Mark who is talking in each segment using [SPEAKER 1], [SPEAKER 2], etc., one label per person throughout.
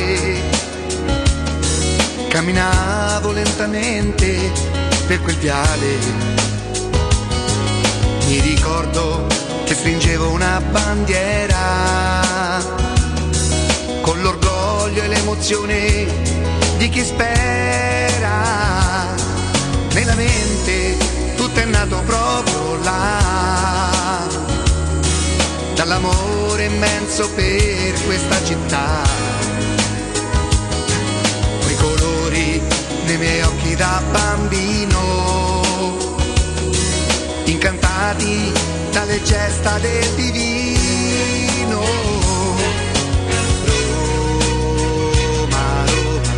[SPEAKER 1] Camminavo lentamente per quel viale, mi ricordo che stringevo una bandiera, con l'orgoglio e l'emozione di chi spera. Nella mente tutto è nato proprio là, dall'amore immenso per questa città. Quei colori nei miei occhi da bambino, incantati dalle gesta del divino. Roma, Roma,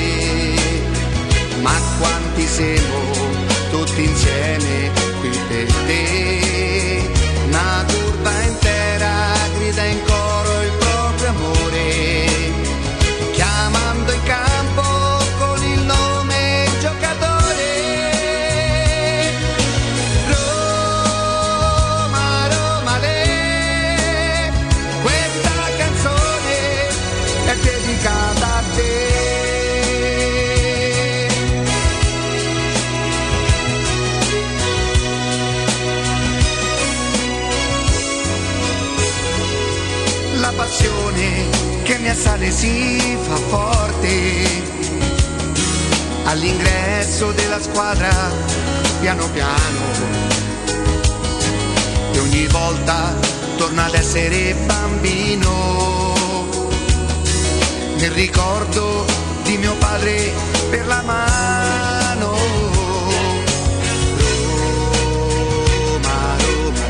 [SPEAKER 1] ma quanti siamo tutti insieme qui per te. Una curva intera grida in coro il proprio amore, chiamando in campo con il nome giocatore. Roma, Roma, questa canzone è dedicata a te. La passione che mi assale si fa forte all'ingresso della squadra, piano piano, e ogni volta torna ad essere bambino, nel ricordo di mio padre per la mano. Roma, Roma,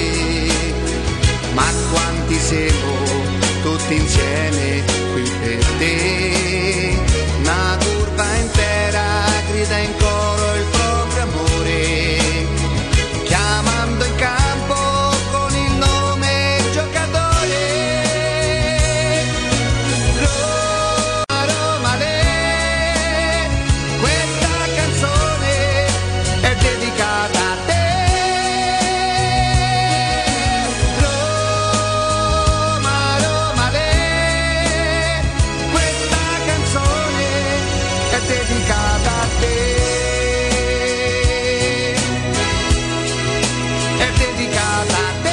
[SPEAKER 1] ma quanti siamo tutti insieme qui per te. Una curva intera grida in coro il proprio amore, chiamando in campo con il nome giocatore. Roma, Roma, questa canzone è dedicata a te. Dedicata a te, è dedicata a te.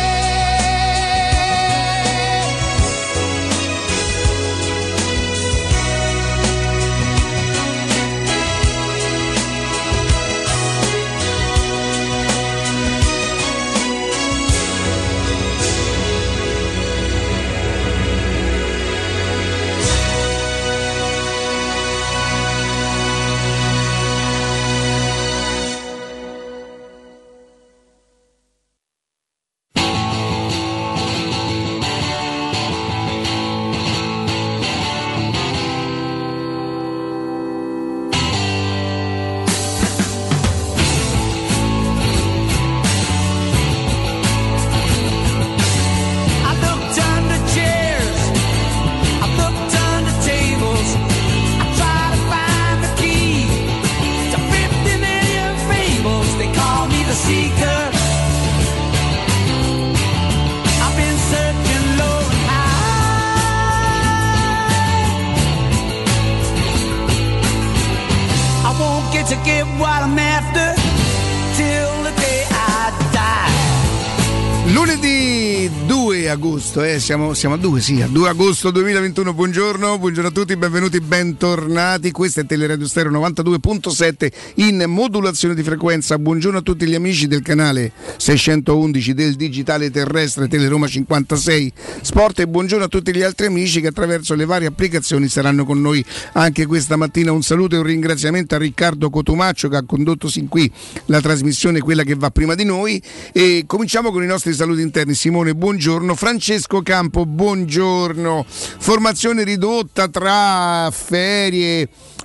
[SPEAKER 1] To get what I'm after till the day I die.
[SPEAKER 2] Lunedì 2 agosto, siamo a 2, sì, a 2 agosto 2021. Buongiorno a tutti, benvenuti, bentornati. Questa è Teleradio Stereo 92.7 in modulazione di frequenza. Buongiorno a tutti gli amici del canale 611 del digitale terrestre Teleroma 56 Sport, e buongiorno a tutti gli altri amici che attraverso le varie applicazioni saranno con noi anche questa mattina. Un saluto e un ringraziamento a Riccardo Cotumaccio che ha condotto sin qui la trasmissione, quella che va prima di noi, e cominciamo con i nostri saluti interni. Simone, buongiorno. Francesco Campo, buongiorno. Formazione ridotta tra ferie,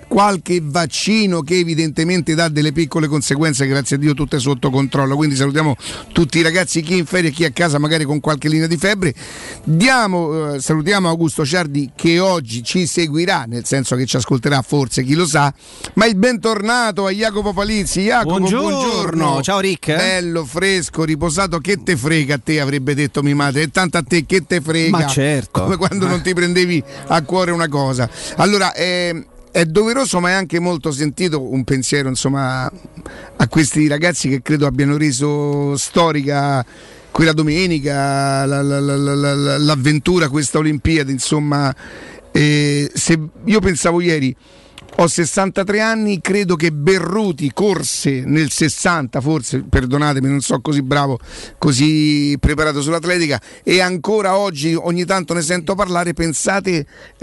[SPEAKER 2] qualche vaccino che evidentemente dà delle piccole conseguenze, grazie a Dio tutte sotto controllo, quindi salutiamo tutti i ragazzi, chi in ferie e chi a casa magari con qualche linea di febbre. Salutiamo Augusto Ciardi che oggi ci seguirà, nel senso che ci ascolterà forse, chi lo sa, ma il bentornato a Jacopo Palizzi. Jacopo, buongiorno.
[SPEAKER 3] Ciao Rick.
[SPEAKER 2] Bello, fresco, riposato, che te frega a te, avrebbe detto mia madre, e tanto a te che te frega,
[SPEAKER 3] ma certo,
[SPEAKER 2] come quando non ti prendevi a cuore una cosa. Allora è doveroso, ma è anche molto sentito un pensiero, insomma, a questi ragazzi che credo abbiano reso storica quella domenica, l'avventura, questa Olimpiade, insomma. Se io pensavo ieri, ho 63 anni, credo che Berruti corse nel 60, forse, perdonatemi, non so così bravo, così preparato sull'atletica, e ancora oggi ogni tanto ne sento parlare. Pensate,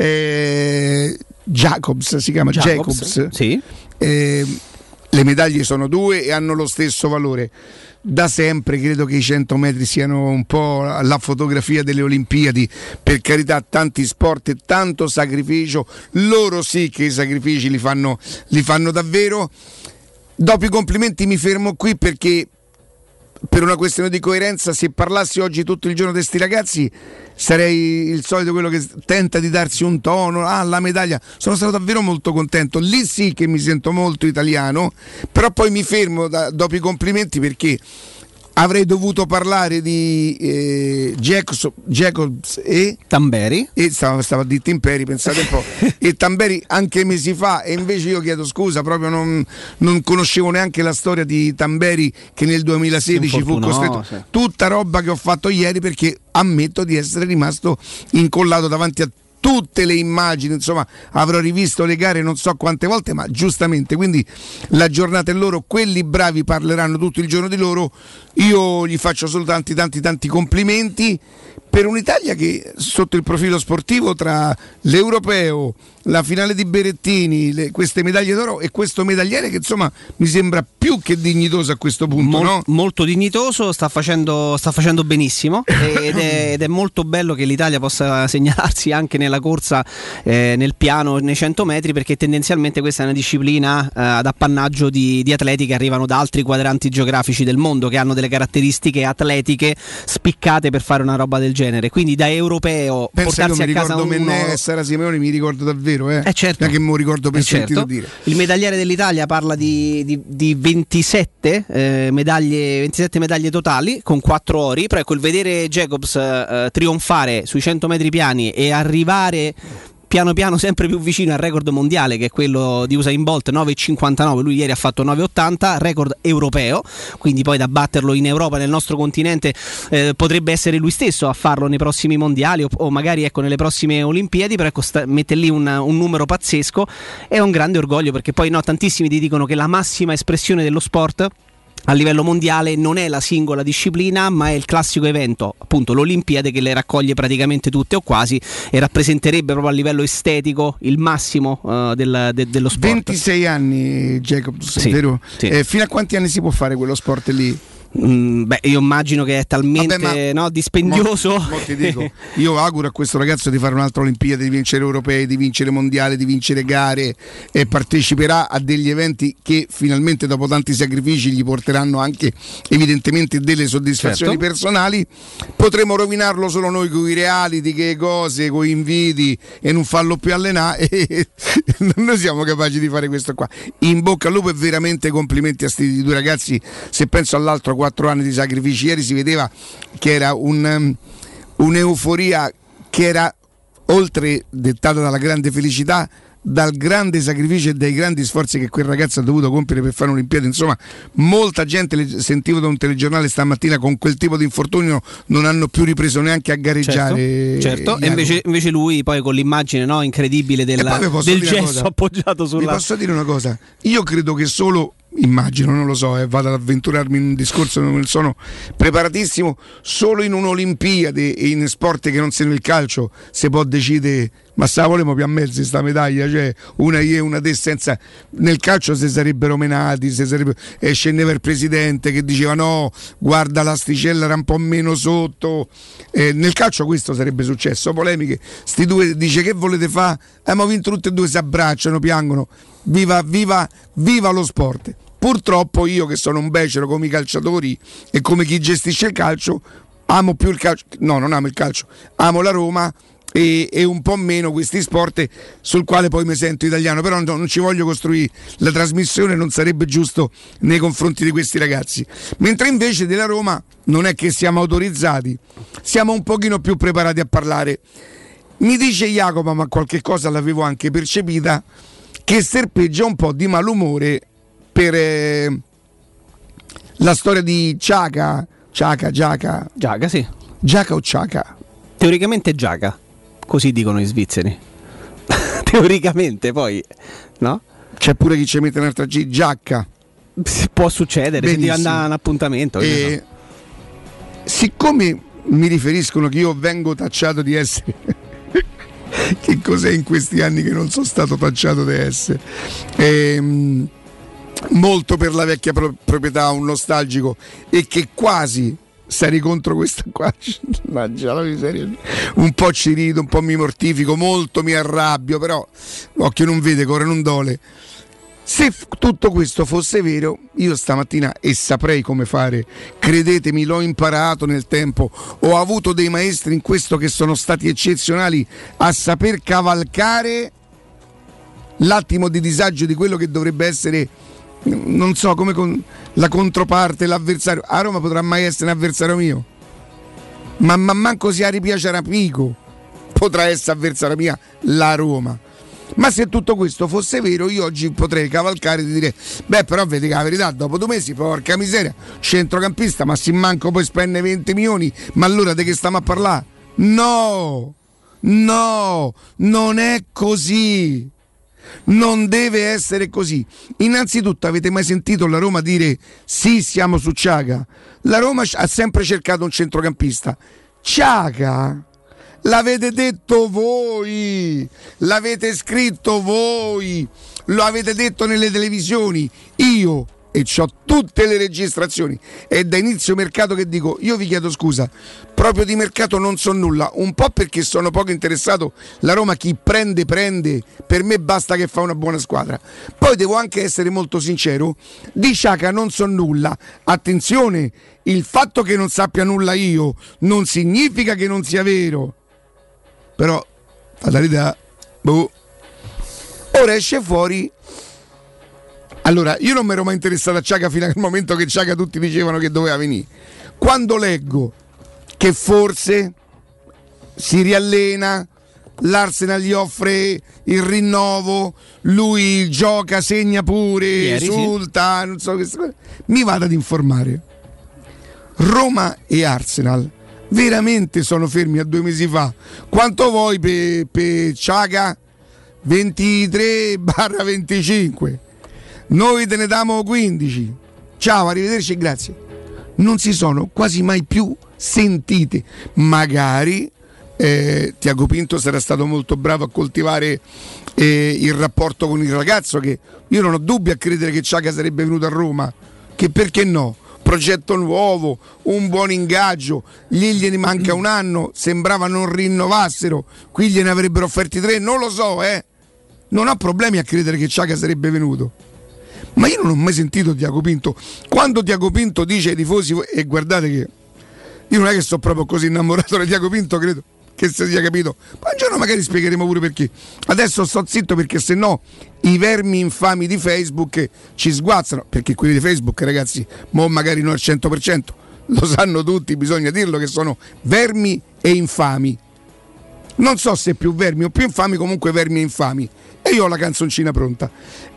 [SPEAKER 2] Jacobs, si chiama Jacobs.
[SPEAKER 3] Sì.
[SPEAKER 2] Le medaglie sono 2 e hanno lo stesso valore. Da sempre credo che i 100 metri siano un po' la fotografia delle Olimpiadi, per carità, tanti sport e tanto sacrificio, loro sì che i sacrifici li fanno davvero. Dopo i complimenti mi fermo qui, perché per una questione di coerenza, se parlassi oggi tutto il giorno di questi ragazzi sarei il solito quello che tenta di darsi un tono, la medaglia. Sono stato davvero molto contento, lì sì che mi sento molto italiano, però poi mi fermo dopo i complimenti, perché avrei dovuto parlare di Jacobs e
[SPEAKER 3] Tamberi,
[SPEAKER 2] e stava a dire Timperi, pensate un po', e Tamberi anche mesi fa, e invece io chiedo scusa, proprio non conoscevo neanche la storia di Tamberi, che nel 2016 fu costretto.
[SPEAKER 3] Sì.
[SPEAKER 2] Tutta roba che ho fatto ieri, perché ammetto di essere rimasto incollato davanti a tutte le immagini, insomma avrò rivisto le gare non so quante volte, ma giustamente, quindi la giornata è loro, quelli bravi parleranno tutto il giorno di loro. Io gli faccio solo tanti complimenti per un'Italia che sotto il profilo sportivo, tra l'europeo, la finale di Berettini, queste medaglie d'oro e questo medagliere che insomma mi sembra più che dignitoso a questo punto, no?
[SPEAKER 3] Molto dignitoso, sta facendo benissimo ed è molto bello che l'Italia possa segnalarsi anche nella corsa, nel piano, nei 100 metri, perché tendenzialmente questa è una disciplina ad appannaggio di atleti che arrivano da altri quadranti geografici del mondo, che hanno delle caratteristiche atletiche spiccate per fare una roba del genere, quindi da europeo portarsi a casa un
[SPEAKER 2] Mennea e Sara Simeoni, mi ricordo davvero,
[SPEAKER 3] certo.
[SPEAKER 2] Che mi ricordo per sentito dire.
[SPEAKER 3] Il medagliere dell'Italia parla di 27 medaglie totali con 4 ori, però ecco, il vedere Jacobs trionfare sui 100 metri piani e arrivare piano piano sempre più vicino al record mondiale, che è quello di Usain Bolt, 9,59, lui ieri ha fatto 9,80, record europeo, quindi poi da batterlo in Europa, nel nostro continente, potrebbe essere lui stesso a farlo nei prossimi mondiali o magari ecco nelle prossime Olimpiadi, però ecco, mette lì un numero pazzesco, è un grande orgoglio, perché poi tantissimi ti dicono che la massima espressione dello sport a livello mondiale non è la singola disciplina, ma è il classico evento, appunto l'Olimpiade, che le raccoglie praticamente tutte o quasi e rappresenterebbe proprio a livello estetico il massimo dello sport.
[SPEAKER 2] 26 anni Jacobs,
[SPEAKER 3] sì,
[SPEAKER 2] vero?
[SPEAKER 3] Sì.
[SPEAKER 2] Fino a quanti anni si può fare quello sport lì?
[SPEAKER 3] Io immagino che è talmente dispendioso.
[SPEAKER 2] Ti dico, io auguro a questo ragazzo di fare un'altra Olimpiade, di vincere europei, di vincere mondiali, di vincere gare, e parteciperà a degli eventi che finalmente dopo tanti sacrifici gli porteranno anche evidentemente delle soddisfazioni,
[SPEAKER 3] certo,
[SPEAKER 2] personali. Potremo rovinarlo solo noi con i reality, che cose, con gli inviti, e non farlo più allenare, e noi siamo capaci di fare questo qua. In bocca al lupo e veramente complimenti a questi due ragazzi. Se penso all'altro 4 anni di sacrifici, ieri si vedeva che era un'euforia che era oltre dettata dalla grande felicità, dal grande sacrificio e dai grandi sforzi che quel ragazzo ha dovuto compiere per fare un'Olimpiade. Insomma, molta gente, sentivo da un telegiornale stamattina, con quel tipo di infortunio non hanno più ripreso neanche a gareggiare.
[SPEAKER 3] Certo. E invece lui poi con l'immagine incredibile del gesso appoggiato sulla...
[SPEAKER 2] Vi posso dire una cosa? Io credo che solo, immagino, non lo so, vado ad avventurarmi in un discorso, non sono preparatissimo, solo in un'Olimpiade e in sport che non siano il calcio si può decidere, ma se la volemo più a mezzi sta medaglia, cioè una io e una te, senza. Nel calcio si sarebbero menati, scendeva il presidente che diceva no, guarda l'asticella era un po' meno sotto, nel calcio questo sarebbe successo, polemiche, sti due dice che volete fare, ma vinto tutti e due, si abbracciano, piangono. viva lo sport. Purtroppo io, che sono un becero come i calciatori e come chi gestisce il calcio, amo più il calcio, no, non amo il calcio, amo la Roma e un po' meno questi sport sul quale poi mi sento italiano, però non ci voglio costruire la trasmissione, non sarebbe giusto nei confronti di questi ragazzi. Mentre invece della Roma non è che siamo autorizzati, siamo un pochino più preparati a parlare. Mi dice Jacopo, ma qualche cosa l'avevo anche percepita, che serpeggia un po' di malumore per la storia di Giaca,
[SPEAKER 3] sì.
[SPEAKER 2] Giaca o Ciaca?
[SPEAKER 3] Teoricamente Giaca, così dicono gli svizzeri. Teoricamente, poi, no?
[SPEAKER 2] C'è pure chi ci mette un'altra G, Giacca.
[SPEAKER 3] Può succedere,
[SPEAKER 2] benissimo.
[SPEAKER 3] Se ti andare a un appuntamento.
[SPEAKER 2] Siccome mi riferiscono che io vengo tacciato di essere che cos'è in questi anni che non sono stato tacciato di essere molto per la vecchia proprietà, un nostalgico, e che quasi sarei contro questa qua, la miseria, un po' ci rido, un po' mi mortifico, molto mi arrabbio, però l'occhio non vede, cuore non dole. Se tutto questo fosse vero, io stamattina, e saprei come fare, credetemi, l'ho imparato nel tempo, ho avuto dei maestri in questo che sono stati eccezionali a saper cavalcare l'attimo di disagio di quello che dovrebbe essere, non so, come con la controparte, l'avversario. A Roma potrà mai essere un avversario mio, ma manco si ripiace Rapico potrà essere avversario mia la Roma. Ma se tutto questo fosse vero, io oggi potrei cavalcare di dire: beh, però vedi che la verità, dopo 2 mesi, porca miseria, centrocampista, ma si manco poi spende 20 milioni, ma allora di che stiamo a parlare? No, non è così. Non deve essere così. Innanzitutto, avete mai sentito la Roma dire sì, siamo su Ciaca? La Roma ha sempre cercato un centrocampista. Ciaca l'avete detto voi, l'avete scritto voi, lo avete detto nelle televisioni. Io, e c'ho tutte le registrazioni, è da inizio mercato che dico: io vi chiedo scusa, proprio di mercato non so nulla, un po' perché sono poco interessato. La Roma chi prende, per me basta che fa una buona squadra. Poi devo anche essere molto sincero, di Ciaca non so nulla. Attenzione, il fatto che non sappia nulla io non significa che non sia vero, però fatalità, boh. Ora esce fuori. Allora, io non mi ero mai interessato a Ciaca fino al momento che Ciaca tutti dicevano che doveva venire. Quando leggo che forse si riallena, l'Arsenal gli offre il rinnovo, lui gioca, segna pure, esulta, sì, non so che, mi vado ad informare. Roma e Arsenal veramente sono fermi a 2 mesi fa. Quanto vuoi per Ciaca? 23/25. Noi te ne diamo 15. Ciao, arrivederci, grazie. Non si sono quasi mai più sentite. Magari Tiago Pinto sarà stato molto bravo a coltivare il rapporto con il ragazzo, che io non ho dubbi a credere che Ciaca sarebbe venuto a Roma, che perché no? Progetto nuovo, un buon ingaggio, gliene manca 1 anno, sembrava non rinnovassero, qui gliene avrebbero offerti 3, non lo so, non ho problemi a credere che Ciaca sarebbe venuto. Ma io non ho mai sentito Tiago Pinto. Quando Tiago Pinto dice ai tifosi, e guardate che io non è che sono proprio così innamorato di Tiago Pinto, credo che si sia capito, ma un giorno magari spiegheremo pure perché. Adesso sto zitto perché se no i vermi infami di Facebook ci sguazzano, perché quelli di Facebook, ragazzi, mo magari non al 100%, lo sanno tutti, bisogna dirlo che sono vermi e infami. Non so se più vermi o più infami, comunque vermi e infami. E io ho la canzoncina pronta.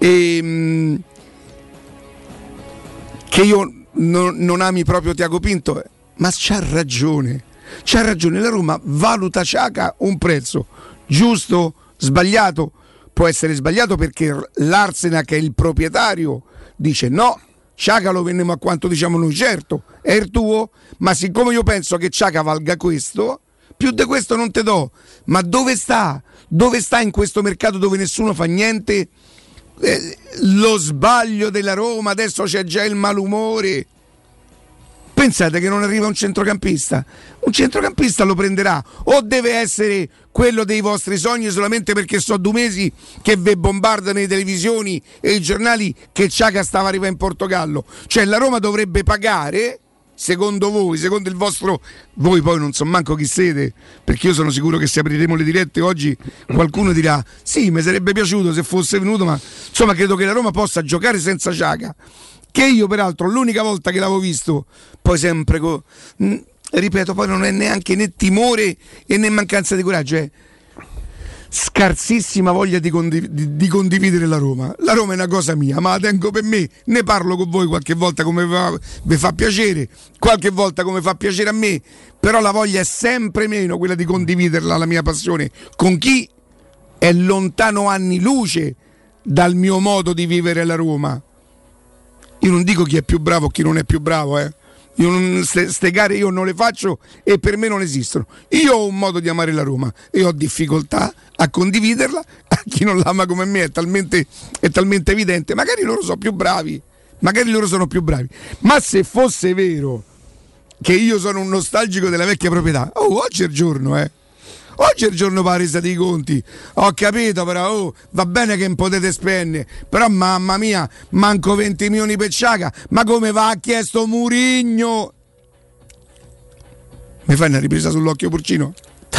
[SPEAKER 2] Che io non ami proprio Tiago Pinto, ma c'ha ragione, la Roma valuta Ciaca un prezzo giusto, sbagliato, può essere sbagliato perché l'Arsenal, che è il proprietario, dice no, Ciaca lo vendiamo a quanto diciamo noi, certo è il tuo, ma siccome io penso che Ciaca valga questo, più di questo non te do. Ma dove sta in questo mercato dove nessuno fa niente? Lo sbaglio della Roma, adesso c'è già il malumore. Pensate che non arriva un centrocampista? Un centrocampista lo prenderà, o deve essere quello dei vostri sogni solamente perché so 2 mesi che ve bombardano le televisioni e i giornali che Xhaka stava arrivando in Portogallo? Cioè la Roma dovrebbe pagare, secondo voi, secondo il vostro, voi poi non so manco chi siete, perché io sono sicuro che se apriremo le dirette oggi qualcuno dirà sì, mi sarebbe piaciuto se fosse venuto, ma insomma credo che la Roma possa giocare senza Xhaka, che io peraltro l'unica volta che l'avevo visto, poi sempre ripeto, poi non è neanche né timore e né mancanza di coraggio, è scarsissima voglia di condividere la Roma. La Roma è una cosa mia, ma la tengo per me, ne parlo con voi qualche volta come vi fa piacere, qualche volta come fa piacere a me, però la voglia è sempre meno quella di condividerla, la mia passione, con chi è lontano anni luce dal mio modo di vivere la Roma. Io non dico chi è più bravo o chi non è più bravo, ste gare io non le faccio e per me non esistono. Io ho un modo di amare la Roma e ho difficoltà a condividerla. A chi non l'ama come me è talmente evidente. Magari loro sono più bravi, ma se fosse vero che io sono un nostalgico della vecchia proprietà, oggi è il giorno, oggi è il giorno per la resa dei conti. Ho capito, però va bene che non potete spendere, però mamma mia, manco 20 milioni per Xhaka. Ma come va? Ha chiesto Mourinho. Mi fai una ripresa sull'occhio pulcino?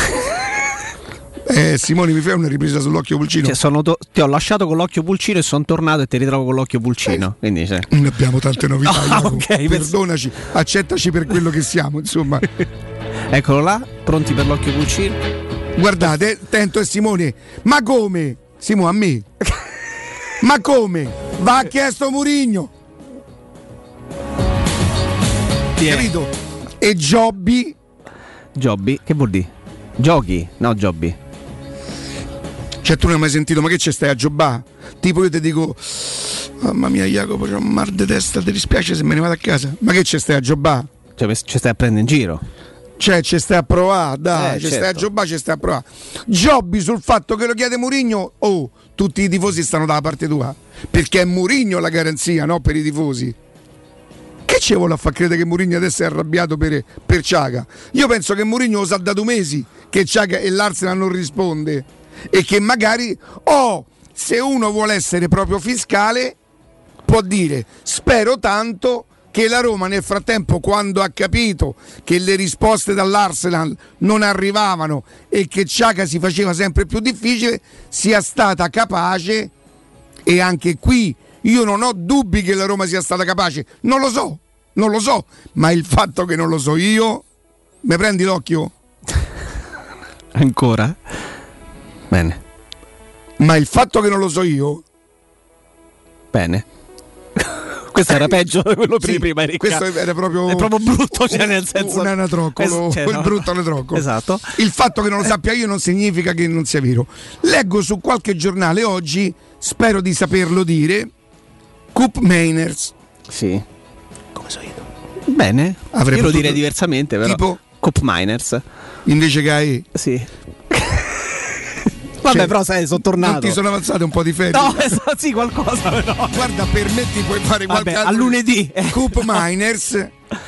[SPEAKER 2] Simone, mi fai una ripresa sull'occhio pulcino?
[SPEAKER 3] Cioè, ti ho lasciato con l'occhio pulcino e sono tornato e ti ritrovo con l'occhio pulcino. Quindi,
[SPEAKER 2] non abbiamo tante novità.
[SPEAKER 3] Okay,
[SPEAKER 2] perdonaci, accettaci per quello che siamo, insomma.
[SPEAKER 3] Eccolo là, pronti per l'occhio pulcino?
[SPEAKER 2] Guardate, Tento e Simone, ma come? Simone, a me? Ma come? Va chiesto Mourinho. Capito? E Jobby,
[SPEAKER 3] che vuol dire? Giochi? No, Jobby.
[SPEAKER 2] Cioè tu non hai mai sentito, ma che ci stai a giobà? Tipo io ti dico, mamma mia Jacopo, c'ho un mal di testa, ti dispiace se me ne vado a casa? Ma che ci stai a giobà?
[SPEAKER 3] Cioè ci stai a prendere in giro?
[SPEAKER 2] Cioè ci stai a provare, dai,
[SPEAKER 3] certo.
[SPEAKER 2] Stai a giobà, ci stai a provare. Jobby sul fatto che lo chiede Mourinho, tutti i tifosi stanno dalla parte tua, perché è Mourinho la garanzia, no, per i tifosi. Che ci vuole a far credere che Mourinho adesso è arrabbiato per Xhaka? Io penso che Mourinho lo sa da 2 mesi che Xhaka e l'Arsenal non risponde, e che magari se uno vuole essere proprio fiscale può dire spero tanto che la Roma nel frattempo, quando ha capito che le risposte dall'Arsenal non arrivavano e che Xhaka si faceva sempre più difficile, sia stata capace. E anche qui io non ho dubbi che la Roma sia stata capace, non lo so, ma il fatto che non lo so io, mi prendi l'occhio?
[SPEAKER 3] Ancora? Bene.
[SPEAKER 2] Ma il fatto che non lo so io?
[SPEAKER 3] Bene. Questo era peggio di quello prima.
[SPEAKER 2] Questo era proprio,
[SPEAKER 3] è proprio brutto, cioè nel senso
[SPEAKER 2] un anatroccolo, quel brutto anatroccolo.
[SPEAKER 3] Esatto.
[SPEAKER 2] Il fatto che non lo sappia io non significa che non sia vero. Leggo su qualche giornale oggi, spero di saperlo dire, Koop Meiners.
[SPEAKER 3] Sì.
[SPEAKER 2] Come so io?
[SPEAKER 3] Bene.
[SPEAKER 2] Avrei
[SPEAKER 3] io lo direi diversamente, però.
[SPEAKER 2] Tipo
[SPEAKER 3] Koop Meiners.
[SPEAKER 2] Invece che AI?
[SPEAKER 3] Sì. Vabbè, però sai, sono tornato.
[SPEAKER 2] Non ti sono avanzate un po' di ferie?
[SPEAKER 3] No, sì, qualcosa però.
[SPEAKER 2] Guarda, per me ti puoi fare qualche altro.
[SPEAKER 3] A lunedì.
[SPEAKER 2] Koop Meiners.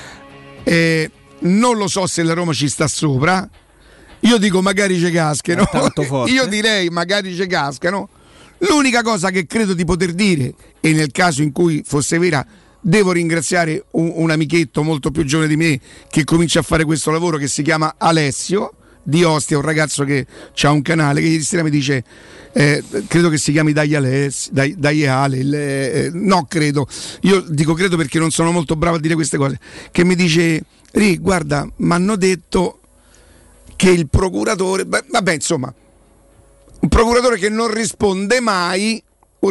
[SPEAKER 2] Non lo so se la Roma ci sta sopra. Io dico magari ci cascano. Io direi magari ci cascano. L'unica cosa che credo di poter dire, e nel caso in cui fosse vera, devo ringraziare un amichetto molto più giovane di me che comincia a fare questo lavoro, che si chiama Alessio di Ostia, un ragazzo che ha un canale, che ieri sera mi dice credo che si chiami no, credo, io dico credo perché non sono molto bravo a dire queste cose, che mi dice guarda, mi hanno detto che il procuratore, vabbè, insomma, un procuratore che non risponde mai,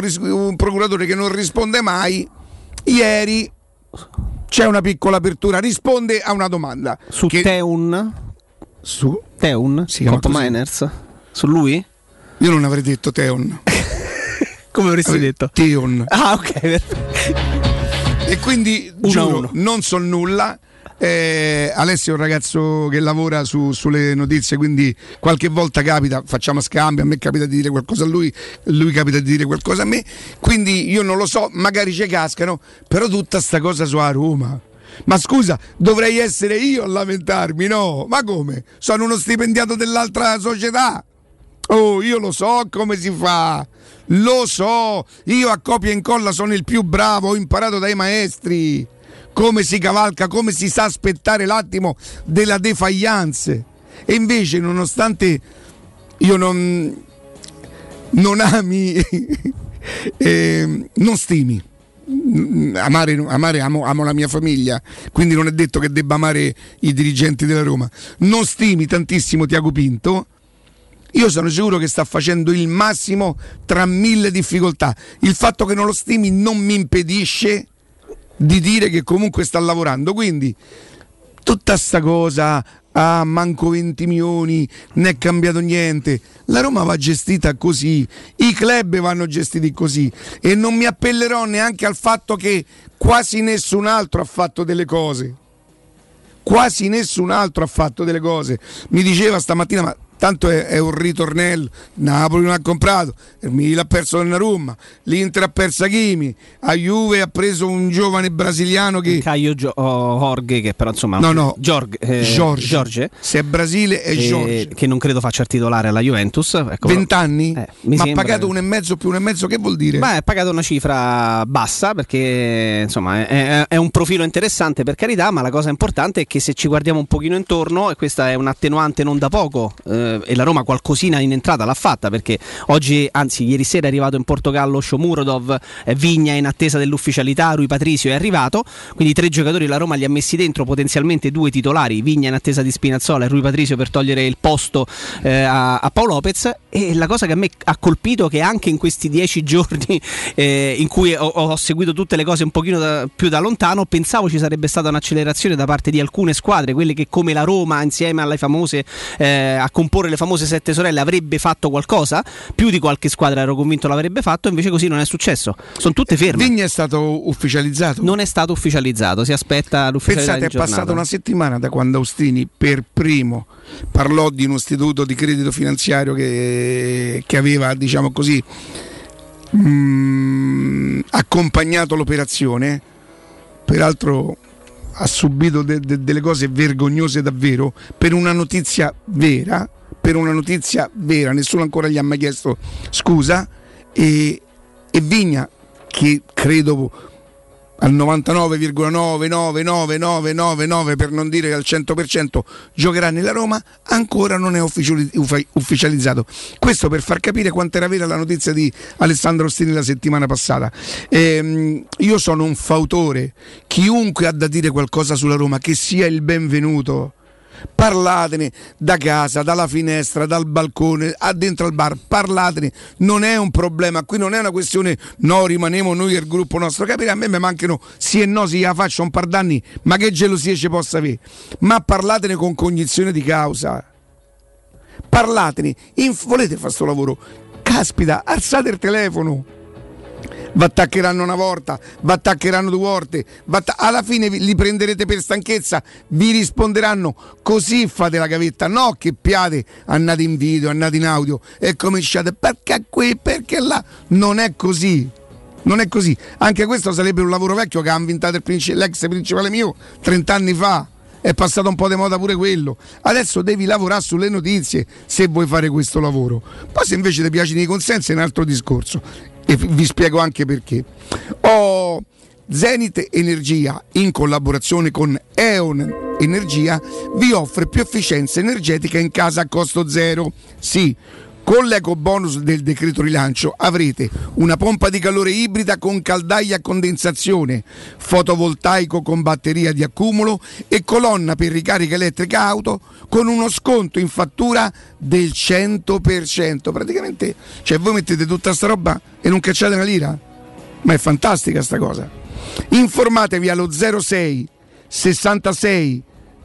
[SPEAKER 2] ieri c'è una piccola apertura, risponde a una domanda
[SPEAKER 3] su Teun,
[SPEAKER 2] si chiama
[SPEAKER 3] Koop Meiners, su lui?
[SPEAKER 2] Io non avrei detto Teon.
[SPEAKER 3] Come avresti detto?
[SPEAKER 2] Teon.
[SPEAKER 3] Ah, ok.
[SPEAKER 2] E quindi giuro, non so nulla. Alessio è un ragazzo che lavora sulle notizie, quindi qualche volta capita, facciamo scambio, a me capita di dire qualcosa a lui capita di dire qualcosa a me, quindi io non lo so, magari ci cascano, però tutta sta cosa su a Roma, Ma scusa, dovrei essere io a lamentarmi, no? Ma come? Sono uno stipendiato dell'altra società. Oh, io lo so come si fa. Lo so. Io a copia e incolla sono il più bravo, ho imparato dai maestri come si cavalca, come si sa aspettare l'attimo della defiance. E invece, nonostante io non ami non stimi. Amo la mia famiglia, quindi non è detto che debba amare i dirigenti della Roma. Non stimi tantissimo Tiago Pinto. Io sono sicuro che sta facendo il massimo tra mille difficoltà. Il fatto che non lo stimi non mi impedisce di dire che comunque sta lavorando. Quindi tutta sta cosa, manco 20 milioni, non è cambiato niente. La Roma va gestita così, i club vanno gestiti così, e non mi appellerò neanche al fatto che quasi nessun altro ha fatto delle cose. Quasi nessun altro ha fatto delle cose. Mi diceva stamattina, ma tanto è un ritornello, Napoli non ha comprato, il Milan ha perso Donnarumma, l'Inter ha perso Hakimi, a Juve ha preso un giovane brasiliano che
[SPEAKER 3] Caio Jorge, che però insomma Jorge,
[SPEAKER 2] se è Brasile è Jorge,
[SPEAKER 3] che non credo faccia il titolare alla Juventus, ecco,
[SPEAKER 2] 20 anni? Ma ha pagato
[SPEAKER 3] che...
[SPEAKER 2] 1,5 più 1,5, che vuol dire?
[SPEAKER 3] Beh, ha pagato una cifra bassa perché insomma è un profilo interessante, per carità, ma la cosa importante è che se ci guardiamo un pochino intorno, e questa è un'attenuante non da poco, e la Roma qualcosina in entrata l'ha fatta, perché oggi, anzi ieri sera è arrivato in Portogallo Shomurodov, Vigna in attesa dell'ufficialità, Rui Patricio è arrivato, quindi 3 giocatori la Roma li ha messi dentro, potenzialmente 2 titolari, Vigna in attesa di Spinazzola e Rui Patricio per togliere il posto a Paolo Lopez. E la cosa che a me ha colpito è che anche in questi 10 giorni in cui ho seguito tutte le cose un pochino più da lontano, pensavo ci sarebbe stata un'accelerazione da parte di alcune squadre, quelle che come la Roma insieme alle famose a comporre le famose 7 sorelle avrebbe fatto qualcosa, più di qualche squadra ero convinto l'avrebbe fatto, invece così non è successo, sono tutte ferme.
[SPEAKER 2] Vigna è stato ufficializzato?
[SPEAKER 3] Non è stato ufficializzato, si aspetta l'ufficialità.
[SPEAKER 2] Pensate, è passata una settimana da quando Austini per primo parlò di un istituto di credito finanziario che aveva, diciamo così, accompagnato l'operazione. Peraltro ha subito delle cose vergognose davvero per una notizia vera, nessuno ancora gli ha mai chiesto scusa, e Vigna, che credo al 99,99999 per non dire al 100% giocherà nella Roma, ancora non è ufficializzato. Questo per far capire quanto era vera la notizia di Alessandro Ostini la settimana passata. Io sono un fautore, chiunque ha da dire qualcosa sulla Roma che sia il benvenuto. Parlatene da casa, dalla finestra, dal balcone, dentro al bar, parlatene, non è un problema. Qui non è una questione no, rimaniamo noi e il gruppo nostro, capire, a me mi mancano sì e no, sì, la faccio un par d'anni, ma che gelosia ci possa avere, ma parlatene con cognizione di causa, parlatene. Volete fare sto lavoro? Caspita, alzate il telefono, vi attaccheranno una volta, vi attaccheranno 2 volte, alla fine li prenderete per stanchezza, vi risponderanno, così fate la gavetta, no che piate, andate in video, andate in audio e cominciate perché qui, perché là. Non è così, non è così. Anche questo sarebbe un lavoro vecchio che ha inventato l'ex principale mio 30 anni fa. È passato un po' di moda pure quello. Adesso devi lavorare sulle notizie se vuoi fare questo lavoro. Poi se invece ti piacciono i consensi è un altro discorso, e vi spiego anche perché. Zenith Energia, in collaborazione con Eon Energia, vi offre più efficienza energetica in casa a costo zero. Sì, con l'eco bonus del decreto rilancio avrete una pompa di calore ibrida con caldaia a condensazione, fotovoltaico con batteria di accumulo e colonna per ricarica elettrica auto con uno sconto in fattura del 100%. Praticamente, cioè, voi mettete tutta sta roba e non cacciate una lira? Ma è fantastica sta cosa. Informatevi allo 06 66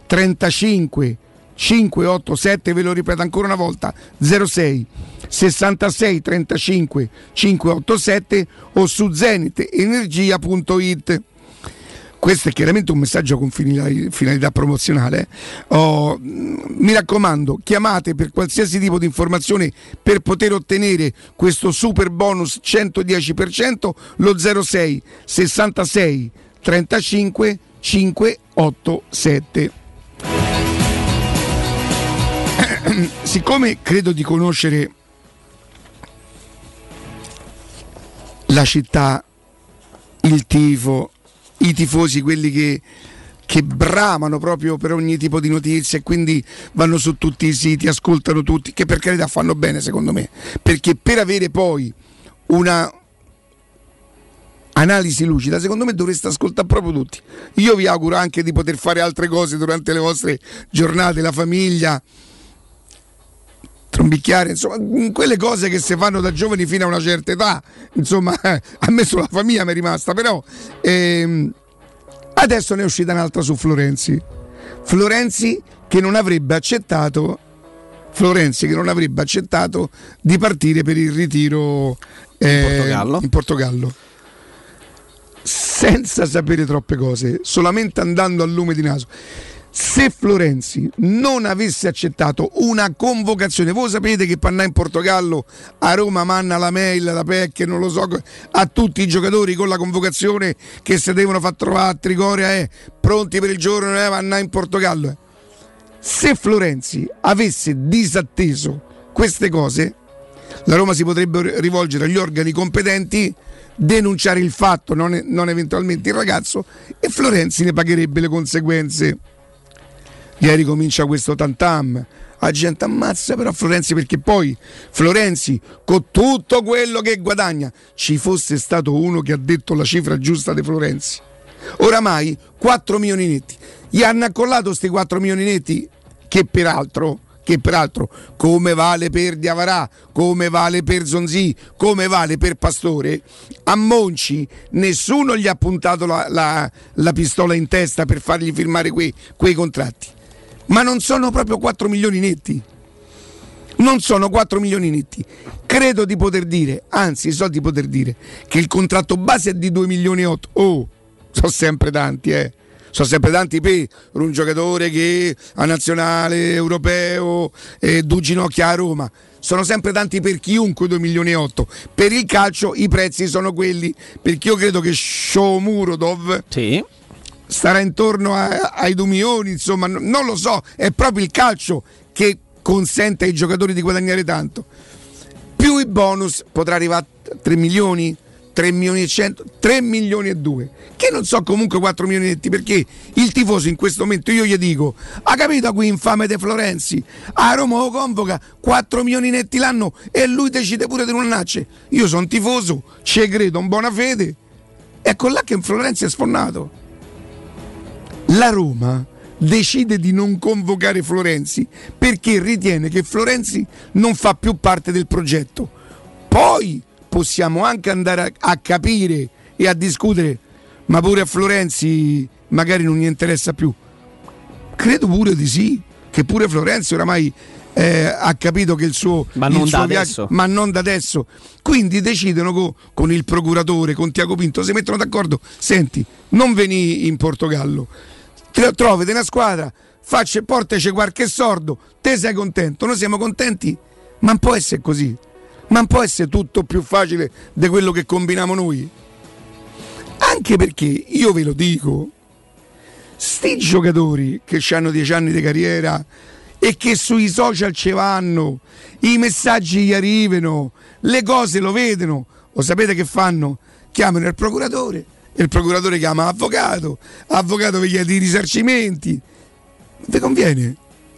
[SPEAKER 2] 35 587, ve lo ripeto ancora una volta, 06 66 35 587 o su zenitenergia.it. Questo è chiaramente un messaggio con finalità promozionale. Mi raccomando, chiamate per qualsiasi tipo di informazione per poter ottenere questo super bonus 110%, lo 06 66 35 587. Siccome credo di conoscere la città, il tifo, i tifosi, quelli che bramano proprio per ogni tipo di notizia e quindi vanno su tutti i siti, ascoltano tutti, che per carità fanno bene secondo me, perché per avere poi una analisi lucida secondo me dovreste ascoltare proprio tutti. Io vi auguro anche di poter fare altre cose durante le vostre giornate, la famiglia, trombicchiare, insomma quelle cose che si fanno da giovani fino a una certa età, insomma a me solo la famiglia mi è rimasta, però adesso ne è uscita un'altra su Florenzi che non avrebbe accettato di partire per il ritiro in Portogallo, senza sapere troppe cose, solamente andando al lume di naso. Se Florenzi non avesse accettato una convocazione, voi sapete che per andare in Portogallo a Roma manna la mail, la PEC, non lo so, a tutti i giocatori con la convocazione che si devono far trovare a Trigoria, pronti per il giorno, andare in Portogallo. Se Florenzi avesse disatteso queste cose, la Roma si potrebbe rivolgere agli organi competenti, denunciare il fatto, non eventualmente il ragazzo, e Florenzi ne pagherebbe le conseguenze. Ieri comincia questo tantam, la gente ammazza però Florenzi, perché poi Florenzi con tutto quello che guadagna, ci fosse stato uno che ha detto la cifra giusta di Florenzi, oramai 4 milioni netti, gli hanno accollato sti 4 milioni netti che peraltro come vale per Diavarà, come vale per Zonzi, come vale per Pastore, a Monci nessuno gli ha puntato la pistola in testa per fargli firmare quei contratti. Ma non sono proprio 4 milioni netti. Non sono 4 milioni netti. Credo di poter dire, anzi so di poter dire, che il contratto base è di 2 milioni e 8. Oh, sono sempre tanti, Sono sempre tanti per un giocatore che a nazionale, europeo, due ginocchia a Roma. Sono sempre tanti per chiunque 2 milioni e 8. Per il calcio i prezzi sono quelli, perché io credo che Shomurodov starà intorno ai 2 milioni, insomma, non lo so, è proprio il calcio che consente ai giocatori di guadagnare tanto. Più i bonus potrà arrivare a 3 milioni, 3 milioni e 100, 3 milioni e 2, che non so, comunque 4 milioni netti, perché il tifoso in questo momento, io gli dico, ha capito qui infame De Florenzi, a Roma lo convoca 4 milioni netti l'anno e lui decide pure di non nasce. Io sono tifoso, ci credo in buona fede, ecco là che Florenzi è sfonnato. La Roma decide di non convocare Florenzi perché ritiene che Florenzi non fa più parte del progetto. Poi possiamo anche andare a capire e a discutere, ma pure a Florenzi magari non gli interessa più. Credo pure di sì, che pure Florenzi oramai ha capito che il suo viaggio, ma non da adesso. Quindi decidono con il procuratore, con Tiago Pinto, si mettono d'accordo: senti, non veni in Portogallo, trovate una squadra, portaci qualche sordo, te sei contento, noi siamo contenti. Ma non può essere così, ma non può essere tutto più facile di quello che combiniamo noi. Anche perché, io ve lo dico, sti giocatori che hanno 10 anni di carriera e che sui social ci vanno, i messaggi gli arrivano, le cose lo vedono, lo sapete che fanno? Chiamano il procuratore, e il procuratore chiama l'avvocato, l'avvocato vi chiede i risarcimenti. Vi conviene?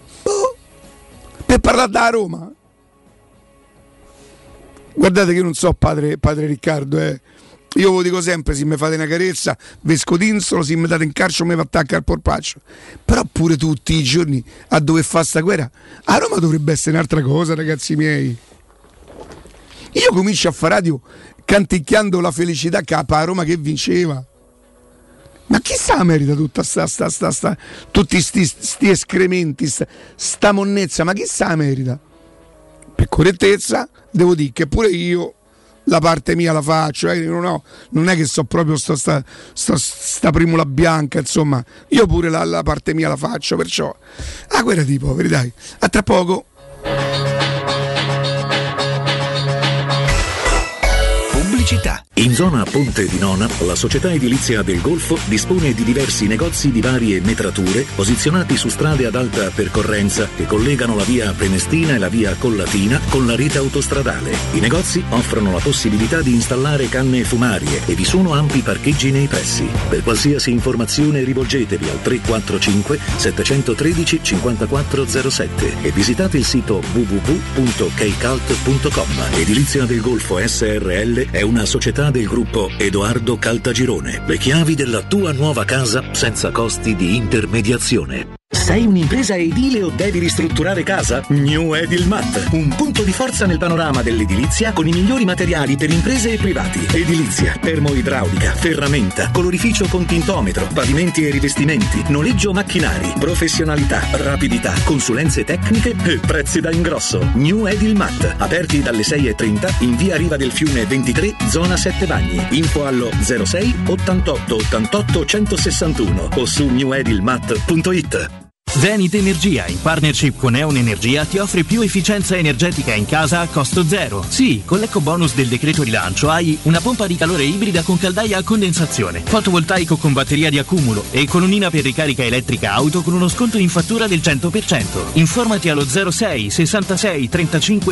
[SPEAKER 2] Per parlare da Roma. Guardate che io non so padre Riccardo, io vi dico sempre, se mi fate una carezza vi scodinzolo, se mi date in calcio mi va attacca al porpaccio. Però pure tutti i giorni a dove fa sta guerra, a Roma dovrebbe essere un'altra cosa, ragazzi miei. Io comincio a fare radio canticchiando la felicità che a Roma che vinceva. Ma chissà merita tutta tutti sti escrementi, sta monnezza, ma chissà merita? Per correttezza devo dire che pure io la parte mia la faccio, non è che so proprio sta primula bianca, insomma, io pure la parte mia la faccio, perciò guerra di poveri, dai, a tra poco.
[SPEAKER 4] città. In zona Ponte di Nona, la società edilizia del Golfo dispone di diversi negozi di varie metrature posizionati su strade ad alta percorrenza che collegano la via Prenestina e la via Collatina con la rete autostradale. I negozi offrono la possibilità di installare canne fumarie e vi sono ampi parcheggi nei pressi. Per qualsiasi informazione rivolgetevi al 345 713 5407 e visitate il sito www.keicalt.com. Edilizia del Golfo SRL è una società del gruppo Edoardo Caltagirone. Le chiavi della tua nuova casa senza costi di intermediazione. Sei un'impresa edile o devi ristrutturare casa? New Edilmat, un punto di forza nel panorama dell'edilizia con i migliori materiali per imprese e privati. Edilizia, termoidraulica, ferramenta, colorificio con tintometro, pavimenti e rivestimenti, noleggio macchinari, professionalità, rapidità, consulenze tecniche e prezzi da ingrosso. New Edilmat, aperti dalle 6:30 in via Riva del Fiume 23, zona 7 Bagni. Info allo 06 88 88 161 o su newedilmat.it.
[SPEAKER 5] Zenith Energia, in partnership con Eon Energia, ti offre più efficienza energetica in casa a costo zero. Sì, con l'eco bonus del decreto rilancio hai una pompa di calore ibrida con caldaia a condensazione, fotovoltaico con batteria di accumulo e colonnina per ricarica elettrica auto con uno sconto in fattura del 100%. Informati allo 06 66 35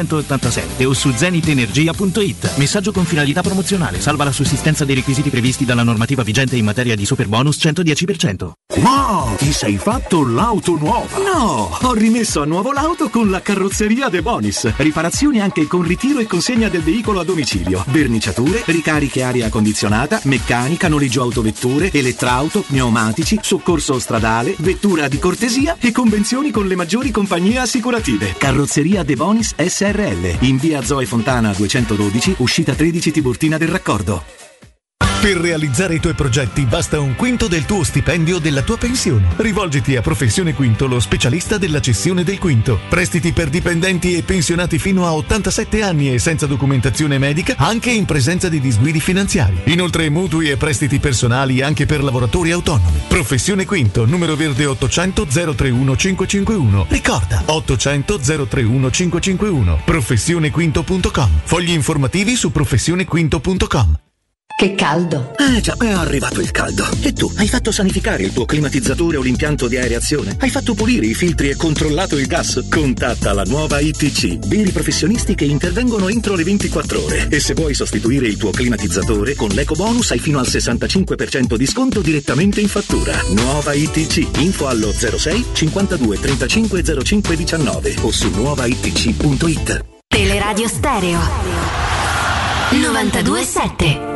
[SPEAKER 5] 587 o su zenitenergia.it. Messaggio con finalità promozionale, salva la sussistenza dei requisiti previsti dalla normativa vigente in materia di super bonus 110%.
[SPEAKER 6] Wow, ti sei fatto l'auto nuova?
[SPEAKER 5] No, ho rimesso a nuovo l'auto con la carrozzeria De Bonis. Riparazioni anche con ritiro e consegna del veicolo a domicilio. Verniciature, ricariche aria condizionata, meccanica, noleggio autovetture, elettrauto, pneumatici, soccorso stradale, vettura di cortesia e convenzioni con le maggiori compagnie assicurative. Carrozzeria De Bonis SRL, in via Zoe Fontana 212, uscita 13 Tiburtina del Raccordo.
[SPEAKER 6] Per realizzare i tuoi progetti basta un quinto del tuo stipendio o della tua pensione. Rivolgiti a Professione Quinto, lo specialista della cessione del quinto. Prestiti per dipendenti e pensionati fino a 87 anni e senza documentazione medica, anche in presenza di disguidi finanziari. Inoltre mutui e prestiti personali anche per lavoratori autonomi. Professione Quinto, numero verde 800 031 551. Ricorda, 800 031 551. Professionequinto.com. Fogli informativi su professionequinto.com.
[SPEAKER 7] Che caldo!
[SPEAKER 4] Già, è arrivato il caldo. E tu, hai fatto sanificare il tuo climatizzatore o l'impianto di areazione? Hai fatto pulire i filtri e controllato il gas? Contatta la nuova ITC, veri professionisti che intervengono entro le 24 ore. E se vuoi sostituire il tuo climatizzatore, con l'eco bonus hai fino al 65% di sconto direttamente in fattura. Nuova ITC, info allo 06 52 35 05 19 o su nuovaitc.it.
[SPEAKER 7] Teleradio Stereo 92.7.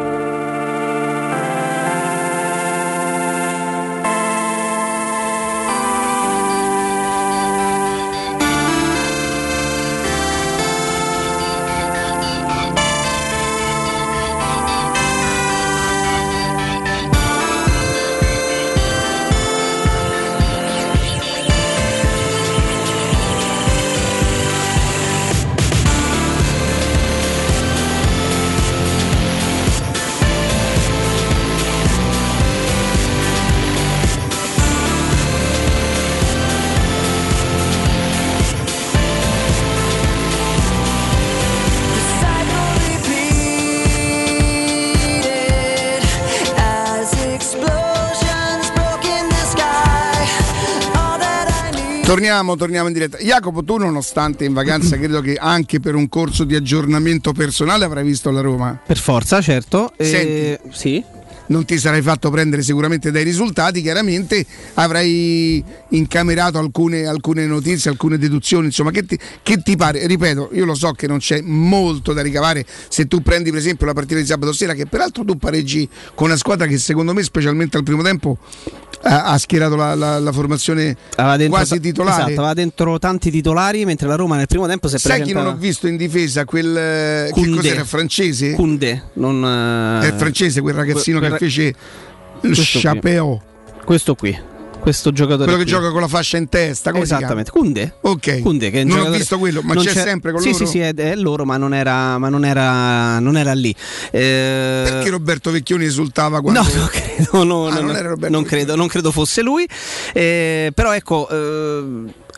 [SPEAKER 2] Torniamo in diretta. Jacopo, tu nonostante in vacanza credo che anche per un corso di aggiornamento personale avrai visto la Roma.
[SPEAKER 3] Per forza, certo.
[SPEAKER 2] Senti,
[SPEAKER 3] sì.
[SPEAKER 2] Non ti sarai fatto prendere sicuramente dai risultati, chiaramente avrai incamerato alcune notizie, alcune deduzioni, insomma, che ti pare? Ripeto, io lo so che non c'è molto da ricavare se tu prendi per esempio la partita di sabato sera, che peraltro tu pareggi con una squadra che secondo me, specialmente al primo tempo, ha schierato la formazione quasi titolare.
[SPEAKER 3] Esatto, aveva dentro tanti titolari, mentre la Roma nel primo tempo si è presentata.
[SPEAKER 2] Sai chi non ho visto in difesa? Quel
[SPEAKER 3] Koundé.
[SPEAKER 2] Che cos'era? Francese?
[SPEAKER 3] Koundé,
[SPEAKER 2] È il francese, quel ragazzino che fece il chapeau.
[SPEAKER 3] Questo qui. Questo giocatore
[SPEAKER 2] quello che
[SPEAKER 3] qui
[SPEAKER 2] gioca con la fascia in testa, come
[SPEAKER 3] esattamente, Koundé.
[SPEAKER 2] Ok.
[SPEAKER 3] Koundé, che
[SPEAKER 2] non ho visto quello, ma c'è sempre con loro.
[SPEAKER 3] Sì, è loro, ma non era lì.
[SPEAKER 2] Perché Roberto Vecchioni esultava quando...
[SPEAKER 3] No, non credo fosse lui. Però ecco,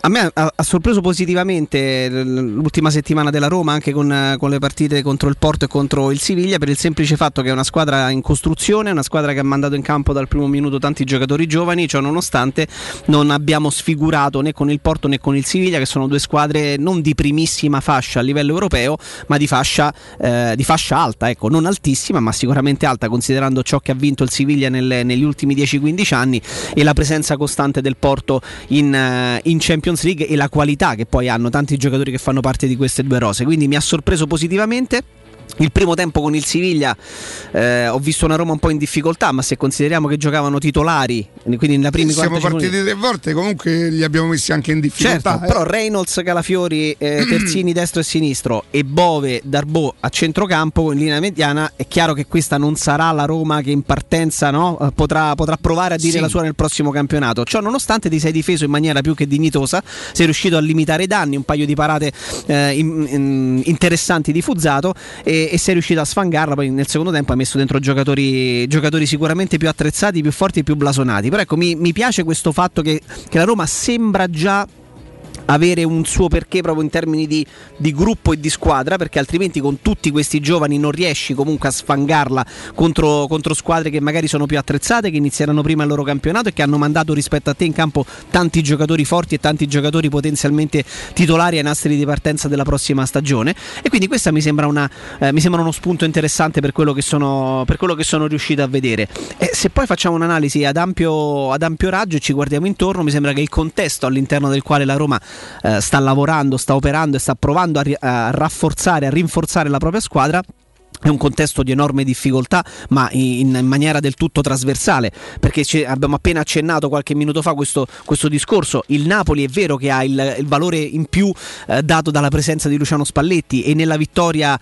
[SPEAKER 3] A me ha sorpreso positivamente l'ultima settimana della Roma, anche con le partite contro il Porto e contro il Siviglia, per il semplice fatto che è una squadra in costruzione, una squadra che ha mandato in campo dal primo minuto tanti giocatori giovani. Ciò nonostante non abbiamo sfigurato né con il Porto né con il Siviglia, che sono due squadre non di primissima fascia a livello europeo, ma di fascia alta, ecco, non altissima ma sicuramente alta, considerando ciò che ha vinto il Siviglia negli ultimi 10-15 anni e la presenza costante del Porto in Champions League e la qualità che poi hanno tanti giocatori che fanno parte di queste due rose. Quindi mi ha sorpreso positivamente. Il primo tempo con il Siviglia ho visto una Roma un po' in difficoltà, ma se consideriamo che giocavano titolari, quindi nella prima
[SPEAKER 2] siamo partiti 3 volte, comunque li abbiamo messi anche in difficoltà.
[SPEAKER 3] Certo, però Reynolds, Calafiori, terzini destro e sinistro e Bove, Darboe a centrocampo in linea mediana, è chiaro che questa non sarà la Roma che in partenza potrà provare a dire la sua nel prossimo campionato. Ciò nonostante ti sei difeso in maniera più che dignitosa, sei riuscito a limitare i danni, un paio di parate interessanti di Fuzzato e sei riuscito a sfangarla. Poi nel secondo tempo hai messo dentro giocatori sicuramente più attrezzati, più forti e più blasonati. Però ecco, mi piace questo fatto che la Roma sembra già avere un suo perché proprio in termini di gruppo e di squadra, perché altrimenti con tutti questi giovani non riesci comunque a sfangarla contro squadre che magari sono più attrezzate, che inizieranno prima il loro campionato e che hanno mandato rispetto a te in campo tanti giocatori forti e tanti giocatori potenzialmente titolari ai nastri di partenza della prossima stagione. E quindi questa mi sembra uno spunto interessante per quello che sono riuscito a vedere. E se poi facciamo un'analisi ad ampio raggio e ci guardiamo intorno, mi sembra che il contesto all'interno del quale la Roma sta lavorando, sta operando e sta provando a rafforzare, a rinforzare la propria squadra, è un contesto di enorme difficoltà, ma in maniera del tutto trasversale, perché abbiamo appena accennato qualche minuto fa questo discorso. Il Napoli è vero che ha il valore in più dato dalla presenza di Luciano Spalletti, e nella vittoria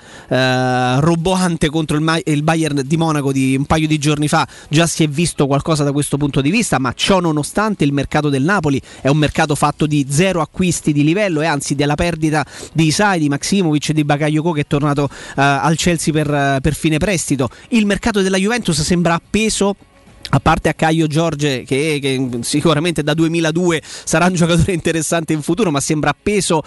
[SPEAKER 3] roboante contro il Bayern di Monaco di un paio di giorni fa già si è visto qualcosa da questo punto di vista, ma ciò nonostante il mercato del Napoli è un mercato fatto di 0 acquisti di livello, e anzi della perdita di Isai, di Maximovic e di Bakayoko, che è tornato al Chelsea per fine prestito. Il mercato della Juventus sembra appeso, a parte a Caio Giorge che sicuramente da 2002 sarà un giocatore interessante in futuro, ma sembra appeso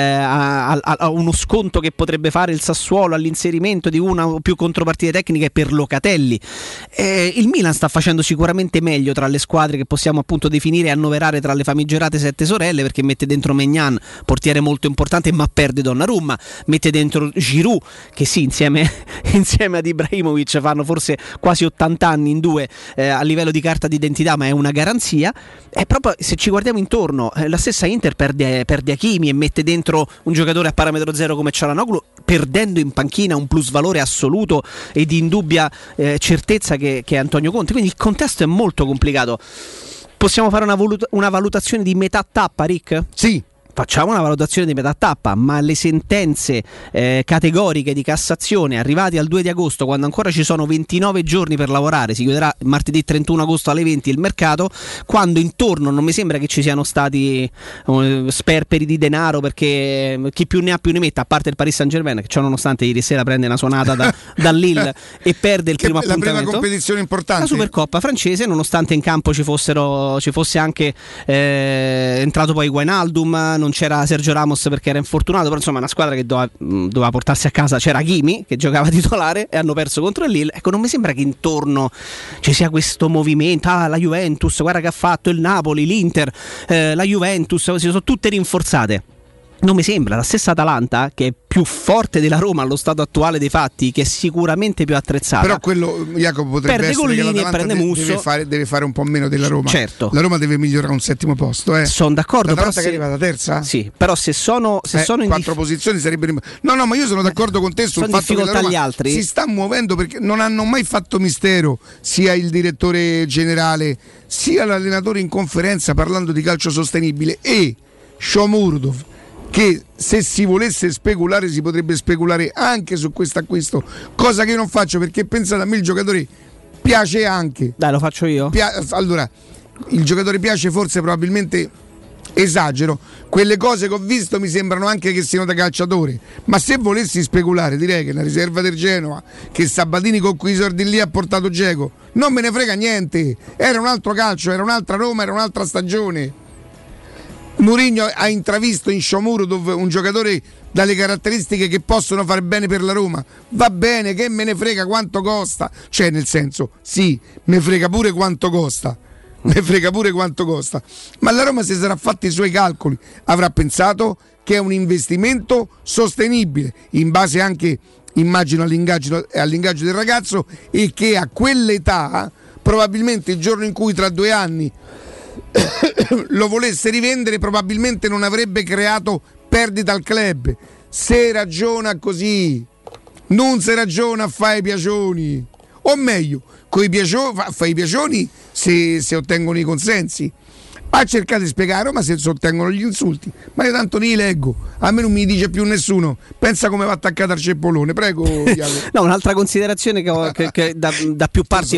[SPEAKER 3] a uno sconto che potrebbe fare il Sassuolo all'inserimento di una o più contropartite tecniche per Locatelli. Il Milan sta facendo sicuramente meglio tra le squadre che possiamo appunto definire e annoverare tra le famigerate 7 sorelle, perché mette dentro Maignan, portiere molto importante, ma perde Donnarumma, mette dentro Giroud, che sì, insieme ad Ibrahimovic fanno forse quasi 80 anni in due a livello di carta d'identità, ma è una garanzia. E proprio se ci guardiamo intorno, la stessa Inter perde Hakimi e mette dentro un giocatore a parametro zero come Çalhanoğlu, perdendo in panchina un plusvalore assoluto e di indubbia certezza che è Antonio Conte. Quindi il contesto è molto complicato. Possiamo fare una valutazione di metà tappa, Rick?
[SPEAKER 2] Sì.
[SPEAKER 3] Facciamo una valutazione di metà tappa, ma le sentenze categoriche di Cassazione arrivate al 2 di agosto, quando ancora ci sono 29 giorni per lavorare, si chiuderà martedì 31 agosto alle 20 il mercato, quando intorno non mi sembra che ci siano stati sperperi di denaro, perché chi più ne ha più ne mette, a parte il Paris Saint-Germain, che ciò nonostante ieri sera prende una suonata da Lille e perde il primo appuntamento,
[SPEAKER 2] la prima competizione importante,
[SPEAKER 3] la Supercoppa francese, nonostante in campo ci fosse anche entrato poi Wijnaldum, non c'era Sergio Ramos perché era infortunato, però insomma è una squadra che doveva portarsi a casa, c'era Hakimi che giocava titolare e hanno perso contro il Lille. Ecco, non mi sembra che intorno ci sia questo movimento, la Juventus, guarda che ha fatto il Napoli, l'Inter, la Juventus, sono tutte rinforzate. Non mi sembra. La stessa Atalanta, che è più forte della Roma allo stato attuale dei fatti, che è sicuramente più attrezzata,
[SPEAKER 2] però quello, Jacopo, potrebbe
[SPEAKER 3] perde
[SPEAKER 2] essere che l'Atalanta deve fare un po' meno della Roma.
[SPEAKER 3] Certo.
[SPEAKER 2] La Roma deve migliorare un 7° posto.
[SPEAKER 3] Sono d'accordo.
[SPEAKER 2] L'Atalanta che è arrivata terza?
[SPEAKER 3] Sì, però se sono in
[SPEAKER 2] 4 posizioni sarebbero. No, ma io sono d'accordo con te sul fatto che la Roma
[SPEAKER 3] gli altri
[SPEAKER 2] si sta muovendo, perché non hanno mai fatto mistero, sia il direttore generale sia l'allenatore in conferenza, parlando di calcio sostenibile, e Shomurodov, che se si volesse speculare si potrebbe speculare anche su questo acquisto, cosa che io non faccio, perché pensate, a me il giocatore piace anche.
[SPEAKER 3] Dai, lo faccio io.
[SPEAKER 2] Allora, il giocatore piace, forse probabilmente esagero, quelle cose che ho visto mi sembrano anche che siano da calciatore, ma se volessi speculare direi che la riserva del Genoa, che Sabatini con quei soldi lì ha portato Dzeko, non me ne frega niente, era un altro calcio, era un'altra Roma, era un'altra stagione. Mourinho ha intravisto in Sciomuro dove un giocatore dalle caratteristiche che possono fare bene per la Roma. Va bene, che me ne frega quanto costa, cioè nel senso, sì, me frega pure quanto costa, ma la Roma si sarà fatti i suoi calcoli, avrà pensato che è un investimento sostenibile in base anche, immagino, all'ingaggio del ragazzo, e che a quell'età probabilmente il giorno in cui tra 2 anni lo volesse rivendere probabilmente non avrebbe creato perdita al club. Se ragiona così, non si ragiona a fare i piacioni, o meglio fa i piacioni se ottengono i consensi. Ha cercato di spiegare, ma se ottengono gli insulti, ma io tanto li leggo, a me non mi dice più nessuno. Pensa come va attaccata al ceppolone, prego.
[SPEAKER 3] No, un'altra considerazione che da più parti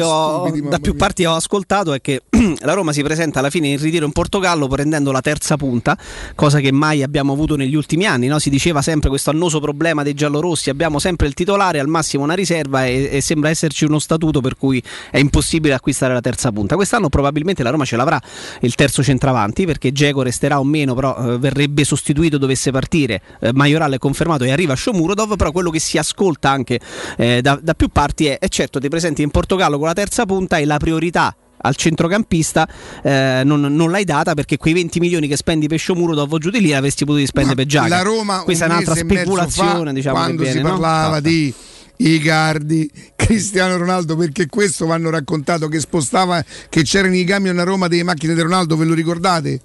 [SPEAKER 3] ho ascoltato è che la Roma si presenta alla fine in ritiro in Portogallo prendendo la terza punta, cosa che mai abbiamo avuto negli ultimi anni, no? Si diceva sempre questo annoso problema dei giallorossi: abbiamo sempre il titolare, al massimo una riserva, e sembra esserci uno statuto per cui è impossibile acquistare la terza punta. Quest'anno probabilmente la Roma ce l'avrà il terzo centravanti, perché Dzeko resterà o meno, però verrebbe sostituito dovesse partire. Majoral è confermato e arriva Shomurodov, però quello che si ascolta anche da più parti è certo ti presenti in Portogallo con la terza punta e la priorità al centrocampista non l'hai data, perché quei 20 milioni che spendi per Shomurodov giù di lì avresti potuto spendere per Dzeko.
[SPEAKER 2] La Roma,
[SPEAKER 3] questa è un'altra speculazione, diciamo,
[SPEAKER 2] quando si parlava di Icardi, Cristiano Ronaldo, perché questo vanno raccontato che c'erano i camion a Roma delle macchine di Ronaldo, ve lo ricordate?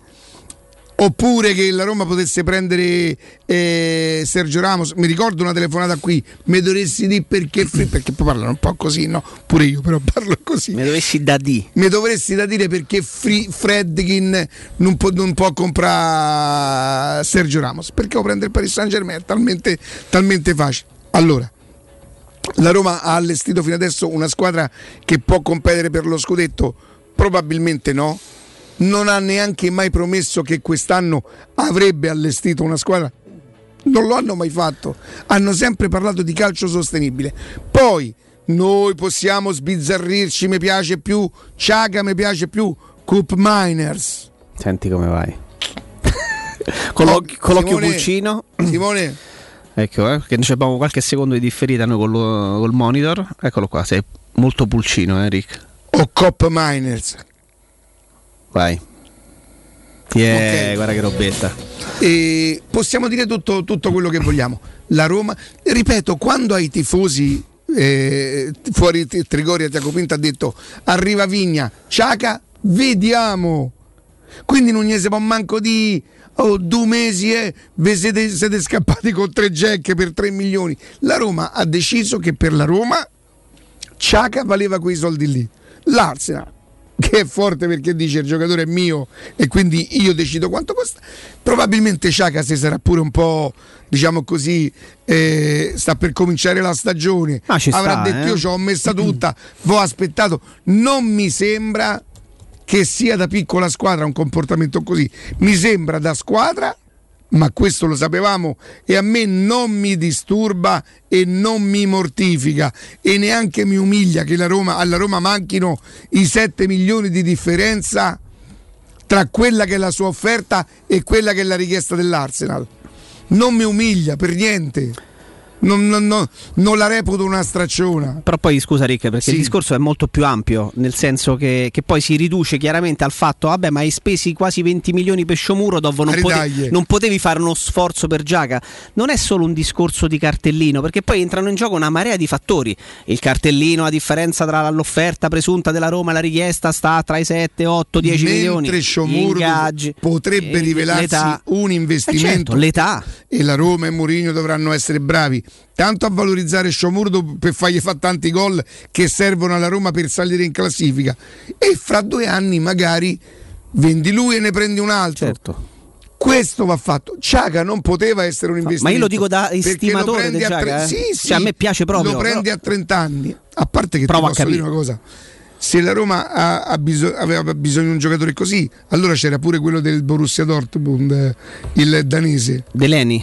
[SPEAKER 2] Oppure che la Roma potesse prendere Sergio Ramos. Mi ricordo una telefonata qui, mi dovresti dire perché poi parlano un po' così, no? Pure io però parlo così.
[SPEAKER 3] Mi dovresti da
[SPEAKER 2] dire perché Fredkin non può comprare Sergio Ramos, perché lo prende il Paris Saint-Germain, è talmente facile. Allora, la Roma ha allestito fino adesso una squadra che può competere per lo scudetto? Probabilmente no. Non ha neanche mai promesso che quest'anno avrebbe allestito una squadra, non lo hanno mai fatto. Hanno sempre parlato di calcio sostenibile. Poi noi possiamo sbizzarrirci, mi piace più Xhaka, mi piace più Cup Miners.
[SPEAKER 3] Senti come vai con l'occhio pulcino,
[SPEAKER 2] Simone.
[SPEAKER 3] Ecco, che noi abbiamo qualche secondo di differita noi col monitor. Eccolo qua, sei molto pulcino, Rick.
[SPEAKER 2] O Cup Miners.
[SPEAKER 3] Vai.
[SPEAKER 2] Okay.
[SPEAKER 3] Guarda che robetta.
[SPEAKER 2] E possiamo dire tutto quello che vogliamo. La Roma, ripeto, quando ai tifosi fuori Trigoria, Tiago Pinto ha detto arriva Vigna, Xhaka, vediamo. Quindi non gli si può manco di 2 mesi vi siete scappati con 3 jack per 3 milioni. La Roma ha deciso che per la Roma Xhaka valeva quei soldi lì. L'Arsenal, che è forte perché dice il giocatore è mio e quindi io decido quanto costa, probabilmente Xhaka si sarà pure un po', diciamo così, sta per cominciare la stagione, avrà detto io ci ho messa tutta, ho aspettato. Non mi sembra che sia da piccola squadra un comportamento così, mi sembra da squadra, ma questo lo sapevamo e a me non mi disturba e non mi mortifica e neanche mi umilia che alla Roma manchino i 7 milioni di differenza tra quella che è la sua offerta e quella che è la richiesta dell'Arsenal. Non mi umilia per niente. Non la reputo una stracciona.
[SPEAKER 3] Però poi scusa Rick, perché il discorso è molto più ampio, nel senso che poi si riduce chiaramente al fatto vabbè, ma hai spesi quasi 20 milioni per Shomurodov, non potevi fare uno sforzo per Xhaka. Non è solo un discorso di cartellino, perché poi entrano in gioco una marea di fattori. Il cartellino, la differenza tra l'offerta presunta della Roma e la richiesta sta tra i 7, 8, 10 milioni.
[SPEAKER 2] Mentre Shomurodov potrebbe rivelarsi un investimento,
[SPEAKER 3] certo, l'età,
[SPEAKER 2] e la Roma e Mourinho dovranno essere bravi tanto a valorizzare Shomurodov per fargli fare tanti gol che servono alla Roma per salire in classifica, e fra 2 anni magari vendi lui e ne prendi un altro.
[SPEAKER 3] Certo.
[SPEAKER 2] Questo va fatto. Xhaka non poteva essere un investimento.
[SPEAKER 3] Ma io lo dico da estimatore di Xhaka.
[SPEAKER 2] Sì,
[SPEAKER 3] cioè, a me piace proprio.
[SPEAKER 2] Lo prendi a 30 anni. A parte che ti posso dire una cosa. Se la Roma aveva bisogno di un giocatore così, allora c'era pure quello del Borussia Dortmund, il danese.
[SPEAKER 3] Delaney.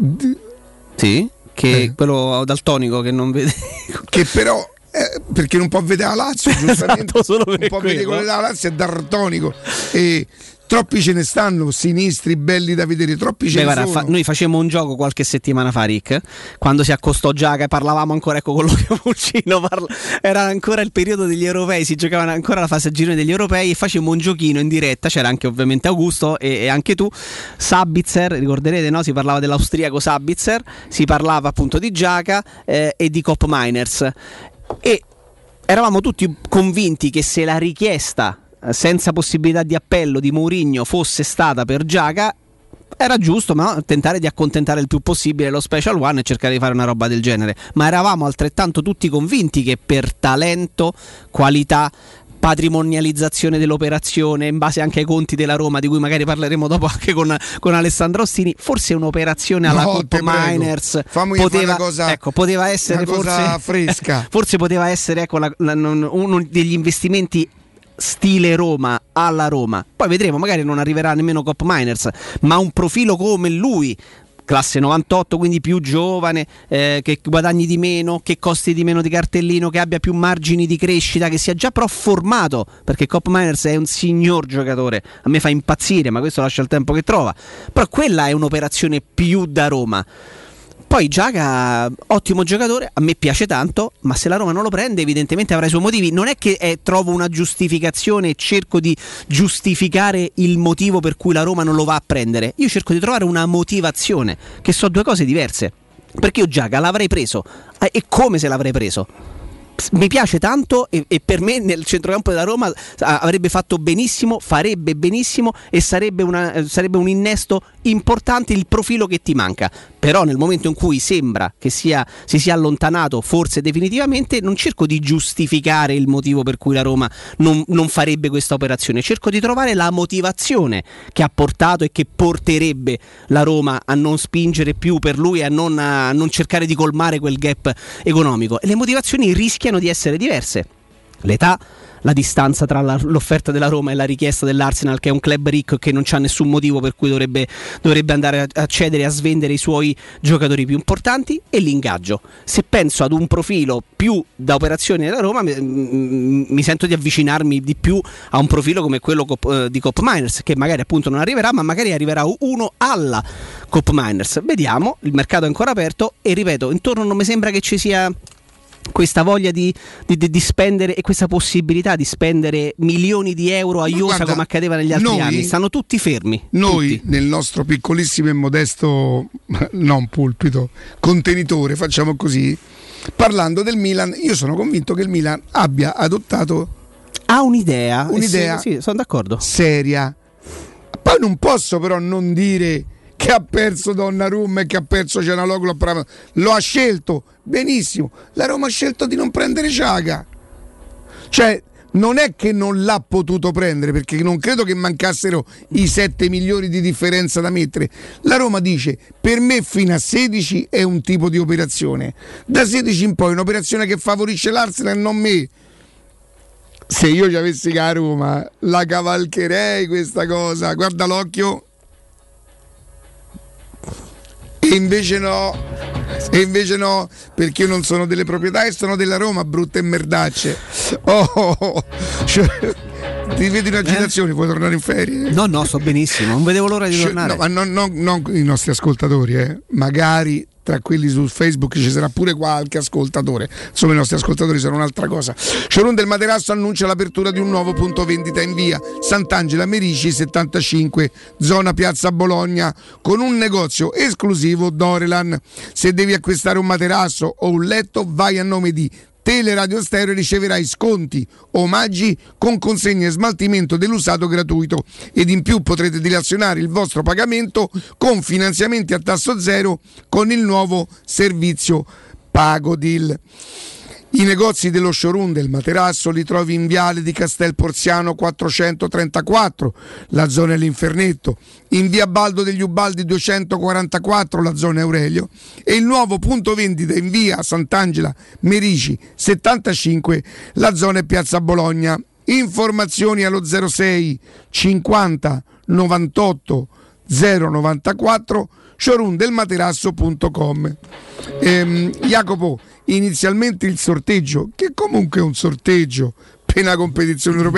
[SPEAKER 3] Sì. Che quello daltonico che non vede,
[SPEAKER 2] che però perché non può vedere la Lazio, giustamente.
[SPEAKER 3] Esatto, solo
[SPEAKER 2] non può vedere quello della Lazio, è daltonico, e Troppi ce ne stanno, sinistri belli da vedere, troppi ce ne sono.
[SPEAKER 3] Noi facemmo un gioco qualche settimana fa, Rick, quando si accostò Giaga, parlavamo ancora, ecco, con lo Cappuccino, era ancora il periodo degli europei, si giocavano ancora la fase a girone degli europei e facemmo un giochino in diretta, c'era anche ovviamente Augusto e anche tu, Sabitzer, ricorderete, no? Si parlava dell'austriaco Sabitzer, si parlava appunto di Giaga e di Kopp Miners e eravamo tutti convinti che se la richiesta senza possibilità di appello di Mourinho fosse stata per Giaga, era giusto tentare di accontentare il più possibile lo Special One e cercare di fare una roba del genere, ma eravamo altrettanto tutti convinti che per talento, qualità, patrimonializzazione dell'operazione in base anche ai conti della Roma, di cui magari parleremo dopo anche con Alessandro Ostini, forse un'operazione alla Kopp Miners poteva essere
[SPEAKER 2] una cosa
[SPEAKER 3] forse
[SPEAKER 2] fresca.
[SPEAKER 3] Forse poteva essere uno degli investimenti stile Roma alla Roma. Poi vedremo, magari non arriverà nemmeno Kopp Miners, ma un profilo come lui, classe 98, quindi più giovane, che guadagni di meno, che costi di meno di cartellino, che abbia più margini di crescita, che sia già però formato, perché Kopp Miners è un signor giocatore, a me fa impazzire, ma questo lascia il tempo che trova, però quella è un'operazione più da Roma. Poi Giaga, ottimo giocatore, a me piace tanto, ma se la Roma non lo prende evidentemente avrà i suoi motivi. Non è che trovo una giustificazione e cerco di giustificare il motivo per cui la Roma non lo va a prendere. Io cerco di trovare una motivazione, che sono due cose diverse. Perché io Giaga l'avrei preso, e come se l'avrei preso? Mi piace tanto e per me nel centrocampo della Roma avrebbe fatto benissimo, farebbe benissimo e sarebbe un innesto importante, il profilo che ti manca. Però nel momento in cui sembra che si sia allontanato forse definitivamente, non cerco di giustificare il motivo per cui la Roma non farebbe questa operazione, cerco di trovare la motivazione che ha portato e che porterebbe la Roma a non spingere più per lui e a non cercare di colmare quel gap economico, e le motivazioni rischiano di essere diverse. L'età, la distanza tra l'offerta della Roma e la richiesta dell'Arsenal, che è un club ricco che non c'ha nessun motivo per cui dovrebbe andare a cedere, a svendere i suoi giocatori più importanti, e l'ingaggio. Se penso ad un profilo più da operazioni della Roma, mi sento di avvicinarmi di più a un profilo come quello di Kopp Miners, che magari appunto non arriverà, ma magari arriverà uno alla Kopp Miners. Vediamo, il mercato è ancora aperto e ripeto, intorno non mi sembra che ci sia questa voglia di spendere e questa possibilità di spendere milioni di euro a Iosa come accadeva negli altri anni. Stanno tutti fermi.
[SPEAKER 2] Noi tutti. Nel nostro piccolissimo e modesto non pulpito contenitore, facciamo così, parlando del Milan, io sono convinto che il Milan abbia adottato
[SPEAKER 3] un'idea sì, sono d'accordo,
[SPEAKER 2] seria. Poi non posso però non dire che ha perso Donnarumma e che ha perso Cianaloglu, lo ha scelto benissimo. La Roma ha scelto di non prendere Giaga, cioè non è che non l'ha potuto prendere, perché non credo che mancassero i 7 milioni di differenza da mettere. La Roma dice: per me fino a 16 è un tipo di operazione, da 16 in poi un'operazione che favorisce l'Arsenal e non me. Se io ci avessi che a Roma la cavalcherei questa cosa, guarda l'occhio. E invece no, perché io non sono delle proprietà e sono della Roma, brutte merdacce. Ti vedi in agitazione, puoi tornare in ferie?
[SPEAKER 3] No, sto benissimo, non vedevo l'ora di tornare.
[SPEAKER 2] No, ma non i nostri ascoltatori, magari tra quelli su Facebook ci sarà pure qualche ascoltatore. Insomma, i nostri ascoltatori sono un'altra cosa. Showroom del Materasso annuncia l'apertura di un nuovo punto vendita in via Sant'Angela Merici 75, zona Piazza Bologna, con un negozio esclusivo Dorelan. Se devi acquistare un materasso o un letto, vai a nome di Teleradio Stereo e riceverai sconti, omaggi con consegna e smaltimento dell'usato gratuito, ed in più potrete dilazionare il vostro pagamento con finanziamenti a tasso zero con il nuovo servizio Pagodil. I negozi dello showroom del Materasso li trovi in Viale di Castel Porziano 434, la zona dell'Infernetto, in Via Baldo degli Ubaldi 244, la zona Aurelio, e il nuovo punto vendita in Via Sant'Angela Merici 75, la zona Piazza Bologna. Informazioni allo 06 50 98 094 showroomdelmaterasso.com. Jacopo, inizialmente il sorteggio, che comunque è un sorteggio per una competizione europea,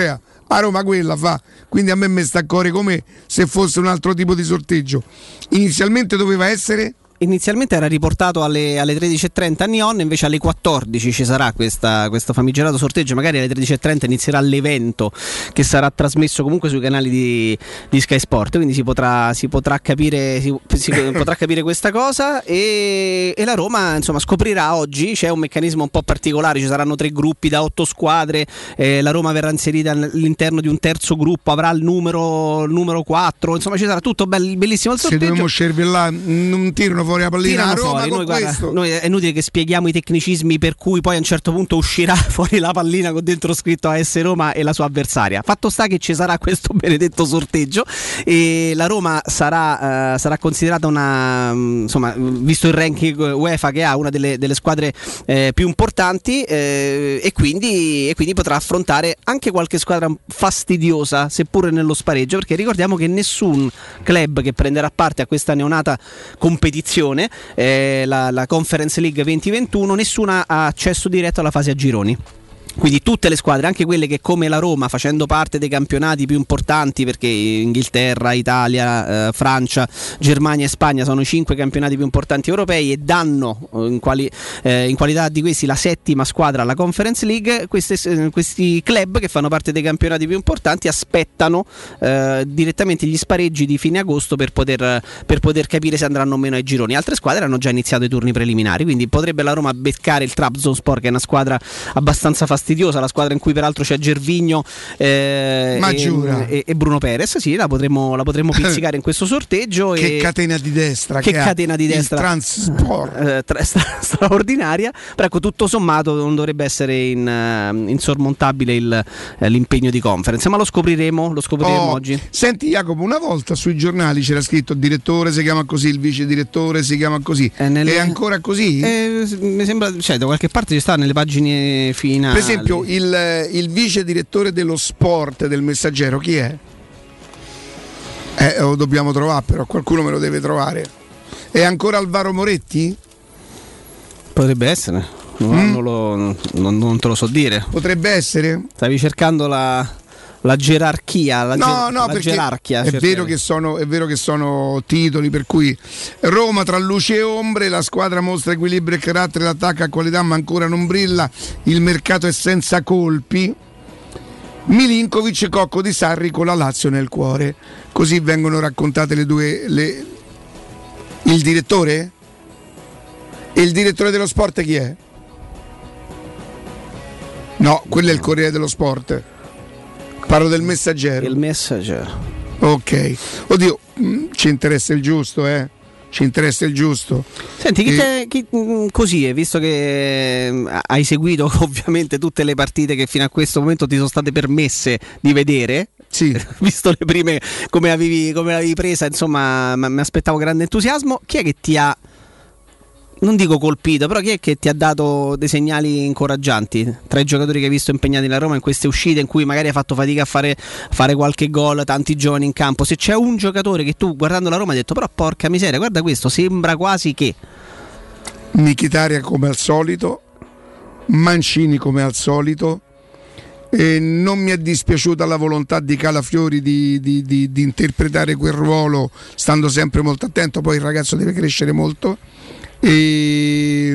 [SPEAKER 2] a Roma quella fa, quindi a me sta a cuore come se fosse un altro tipo di sorteggio. Inizialmente doveva essere...
[SPEAKER 3] Inizialmente era riportato alle 13.30 a Nyon, invece alle 14 ci sarà questo famigerato sorteggio, magari alle 13.30 inizierà l'evento che sarà trasmesso comunque sui canali di Sky Sport, quindi si potrà capire potrà capire questa cosa e la Roma insomma scoprirà oggi. C'è un meccanismo un po' particolare, ci saranno 3 gruppi da 8 squadre, la Roma verrà inserita all'interno di un terzo gruppo, avrà il numero 4, insomma ci sarà tutto bellissimo il sorteggio.
[SPEAKER 2] Se dobbiamo scervi là, non tirano fuori la pallina a Roma
[SPEAKER 3] fuori.
[SPEAKER 2] con questo.
[SPEAKER 3] Noi è inutile che spieghiamo i tecnicismi per cui poi a un certo punto uscirà fuori la pallina con dentro scritto AS Roma e la sua avversaria. Fatto sta che ci sarà questo benedetto sorteggio e la Roma sarà considerata una, insomma, visto il ranking UEFA, che ha una delle squadre più importanti, e quindi potrà affrontare anche qualche squadra fastidiosa seppure nello spareggio, perché ricordiamo che nessun club che prenderà parte a questa neonata competizione, la Conference League 2021, nessuna ha accesso diretto alla fase a gironi. Quindi tutte le squadre, anche quelle che come la Roma, facendo parte dei campionati più importanti, perché Inghilterra, Italia, Francia, Germania e Spagna sono i 5 campionati più importanti europei e danno in qualità di questi la 7ª squadra alla Conference League, questi club che fanno parte dei campionati più importanti aspettano direttamente gli spareggi di fine agosto per poter capire se andranno o meno ai gironi. Altre squadre hanno già iniziato i turni preliminari, quindi potrebbe la Roma beccare il Trabzonspor, che è una squadra abbastanza fastidiosa, la squadra in cui peraltro c'è Gervinho e Bruno Perez. Sì, la potremmo pizzicare in questo sorteggio.
[SPEAKER 2] Che catena di destra, il Transport
[SPEAKER 3] straordinaria, però ecco, tutto sommato non dovrebbe essere insormontabile l'impegno di Conference, ma lo scopriremo oggi. Senti
[SPEAKER 2] Jacopo, una volta sui giornali c'era scritto il direttore si chiama così, il vice direttore si chiama così, è ancora così?
[SPEAKER 3] Mi sembra, da qualche parte ci sta nelle pagine finali.
[SPEAKER 2] Per esempio il vice direttore dello sport del Messaggero chi è? Lo dobbiamo trovare, però qualcuno me lo deve trovare. È ancora Alvaro Moretti?
[SPEAKER 3] Potrebbe essere, non te lo so dire.
[SPEAKER 2] Potrebbe essere?
[SPEAKER 3] Stavi cercando la gerarchia, gerarchia.
[SPEAKER 2] È vero che sono titoli per cui Roma tra luci e ombre, la squadra mostra equilibrio e carattere, l'attacco a qualità ma ancora non brilla, il mercato è senza colpi. Milinkovic e Cocco di Sarri con la Lazio nel cuore. Così vengono raccontate il direttore? E il direttore dello sport chi è? No, quello è il Corriere dello Sport. Parlo del Messaggero.
[SPEAKER 3] Il Messaggero.
[SPEAKER 2] Ok. Oddio, ci interessa il giusto, Ci interessa il giusto.
[SPEAKER 3] Senti, così, visto che hai seguito ovviamente tutte le partite che fino a questo momento ti sono state permesse di vedere.
[SPEAKER 2] Sì.
[SPEAKER 3] Visto le prime come l'avevi presa, insomma, mi aspettavo grande entusiasmo. Chi è che ti ha, non dico colpito, però chi è che ti ha dato dei segnali incoraggianti tra i giocatori che hai visto impegnati nella Roma in queste uscite in cui magari hai fatto fatica a fare qualche gol, tanti giovani in campo? Se c'è un giocatore che tu guardando la Roma hai detto però porca miseria, guarda questo, sembra quasi che...
[SPEAKER 2] Mkhitaryan come al solito, Mancini come al solito, e non mi è dispiaciuta la volontà di Calafiori di interpretare quel ruolo stando sempre molto attento, poi il ragazzo deve crescere molto. E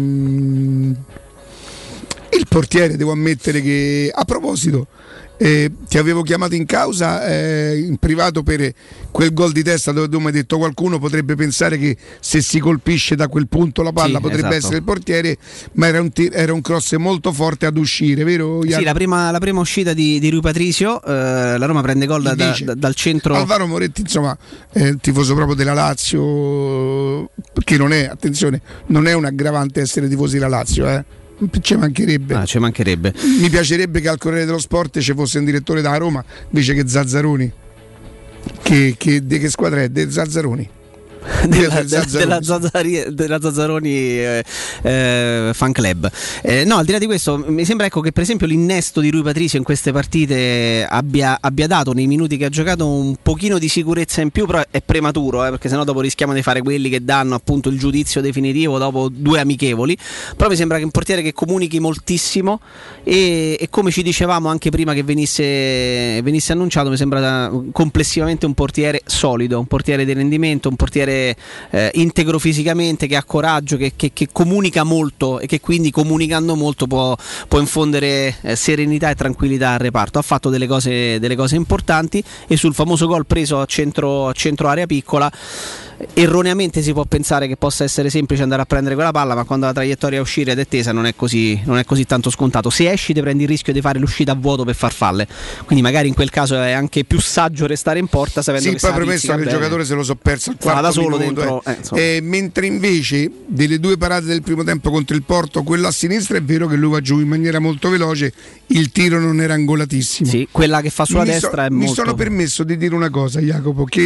[SPEAKER 2] il portiere, devo ammettere che, a proposito, ti avevo chiamato in causa in privato per quel gol di testa dove tu mi hai detto qualcuno potrebbe pensare che se si colpisce da quel punto la palla potrebbe essere il portiere, ma era un cross molto forte ad uscire, vero?
[SPEAKER 3] Sì, la prima uscita di Rui Patricio, la Roma prende gol dal centro.
[SPEAKER 2] Alvaro Moretti, insomma, tifoso proprio della Lazio, che non è, attenzione, non è un aggravante essere tifosi della Lazio, ci mancherebbe.
[SPEAKER 3] Ci mancherebbe.
[SPEAKER 2] Mi piacerebbe che al Corriere dello Sport ci fosse un direttore da Roma invece che Zazzaroni. Che squadra è? De Zazzaroni.
[SPEAKER 3] della Zazzaroni fan club. No, al di là di questo, mi sembra ecco che per esempio l'innesto di Rui Patricio in queste partite abbia dato nei minuti che ha giocato un pochino di sicurezza in più, però è prematuro, perché sennò dopo rischiamo di fare quelli che danno appunto il giudizio definitivo dopo 2 amichevoli. Però mi sembra che un portiere che comunichi moltissimo e come ci dicevamo anche prima che venisse annunciato, mi sembra complessivamente un portiere solido, un portiere di rendimento, un portiere integro fisicamente, che ha coraggio, che comunica molto e che quindi comunicando molto può infondere serenità e tranquillità al reparto. Ha fatto delle cose importanti, e sul famoso gol preso a centro area piccola, erroneamente si può pensare che possa essere semplice andare a prendere quella palla, ma quando la traiettoria a uscire ed è tesa non è così tanto scontato. Se esci ti prendi il rischio di fare l'uscita a vuoto per farfalle, quindi magari in quel caso è anche più saggio restare in porta sapendo che
[SPEAKER 2] poi premesso che il giocatore se lo so perso al quarto
[SPEAKER 3] da solo
[SPEAKER 2] minuto,
[SPEAKER 3] dentro,
[SPEAKER 2] mentre invece delle 2 parate del primo tempo contro il Porto, quella a sinistra è vero che lui va giù in maniera molto veloce, il tiro non era angolatissimo.
[SPEAKER 3] Sì, quella che fa sulla destra è molto...
[SPEAKER 2] Mi sono permesso di dire una cosa, Jacopo, che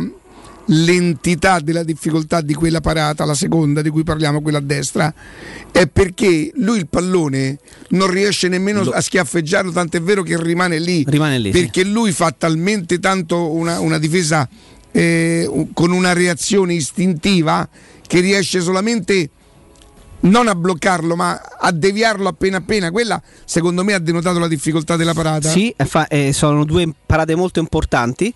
[SPEAKER 2] l'entità della difficoltà di quella parata, la seconda di cui parliamo, quella a destra, è perché lui il pallone non riesce nemmeno a schiaffeggiarlo, tant'è vero che rimane lì perché
[SPEAKER 3] sì.
[SPEAKER 2] Lui fa talmente tanto una difesa con una reazione istintiva che riesce solamente non a bloccarlo ma a deviarlo appena. Quella secondo me ha denotato la difficoltà della parata.
[SPEAKER 3] Sì, sono 2 parate molto importanti.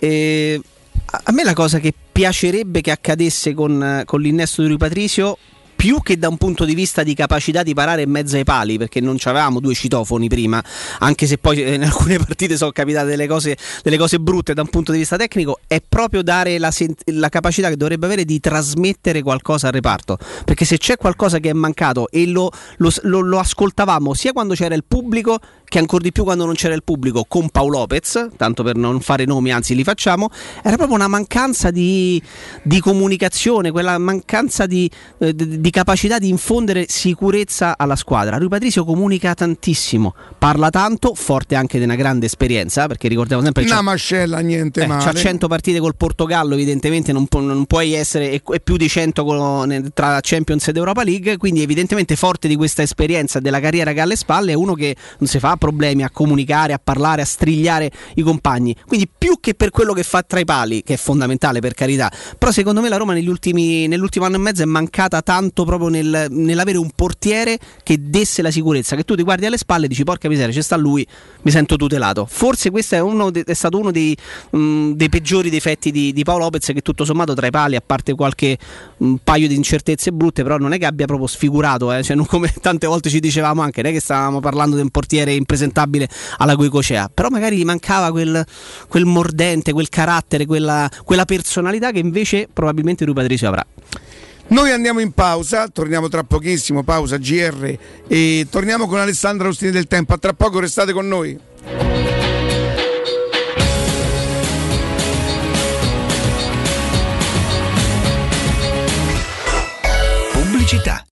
[SPEAKER 3] A me la cosa che piacerebbe che accadesse con l'innesto di Rui Patricio, più che da un punto di vista di capacità di parare in mezzo ai pali, perché non c'avevamo 2 citofoni prima, anche se poi in alcune partite sono capitate delle cose brutte da un punto di vista tecnico, è proprio dare la capacità che dovrebbe avere di trasmettere qualcosa al reparto, perché se c'è qualcosa che è mancato, e lo ascoltavamo sia quando c'era il pubblico che ancora di più quando non c'era il pubblico con Paolo Lopez, tanto per non fare nomi, anzi li facciamo, era proprio una mancanza di comunicazione, quella mancanza di capacità di infondere sicurezza alla squadra. Rui Patricio comunica tantissimo, parla tanto, forte anche di una grande esperienza, perché ricordiamo sempre
[SPEAKER 2] una mascella, niente male.
[SPEAKER 3] C'ha 100 partite col Portogallo, evidentemente non puoi essere, e più di 100 tra Champions ed Europa League, quindi evidentemente forte di questa esperienza della carriera che ha alle spalle, è uno che non si fa problemi a comunicare, a parlare, a strigliare i compagni, quindi più che per quello che fa tra i pali, che è fondamentale per carità, però secondo me la Roma nell'ultimo anno e mezzo è mancata tanto proprio nell'avere un portiere che desse la sicurezza, che tu ti guardi alle spalle e dici porca miseria, c'è sta lui, mi sento tutelato. Forse questo è stato uno dei peggiori difetti di Paolo Lopez, che tutto sommato tra i pali, a parte qualche paio di incertezze brutte, però non è che abbia proprio sfigurato, cioè non come tante volte ci dicevamo, anche non è che stavamo parlando di un portiere impresentabile alla Goicocea, però magari gli mancava quel mordente, quel carattere, quella personalità che invece probabilmente Rui Patricio avrà.
[SPEAKER 2] Noi andiamo in pausa, torniamo tra pochissimo, pausa GR, e torniamo con Alessandra Ostini del Tempo. A tra poco, restate con noi.
[SPEAKER 4] Pubblicità.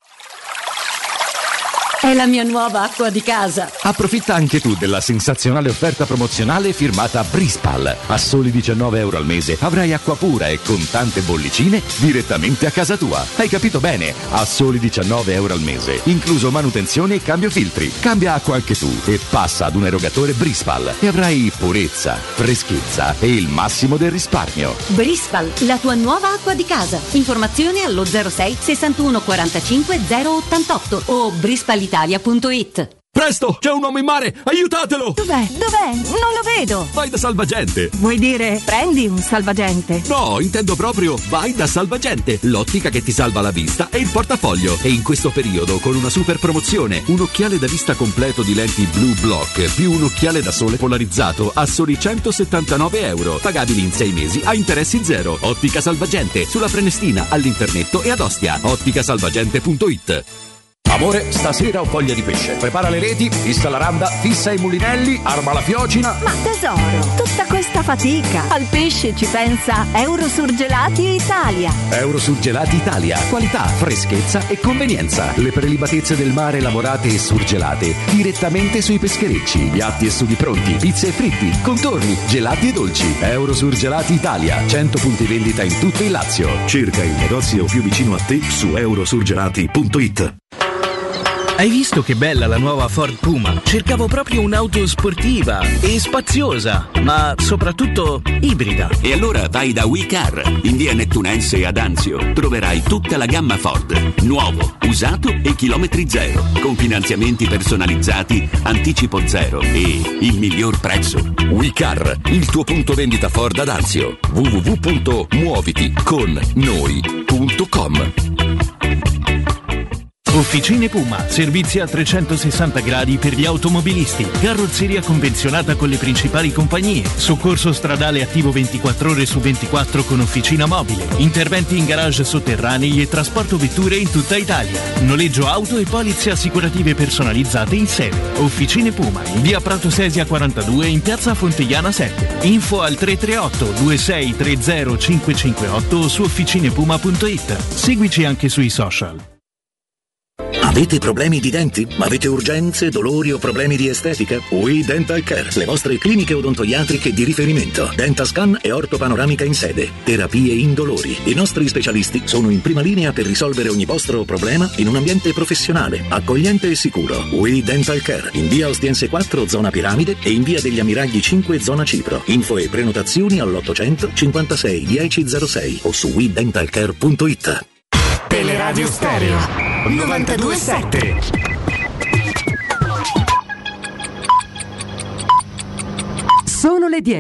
[SPEAKER 7] È la mia nuova acqua di casa.
[SPEAKER 8] Approfitta anche tu della sensazionale offerta promozionale firmata Brispal. A soli €19 al mese avrai acqua pura e con tante bollicine direttamente a casa tua. Hai capito bene? A soli €19 al mese, incluso manutenzione e cambio filtri. Cambia acqua anche tu e passa ad un erogatore Brispal e avrai purezza, freschezza e il massimo del risparmio.
[SPEAKER 7] Brispal, la tua nuova acqua di casa. Informazioni allo 06 61 45 088 o brispalitalia.it.
[SPEAKER 8] Presto, c'è un uomo in mare, aiutatelo!
[SPEAKER 9] Dov'è? Non lo vedo!
[SPEAKER 8] Vai da Salvagente!
[SPEAKER 9] Vuoi dire prendi un salvagente?
[SPEAKER 8] No, intendo proprio vai da Salvagente, l'ottica che ti salva la vista e il portafoglio. E in questo periodo con una super promozione, un occhiale da vista completo di lenti Blue Block più un occhiale da sole polarizzato a soli €179, pagabili in 6 mesi a interessi zero. Ottica Salvagente, sulla Prenestina, all'Internetto e ad Ostia. Otticasalvagente.it. Amore, stasera ho voglia di pesce. Prepara le reti, fissa la randa, fissa i mulinelli, arma la fiocina.
[SPEAKER 9] Ma tesoro, tutta questa fatica. Al pesce ci pensa Eurosurgelati Italia.
[SPEAKER 8] Eurosurgelati Italia. Qualità, freschezza e convenienza. Le prelibatezze del mare lavorate e surgelate direttamente sui pescherecci. Piatti e sughi pronti, pizze e fritti, contorni, gelati e dolci. Eurosurgelati Italia. 100 punti vendita in tutto il Lazio.
[SPEAKER 4] Cerca il negozio più vicino a te su eurosurgelati.it.
[SPEAKER 5] Hai visto che bella la nuova Ford Puma? Cercavo proprio un'auto sportiva e spaziosa, ma soprattutto ibrida.
[SPEAKER 10] E allora vai da WeCar. In via Nettunense ad Anzio troverai tutta la gamma Ford, nuovo, usato e chilometri zero, con finanziamenti personalizzati, anticipo zero e il miglior prezzo.
[SPEAKER 8] WeCar, il tuo punto vendita Ford ad Anzio. www.muoviticonnoi.com.
[SPEAKER 5] Officine Puma, servizi a 360 gradi per gli automobilisti, carrozzeria convenzionata con le principali compagnie, soccorso stradale attivo 24 ore su 24 con officina mobile, interventi in garage sotterranei e trasporto vetture in tutta Italia, noleggio auto e polizze assicurative personalizzate in sede. Officine Puma, in via Prato Sesia 42 in piazza Fontegliana 7. Info al 338 2630 558 o su officinepuma.it. Seguici anche sui social.
[SPEAKER 4] Avete problemi di denti? Avete urgenze, dolori o problemi di estetica? We Dental Care, le vostre cliniche odontoiatriche di riferimento. Dentascan e ortopanoramica in sede. Terapie indolori. I nostri specialisti sono in prima linea per risolvere ogni vostro problema in un ambiente professionale, accogliente e sicuro. We Dental Care, in via Ostiense 4, zona Piramide, e in via degli Ammiragli 5, zona Cipro. Info e prenotazioni all'800 56 1006 o su wedentalcare.it.
[SPEAKER 11] Teleradio Stereo 92.7.
[SPEAKER 12] Sono le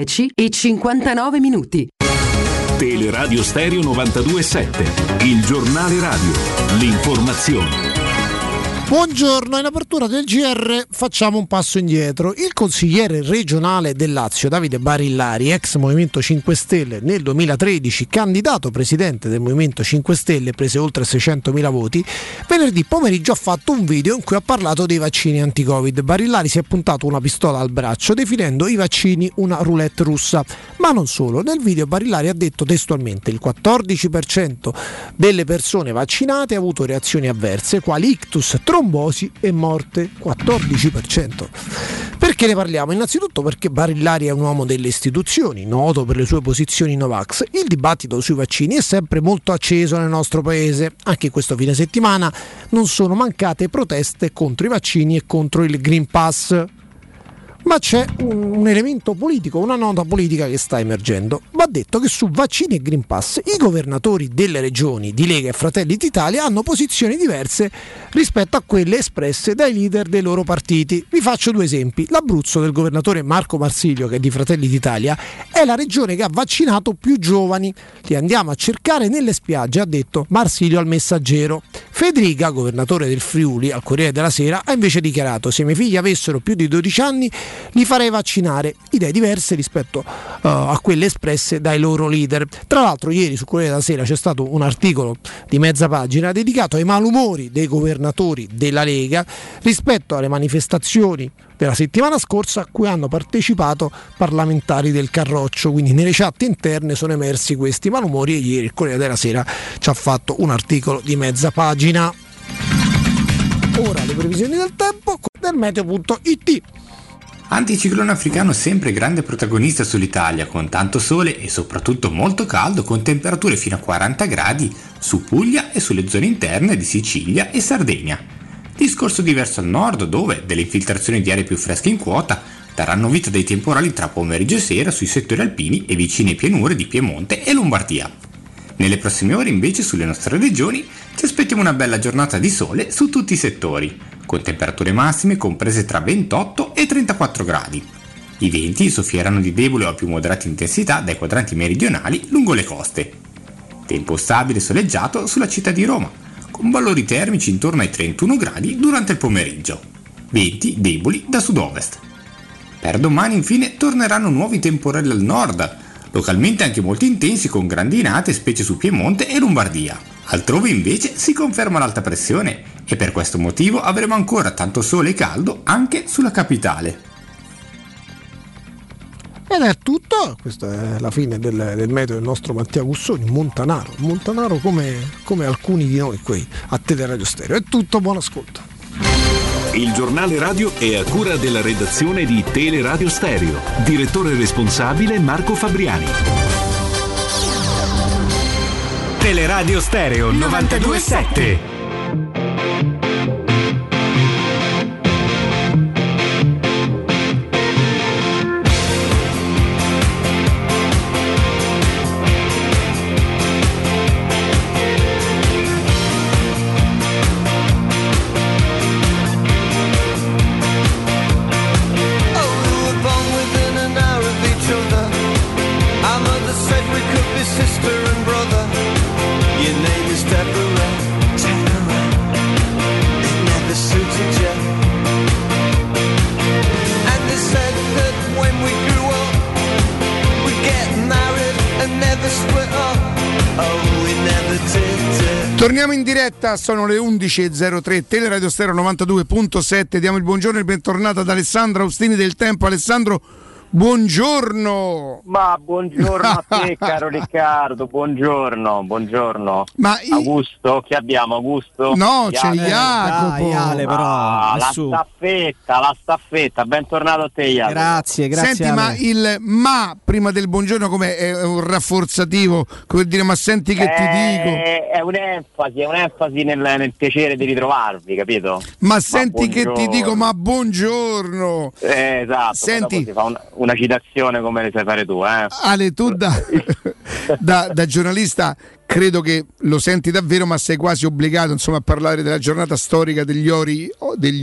[SPEAKER 12] 10:59.
[SPEAKER 4] Teleradio Stereo 92.7, il giornale radio, l'informazione.
[SPEAKER 13] Buongiorno, in apertura del GR facciamo un passo indietro. Il consigliere regionale del Lazio, Davide Barillari, ex Movimento 5 Stelle, nel 2013 candidato presidente del Movimento 5 Stelle, prese oltre 600.000 voti, venerdì pomeriggio ha fatto un video in cui ha parlato dei vaccini anti-Covid. Barillari si è puntato una pistola al braccio definendo i vaccini una roulette russa. Ma non solo, nel video Barillari ha detto testualmente: il 14% delle persone vaccinate ha avuto reazioni avverse quali ictus, trombosi e morte. 14%. Perché ne parliamo? Innanzitutto perché Barillari è un uomo delle istituzioni, noto per le sue posizioni Novax. Il dibattito sui vaccini è sempre molto acceso nel nostro paese. Anche questo fine settimana non sono mancate proteste contro i vaccini e contro il Green Pass. Ma c'è un elemento politico, una nota politica che sta emergendo. Va detto che su vaccini e Green Pass i governatori delle regioni di Lega e Fratelli d'Italia hanno posizioni diverse rispetto a quelle espresse dai leader dei loro partiti. Vi faccio due esempi. L'Abruzzo del governatore Marco Marsilio, che è di Fratelli d'Italia, è la regione che ha vaccinato più giovani. Li andiamo a cercare nelle spiagge, ha detto Marsilio al Messaggero. Federica, governatore del Friuli, al Corriere della Sera, ha invece dichiarato: se i miei figli avessero più di 12 anni li farei vaccinare. Idee diverse rispetto a quelle espresse dai loro leader. Tra l'altro ieri sul Corriere della Sera c'è stato un articolo di mezza pagina dedicato ai malumori dei governatori della Lega rispetto alle manifestazioni della settimana scorsa a cui hanno partecipato parlamentari del Carroccio. Quindi nelle chat interne sono emersi questi malumori e ieri il Corriere della Sera ci ha fatto un articolo di mezza pagina. Ora le previsioni del tempo del meteo.it.
[SPEAKER 14] Anticiclone africano sempre grande protagonista sull'Italia, con tanto sole e soprattutto molto caldo, con temperature fino a 40 gradi su Puglia e sulle zone interne di Sicilia e Sardegna. Discorso diverso al nord, dove delle infiltrazioni di aree più fresche in quota daranno vita dei temporali tra pomeriggio e sera sui settori alpini e vicine pianure di Piemonte e Lombardia. Nelle prossime ore invece sulle nostre regioni ci aspettiamo una bella giornata di sole su tutti i settori, con temperature massime comprese tra 28 e 34 gradi. I venti soffieranno di debole o più moderata intensità dai quadranti meridionali lungo le coste. Tempo stabile e soleggiato sulla città di Roma, con valori termici intorno ai 31 gradi durante il pomeriggio. Venti deboli da sud-ovest. Per domani infine torneranno nuovi temporali al nord, localmente anche molto intensi con grandinate specie su Piemonte e Lombardia. Altrove invece si conferma l'alta pressione e per questo motivo avremo ancora tanto sole e caldo anche sulla capitale.
[SPEAKER 13] Ed è tutto, questa è la fine del meteo del nostro Mattia Gussoni, Montanaro come alcuni di noi qui a Teleradio Stereo. È tutto, buon ascolto.
[SPEAKER 15] Il giornale radio è a cura della redazione di Teleradio Stereo. Direttore responsabile Marco Fabriani.
[SPEAKER 11] Teleradio Stereo 92.7.
[SPEAKER 2] Torniamo in diretta, sono le 11.03, Teleradio Stereo 92.7, diamo il buongiorno e il bentornato ad Alessandro Austini del Tempo. Alessandro, buongiorno!
[SPEAKER 16] Ma buongiorno a te caro Riccardo, buongiorno.
[SPEAKER 2] Ma
[SPEAKER 16] Augusto, che abbiamo Augusto?
[SPEAKER 2] No, c'è Jacopo.
[SPEAKER 16] La staffetta, bentornato a te Jacopo.
[SPEAKER 3] Grazie.
[SPEAKER 2] Senti, ma il prima del buongiorno com'è? È un rafforzativo, come dire, ma senti che ti dico?
[SPEAKER 16] È un'enfasi nel piacere di ritrovarvi, capito?
[SPEAKER 2] Ma senti che ti dico, ma buongiorno!
[SPEAKER 16] Esatto,
[SPEAKER 2] senti,
[SPEAKER 16] si fa una citazione come le sai fare tu,
[SPEAKER 2] Ale, tu da giornalista credo che lo senti davvero, ma sei quasi obbligato, insomma, a parlare della giornata storica degli ori di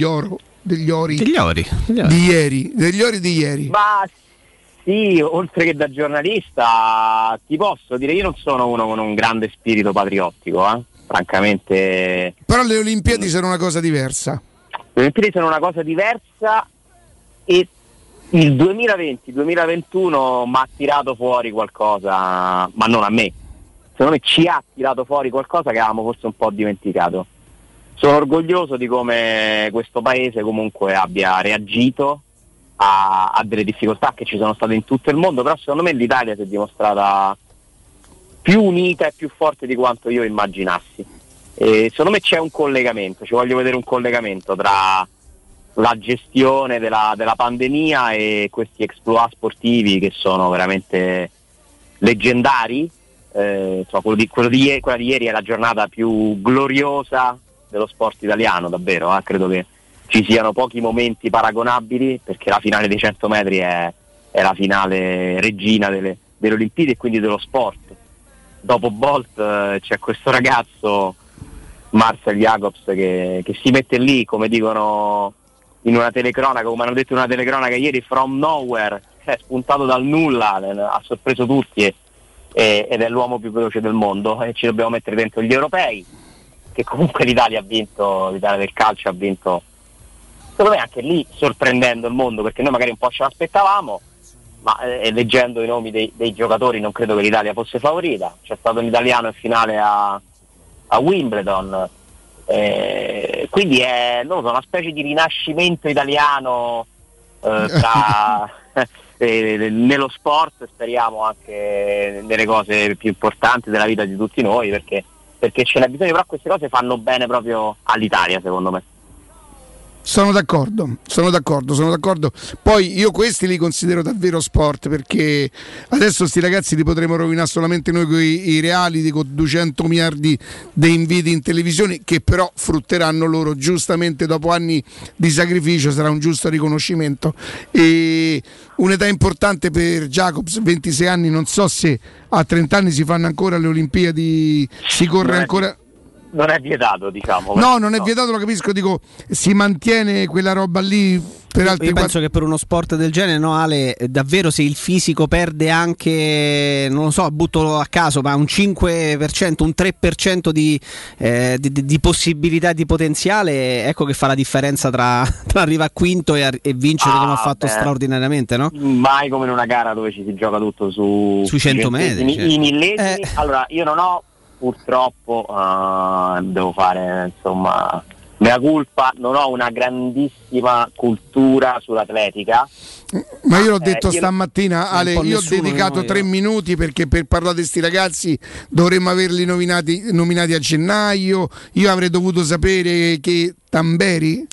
[SPEAKER 2] ieri.
[SPEAKER 16] Ma sì, oltre che da giornalista ti posso dire, io non sono uno con un grande spirito patriottico, francamente.
[SPEAKER 2] Però le Olimpiadi sono una cosa diversa.
[SPEAKER 16] Le Olimpiadi sono una cosa diversa e il 2020-2021 mi ha tirato fuori qualcosa, ma non a me. Secondo me ci ha tirato fuori qualcosa che avevamo forse un po' dimenticato. Sono orgoglioso di come questo paese comunque abbia reagito a delle difficoltà che ci sono state in tutto il mondo, però secondo me l'Italia si è dimostrata più unita e più forte di quanto io immaginassi. E secondo me c'è un collegamento, ci voglio vedere un collegamento tra la gestione della pandemia e questi exploit sportivi che sono veramente leggendari. Insomma, quella di ieri è la giornata più gloriosa dello sport italiano, davvero, credo che ci siano pochi momenti paragonabili, perché la finale dei 100 metri è la finale regina delle Olimpiadi e quindi dello sport. Dopo Bolt c'è questo ragazzo Marcel Jacobs che si mette lì, come dicono in una telecronaca, come hanno detto in una telecronaca ieri, from nowhere, è spuntato dal nulla, ha sorpreso tutti ed è l'uomo più veloce del mondo, e ci dobbiamo mettere dentro gli europei, che comunque l'Italia ha vinto, l'Italia del calcio ha vinto, secondo me anche lì sorprendendo il mondo, perché noi magari un po' ce l'aspettavamo, ma leggendo i nomi dei giocatori non credo che l'Italia fosse favorita. C'è stato un italiano in finale a Wimbledon, quindi è, non lo so, una specie di rinascimento italiano nello sport, speriamo anche nelle cose più importanti della vita di tutti noi, perché ce n'è bisogno, però queste cose fanno bene proprio all'Italia, secondo me.
[SPEAKER 2] Sono d'accordo. Poi io questi li considero davvero sport, perché adesso sti ragazzi li potremo rovinare solamente noi con i reality, con 200 miliardi di inviti in televisione, che però frutteranno loro giustamente dopo anni di sacrificio, sarà un giusto riconoscimento. E un'età importante per Jacobs, 26 anni, non so se a 30 anni si fanno ancora le Olimpiadi, si corre ancora.
[SPEAKER 16] Non è vietato, diciamo.
[SPEAKER 2] No, non è vietato, lo capisco, dico, si mantiene quella roba lì per altri.
[SPEAKER 3] Io penso che per uno sport del genere, no Ale, davvero se il fisico perde anche, non lo so, butto a caso, ma un 5%, un 3% di possibilità, di potenziale, ecco che fa la differenza tra arrivare a quinto e vincere, come ha fatto straordinariamente, no?
[SPEAKER 16] Mai come in una gara dove ci si gioca tutto sui
[SPEAKER 3] 100 metri.
[SPEAKER 16] I millesimi. Allora, io non ho, purtroppo devo fare, insomma, mea culpa, non ho una grandissima cultura sull'atletica.
[SPEAKER 2] Ma io l'ho detto stamattina, Ale, io ho
[SPEAKER 3] nessuno,
[SPEAKER 2] dedicato 3 minuti perché per parlare di sti ragazzi dovremmo averli nominati a gennaio. Io avrei dovuto sapere che Tamberi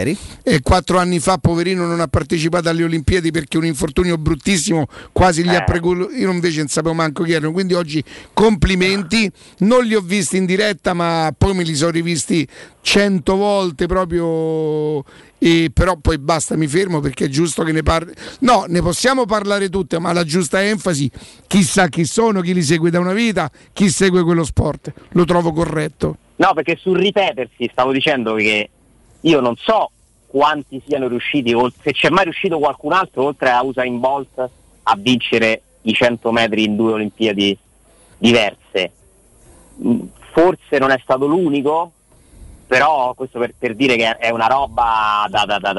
[SPEAKER 2] 4 anni fa, poverino, non ha partecipato alle Olimpiadi perché un infortunio bruttissimo quasi gli ha io invece non sapevo manco chi erano, quindi oggi complimenti. Non li ho visti in diretta, ma poi me li sono rivisti 100 volte proprio. Però poi basta, mi fermo perché è giusto che ne parli. No, ne possiamo parlare tutte, ma la giusta enfasi, chissà chi sono, chi li segue da una vita, chi segue quello sport, lo trovo corretto.
[SPEAKER 16] No, perché sul ripetersi stavo dicendo che io non so quanti siano riusciti, se c'è mai riuscito qualcun altro oltre a Usain Bolt a vincere i 100 metri in 2 Olimpiadi diverse. Forse non è stato l'unico, però questo per dire che è una roba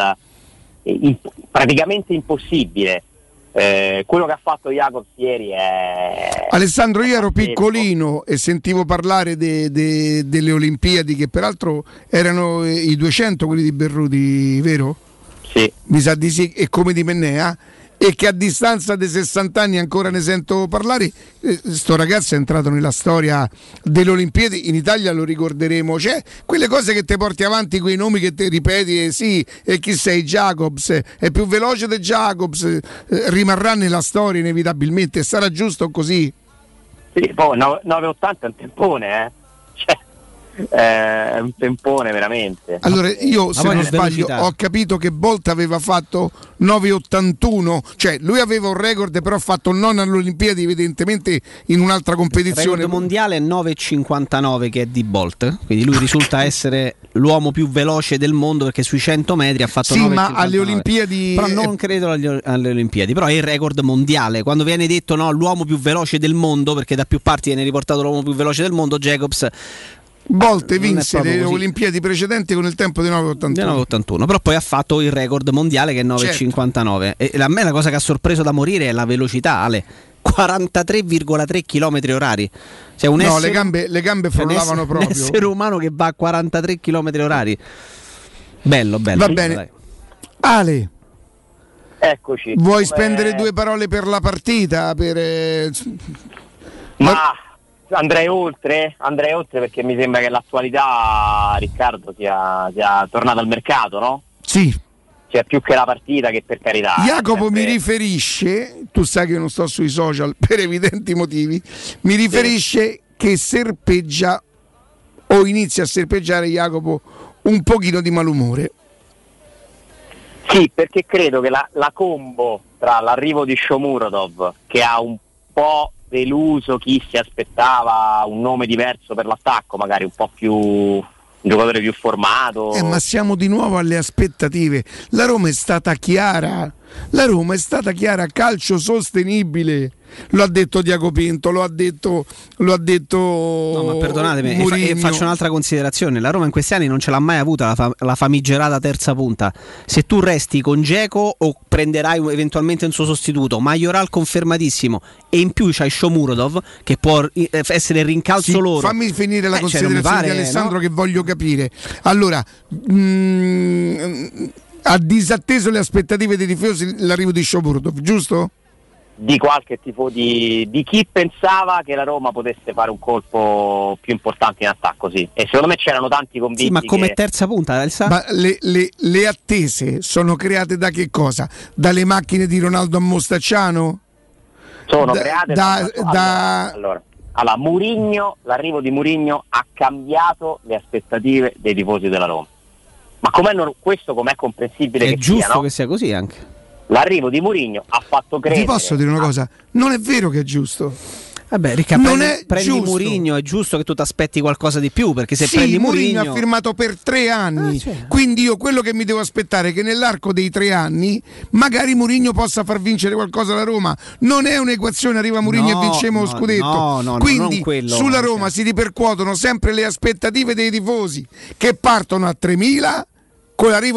[SPEAKER 16] praticamente impossibile. Quello che ha fatto Jacobs ieri è...
[SPEAKER 2] Alessandro, io ero piccolino e sentivo parlare delle Olimpiadi, che peraltro erano i 200 quelli di Berruti, vero?
[SPEAKER 16] Sì.
[SPEAKER 2] Mi sa di sì, e come di Mennea, e che a distanza dei 60 anni ancora ne sento parlare. Sto ragazzo è entrato nella storia delle Olimpiadi, in Italia lo ricorderemo. Cioè, quelle cose che ti porti avanti, quei nomi che ti ripeti, sì, e chi sei? Jacobs, è più veloce di Jacobs, rimarrà nella storia inevitabilmente, sarà giusto così?
[SPEAKER 16] Sì, poi 9,80 è un tempone, cioè, è un tempone veramente.
[SPEAKER 2] Allora io, se non sbaglio, ho capito che Bolt aveva fatto 9,81, cioè lui aveva un record, però fatto non alle Olimpiadi, evidentemente in un'altra competizione.
[SPEAKER 3] Il record mondiale è 9,59 che è di Bolt, quindi lui risulta essere l'uomo più veloce del mondo perché sui 100 metri ha fatto 9,59.
[SPEAKER 2] Ma alle Olimpiadi,
[SPEAKER 3] però non credo alle Olimpiadi, però è il record mondiale. Quando viene detto l'uomo più veloce del mondo, perché da più parti viene riportato l'uomo più veloce del mondo, Jacobs
[SPEAKER 2] Bolt vinse le Olimpiadi precedenti con il tempo di
[SPEAKER 3] 9,81, però poi ha fatto il record mondiale che è 9,59. Certo. E a me la cosa che ha sorpreso da morire è la velocità, Ale. 43,3 km orari. Cioè
[SPEAKER 2] le gambe frullavano proprio.
[SPEAKER 3] Un essere umano che va a 43 km orari. Bello.
[SPEAKER 2] Va bene. Dai. Ale,
[SPEAKER 16] eccoci.
[SPEAKER 2] Vuoi spendere 2 parole per la partita?
[SPEAKER 16] Ma andrei oltre perché mi sembra che l'attualità, Riccardo, sia tornata al mercato, no?
[SPEAKER 2] Sì.
[SPEAKER 16] Cioè più che la partita, che per carità.
[SPEAKER 2] Jacopo mi riferisce, tu sai che io non sto sui social per evidenti motivi, mi riferisce che serpeggia o inizia a serpeggiare, Jacopo, un pochino di malumore.
[SPEAKER 16] Sì, perché credo che la combo tra l'arrivo di Shomurodov, che ha un po' deluso chi si aspettava un nome diverso per l'attacco, magari un po' più un giocatore più formato.
[SPEAKER 2] Ma siamo di nuovo alle aspettative. La Roma è stata chiara, calcio sostenibile. Lo ha detto Diaco Pinto, lo ha detto
[SPEAKER 3] no, ma perdonatemi, faccio un'altra considerazione. La Roma in questi anni non ce l'ha mai avuta la famigerata terza punta. Se tu resti con Dzeko o prenderai eventualmente un suo sostituto, Majoral confermatissimo, e in più c'hai Shomurodov che può essere il rincalzo loro.
[SPEAKER 2] Fammi finire la considerazione di Alessandro, no? Che voglio capire. Allora, ha disatteso le aspettative dei tifosi l'arrivo di Shomurodov, giusto?
[SPEAKER 16] Di qualche tifo di chi pensava che la Roma potesse fare un colpo più importante in attacco, sì. E secondo me c'erano tanti convinti.
[SPEAKER 3] Sì, ma come terza punta,
[SPEAKER 2] ma le attese sono create da che cosa? Dalle macchine di Ronaldo a Mostacciano?
[SPEAKER 16] Sono create allora, Mourinho, l'arrivo di Mourinho ha cambiato le aspettative dei tifosi della Roma. Ma questo com'è comprensibile
[SPEAKER 3] è
[SPEAKER 16] che
[SPEAKER 3] giusto
[SPEAKER 16] sia, no?
[SPEAKER 3] Che sia così anche.
[SPEAKER 16] L'arrivo di Mourinho ha fatto credere.
[SPEAKER 2] Ti posso dire una cosa? Non è vero che è giusto.
[SPEAKER 3] Vabbè, Ricca, prendi Mourinho, è giusto che tu ti aspetti qualcosa di più, perché se prendi Mourinho
[SPEAKER 2] ha firmato per 3 anni. Quindi io quello che mi devo aspettare è che nell'arco dei 3 anni magari Mourinho possa far vincere qualcosa alla Roma. Non è un'equazione, arriva Mourinho e vincemo lo scudetto. Quindi sulla Roma si ripercuotono sempre le aspettative dei tifosi che partono a 3.000 con l'arrivo.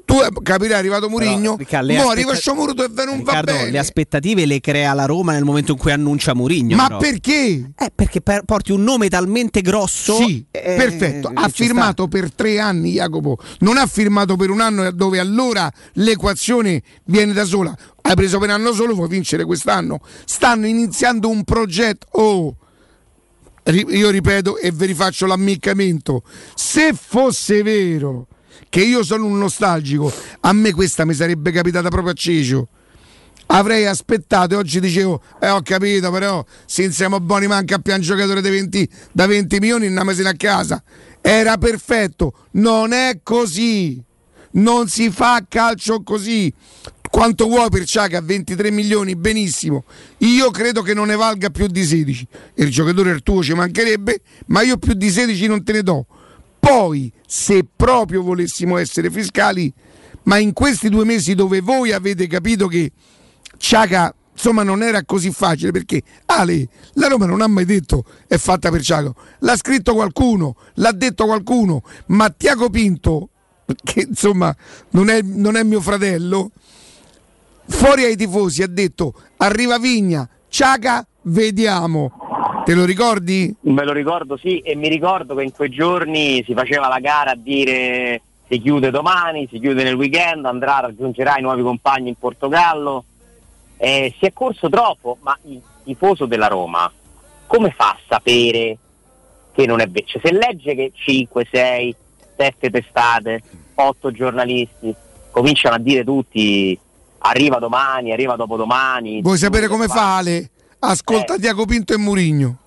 [SPEAKER 2] Tu capirai, è arrivato Mourinho, mo arriva Sciomuro e non va bene.
[SPEAKER 3] Le aspettative le crea la Roma nel momento in cui annuncia Mourinho.
[SPEAKER 2] Ma
[SPEAKER 3] però.
[SPEAKER 2] Perché?
[SPEAKER 3] Perché porti un nome talmente grosso.
[SPEAKER 2] Sì, perfetto. Ha firmato per 3 anni, Jacopo. Non ha firmato per un anno dove allora l'equazione viene da sola. Hai preso per un anno solo, puoi vincere quest'anno. Stanno iniziando un progetto. Io ripeto e vi rifaccio l'ammiccamento. Se fosse vero che io sono un nostalgico, a me questa mi sarebbe capitata proprio a Cecio. Avrei aspettato e oggi dicevo ho capito, però se siamo buoni manca più un giocatore da 20 milioni andiamosene a casa. Era perfetto. Non è così, non si fa calcio così. Quanto vuoi per Xhaka? 23 milioni, benissimo. Io credo che non ne valga più di 16. Il giocatore è il tuo, ci mancherebbe, ma io più di 16 non te ne do. Poi, se proprio volessimo essere fiscali, ma in questi 2 mesi dove voi avete capito che Xhaka, insomma, non era così facile, perché la Roma non ha mai detto è fatta per Xhaka. L'ha scritto qualcuno, l'ha detto qualcuno, ma Tiago Pinto, che insomma non è mio fratello, fuori ai tifosi ha detto arriva Vigna, Xhaka, vediamo. Te lo ricordi?
[SPEAKER 16] Me lo ricordo, sì, e mi ricordo che in quei giorni si faceva la gara a dire si chiude domani, si chiude nel weekend, raggiungerà i nuovi compagni in Portogallo. Si è corso troppo, ma il tifoso della Roma come fa a sapere che non è vero? Cioè, se legge che 5, 6, 7 testate, 8 giornalisti cominciano a dire tutti arriva domani, arriva dopodomani.
[SPEAKER 2] Vuoi sapere come fa Ale? Ascolta Tiago Pinto e Mourinho.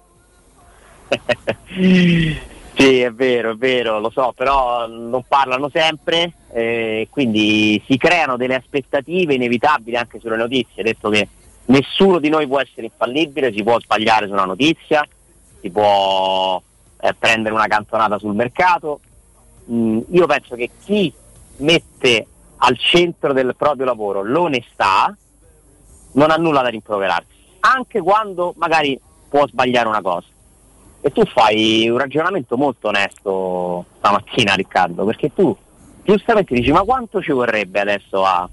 [SPEAKER 16] Sì, è vero, lo so, però non parlano sempre, quindi si creano delle aspettative inevitabili anche sulle notizie. Detto che nessuno di noi può essere infallibile, si può sbagliare su una notizia, si può prendere una cantonata sul mercato. Io penso che chi mette al centro del proprio lavoro l'onestà non ha nulla da rimproverarsi, anche quando magari può sbagliare una cosa. E tu fai un ragionamento molto onesto stamattina, Riccardo, perché tu giustamente dici ma quanto ci vorrebbe adesso a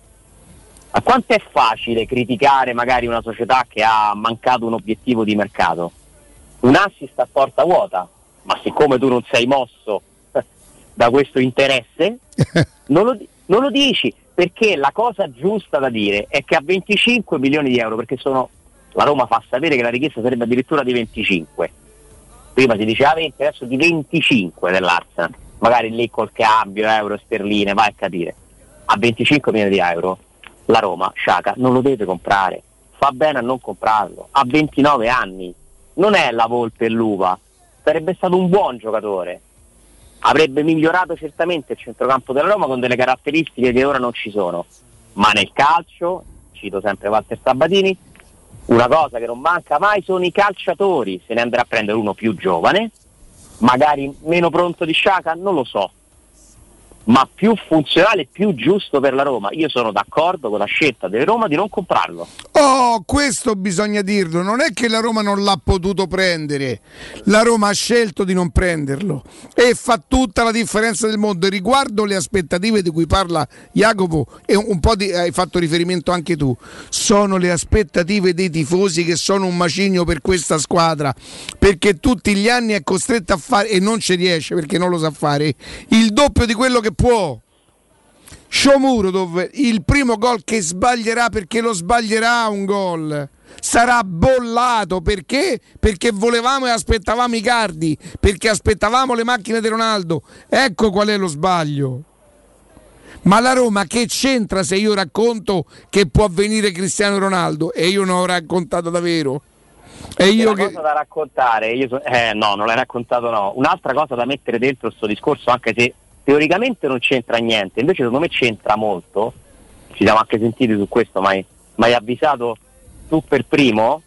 [SPEAKER 16] quanto è facile criticare magari una società che ha mancato un obiettivo di mercato, un assist a porta vuota, ma siccome tu non sei mosso da questo interesse non lo dici, perché la cosa giusta da dire è che a 25 milioni di euro, perché la Roma fa sapere che la richiesta sarebbe addirittura di 25, prima si diceva 20, adesso di 25 dell'Arsenal, magari lì col cambio euro sterline, vai a capire. A 25 milioni di euro la Roma Xhaka non lo deve comprare, fa bene a non comprarlo, ha 29 anni, non è la Volpe e l'Uva, sarebbe stato un buon giocatore, avrebbe migliorato certamente il centrocampo della Roma con delle caratteristiche che ora non ci sono, ma nel calcio, cito sempre Walter Sabatini, una cosa che non manca mai sono i calciatori. Se ne andrà a prendere uno più giovane, magari meno pronto di Xhaka, non lo so, ma più funzionale, più giusto per la Roma. Io sono d'accordo con la scelta della Roma di non comprarlo.
[SPEAKER 2] Questo bisogna dirlo, non è che la Roma non l'ha potuto prendere, la Roma ha scelto di non prenderlo e fa tutta la differenza del mondo. E riguardo le aspettative di cui parla Jacopo, e un po' hai fatto riferimento anche tu, sono le aspettative dei tifosi che sono un macigno per questa squadra, perché tutti gli anni è costretta a fare, e non ci riesce perché non lo sa fare, il doppio di quello che può. Shomurodov, il primo gol che sbaglierà, perché lo sbaglierà un gol, sarà bollato. Perché? Perché volevamo e aspettavamo i Icardi, perché aspettavamo le macchine di Ronaldo. Ecco qual è lo sbaglio. Ma la Roma che c'entra se io racconto che può venire Cristiano Ronaldo? E io non ho raccontato davvero. E io
[SPEAKER 16] una cosa da raccontare, no, non l'hai raccontato, no. Un'altra cosa da mettere dentro sto discorso, anche se teoricamente non c'entra niente, invece secondo me c'entra molto, ci siamo anche sentiti su questo, ma hai avvisato tu per primo,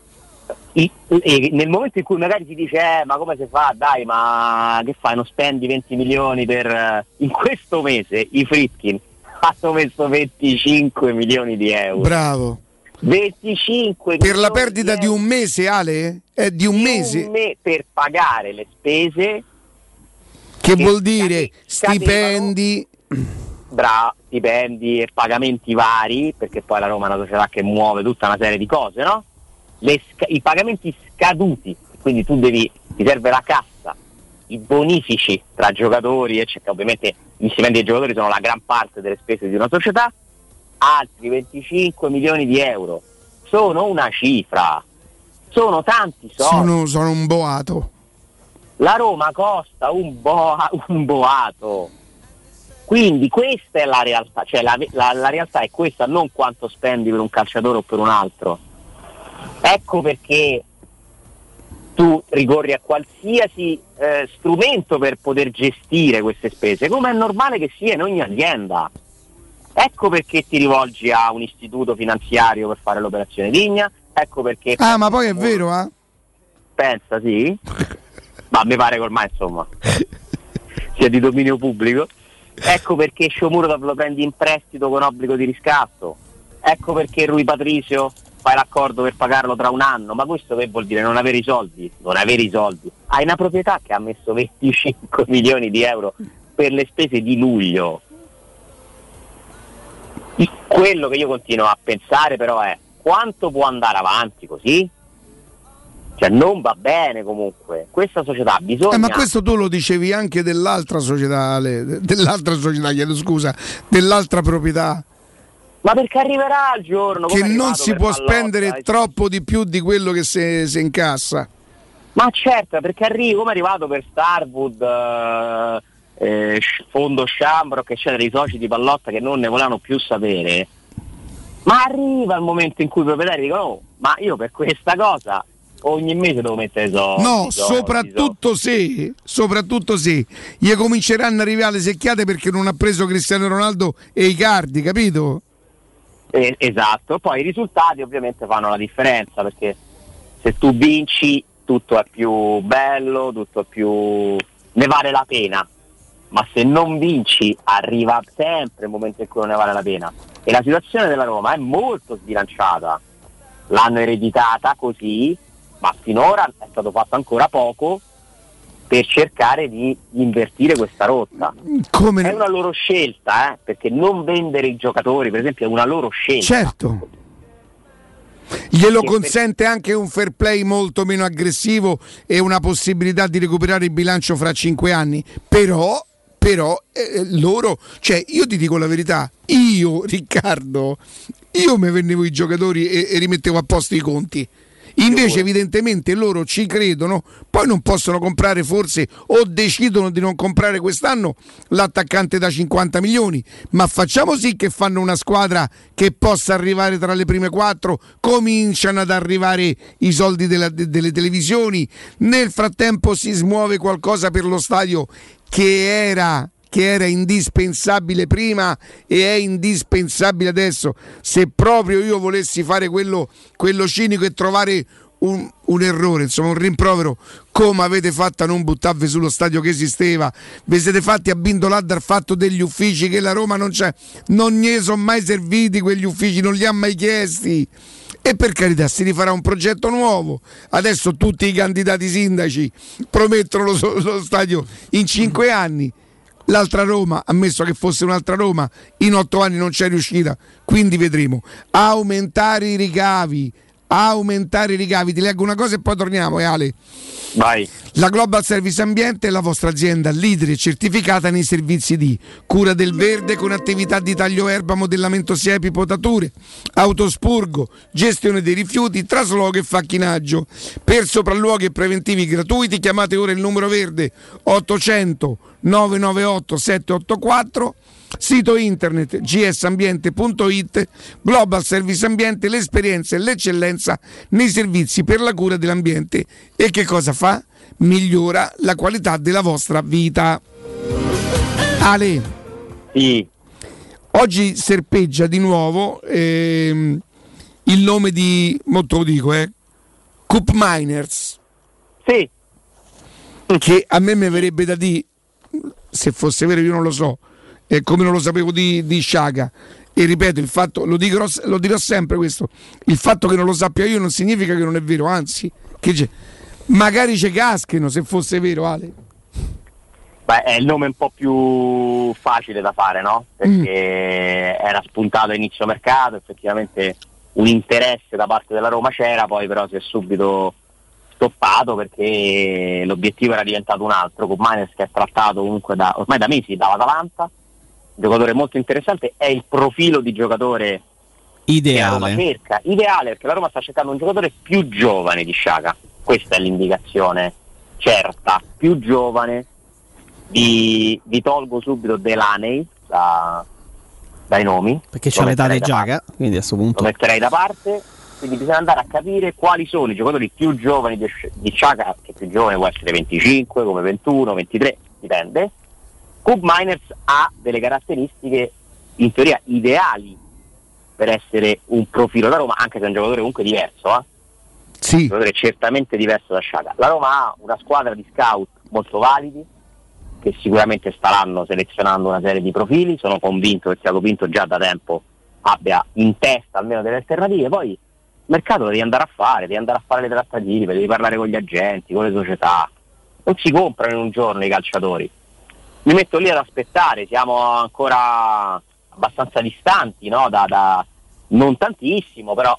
[SPEAKER 16] e nel momento in cui magari si dice ma come si fa, dai, ma che fai, non spendi 20 milioni per in questo mese i Friedkin hanno messo 25 milioni di euro.
[SPEAKER 2] Bravo.
[SPEAKER 16] 25
[SPEAKER 2] per la perdita di un mese, Ale? È di un mese
[SPEAKER 16] per pagare le spese
[SPEAKER 2] che vuol dire stipendi,
[SPEAKER 16] stipendi e pagamenti vari, perché poi la Roma è una società che muove tutta una serie di cose, no? I pagamenti scaduti, quindi ti serve la cassa, i bonifici tra giocatori, eccetera. Ovviamente gli stipendi dei giocatori sono la gran parte delle spese di una società, altri 25 milioni di euro. Sono una cifra, sono tanti soldi.
[SPEAKER 2] Sono un boato.
[SPEAKER 16] La Roma costa un boato. Quindi questa è la realtà, cioè la realtà è questa, non quanto spendi per un calciatore o per un altro. Ecco perché tu ricorri a qualsiasi strumento per poter gestire queste spese, come è normale che sia in ogni azienda. Ecco perché ti rivolgi a un istituto finanziario per fare l'operazione digna, ecco perché...
[SPEAKER 2] Ah, ma poi è vero, eh?
[SPEAKER 16] Pensa, sì? Ma mi pare che ormai, insomma, sia di dominio pubblico. Ecco perché Shomurodov lo prendi in prestito con obbligo di riscatto. Ecco perché Rui Patricio fai l'accordo per pagarlo tra un anno. Ma questo che vuol dire? Non avere i soldi? Non avere i soldi. Hai una proprietà che ha messo 25 milioni di euro per le spese di luglio. Quello che io continuo a pensare però è: quanto può andare avanti così? Cioè non va bene comunque. Questa società bisogna...
[SPEAKER 2] ma questo tu lo dicevi anche dell'altra società, chiedo scusa, dell'altra proprietà.
[SPEAKER 16] Ma perché arriverà il giorno
[SPEAKER 2] che non si può spendere troppo di più di quello che si incassa.
[SPEAKER 16] Ma certo, perché come è arrivato per Starwood, Fondo Sciambrook, eccetera, i soci di Pallotta che non ne volevano più sapere. Ma arriva il momento in cui i proprietari dicono: oh, ma io per questa cosa ogni mese devo mettere soldi.
[SPEAKER 2] No, soprattutto se gli cominceranno a arrivare le secchiate perché non ha preso Cristiano Ronaldo e Icardi, capito?
[SPEAKER 16] Esatto, poi i risultati ovviamente fanno la differenza, perché se tu vinci tutto è più bello, tutto è più... ne vale la pena, ma se non vinci arriva sempre il momento in cui non ne vale la pena. E la situazione della Roma è molto sbilanciata, l'hanno ereditata così, ma finora è stato fatto ancora poco per cercare di invertire questa rotta. È una loro scelta, perché non vendere i giocatori, per esempio, è una loro scelta.
[SPEAKER 2] Certo. Glielo consente anche un fair play molto meno aggressivo e una possibilità di recuperare il bilancio fra 5 anni. Però loro, cioè io ti dico la verità, Riccardo, mi vendevo i giocatori e rimettevo a posto i conti. Invece evidentemente loro ci credono, poi non possono comprare forse, o decidono di non comprare quest'anno l'attaccante da 50 milioni, ma facciamo sì che fanno una squadra che possa arrivare tra le prime 4, cominciano ad arrivare i soldi delle televisioni, nel frattempo si smuove qualcosa per lo stadio che era indispensabile prima e è indispensabile adesso. Se proprio io volessi fare quello cinico e trovare un errore, insomma un rimprovero, come avete fatto a non buttarvi sullo stadio che esisteva, vi siete fatti abbindolare dal fatto degli uffici che la Roma non c'è, non ne sono mai serviti quegli uffici, non li ha mai chiesti. E per carità, si rifarà un progetto nuovo. Adesso tutti i candidati sindaci promettono lo stadio in 5 anni. L'altra Roma, ammesso che fosse un'altra Roma, in 8 anni non c'è riuscita, quindi vedremo. Aumentare i ricavi. Ti leggo una cosa e poi torniamo, Ale.
[SPEAKER 16] Vai.
[SPEAKER 2] La Global Service Ambiente è la vostra azienda leader e certificata nei servizi di cura del verde con attività di taglio erba, modellamento siepi, potature, autospurgo, gestione dei rifiuti, trasloco e facchinaggio. Per sopralluoghi e preventivi gratuiti chiamate ora il numero verde 800 998 784, sito internet gsambiente.it. Global Service Ambiente, l'esperienza e l'eccellenza nei servizi per la cura dell'ambiente. E che cosa fa? Migliora la qualità della vostra vita. Ale,
[SPEAKER 16] sì.
[SPEAKER 2] Oggi serpeggia di nuovo il nome di, molto lo dico, Coop Miners.
[SPEAKER 16] Sì.
[SPEAKER 2] Che a me mi verrebbe da dire, se fosse vero io non lo so, come non lo sapevo di Sciaga. E ripeto, il fatto, lo dirò sempre questo, il fatto che non lo sappia io non significa che non è vero, anzi, magari ci cascano se fosse vero, Ale.
[SPEAKER 16] è il nome un po' più facile da fare, no? Perché era spuntato a inizio mercato, effettivamente un interesse da parte della Roma c'era, poi però si è subito stoppato perché l'obiettivo era diventato un altro. Koopmeiners, che è trattato comunque ormai da mesi dall'Atalanta, un giocatore molto interessante, è il profilo di giocatore che la Roma cerca, ideale, perché la Roma sta cercando un giocatore più giovane di Xhaka, questa è l'indicazione certa, più giovane. Vi tolgo subito Delaney dai nomi,
[SPEAKER 3] perché c'è l'età di Xhaka, quindi a questo punto
[SPEAKER 16] lo metterei da parte. Quindi bisogna andare a capire quali sono i giocatori più giovani di Xhaka, che più giovane può essere 25, come 21, 23, dipende. Koopmeiners ha delle caratteristiche in teoria ideali per essere un profilo da Roma, anche se è un giocatore comunque diverso,
[SPEAKER 2] Sì.
[SPEAKER 16] Un giocatore certamente diverso da Xhaka. La Roma ha una squadra di scout molto validi, che sicuramente staranno selezionando una serie di profili. Sono convinto che Tiago Pinto già da tempo abbia in testa almeno delle alternative. Poi il mercato lo devi andare a fare le trattative, devi parlare con gli agenti, con le società. Non si comprano in un giorno i calciatori. Mi metto lì ad aspettare, siamo ancora abbastanza distanti, no? Da non tantissimo, però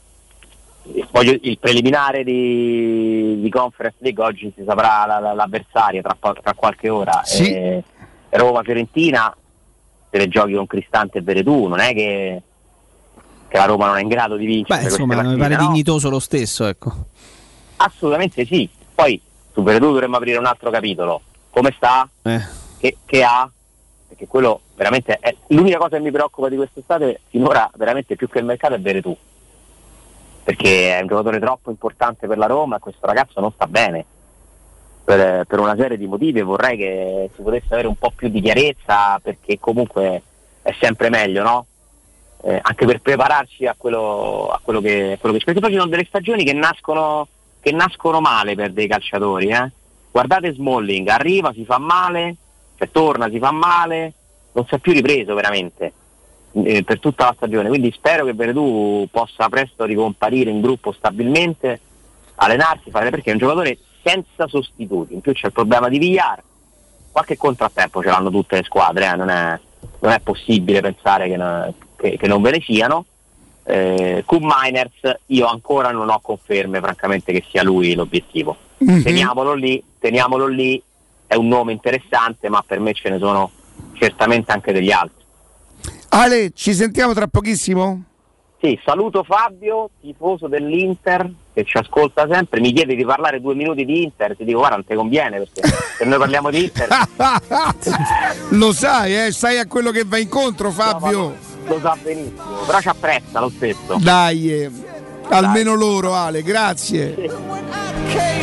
[SPEAKER 16] il preliminare di Conference League oggi si saprà l'avversario tra qualche ora.
[SPEAKER 2] Sì.
[SPEAKER 16] Roma-Fiorentina, se le giochi con Cristante e Veretù, non è che la Roma non è in grado di vincere.
[SPEAKER 3] Beh, insomma, mi pare dignitoso lo stesso, ecco.
[SPEAKER 16] Assolutamente sì. Poi su Veretù dovremmo aprire un altro capitolo. Come sta? Che ha? Perché quello veramente è l'unica cosa che mi preoccupa di quest'estate finora, veramente più che il mercato, è Veretù, perché è un giocatore troppo importante per la Roma e questo ragazzo non sta bene per una serie di motivi, e vorrei che si potesse avere un po' più di chiarezza, perché comunque è sempre meglio, no? Anche per prepararci a quello che perché poi ci sono delle stagioni che nascono male per dei calciatori, Guardate Smalling, arriva, si fa male, cioè torna, si fa male, non si è più ripreso veramente per tutta la stagione. Quindi spero che Veretù possa presto ricomparire in gruppo stabilmente, allenarsi, perché è un giocatore senza sostituti. In più c'è il problema di Villar, qualche contrattempo ce l'hanno tutte le squadre, non è possibile pensare che non ve ne siano. Koopmeiners io ancora non ho conferme, francamente, che sia lui l'obiettivo. Teniamolo lì, è un nome interessante, ma per me ce ne sono certamente anche degli altri.
[SPEAKER 2] Ale, ci sentiamo tra pochissimo?
[SPEAKER 16] Sì, saluto Fabio, tifoso dell'Inter, che ci ascolta sempre, mi chiede di parlare 2 minuti di Inter, ti dico guarda, non ti conviene, perché se noi parliamo di Inter
[SPEAKER 2] lo sai, sai a quello che va incontro, Fabio.
[SPEAKER 16] No, lo sa benissimo, però ci apprezza lo stesso.
[SPEAKER 2] Dai, almeno loro, Ale, grazie.
[SPEAKER 16] Sì.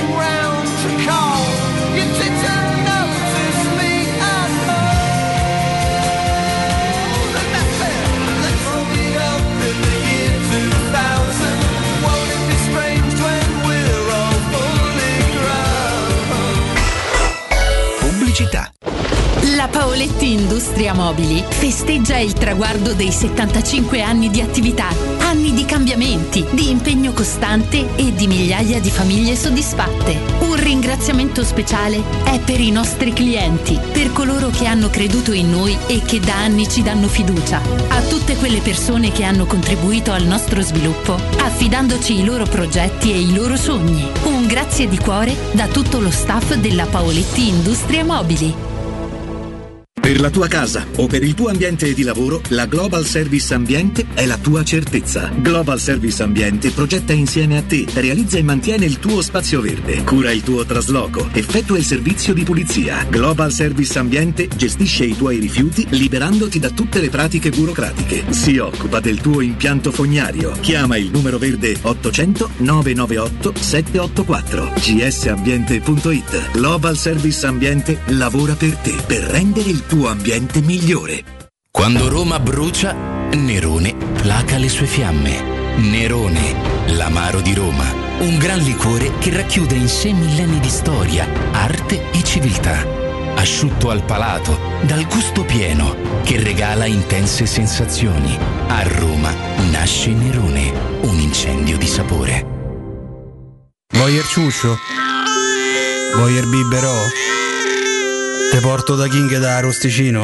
[SPEAKER 17] Pubblicità. La Paoletti Industria Mobili festeggia il traguardo dei 75 anni di attività, anni di cambiamenti, di impegno costante e di migliaia di famiglie soddisfatte. Un ringraziamento speciale è per i nostri clienti, per coloro che hanno creduto in noi e che da anni ci danno fiducia, a tutte quelle persone che hanno contribuito al nostro sviluppo, affidandoci i loro progetti e i loro sogni. Un grazie di cuore da tutto lo staff della Paoletti Industria Mobili.
[SPEAKER 4] Per la tua casa o per il tuo ambiente di lavoro, la Global Service Ambiente è la tua certezza. Global Service Ambiente progetta insieme a te, realizza e mantiene il tuo spazio verde, cura il tuo trasloco, effettua il servizio di pulizia. Global Service Ambiente gestisce i tuoi rifiuti liberandoti da tutte le pratiche burocratiche. Si occupa del tuo impianto fognario. Chiama il numero verde 800 998 784. gsambiente.it. Global Service Ambiente lavora per te, per rendere il tuo ambiente migliore.
[SPEAKER 18] Quando Roma brucia, Nerone placa le sue fiamme. Nerone, l'amaro di Roma, un gran liquore che racchiude in sé millenni di storia, arte e civiltà. Asciutto al palato, dal gusto pieno, che regala intense sensazioni. A Roma nasce Nerone, un incendio di sapore.
[SPEAKER 19] Voyer ciuscio? Voyer biberò? Te porto da King da Arosticino.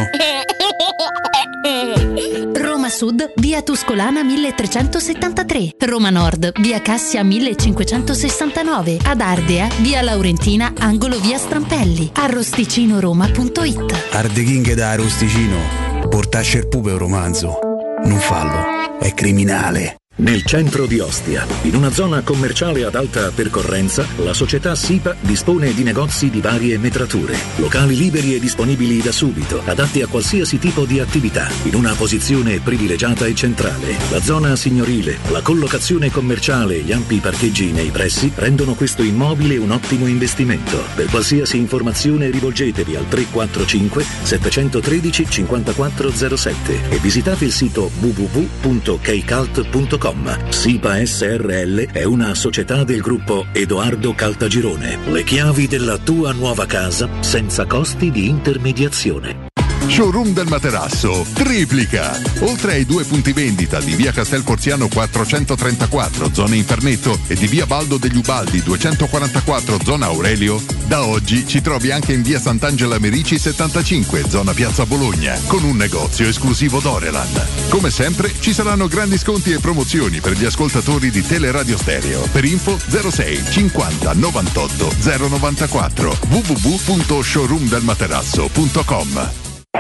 [SPEAKER 17] Roma Sud, via Tuscolana 1373. Roma Nord, via Cassia 1569. Ad Ardea, via Laurentina, angolo via Strampelli. Arrosticinoroma.it.
[SPEAKER 19] Arde King da Arosticino. Portasce il pupe un romanzo. Non fallo, è criminale.
[SPEAKER 4] Nel centro di Ostia, in una zona commerciale ad alta percorrenza, la società SIPA dispone di negozi di varie metrature, locali liberi e disponibili da subito, adatti a qualsiasi tipo di attività, in una posizione privilegiata e centrale. La zona signorile, la collocazione commerciale e gli ampi parcheggi nei pressi rendono questo immobile un ottimo investimento. Per qualsiasi informazione rivolgetevi al 345 713 5407 e visitate il sito www.keicalt.com. SIPA SRL è una società del gruppo Edoardo Caltagirone. Le chiavi della tua nuova casa senza costi di intermediazione.
[SPEAKER 20] Showroom del Materasso triplica. Oltre ai 2 punti vendita di via Castel Porziano 434 zona Infernetto e di via Baldo degli Ubaldi 244 zona Aurelio, da oggi ci trovi anche in via Sant'Angela Merici 75 zona Piazza Bologna con un negozio esclusivo Dorelan. Come sempre ci saranno grandi sconti e promozioni per gli ascoltatori di Teleradio Stereo. Per info 06 50 98 094 www.showroomdelmaterasso.com.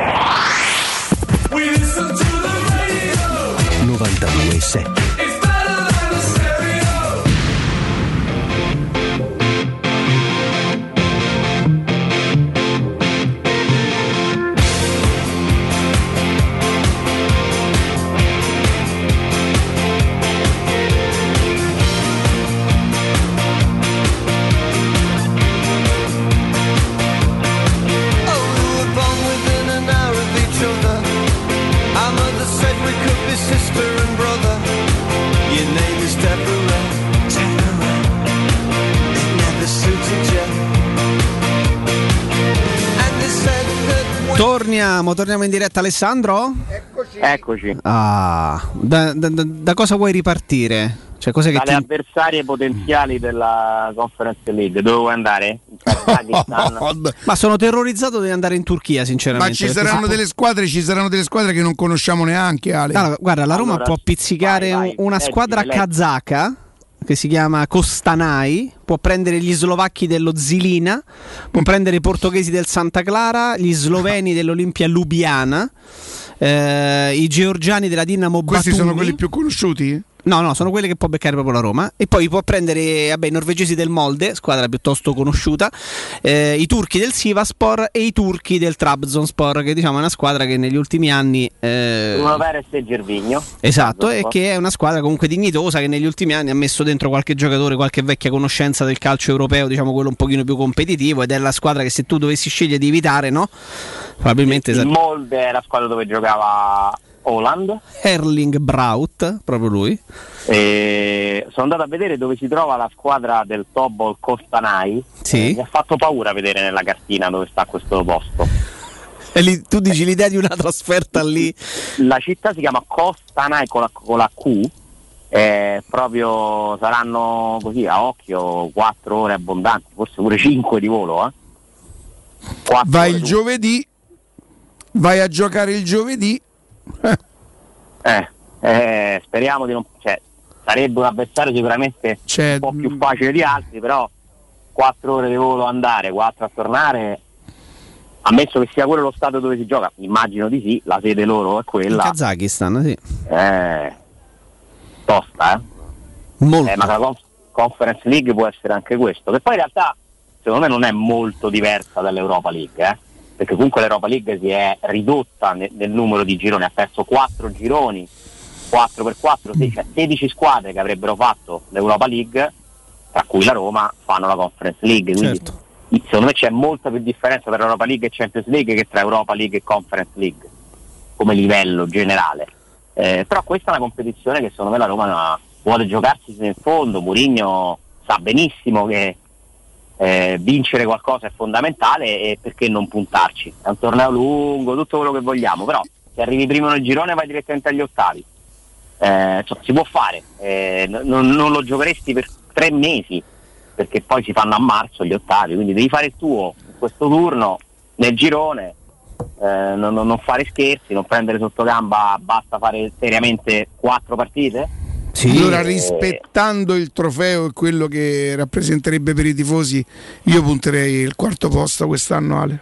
[SPEAKER 18] 92.7.
[SPEAKER 3] Torniamo in diretta, Alessandro?
[SPEAKER 16] Eccoci.
[SPEAKER 3] Da cosa vuoi ripartire? Cioè, cos'è che
[SPEAKER 16] dalle avversarie potenziali della Conference League. Dove vuoi andare? In Kazakistan?
[SPEAKER 3] Ma sono terrorizzato di andare in Turchia, sinceramente.
[SPEAKER 2] Ma ci saranno delle squadre che non conosciamo neanche, Ale.
[SPEAKER 3] Allora, guarda, la Roma può pizzicare una squadra kazaka che si chiama Kostanay, può prendere gli slovacchi dello Zilina, può prendere i portoghesi del Santa Clara, gli sloveni dell'Olimpia Lubiana, i georgiani della Dinamo Batumi.
[SPEAKER 2] Questi sono quelli più conosciuti?
[SPEAKER 3] No, sono quelli che può beccare proprio la Roma. E poi può prendere i norvegesi del Molde, squadra piuttosto conosciuta, i turchi del Sivasspor e i turchi del Trabzonspor, che diciamo è una squadra che negli ultimi anni
[SPEAKER 16] Bruno Perez e Gervinho.
[SPEAKER 3] Esatto, e che è una squadra comunque dignitosa, che negli ultimi anni ha messo dentro qualche giocatore, qualche vecchia conoscenza del calcio europeo, diciamo quello un pochino più competitivo, ed è la squadra che se tu dovessi scegliere di evitare, no? Probabilmente
[SPEAKER 16] il Molde è la squadra dove giocava Holland,
[SPEAKER 3] Erling Braut, proprio lui.
[SPEAKER 16] Sono andato a vedere dove si trova la squadra del Tobol Kostanay.
[SPEAKER 3] Sì.
[SPEAKER 16] Mi ha fatto paura vedere nella cartina dove sta questo posto.
[SPEAKER 3] E lì, tu dici l'idea di una trasferta lì?
[SPEAKER 16] La città si chiama Kostanay con la Q. Proprio saranno così a occhio 4 ore abbondanti, forse pure 5 di volo.
[SPEAKER 2] Vai il giovedì, vai a giocare il giovedì.
[SPEAKER 16] Speriamo di non. Sarebbe un avversario sicuramente un po' più facile di altri, però 4 ore di volo andare, 4 a tornare, ammesso che sia quello lo stato dove si gioca, immagino di sì, la sede loro è quella.
[SPEAKER 3] In Kazakistan, sì.
[SPEAKER 16] Tosta,
[SPEAKER 3] Molto.
[SPEAKER 16] Ma la Conference League può essere anche questo, che poi in realtà secondo me non è molto diversa dall'Europa League, perché comunque l'Europa League si è ridotta nel numero di gironi, ha perso 4 gironi, 4x4, cioè 16 squadre che avrebbero fatto l'Europa League, tra cui la Roma, fanno la Conference League, quindi secondo me c'è molta più differenza tra Europa League e Champions League che tra Europa League e Conference League come livello generale, però questa è una competizione che secondo me la Roma vuole giocarsi nel fondo. Mourinho sa benissimo che vincere qualcosa è fondamentale, e perché non puntarci? È un torneo lungo, tutto quello che vogliamo, però se arrivi primo nel girone vai direttamente agli ottavi, si può fare, non lo giocheresti per 3 mesi perché poi si fanno a marzo gli ottavi, quindi devi fare il tuo in questo turno nel girone, non fare scherzi, non prendere sotto gamba, basta fare seriamente 4 partite.
[SPEAKER 2] Sì. Allora, rispettando il trofeo e quello che rappresenterebbe per i tifosi, io punterei il 4º posto quest'anno, Ale.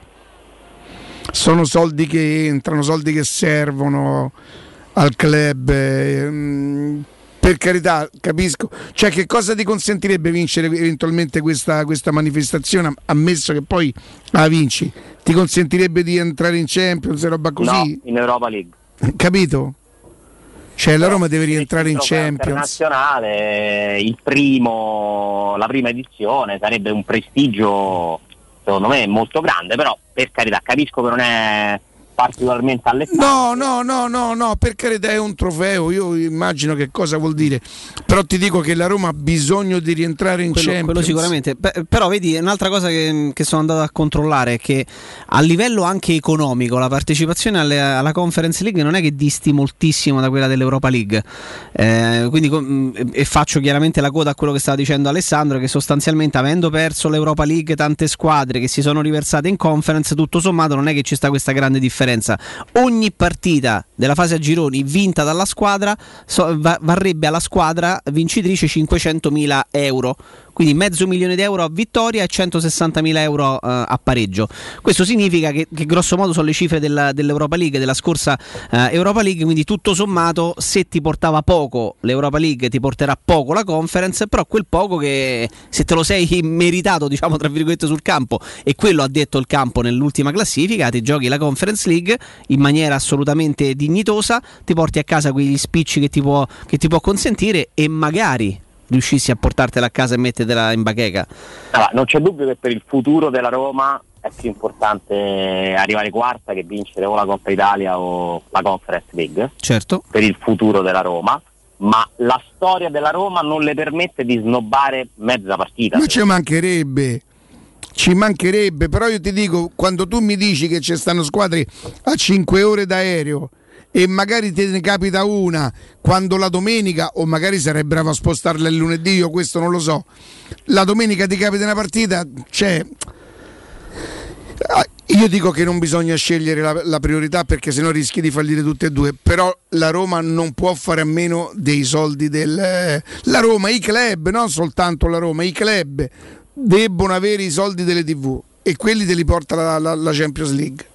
[SPEAKER 2] Sono soldi che entrano, soldi che servono al club, per carità, capisco. Cioè, che cosa ti consentirebbe vincere eventualmente questa manifestazione, ammesso che poi la vinci? Ti consentirebbe di entrare in Champions e roba così?
[SPEAKER 16] No, in Europa League.
[SPEAKER 2] Capito? Cioè la Roma deve rientrare in Champions
[SPEAKER 16] internazionale, la prima edizione sarebbe un prestigio secondo me molto grande, però per carità capisco che non è particolarmente allettante.
[SPEAKER 2] No, per carità è un trofeo, io immagino che cosa vuol dire, però ti dico che la Roma ha bisogno di rientrare in Champions.
[SPEAKER 3] Quello sicuramente, però vedi, un'altra cosa che sono andato a controllare è che a livello anche economico la partecipazione alla Conference League non è che disti moltissimo da quella dell'Europa League, quindi e faccio chiaramente la coda a quello che stava dicendo Alessandro, che sostanzialmente avendo perso l'Europa League tante squadre che si sono riversate in Conference, tutto sommato non è che ci sta questa grande differenza. Ogni partita della fase a gironi vinta dalla squadra varrebbe alla squadra vincitrice 500.000 euro, quindi €500.000 a vittoria e 160.000 euro a pareggio. Questo significa che grosso modo sono le cifre dell'Europa League, della scorsa Europa League, quindi tutto sommato se ti portava poco l'Europa League ti porterà poco la Conference, però quel poco che se te lo sei meritato, diciamo tra virgolette, sul campo, e quello ha detto il campo nell'ultima classifica, ti giochi la Conference League in maniera assolutamente dignitosa, ti porti a casa quegli spicci che ti può consentire e magari riuscissi a portartela a casa e mettertela in bacheca.
[SPEAKER 16] Allora, non c'è dubbio che per il futuro della Roma è più importante arrivare quarta che vincere o la Coppa Italia o la Conference League.
[SPEAKER 3] Certo.
[SPEAKER 16] Per il futuro della Roma, ma la storia della Roma non le permette di snobbare mezza partita.
[SPEAKER 2] Ma ci mancherebbe, però io ti dico, quando tu mi dici che ci stanno squadre a 5 ore d'aereo e magari te ne capita una quando la domenica, o magari sarai bravo a spostarla il lunedì, io questo non lo so, la domenica ti capita una partita, cioè io dico che non bisogna scegliere la priorità, perché sennò rischi di fallire tutte e due, però la Roma non può fare a meno dei soldi la Roma, i club, non soltanto la Roma, i club debbono avere i soldi delle TV e quelli te li porta la Champions League.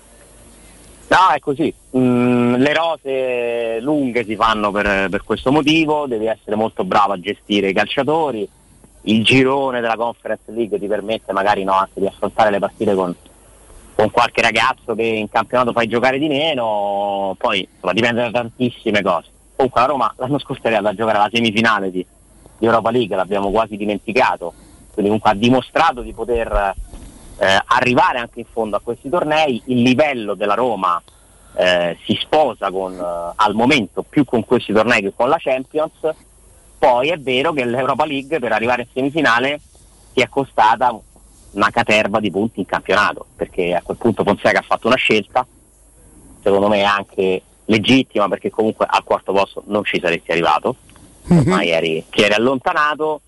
[SPEAKER 16] No, è così. Le rose lunghe si fanno per questo motivo, devi essere molto bravo a gestire i calciatori. Il girone della Conference League ti permette magari anche di affrontare le partite con qualche ragazzo che in campionato fai giocare di meno, poi insomma, dipende da tantissime cose. Comunque la Roma l'anno scorso è arrivata a giocare alla semifinale di Europa League, l'abbiamo quasi dimenticato, quindi comunque ha dimostrato di poter arrivare anche in fondo a questi tornei. Il livello della Roma si sposa al momento più con questi tornei che con la Champions. Poi è vero che l'Europa League per arrivare in semifinale si è costata una caterva di punti in campionato, perché a quel punto Fonseca ha fatto una scelta, secondo me anche legittima, perché comunque al quarto posto non ci saresti arrivato, ormai ti eri allontanato.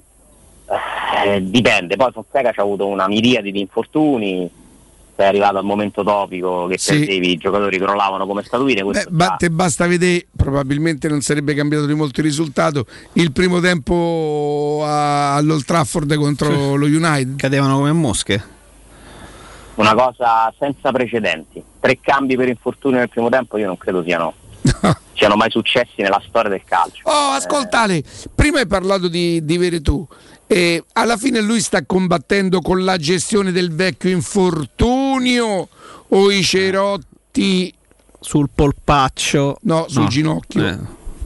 [SPEAKER 16] Dipende, poi Fonseca ci ha avuto una miriade di infortuni, è arrivato al momento topico che perdevi, i giocatori crollavano come statuine.
[SPEAKER 2] Basta vedere, probabilmente non sarebbe cambiato di molto il risultato, il primo tempo all'Old Trafford contro lo United,
[SPEAKER 3] cadevano come mosche,
[SPEAKER 16] una cosa senza precedenti. 3 cambi per infortunio nel primo tempo io non credo siano mai successi nella storia del calcio.
[SPEAKER 2] Ascolta Ale, prima hai parlato di Veretù, e alla fine lui sta combattendo con la gestione del vecchio infortunio o i cerotti
[SPEAKER 3] sul polpaccio?
[SPEAKER 2] No, sul ginocchio.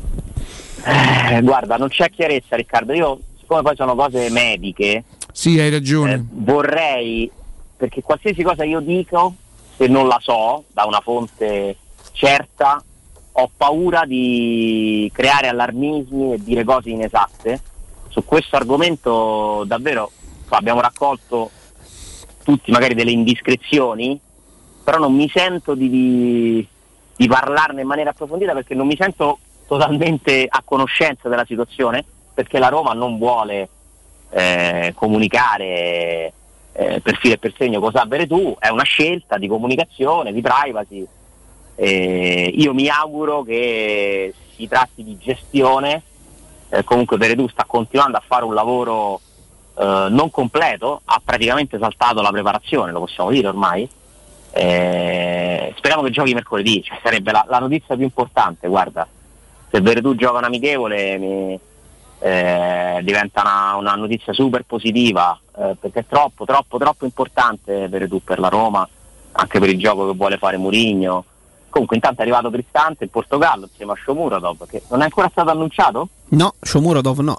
[SPEAKER 16] Guarda, non c'è chiarezza, Riccardo. Io, siccome poi sono cose mediche,
[SPEAKER 2] sì, hai ragione,
[SPEAKER 16] vorrei, perché qualsiasi cosa io dico, se non la so da una fonte certa, ho paura di creare allarmismi e dire cose inesatte. Su questo argomento davvero abbiamo raccolto tutti magari delle indiscrezioni, però non mi sento di parlarne in maniera approfondita, perché non mi sento totalmente a conoscenza della situazione, perché la Roma non vuole comunicare per filo e per segno cosa Veretù, è una scelta di comunicazione, di privacy. Io mi auguro che si tratti di gestione. Comunque Veretù sta continuando a fare un lavoro non completo, ha praticamente saltato la preparazione, lo possiamo dire ormai. Speriamo che giochi mercoledì, cioè sarebbe la notizia più importante. Guarda, se Veretù gioca un amichevole diventa una notizia super positiva, perché è troppo importante Veretù per la Roma, anche per il gioco che vuole fare Mourinho. Comunque intanto è arrivato Cristante in Portogallo insieme a Shomurodov, che non è ancora stato annunciato?
[SPEAKER 3] No, Shomurodov no.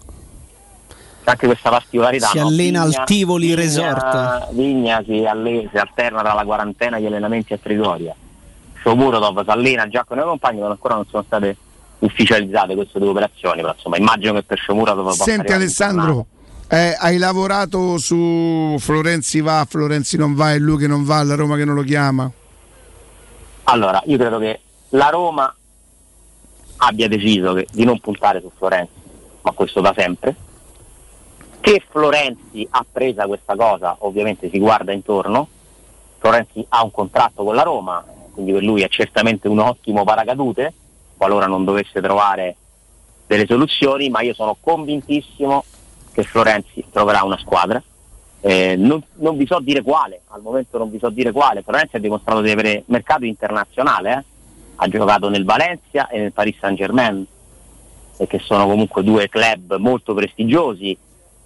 [SPEAKER 16] C'è anche questa particolarità.
[SPEAKER 3] Si allena al Tivoli Resort.
[SPEAKER 16] Vigna si alterna tra la quarantena e gli allenamenti a Trigoria. Shomurodov si allena già con i compagni, ma ancora non sono state ufficializzate queste due operazioni, però insomma immagino che per Shomurodov possa.
[SPEAKER 2] Senti Alessandro, hai lavorato su Florenzi va, Florenzi non va, e lui che non va, la Roma che non lo chiama?
[SPEAKER 16] Allora, io credo che la Roma abbia deciso di non puntare su Florenzi, ma questo da sempre. Che Florenzi ha presa questa cosa, ovviamente si guarda intorno. Florenzi ha un contratto con la Roma, quindi per lui è certamente un ottimo paracadute, qualora non dovesse trovare delle soluzioni, ma io sono convintissimo che Florenzi troverà una squadra. Non vi so dire quale, al momento non vi so dire quale. Florenzi ha dimostrato di avere mercato internazionale, ha giocato nel Valencia e nel Paris Saint-Germain, che sono comunque due club molto prestigiosi.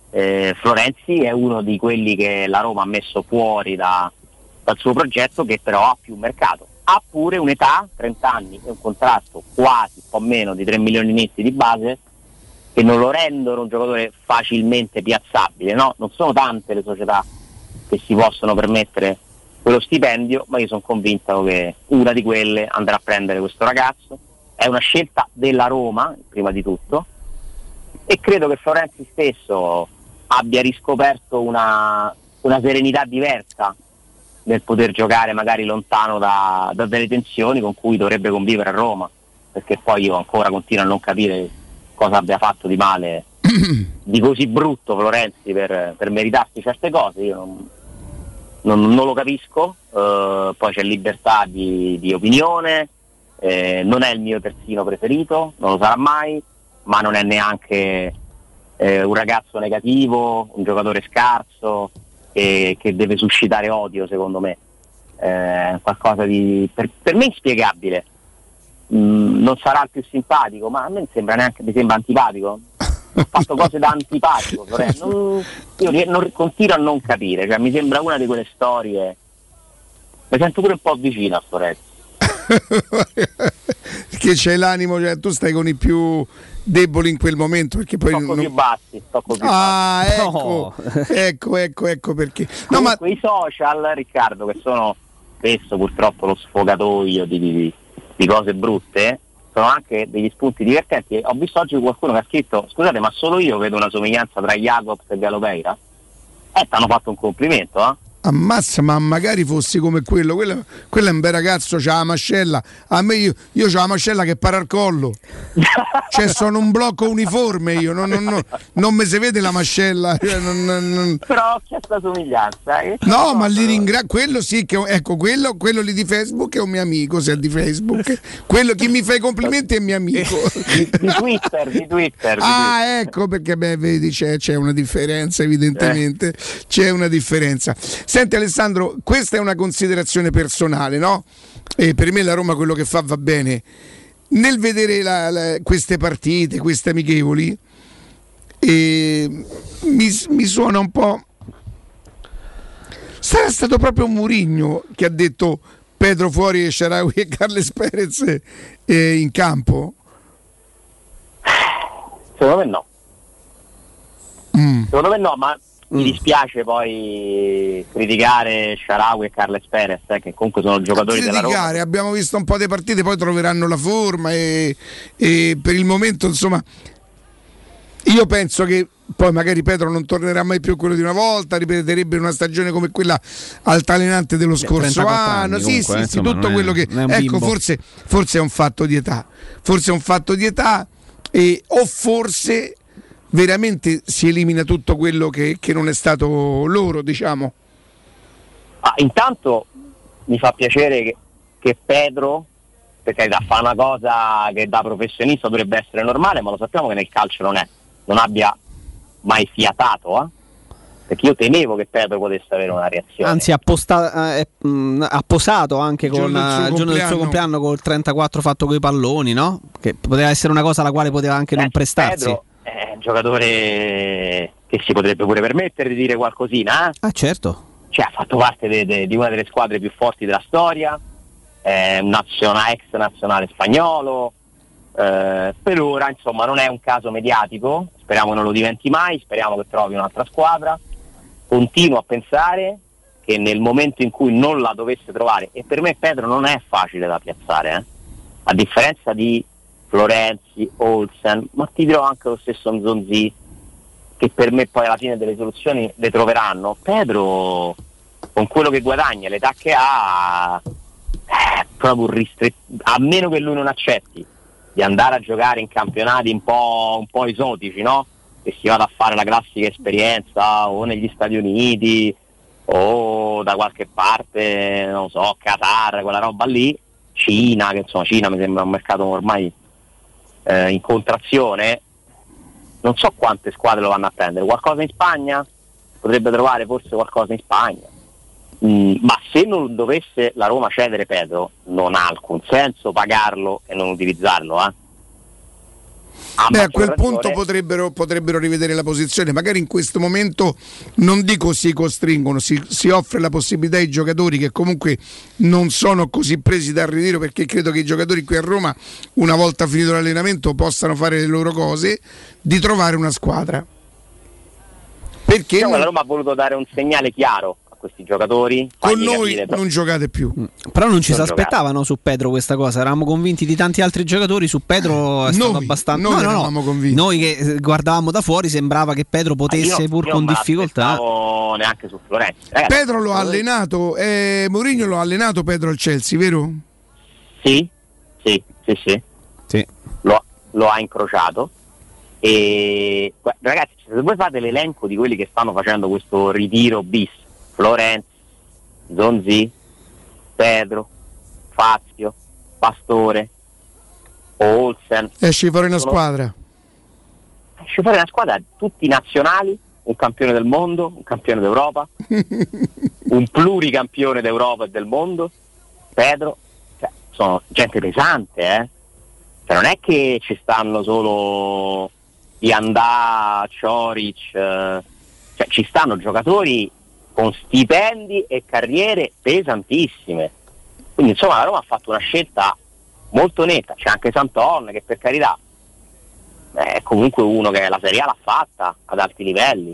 [SPEAKER 16] Florenzi è uno di quelli che la Roma ha messo fuori dal suo progetto, che però ha più mercato. Ha pure un'età, 30 anni, e un contratto quasi, un po' meno di 3 milioni netti di base, che non lo rendono un giocatore facilmente piazzabile, no? Non sono tante le società che si possono permettere quello stipendio, ma io sono convinto che una di quelle andrà a prendere questo ragazzo. È una scelta della Roma, prima di tutto, e credo che Florenzi stesso abbia riscoperto una serenità diversa nel poter giocare magari lontano da delle tensioni con cui dovrebbe convivere a Roma, perché poi io ancora continuo a non capire cosa abbia fatto di male, di così brutto Florenzi per meritarsi certe cose. Io non lo capisco. Poi c'è libertà di opinione, non è il mio terzino preferito, non lo sarà mai, ma non è neanche un ragazzo negativo, un giocatore scarso che deve suscitare odio, secondo me. Qualcosa di per me inspiegabile. Non sarà il più simpatico, ma a me mi sembra antipatico. Ha fatto cose da antipatico, io continuo a non capire, cioè, mi sembra una di quelle storie. Mi sento pure un po' vicino a Florenzi.
[SPEAKER 2] Che c'è l'animo, cioè, tu stai con i più deboli in quel momento, perché poi
[SPEAKER 16] più bassi,
[SPEAKER 2] ecco perché.
[SPEAKER 16] No, ma i social, Riccardo, che sono spesso purtroppo lo sfogatoio di cose brutte, sono anche degli spunti divertenti. Ho visto oggi qualcuno che ha scritto: scusate, ma solo io vedo una somiglianza tra Jacobs e Galopeira? Ti hanno fatto un complimento, eh?
[SPEAKER 2] Ammazza, ma magari fossi come quello è un bel ragazzo, c'ha la mascella. A me io c'ho la mascella che para al collo, cioè sono un blocco uniforme, io non mi si vede la mascella,
[SPEAKER 16] però c'è questa somiglianza,
[SPEAKER 2] no, ma li ringrazio. Quello sì che ecco, quello lì di Facebook è un mio amico, se è di Facebook, quello chi mi fa i complimenti è mio amico
[SPEAKER 16] di Twitter.
[SPEAKER 2] Ecco perché vedi c'è una differenza, evidentemente c'è una differenza. Senti Alessandro, questa è una considerazione personale, no? E per me la Roma quello che fa va bene. Nel vedere queste partite, queste amichevoli, mi suona un po'. Sarà stato proprio Mourinho che ha detto Pedro fuori e Shaarawy e Carles Perez in campo?
[SPEAKER 16] Secondo me no. Secondo me no, ma mi dispiace poi criticare Shaarawy e Carles Perez, che comunque sono giocatori della Roma.
[SPEAKER 2] Abbiamo visto un po' di partite, poi troveranno la forma e per il momento, insomma, io penso che poi magari Pedro non tornerà mai più quello di una volta, ripeterebbe una stagione come quella altalenante dello scorso anno. Sì, tutto quello che ecco, forse è un fatto di età. Forse è un fatto di età, o forse veramente si elimina tutto quello che non è stato loro, diciamo.
[SPEAKER 16] intanto mi fa piacere che Pedro, perché fa una cosa che da professionista dovrebbe essere normale, ma lo sappiamo che nel calcio non abbia mai fiatato, perché io temevo che Pedro potesse avere una reazione.
[SPEAKER 3] Anzi, ha posato anche con il giorno del suo compleanno col 34 fatto coi palloni, no? Che poteva essere una cosa alla quale poteva anche non prestarsi.
[SPEAKER 16] Pedro è un giocatore che si potrebbe pure permettere di dire qualcosina.
[SPEAKER 3] Ah, certo.
[SPEAKER 16] Cioè, ha fatto parte di una delle squadre più forti della storia, è un ex nazionale spagnolo, per ora insomma non è un caso mediatico, speriamo non lo diventi mai, speriamo che trovi un'altra squadra. Continuo a pensare che nel momento in cui non la dovesse trovare, e per me Pedro non è facile da piazzare, a differenza di Florenzi, Olsen, ma ti dirò anche lo stesso Nzonzi, che per me poi alla fine delle soluzioni le troveranno. Pedro, con quello che guadagna, l'età che ha, è proprio a meno che lui non accetti di andare a giocare in campionati un po' esotici, no? Che si vada a fare la classica esperienza o negli Stati Uniti o da qualche parte, non so, Qatar, quella roba lì, Cina, che insomma Cina mi sembra un mercato ormai in contrazione. Non so quante squadre lo vanno a prendere, qualcosa in Spagna? Potrebbe trovare forse qualcosa in Spagna, ma se non dovesse la Roma cedere Pedro non ha alcun senso pagarlo e non utilizzarlo,
[SPEAKER 2] a quel punto potrebbero rivedere la posizione, magari in questo momento non dico si costringono, si offre la possibilità ai giocatori che comunque non sono così presi dal ritiro, perché credo che i giocatori qui a Roma, una volta finito l'allenamento, possano fare le loro cose, di trovare una squadra. Perché
[SPEAKER 16] la Roma ha voluto dare un segnale chiaro a questi giocatori,
[SPEAKER 2] con noi non giocate più.
[SPEAKER 3] Però non ci si aspettavano su Pedro questa cosa, eravamo convinti di tanti altri giocatori, su Pedro è stato abbastanza.
[SPEAKER 2] Noi eravamo convinti.
[SPEAKER 3] Noi che guardavamo da fuori sembrava che Pedro potesse pur con difficoltà.
[SPEAKER 16] Non neanche su Florenzi.
[SPEAKER 2] Pedro lo ha allenato, Mourinho lo ha allenato Pedro al Chelsea, vero?
[SPEAKER 16] Sì. Lo ha incrociato. E ragazzi, se voi fate l'elenco di quelli che stanno facendo questo ritiro bis, Florenzi, Zonzi, Pedro, Fazio, Pastore, Olsen,
[SPEAKER 2] esce fuori una squadra
[SPEAKER 16] tutti nazionali, un campione del mondo, un campione d'Europa, un pluricampione d'Europa e del mondo. Pedro, cioè, sono gente pesante, cioè, non è che ci stanno solo Iandà, Cioric, cioè ci stanno giocatori con stipendi e carriere pesantissime. Quindi insomma la Roma ha fatto una scelta molto netta. C'è anche Santon che per carità è comunque uno che la Serie A l'ha fatta ad alti livelli,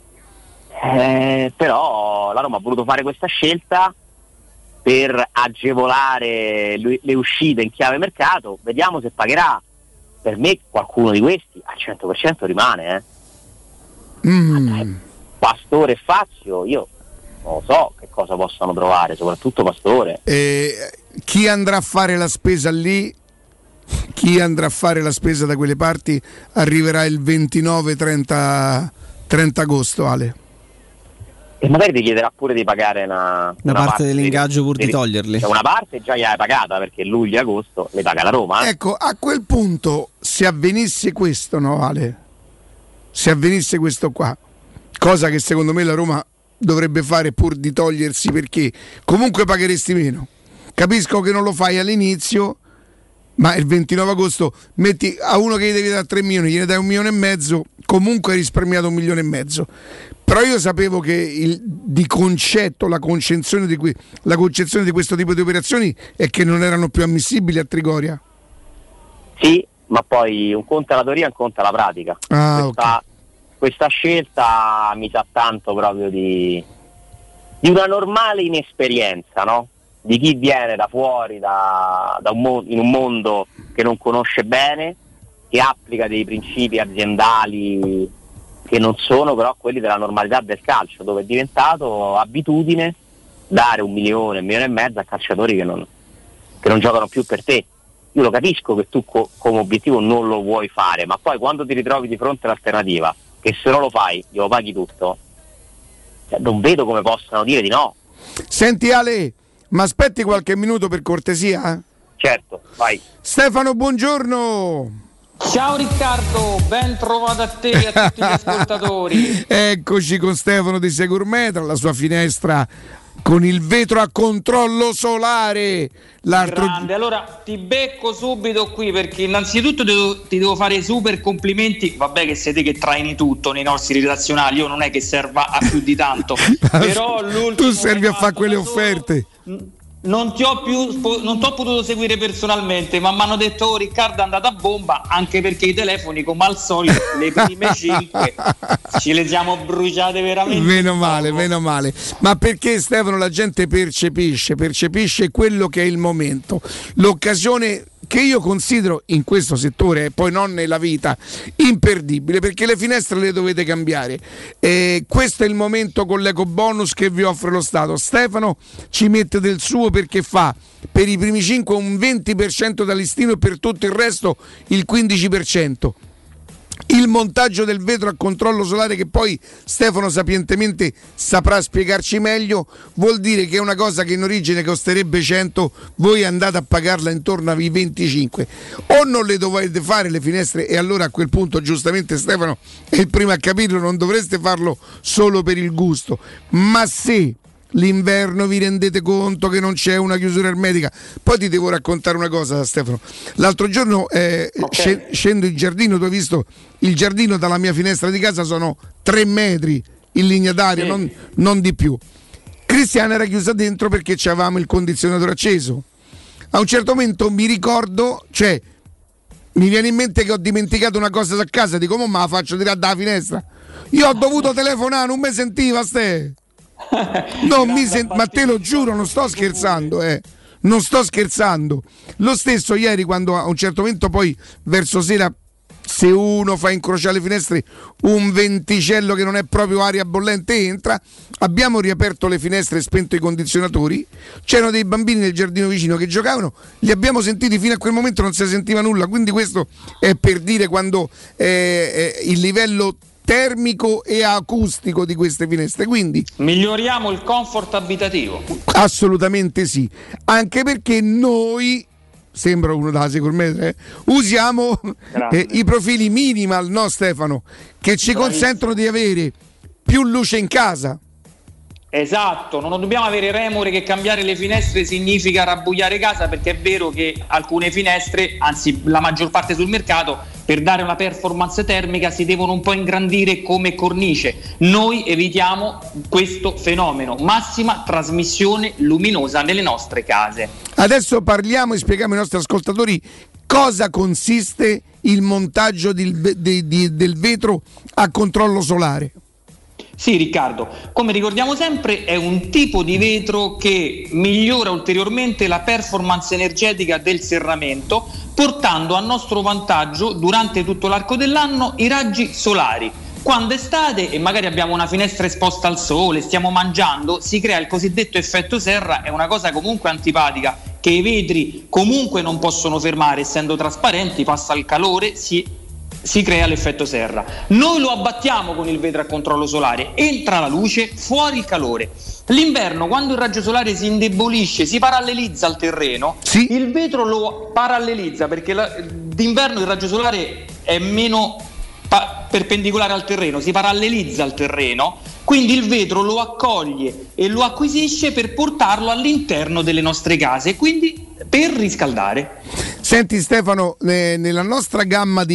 [SPEAKER 16] però la Roma ha voluto fare questa scelta per agevolare le uscite in chiave mercato. Vediamo se pagherà. Per me qualcuno di questi al 100% rimane. Pastore e Fazio, io non so che cosa possano trovare, soprattutto Pastore.
[SPEAKER 2] Chi andrà a fare la spesa lì? Chi andrà a fare la spesa da quelle parti arriverà il 29-30 agosto, Ale.
[SPEAKER 16] E magari ti chiederà pure di pagare una
[SPEAKER 3] parte dell'ingaggio pur di toglierli.
[SPEAKER 16] Cioè una parte già gliel'hai pagata, perché luglio e agosto le paga la Roma.
[SPEAKER 2] Ecco, a quel punto, se avvenisse questo, no Ale? Se avvenisse questo qua, cosa che secondo me la Roma dovrebbe fare pur di togliersi, perché comunque pagheresti meno. Capisco che non lo fai all'inizio, ma il 29 agosto metti a uno che gli devi dare 3 milioni, gliene dai 1,5 milioni, comunque hai risparmiato 1,5 milioni. Però io sapevo che di concetto la concezione di questo tipo di operazioni è che non erano più ammissibili a Trigoria.
[SPEAKER 16] Sì, ma poi un conto è la teoria, un conto è la pratica. Questa scelta mi sa tanto proprio di una normale inesperienza, no? Di chi viene da fuori, in un mondo che non conosce bene, che applica dei principi aziendali che non sono però quelli della normalità del calcio, dove è diventato abitudine dare 1 milione, 1,5 milioni a calciatori che non giocano più per te. Io lo capisco che tu come obiettivo non lo vuoi fare, ma poi quando ti ritrovi di fronte all'alternativa, che se non lo fai glielo paghi tutto, cioè, non vedo come possano dire di no.
[SPEAKER 2] Senti Ale, ma aspetti qualche minuto per cortesia?
[SPEAKER 16] Certo, vai.
[SPEAKER 2] Stefano, buongiorno.
[SPEAKER 21] Ciao Riccardo, ben trovato a te e a tutti gli ascoltatori.
[SPEAKER 2] Eccoci con Stefano di Segurmetra, la sua finestra con il vetro a controllo solare.
[SPEAKER 21] Grande, allora ti becco subito qui perché innanzitutto ti devo fare super complimenti. Vabbè che sei te che traini tutto nei nostri redazionali, io non è che serva a più di tanto. Però
[SPEAKER 2] tu servi a fare quelle offerte.
[SPEAKER 21] Non ti ho potuto seguire personalmente, ma mi hanno detto: oh, Riccardo è andato a bomba, anche perché i telefoni come al solito le prime 5 ce le siamo bruciate veramente.
[SPEAKER 2] Meno male. Ma perché Stefano la gente percepisce quello che è il momento, l'occasione che io considero in questo settore e poi non nella vita imperdibile, perché le finestre le dovete cambiare. Questo è il momento con l'eco bonus che vi offre lo Stato. Stefano ci mette del suo perché fa per i primi 5 un 20% da listino e per tutto il resto il 15%. Il montaggio del vetro a controllo solare, che poi Stefano sapientemente saprà spiegarci meglio, vuol dire che è una cosa che in origine costerebbe 100, voi andate a pagarla intorno ai 25. O non le dovete fare le finestre, e allora a quel punto giustamente Stefano è il primo a capirlo, non dovreste farlo solo per il gusto, ma se l'inverno vi rendete conto che non c'è una chiusura ermetica. Poi ti devo raccontare una cosa, Stefano. L'altro giorno scendo in giardino, tu hai visto il giardino dalla mia finestra di casa sono 3 metri in linea d'aria, non di più. Cristiana era chiusa dentro perché avevamo il condizionatore acceso. A un certo momento mi ricordo, mi viene in mente che ho dimenticato una cosa a casa, dico: ma la faccio tirare dalla finestra? Io ho dovuto telefonare, non mi sentiva ma te lo giuro, non sto scherzando, non sto scherzando. Lo stesso ieri, quando a un certo momento poi verso sera, se uno fa incrociare le finestre, un venticello che non è proprio aria bollente entra, abbiamo riaperto le finestre e spento i condizionatori, c'erano dei bambini nel giardino vicino che giocavano, li abbiamo sentiti, fino a quel momento non si sentiva nulla, quindi questo è per dire quando il livello termico e acustico di queste finestre, quindi
[SPEAKER 21] miglioriamo il comfort abitativo.
[SPEAKER 2] Assolutamente sì, anche perché noi, sembra uno dalla Segurmetra, usiamo i profili minimal, no Stefano, che ci consentono di avere più luce in casa.
[SPEAKER 21] Esatto, non dobbiamo avere remore che cambiare le finestre significa rabbuiare casa, perché è vero che alcune finestre, anzi la maggior parte sul mercato, per dare una performance termica si devono un po' ingrandire come cornice. Noi evitiamo questo fenomeno, massima trasmissione luminosa nelle nostre case. Adesso parliamo e spieghiamo ai nostri ascoltatori cosa consiste il montaggio del vetro a controllo solare. Sì Riccardo, come ricordiamo sempre è un tipo di vetro che migliora ulteriormente la performance energetica del serramento, portando a nostro vantaggio durante tutto l'arco dell'anno i raggi solari. Quando è estate e magari abbiamo una finestra esposta al sole, stiamo mangiando, si crea il cosiddetto effetto serra, è una cosa comunque antipatica che i vetri comunque non possono fermare, essendo trasparenti, passa il calore, si crea l'effetto serra. Noi lo abbattiamo con il vetro a controllo solare, entra la luce, fuori il calore. L'inverno, quando il raggio solare si indebolisce, si parallelizza al terreno, il vetro lo parallelizza, perché d'inverno il raggio solare è meno perpendicolare al terreno, si parallelizza al terreno, quindi il vetro lo accoglie e lo acquisisce per portarlo all'interno delle nostre case, quindi per riscaldare. Senti Stefano, nella nostra gamma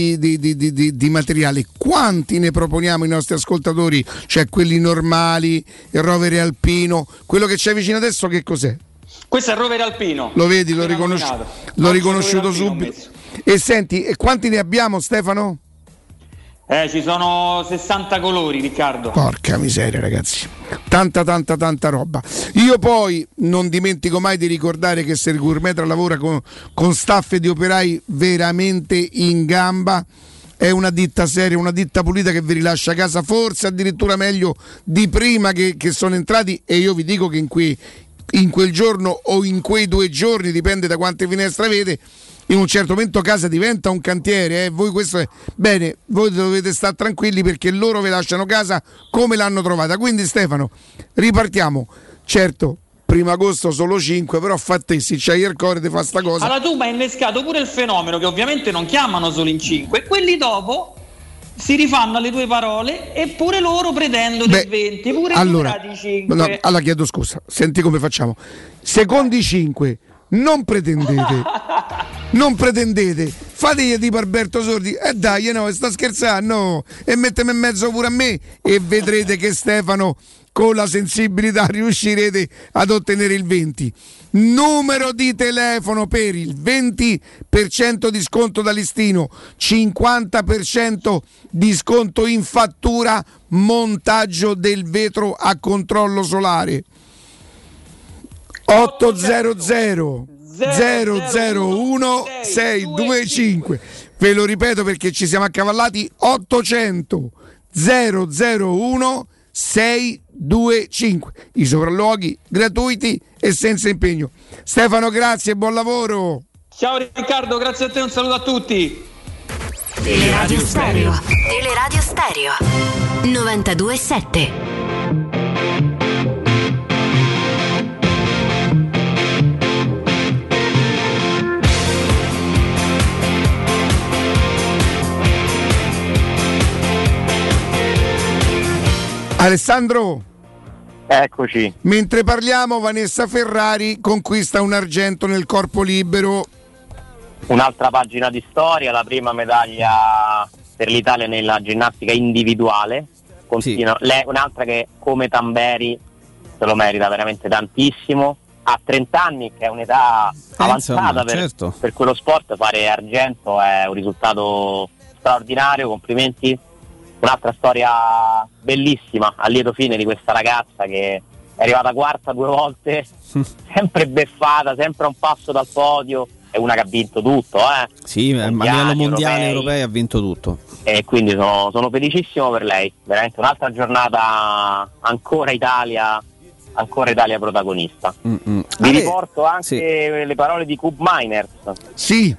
[SPEAKER 21] di materiali, quanti ne proponiamo ai nostri ascoltatori? Cioè quelli normali, il rovere alpino, quello che c'è vicino adesso che cos'è? Questo è il rovere alpino. Lo vedi, l'ho riconosciuto subito. E senti, e quanti ne abbiamo Stefano? Ci sono 60 colori, Riccardo. Porca miseria, ragazzi. Tanta roba. Io poi non dimentico mai di ricordare che Segurmetra lavora con staff di operai veramente in gamba. È una ditta seria, una ditta pulita che vi rilascia a casa, forse addirittura meglio di prima che sono entrati, e io vi dico che in quel giorno o in quei 2 giorni, dipende da quante finestre avete, in un certo momento casa diventa un cantiere, voi questo è bene, voi dovete stare tranquilli perché loro vi lasciano casa come l'hanno trovata. Quindi Stefano, ripartiamo.
[SPEAKER 2] certo 1 agosto solo 5, però fa te, se c'hai il cuore ti fa sta cosa.
[SPEAKER 21] Allora tu mi hai innescato pure il fenomeno che ovviamente non chiamano solo in 5, quelli dopo si rifanno alle tue parole e pure loro pretendono il 20, pure
[SPEAKER 2] allora,
[SPEAKER 21] di 5.
[SPEAKER 2] No, allora chiedo scusa, senti come facciamo. Secondi 5, non pretendete, fategli tipo Alberto Sordi, dai, no, sta scherzando, no, e mettemi in mezzo pure a me e vedrete che Stefano con la sensibilità riuscirete ad ottenere il 20. Numero di telefono per il 20% di sconto da listino, 50% di sconto in fattura, montaggio del vetro a controllo solare. 800 001 625. Ve lo ripeto perché ci siamo accavallati. 800 001 625. I sopralluoghi gratuiti e senza impegno. Stefano, grazie e buon lavoro.
[SPEAKER 21] Ciao Riccardo, grazie a te, un saluto a tutti.
[SPEAKER 17] Teleradio Stereo 92.7.
[SPEAKER 2] Alessandro,
[SPEAKER 16] eccoci.
[SPEAKER 2] Mentre parliamo, Vanessa Ferrari conquista un argento nel corpo libero.
[SPEAKER 16] Un'altra pagina di storia, la prima medaglia per l'Italia nella ginnastica individuale. Un'altra che come Tamberi se lo merita veramente tantissimo. A 30 anni, che è un'età avanzata per quello sport, fare argento è un risultato straordinario, complimenti. Un'altra storia bellissima, a lieto fine, di questa ragazza che è arrivata quarta 2 volte, sempre beffata, sempre a un passo dal podio, è una che ha vinto tutto,
[SPEAKER 3] Sì, a livello mondiale, europei ha vinto tutto.
[SPEAKER 16] E quindi sono felicissimo per lei, veramente un'altra giornata, ancora Italia protagonista. Vi riporto anche le parole di Cub Miners.
[SPEAKER 2] Sì.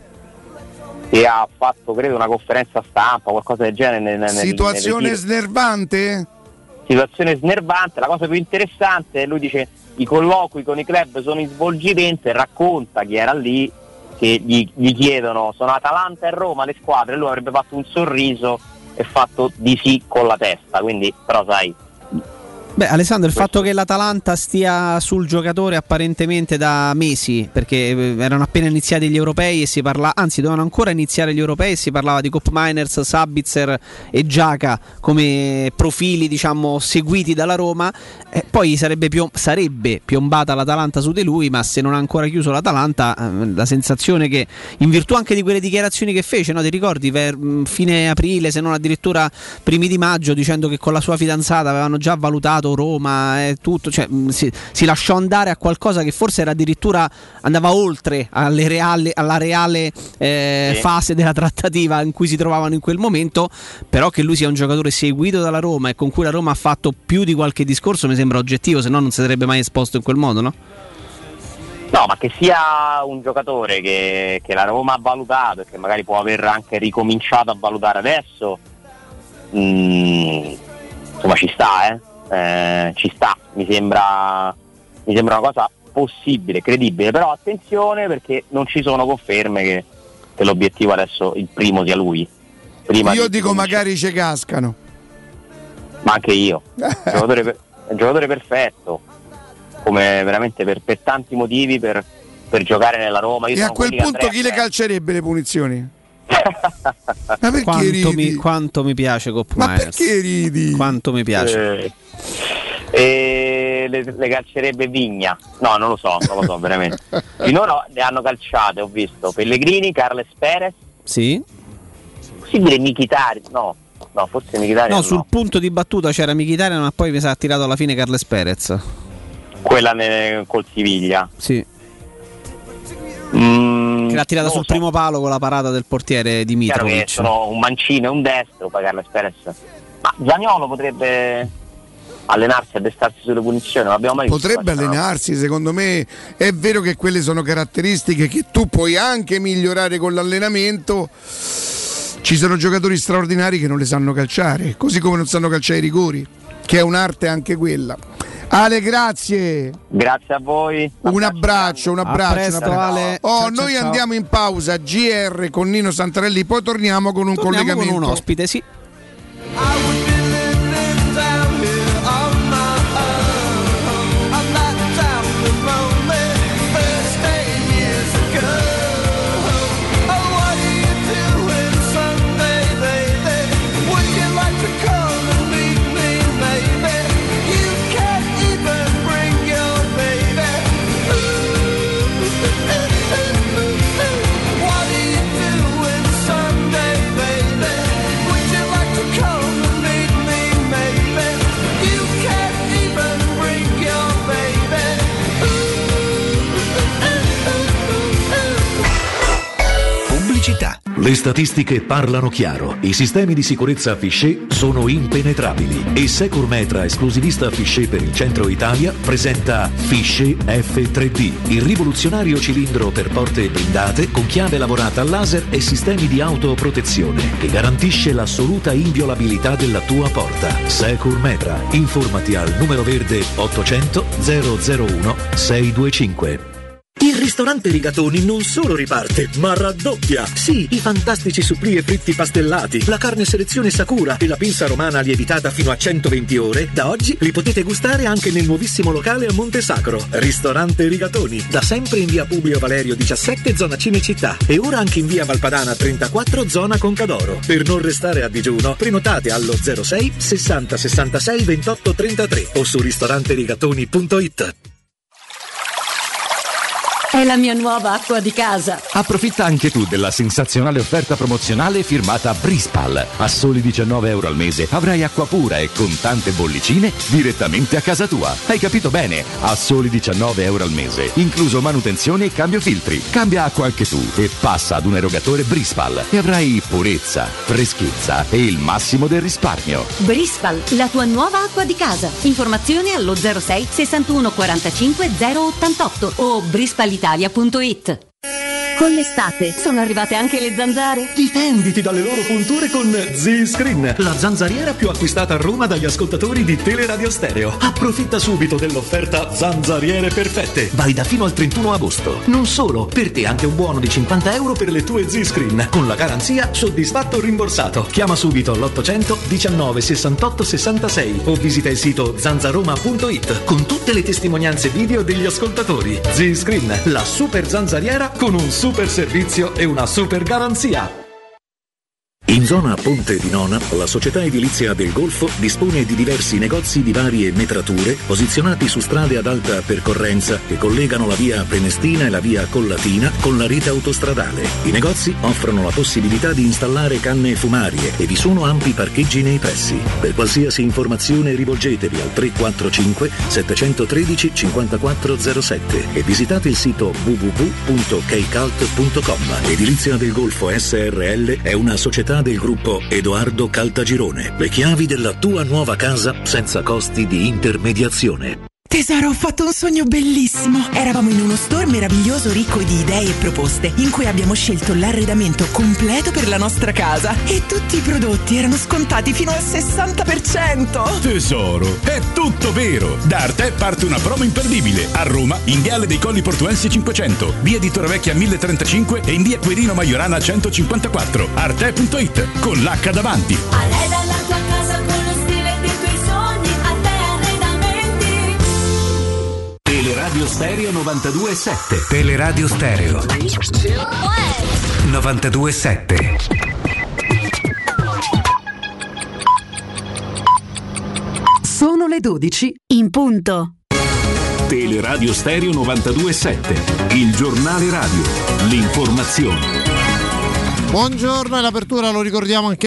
[SPEAKER 16] Che ha fatto, credo, una conferenza stampa, qualcosa del genere.
[SPEAKER 2] Situazione snervante?
[SPEAKER 16] Situazione snervante. La cosa più interessante, lui dice, i colloqui con i club sono in svolgimento e racconta chi era lì, che gli chiedono, sono Atalanta e Roma le squadre, e lui avrebbe fatto un sorriso e fatto di sì con la testa, quindi, però sai...
[SPEAKER 3] Beh, Alessandro, il fatto che l'Atalanta stia sul giocatore apparentemente da mesi, perché erano appena iniziati gli europei e si parlava, anzi dovevano ancora iniziare gli europei e si parlava di Cop Miners, Sabitzer e Giaca come profili, diciamo, seguiti dalla Roma, poi sarebbe piombata l'Atalanta su di lui, ma se non ha ancora chiuso l'Atalanta, la sensazione che, in virtù anche di quelle dichiarazioni che fece, no, ti ricordi, per fine aprile, se non addirittura primi di maggio, dicendo che con la sua fidanzata avevano già valutato Roma e tutto, cioè si lasciò andare a qualcosa che forse era addirittura, andava oltre alla reale fase della trattativa in cui si trovavano in quel momento. Però che lui sia un giocatore seguito dalla Roma e con cui la Roma ha fatto più di qualche discorso mi sembra oggettivo, se no non si sarebbe mai esposto in quel modo, no?
[SPEAKER 16] No, ma che sia un giocatore che la Roma ha valutato e che magari può aver anche ricominciato a valutare adesso, insomma ci sta, ci sta, mi sembra una cosa possibile, credibile, però attenzione perché non ci sono conferme che l'obiettivo adesso il primo sia lui.
[SPEAKER 2] Io dico magari ci cascano.
[SPEAKER 16] Ma anche io, un giocatore perfetto, come veramente per tanti motivi, per giocare nella Roma.
[SPEAKER 2] E a quel punto chi le calcerebbe le punizioni? Ma perché
[SPEAKER 3] quanto mi piace Cop
[SPEAKER 2] Ma
[SPEAKER 3] Miners.
[SPEAKER 2] Perché ridi?
[SPEAKER 3] Quanto mi piace.
[SPEAKER 16] Le calcerebbe Vigna? No, non lo so veramente. Finora ne hanno calciate, ho visto Pellegrini, Carles Perez.
[SPEAKER 3] Sì.
[SPEAKER 16] Possibile Mkhitaryan? No, forse Mkhitaryan no.
[SPEAKER 3] Sul punto di battuta c'era Mkhitaryan, ma poi mi sa tirato alla fine Carles Perez.
[SPEAKER 16] Quella col Siviglia.
[SPEAKER 3] Sì. Che l'ha tirata sul primo palo con la parata del portiere di Mitrovic.
[SPEAKER 16] Che sono un mancino e un destro, poi Carles Perez. Ma Zaniolo potrebbe allenarsi, addestarsi sulle punizioni, non abbiamo mai visto.
[SPEAKER 2] Potrebbe allenarsi, secondo me. È vero che quelle sono caratteristiche che tu puoi anche migliorare con l'allenamento. Ci sono giocatori straordinari che non le sanno calciare, così come non sanno calciare i rigori, che è un'arte anche quella. Ale, grazie.
[SPEAKER 16] Grazie a voi.
[SPEAKER 2] Un abbraccio.
[SPEAKER 3] A presto, Ale.
[SPEAKER 2] Noi
[SPEAKER 3] ciao.
[SPEAKER 2] andiamo in pausa GR con Nino Santarelli, poi torniamo con un collegamento.
[SPEAKER 3] Con un ospite, sì.
[SPEAKER 4] Le statistiche parlano chiaro. I sistemi di sicurezza Fichet sono impenetrabili e Securmetra, esclusivista Fichet per il centro Italia, presenta Fichet F3D, il rivoluzionario cilindro per porte blindate con chiave lavorata a laser e sistemi di autoprotezione che garantisce l'assoluta inviolabilità della tua porta. Securmetra. Informati al numero verde 800 001 625.
[SPEAKER 5] Il ristorante Rigatoni non solo riparte, ma raddoppia! Sì, i fantastici supplì e fritti pastellati, la carne selezione Sakura e la pinza romana lievitata fino a 120 ore, da oggi li potete gustare anche nel nuovissimo locale a Monte Sacro. Ristorante Rigatoni, da sempre in via Publio Valerio 17, zona Cinecittà, e ora anche in via Valpadana 34, zona Concadoro. Per non restare a digiuno, prenotate allo 06 60 66 28 33 o su ristoranterigatoni.it.
[SPEAKER 7] È la mia nuova acqua di casa.
[SPEAKER 8] Approfitta anche tu della sensazionale offerta promozionale firmata Brispal. A soli 19 euro al mese avrai acqua pura e con tante bollicine direttamente a casa tua. Hai capito bene? A soli 19 euro al mese, incluso manutenzione e cambio filtri. Cambia acqua anche tu e passa ad un erogatore Brispal e avrai purezza, freschezza e il massimo del risparmio.
[SPEAKER 7] Brispal, la tua nuova acqua di casa. Informazioni allo 06 61 45 088 o brispalitalia.it. Con l'estate sono arrivate anche le zanzare.
[SPEAKER 5] Difenditi dalle loro punture con Z-Screen, la zanzariera più acquistata a Roma dagli ascoltatori di Teleradio Stereo. Approfitta subito dell'offerta Zanzariere Perfette, valida fino al 31 agosto. Non solo, per te anche un buono di 50 euro per le tue Z-Screen, con la garanzia soddisfatto o rimborsato. Chiama subito l'800 19 68 66 o visita il sito zanzaroma.it con tutte le testimonianze video degli ascoltatori. Z-Screen, la super zanzariera con un super servizio e una super garanzia.
[SPEAKER 4] In zona Ponte di Nona, la società edilizia del Golfo dispone di diversi negozi di varie metrature posizionati su strade ad alta percorrenza che collegano la via Prenestina e la via Collatina con la rete autostradale. I negozi offrono la possibilità di installare canne fumarie e vi sono ampi parcheggi nei pressi. Per qualsiasi informazione rivolgetevi al 345 713 5407 e visitate il sito www.keicalt.com. Edilizia del Golfo SRL è una società del gruppo Edoardo Caltagirone. Le chiavi della tua nuova casa senza costi di intermediazione.
[SPEAKER 1] Tesoro, ho fatto un sogno bellissimo. Eravamo in uno store meraviglioso ricco di idee e proposte, in cui abbiamo scelto l'arredamento completo per la nostra casa e tutti i prodotti erano scontati fino al 60%.
[SPEAKER 22] Tesoro, è tutto vero. Da Arte parte una promo imperdibile. A Roma, in Viale dei Colli Portuensi 500, via di Torrevecchia 1035 e in via Quirino Maiorana 154. Arte.it, con l'H davanti.
[SPEAKER 23] Arreda la tua casa con lo stile dei tuoi sogni. Arte Arredamenti.
[SPEAKER 11] Teleradio Stereo 92.7. Teleradio Stereo 92.7.
[SPEAKER 12] Sono le 12
[SPEAKER 7] in punto.
[SPEAKER 15] Teleradio Stereo 92.7, il giornale radio, l'informazione.
[SPEAKER 13] Buongiorno, e l'apertura lo ricordiamo anche.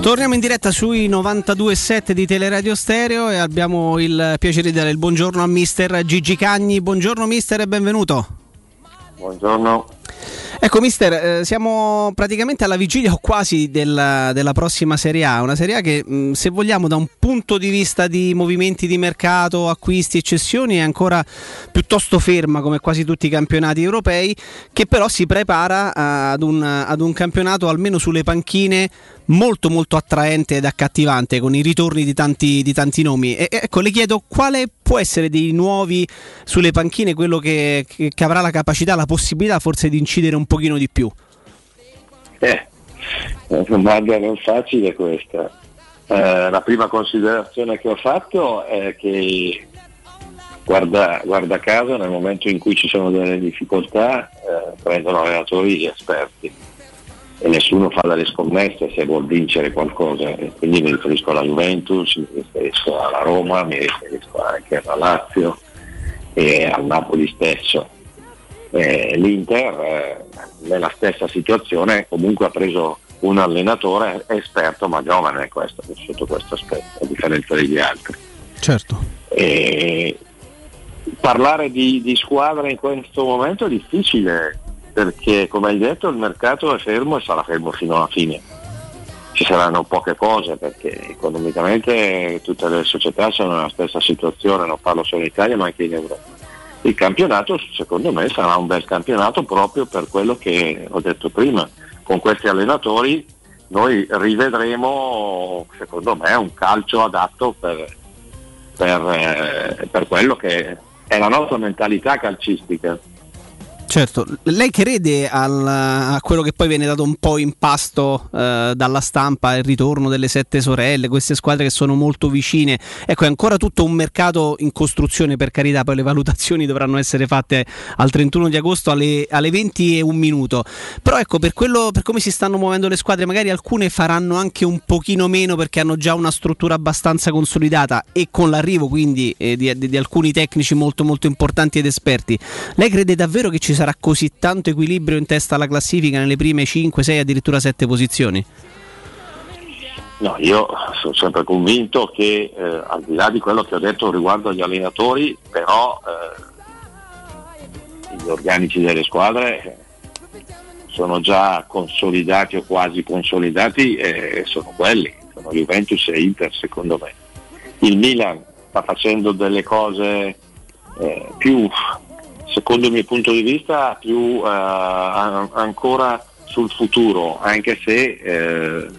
[SPEAKER 3] Torniamo in diretta sui 92.7 di Teleradio Stereo e abbiamo il piacere di dare il buongiorno a mister Gigi Cagni. Buongiorno mister e benvenuto.
[SPEAKER 6] Buongiorno.
[SPEAKER 3] Ecco mister, siamo praticamente alla vigilia o quasi della prossima Serie A, una Serie A che se vogliamo da un punto di vista di movimenti di mercato, acquisti e cessioni è ancora piuttosto ferma come quasi tutti i campionati europei, che però si prepara ad un campionato almeno sulle panchine molto molto attraente ed accattivante, con i ritorni di tanti nomi. E ecco, le chiedo quale può essere dei nuovi sulle panchine quello che avrà la capacità, la possibilità forse di incidere un pochino di più.
[SPEAKER 6] La domanda non facile questa. La prima considerazione che ho fatto è che guarda caso nel momento in cui ci sono delle difficoltà prendono allenatori esperti e nessuno fa delle scommesse se vuol vincere qualcosa, e quindi mi riferisco alla Juventus, mi riferisco alla Roma, mi riferisco anche alla Lazio e al Napoli stesso. L'Inter nella stessa situazione comunque ha preso un allenatore esperto ma giovane sotto questo aspetto, a differenza degli altri.
[SPEAKER 3] Certo.
[SPEAKER 6] Parlare di squadra in questo momento è difficile, perché come hai detto il mercato è fermo e sarà fermo fino alla fine. Ci saranno poche cose perché economicamente tutte le società sono nella stessa situazione, non parlo solo in Italia ma anche in Europa. Il campionato secondo me sarà un bel campionato proprio per quello che ho detto prima. Con questi allenatori noi rivedremo secondo me un calcio adatto per quello che è la nostra mentalità calcistica.
[SPEAKER 3] Certo, lei crede a quello che poi viene dato un po' in pasto dalla stampa, il ritorno delle 7 sorelle, queste squadre che sono molto vicine? Ecco, è ancora tutto un mercato in costruzione, per carità, poi le valutazioni dovranno essere fatte al 31 di agosto alle 20:01. Però ecco, per come si stanno muovendo le squadre, magari alcune faranno anche un pochino meno perché hanno già una struttura abbastanza consolidata e con l'arrivo quindi di alcuni tecnici molto molto importanti ed esperti. Lei crede davvero che ci sarà così tanto equilibrio in testa alla classifica nelle prime 5, 6, addirittura 7 posizioni?
[SPEAKER 6] No, io sono sempre convinto che al di là di quello che ho detto riguardo agli allenatori, però gli organici delle squadre sono già consolidati o quasi consolidati e sono quelli, sono Juventus e Inter secondo me. Il Milan sta facendo delle cose più, secondo il mio punto di vista, più ancora sul futuro, anche se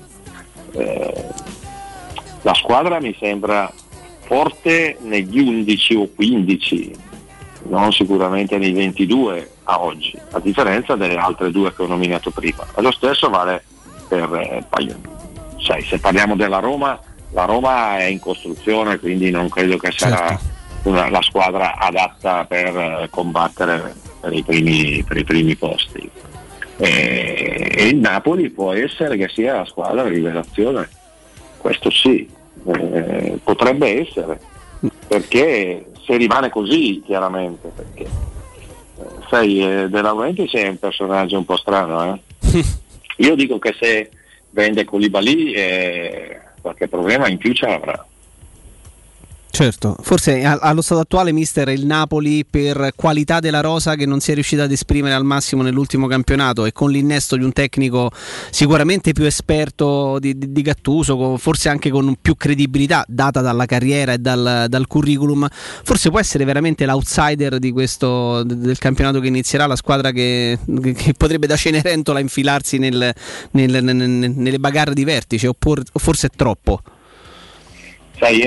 [SPEAKER 6] la squadra mi sembra forte negli 11 o 15, non sicuramente nei 22 a oggi, a differenza delle altre due che ho nominato prima. E lo stesso vale per se parliamo della Roma, la Roma è in costruzione, quindi non credo che sarà la squadra adatta per combattere per i primi posti. E il Napoli può essere che sia la squadra di rivelazione, questo sì, potrebbe essere, perché se rimane così chiaramente, perché della Juventus sei un personaggio un po' strano, Io dico che se vende Koulibaly qualche problema in più ce l'avrà.
[SPEAKER 3] Certo, forse allo stato attuale mister il Napoli, per qualità della rosa che non si è riuscita ad esprimere al massimo nell'ultimo campionato e con l'innesto di un tecnico sicuramente più esperto di Gattuso, forse anche con più credibilità data dalla carriera e dal curriculum, forse può essere veramente l'outsider del campionato che inizierà, la squadra che potrebbe da Cenerentola infilarsi nelle bagarre di vertice, o forse è troppo?
[SPEAKER 6] Sai,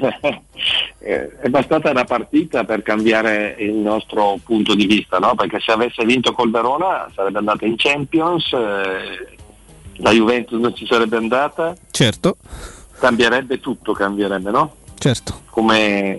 [SPEAKER 6] è bastata una partita per cambiare il nostro punto di vista, no? Perché se avesse vinto col Verona sarebbe andata in Champions, la Juventus non ci sarebbe andata.
[SPEAKER 3] Certo.
[SPEAKER 6] Cambierebbe, no?
[SPEAKER 3] Certo.
[SPEAKER 6] Come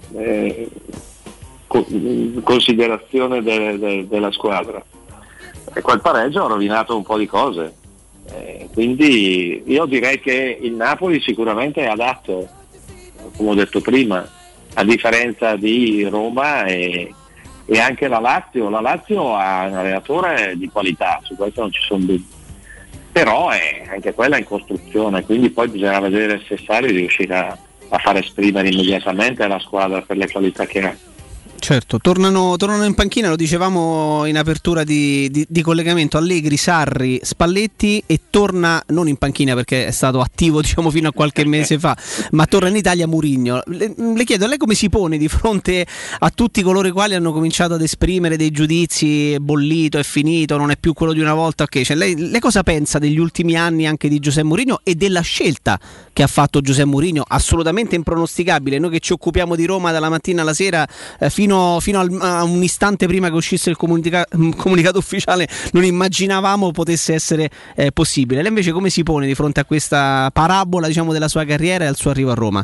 [SPEAKER 6] considerazione della squadra. E quel pareggio ha rovinato un po' di cose. Quindi io direi che il Napoli sicuramente è adatto, come ho detto prima, a differenza di Roma e anche la Lazio. La Lazio ha un allenatore di qualità, su questo non ci sono dubbi, però è anche quella in costruzione, quindi poi bisogna vedere se Sarri riuscirà a far esprimere immediatamente la squadra per le qualità che ha.
[SPEAKER 3] Certo, tornano in panchina, lo dicevamo in apertura di collegamento, Allegri, Sarri, Spalletti, e torna non in panchina perché è stato attivo diciamo fino a qualche mese fa, ma torna in Italia Mourinho. Le chiedo, lei come si pone di fronte a tutti coloro i quali hanno cominciato ad esprimere dei giudizi, bollito, è finito, non è più quello di una volta, ok? Cioè, lei cosa pensa degli ultimi anni anche di Giuseppe Mourinho e della scelta che ha fatto Giuseppe Mourinho, assolutamente impronosticabile? Noi che ci occupiamo di Roma dalla mattina alla sera fino a un istante prima che uscisse il comunicato ufficiale non immaginavamo potesse essere possibile. Lei invece come si pone di fronte a questa parabola diciamo della sua carriera e al suo arrivo a Roma?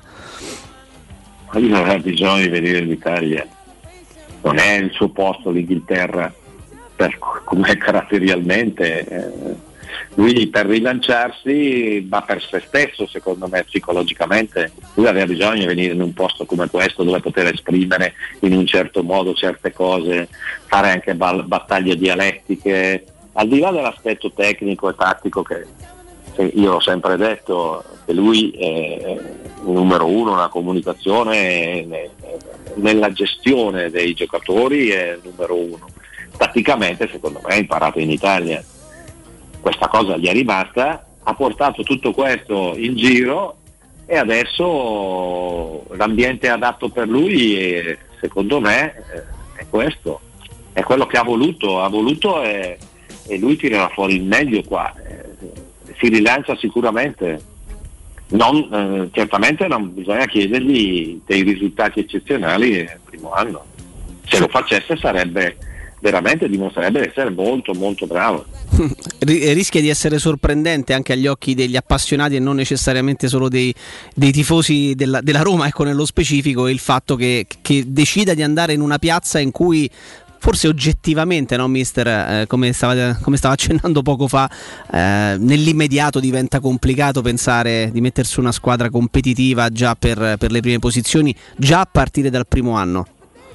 [SPEAKER 6] Lui non ha bisogno di venire in Italia, non è il suo posto l'Inghilterra come caratterialmente. Lui per rilanciarsi va per se stesso, secondo me, psicologicamente. Lui aveva bisogno di venire in un posto come questo dove poter esprimere in un certo modo certe cose, fare anche battaglie dialettiche, al di là dell'aspetto tecnico e tattico che io ho sempre detto che lui è il numero uno nella comunicazione, nella gestione dei giocatori è il numero uno. Tatticamente secondo me ha imparato in Italia. Questa cosa gli è rimasta, ha portato tutto questo in giro e adesso l'ambiente adatto per lui secondo me è questo, è quello che ha voluto e lui tirerà fuori il meglio qua, si rilancia sicuramente, certamente non bisogna chiedergli dei risultati eccezionali nel primo anno, se lo facesse dimostrerebbe di essere molto molto bravo.
[SPEAKER 3] Rischia di essere sorprendente anche agli occhi degli appassionati e non necessariamente solo dei tifosi della Roma, ecco, nello specifico, il fatto che decida di andare in una piazza in cui forse oggettivamente, no, mister, come stava accennando poco fa, nell'immediato diventa complicato pensare di mettersi una squadra competitiva già per le prime posizioni, già a partire dal primo anno.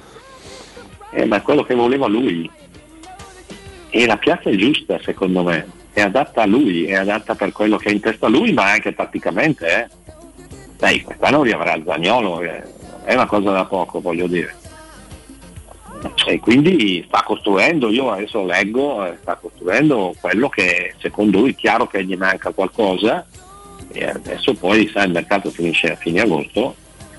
[SPEAKER 6] Ma è quello che voleva lui, e la piazza è giusta secondo me, è adatta a lui, è adatta per quello che è in testa lui, ma anche tatticamente. Dai, quest'anno riavrà il Zaniolo, è una cosa da poco, voglio dire, e quindi sta costruendo, io adesso leggo, sta costruendo quello che secondo lui, chiaro che gli manca qualcosa, e adesso poi il mercato finisce a fine agosto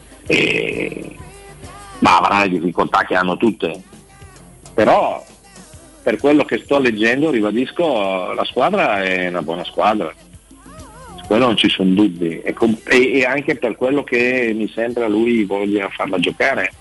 [SPEAKER 6] ma avrà le difficoltà che hanno tutte, però per quello che sto leggendo, ribadisco, la squadra è una buona squadra, su quello non ci sono dubbi, e anche per quello che mi sembra lui voglia farla giocare,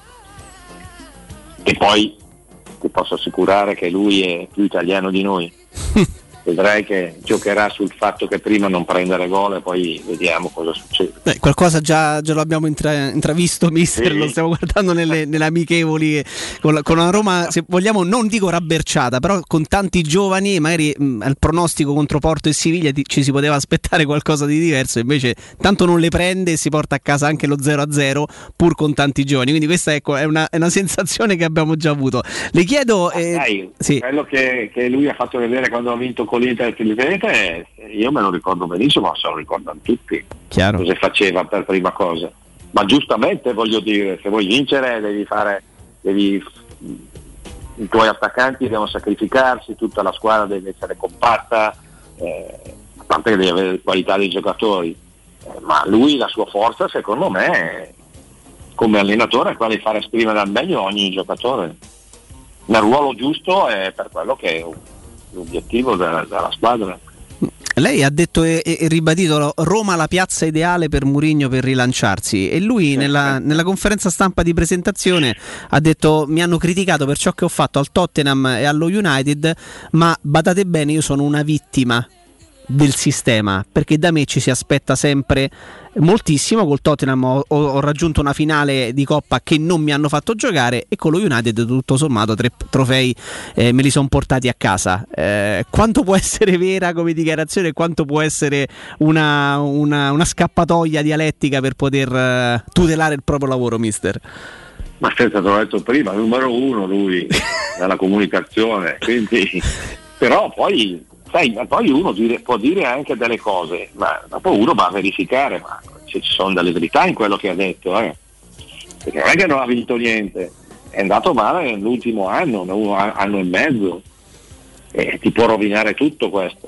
[SPEAKER 6] e poi ti posso assicurare che lui è più italiano di noi. Vedrai che giocherà sul fatto che prima non prendere gol e poi vediamo cosa succede.
[SPEAKER 3] Qualcosa già lo abbiamo intravisto, mister, sì. Lo stiamo guardando nelle amichevoli con la Roma, se vogliamo, non dico rabberciata, però con tanti giovani, magari al pronostico contro Porto e Siviglia ci si poteva aspettare qualcosa di diverso, invece tanto non le prende e si porta a casa anche lo 0-0 pur con tanti giovani, quindi questa ecco, è una sensazione che abbiamo già avuto. Le chiedo sì.
[SPEAKER 6] Quello che lui ha fatto vedere quando ha vinto con l'Inter il Venete, io me lo ricordo benissimo, ma se lo ricordano tutti.
[SPEAKER 3] Chiaro.
[SPEAKER 6] Cosa faceva per prima cosa, ma giustamente, voglio dire, se vuoi vincere i tuoi attaccanti devono sacrificarsi, tutta la squadra deve essere compatta, a parte che devi avere qualità dei giocatori, ma lui, la sua forza secondo me come allenatore è quella di far esprimere al meglio ogni giocatore nel ruolo giusto e per quello che è l'obiettivo della squadra.
[SPEAKER 3] Lei ha detto e ribadito Roma la piazza ideale per Mourinho per rilanciarsi, e lui nella conferenza stampa di presentazione ha detto: mi hanno criticato per ciò che ho fatto al Tottenham e allo United, ma badate bene, io sono una vittima del sistema, perché da me ci si aspetta sempre moltissimo. Col Tottenham ho raggiunto una finale di Coppa che non mi hanno fatto giocare, e con lo United tutto sommato 3 trofei me li sono portati a casa. Quanto può essere vera come dichiarazione e quanto può essere una scappatoia dialettica per poter tutelare il proprio lavoro, mister?
[SPEAKER 6] Ma senza, te l'ho detto prima, numero uno lui nella comunicazione, quindi però poi sai, ma poi uno può dire anche delle cose, ma dopo uno va a verificare, ma se ci sono delle verità in quello che ha detto, perché non è che non ha vinto niente, è andato male nell'ultimo anno e mezzo, e ti può rovinare tutto questo.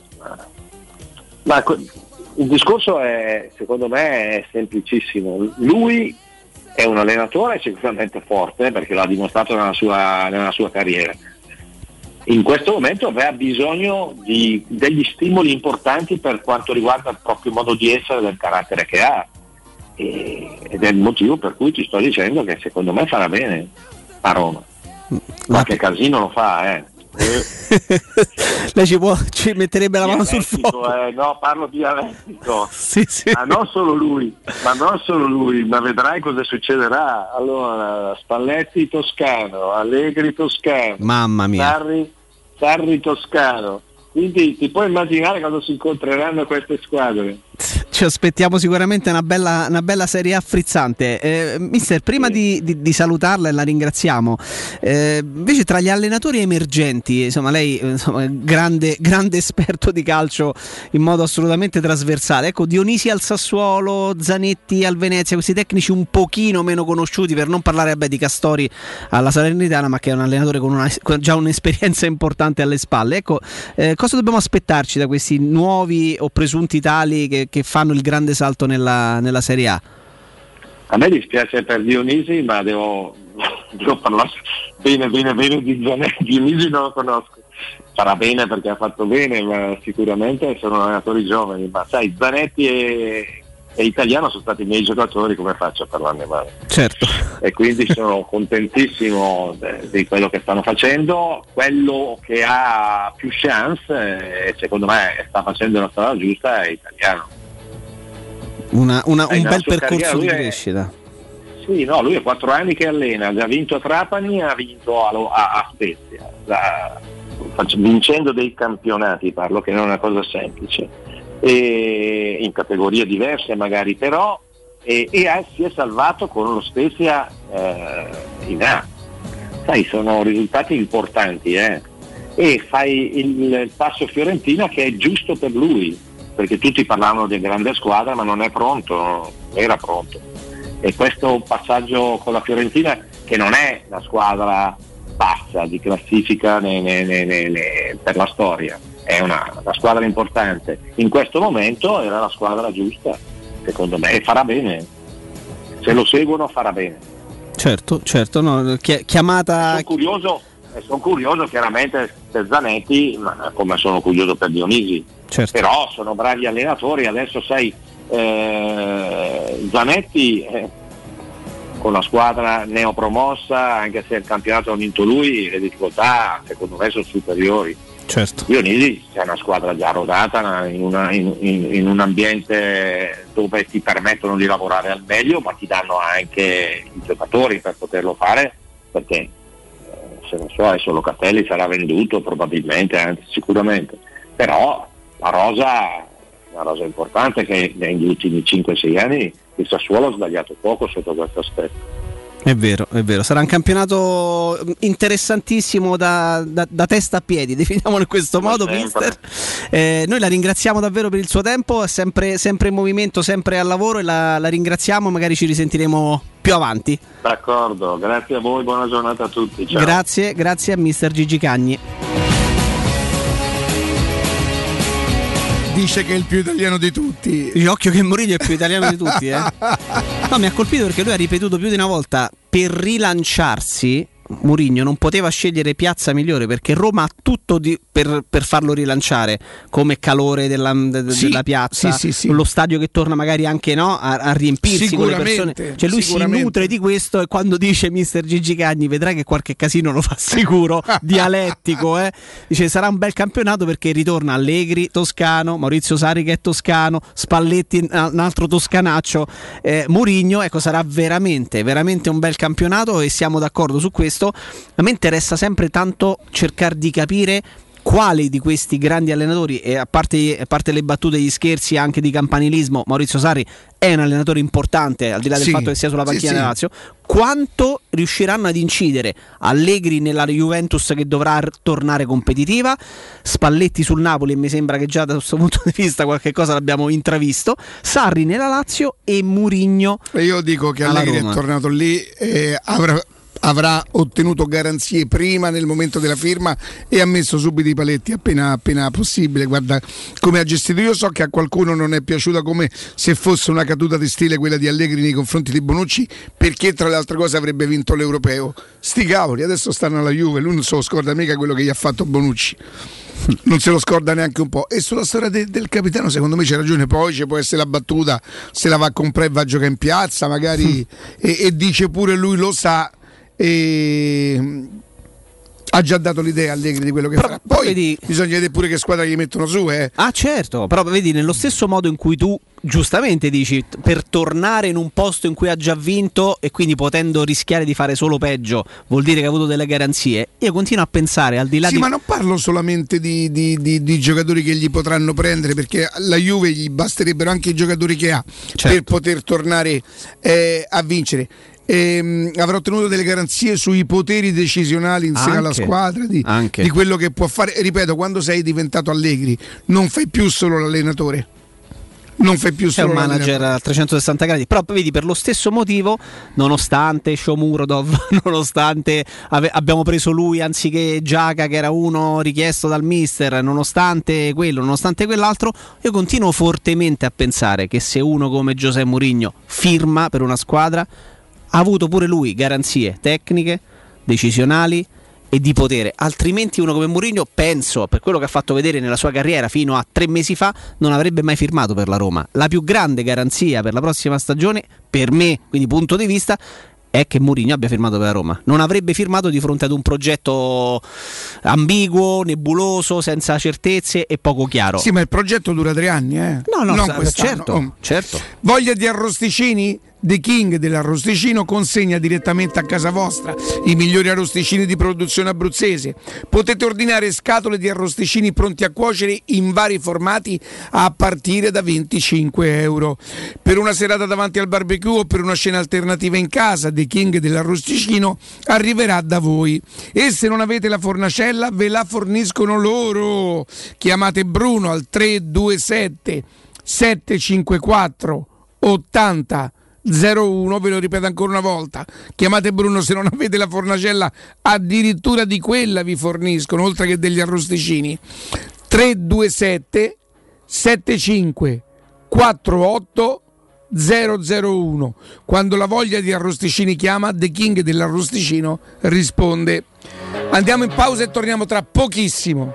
[SPEAKER 6] Ma il discorso è, secondo me, è semplicissimo. Lui è un allenatore sicuramente forte, perché l'ha dimostrato nella sua carriera. In questo momento aveva bisogno degli stimoli importanti per quanto riguarda il proprio modo di essere, del carattere che ha, ed è il motivo per cui ti sto dicendo che secondo me farà bene a Roma. Qualche casino lo fa,
[SPEAKER 3] Lei ci metterebbe la mano sul fuoco.
[SPEAKER 6] No, parlo dialettico.
[SPEAKER 3] Sì.
[SPEAKER 6] Ma non solo lui, ma vedrai cosa succederà. Allora, Spalletti toscano, Allegri toscano,
[SPEAKER 3] mamma mia,
[SPEAKER 6] Sarri toscano. Quindi ti puoi immaginare quando si incontreranno queste squadre.
[SPEAKER 3] Ci aspettiamo sicuramente una bella Serie A frizzante. Mister, prima di salutarla, e la ringraziamo, invece tra gli allenatori emergenti, insomma lei grande esperto di calcio in modo assolutamente trasversale, ecco, Dionisi al Sassuolo, Zanetti al Venezia, questi tecnici un pochino meno conosciuti, per non parlare di Castori alla Salernitana, ma che è un allenatore con già un'esperienza importante alle spalle, ecco, cosa dobbiamo aspettarci da questi nuovi o presunti tali che fanno il grande salto nella Serie A?
[SPEAKER 6] A me dispiace per Dionisi, ma devo parlare bene di Zanetti. Dionisi non lo conosco, farà bene perché ha fatto bene, ma sicuramente sono allenatori giovani, ma sai, Zanetti e Italiano sono stati i miei giocatori, come faccio a parlarne male?
[SPEAKER 3] Certo.
[SPEAKER 6] E quindi sono contentissimo di quello che stanno facendo. Quello che ha più chance, secondo me sta facendo la strada giusta, è Italiano.
[SPEAKER 3] Un bel percorso di crescita.
[SPEAKER 6] Sì, no, lui ha 4 anni che allena, ha vinto a Trapani, ha vinto a Spezia, vincendo dei campionati, parlo, che non è una cosa semplice, e in categorie diverse magari, però si è salvato con lo Spezia in A. Sai, sono risultati importanti, e fai il passo Fiorentina che è giusto per lui, perché tutti parlavano di grande squadra, ma non era pronto. E questo passaggio con la Fiorentina, che non è la squadra bassa di classifica per la storia, è una squadra importante, in questo momento era la squadra giusta, secondo me, e farà bene. Se lo seguono farà bene.
[SPEAKER 3] Certo, no, chiamata.
[SPEAKER 6] Sono curioso chiaramente per Zanetti, ma come sono curioso per Dionisi.
[SPEAKER 3] Certo.
[SPEAKER 6] Però sono bravi allenatori. Adesso sai, Zanetti con la squadra neopromossa, anche se il campionato ha vinto lui, le difficoltà secondo me sono superiori.
[SPEAKER 3] Certo.
[SPEAKER 6] Dionisi è una squadra già rodata in un ambiente dove ti permettono di lavorare al meglio, ma ti danno anche i giocatori per poterlo fare, perché se non so, adesso Locatelli sarà venduto probabilmente, anzi sicuramente, però la rosa è una rosa importante che negli ultimi 5-6 anni il Sassuolo ha sbagliato poco sotto questo aspetto.
[SPEAKER 3] È vero, sarà un campionato interessantissimo da testa a piedi, definiamolo in questo modo, mister. Noi la ringraziamo davvero per il suo tempo, è sempre in movimento, sempre al lavoro, e la ringraziamo, magari ci risentiremo più avanti.
[SPEAKER 6] D'accordo, grazie a voi, buona giornata a tutti. Ciao.
[SPEAKER 3] Grazie a mister Gigi Cagni.
[SPEAKER 2] Dice che è il più italiano di tutti.
[SPEAKER 3] Occhio che Mourinho è il più italiano di tutti, No, mi ha colpito perché lui ha ripetuto più di una volta: per rilanciarsi Mourinho non poteva scegliere piazza migliore, perché Roma ha tutto per farlo rilanciare, come calore della piazza, sì. Lo stadio che torna magari anche a riempirsi con le persone, cioè lui si nutre di questo, e quando dice mister Gigi Cagni vedrai che qualche casino lo fa sicuro, dialettico, dice sarà un bel campionato perché ritorna Allegri toscano, Maurizio Sarri che è toscano, Spalletti un altro toscanaccio, Mourinho, ecco, sarà veramente un bel campionato, e siamo d'accordo su questo. A me interessa sempre tanto cercare di capire quali di questi grandi allenatori, e a parte le battute e gli scherzi anche di campanilismo, Maurizio Sarri è un allenatore importante, al di là del fatto che sia sulla panchina della Lazio, quanto riusciranno ad incidere Allegri nella Juventus che dovrà tornare competitiva, Spalletti sul Napoli, e mi sembra che già da questo punto di vista qualche cosa l'abbiamo intravisto, Sarri nella Lazio e Mourinho.
[SPEAKER 2] E io dico che Allegri è tornato lì e avrà ottenuto garanzie prima nel momento della firma e ha messo subito i paletti appena possibile. Guarda come ha gestito. Io so che a qualcuno non è piaciuta, come se fosse una caduta di stile quella di Allegri nei confronti di Bonucci, perché tra le altre cose avrebbe vinto l'Europeo. Sti cavoli, adesso stanno alla Juve, lui non se lo scorda mica quello che gli ha fatto Bonucci, non se lo scorda neanche un po'. E sulla storia del capitano secondo me c'è ragione. Poi ci può essere la battuta, se la va a comprare e va a giocare in piazza magari e dice pure lui lo sa, e ha già dato l'idea Allegri di quello che farà. Poi bisogna vedere pure che squadra gli mettono su.
[SPEAKER 3] Ah certo, però vedi, nello stesso modo in cui tu giustamente dici, per tornare in un posto in cui ha già vinto e quindi potendo rischiare di fare solo peggio, vuol dire che ha avuto delle garanzie. Io continuo a pensare, al di là
[SPEAKER 2] ma non parlo solamente di giocatori che gli potranno prendere, perché alla Juve gli basterebbero anche i giocatori che ha per poter tornare a vincere. Avrà ottenuto delle garanzie sui poteri decisionali insieme alla squadra di quello che può fare. Ripeto, quando sei diventato Allegri non fai più solo l'allenatore, non fai più solo
[SPEAKER 3] un manager a 360 gradi. Però vedi, per lo stesso motivo, nonostante Shomurodov, nonostante abbiamo preso lui anziché Giaca che era uno richiesto dal mister, nonostante quello, nonostante quell'altro, io continuo fortemente a pensare che se uno come José Mourinho firma per una squadra, ha avuto pure lui garanzie tecniche, decisionali e di potere. Altrimenti uno come Mourinho, penso, per quello che ha fatto vedere nella sua carriera fino a 3 mesi fa, non avrebbe mai firmato per la Roma. La più grande garanzia per la prossima stagione, per me, quindi punto di vista, è che Mourinho abbia firmato per la Roma. Non avrebbe firmato di fronte ad un progetto ambiguo, nebuloso, senza certezze e poco chiaro.
[SPEAKER 2] Sì, ma il progetto dura 3 anni, non
[SPEAKER 3] certo.
[SPEAKER 2] Voglia di arrosticini? The King dell'arrosticino consegna direttamente a casa vostra i migliori arrosticini di produzione abruzzese. Potete ordinare scatole di arrosticini pronti a cuocere in vari formati a partire da 25 euro. Per una serata davanti al barbecue o per una cena alternativa in casa, The King dell'arrosticino arriverà da voi. E se non avete la fornacella, ve la forniscono loro. Chiamate Bruno al 327 754 80 01, ve lo ripeto ancora una volta, chiamate Bruno. Se non avete la fornacella, addirittura di quella vi forniscono, oltre che degli arrosticini. 327 75 48 001. Quando la voglia di arrosticini chiama, The King dell'arrosticino risponde. Andiamo in pausa e torniamo tra pochissimo.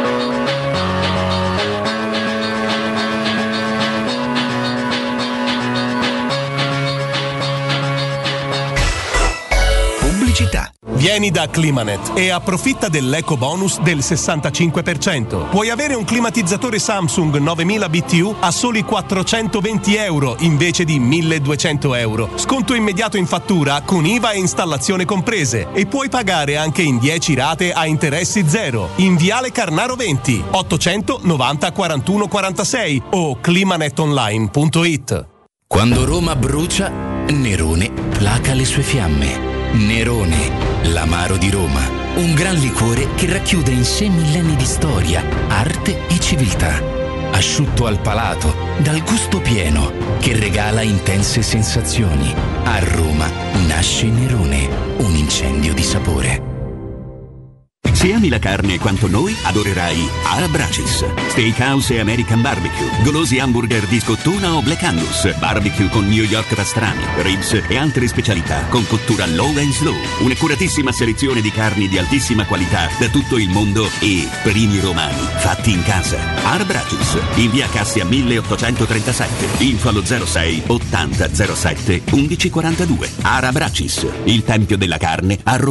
[SPEAKER 9] Vieni da Climanet e approfitta dell'eco bonus del 65%. Puoi avere un climatizzatore Samsung 9000 BTU a soli 420 euro invece di 1200 euro. Sconto immediato in fattura con IVA e installazione comprese, e puoi pagare anche in 10 rate a interessi zero. In Viale Carnaro 20 890 41 46 o climanetonline.it.
[SPEAKER 18] Quando Roma brucia, Nerone placa le sue fiamme. Nerone, l'amaro di Roma, un gran liquore che racchiude in sé millenni di storia, arte e civiltà. Asciutto al palato, dal gusto pieno, che regala intense sensazioni. A Roma nasce Nerone, un incendio di sapore.
[SPEAKER 10] Se ami la carne quanto noi, adorerai Arabracis. Steakhouse e American Barbecue, golosi hamburger di scottuna o Black Angus, barbecue con New York pastrami, ribs e altre specialità con cottura low and slow. Un'accuratissima selezione di carni di altissima qualità da tutto il mondo e primi romani fatti in casa. Arabracis, in via Cassia 1837, info allo 06 80 07 1142. Arabracis, il tempio della carne a Roma.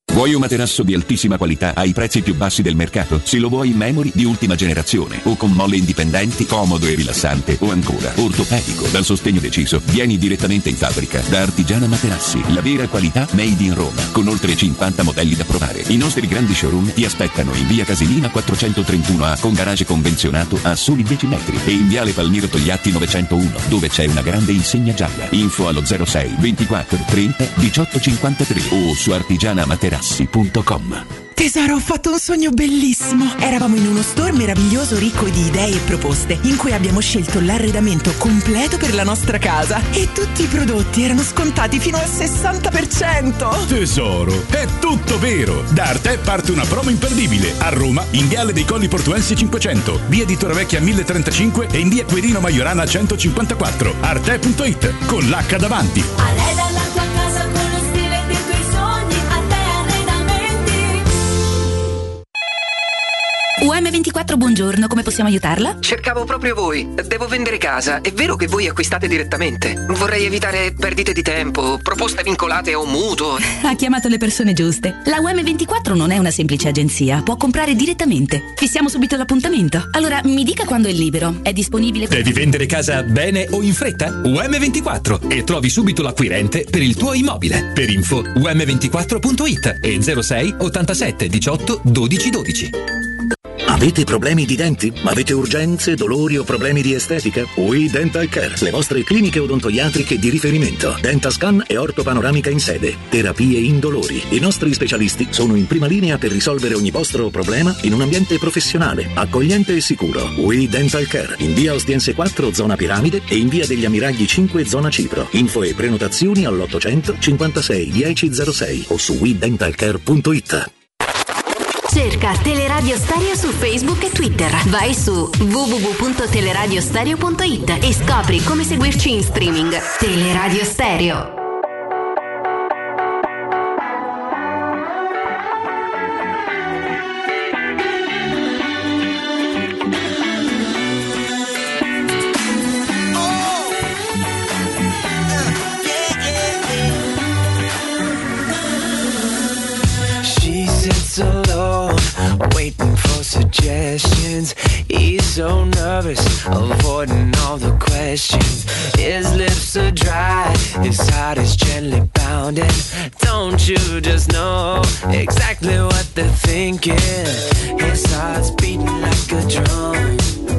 [SPEAKER 10] Vuoi un materasso di altissima qualità ai prezzi più bassi del mercato? Se lo vuoi in memory di ultima generazione o con molle indipendenti, comodo e rilassante o ancora ortopedico dal sostegno deciso, vieni direttamente in fabbrica da Artigiana Materassi, la vera qualità made in Roma, con oltre 50 modelli da provare. I nostri grandi showroom ti aspettano in via Casilina 431A con garage convenzionato a soli 10 metri e in viale Palmiro Togliatti 901 dove c'è una grande insegna gialla. Info allo 06 24 30 18 53 o su artigianamaterassi.com.
[SPEAKER 1] Tesoro, ho fatto un sogno bellissimo. Eravamo in uno store meraviglioso ricco di idee e proposte, in cui abbiamo scelto l'arredamento completo per la nostra casa e tutti i prodotti erano scontati fino al 60%.
[SPEAKER 22] Tesoro, è tutto vero! Da Arte parte una promo imperdibile. A Roma, in Viale dei Colli Portuensi 500, via di Torrevecchia 1035 e in via Quirino Maiorana 154. Arte.it, con l'H davanti.
[SPEAKER 23] Arreda la tua casa con lo stile dei tuoi sogni, a te Arredamenti.
[SPEAKER 14] UM24, buongiorno, come possiamo aiutarla?
[SPEAKER 19] Cercavo proprio voi. Devo vendere casa. È vero che voi acquistate direttamente? Vorrei evitare perdite di tempo, proposte vincolate o mutuo.
[SPEAKER 14] Ha chiamato le persone giuste. La UM24 non è una semplice agenzia, può comprare direttamente. Fissiamo subito l'appuntamento. Allora, mi dica quando è libero. È disponibile?
[SPEAKER 20] Devi vendere casa bene o in fretta? UM24 e trovi subito l'acquirente per il tuo immobile. Per info um24.it e 06 87 18 12 12.
[SPEAKER 4] Avete problemi di denti? Avete urgenze, dolori o problemi di estetica? We Dental Care, le vostre cliniche odontoiatriche di riferimento. Dentascan e ortopanoramica in sede. Terapie indolori. I nostri specialisti sono in prima linea per risolvere ogni vostro problema in un ambiente professionale, accogliente e sicuro. We Dental Care, in via Ostiense 4, zona Piramide e in via degli Ammiragli 5, zona Cipro. Info e prenotazioni all'800 56 1006 o su wedentalcare.it.
[SPEAKER 7] Cerca Teleradio Stereo su Facebook e Twitter. Vai su www.teleradiostereo.it e scopri come seguirci in streaming. Teleradio Stereo.
[SPEAKER 24] She sits alone, waiting for suggestions. He's so nervous, avoiding all the questions. His lips are dry, his heart is gently pounding. Don't you just know exactly what they're thinking? His heart's beating like a drum.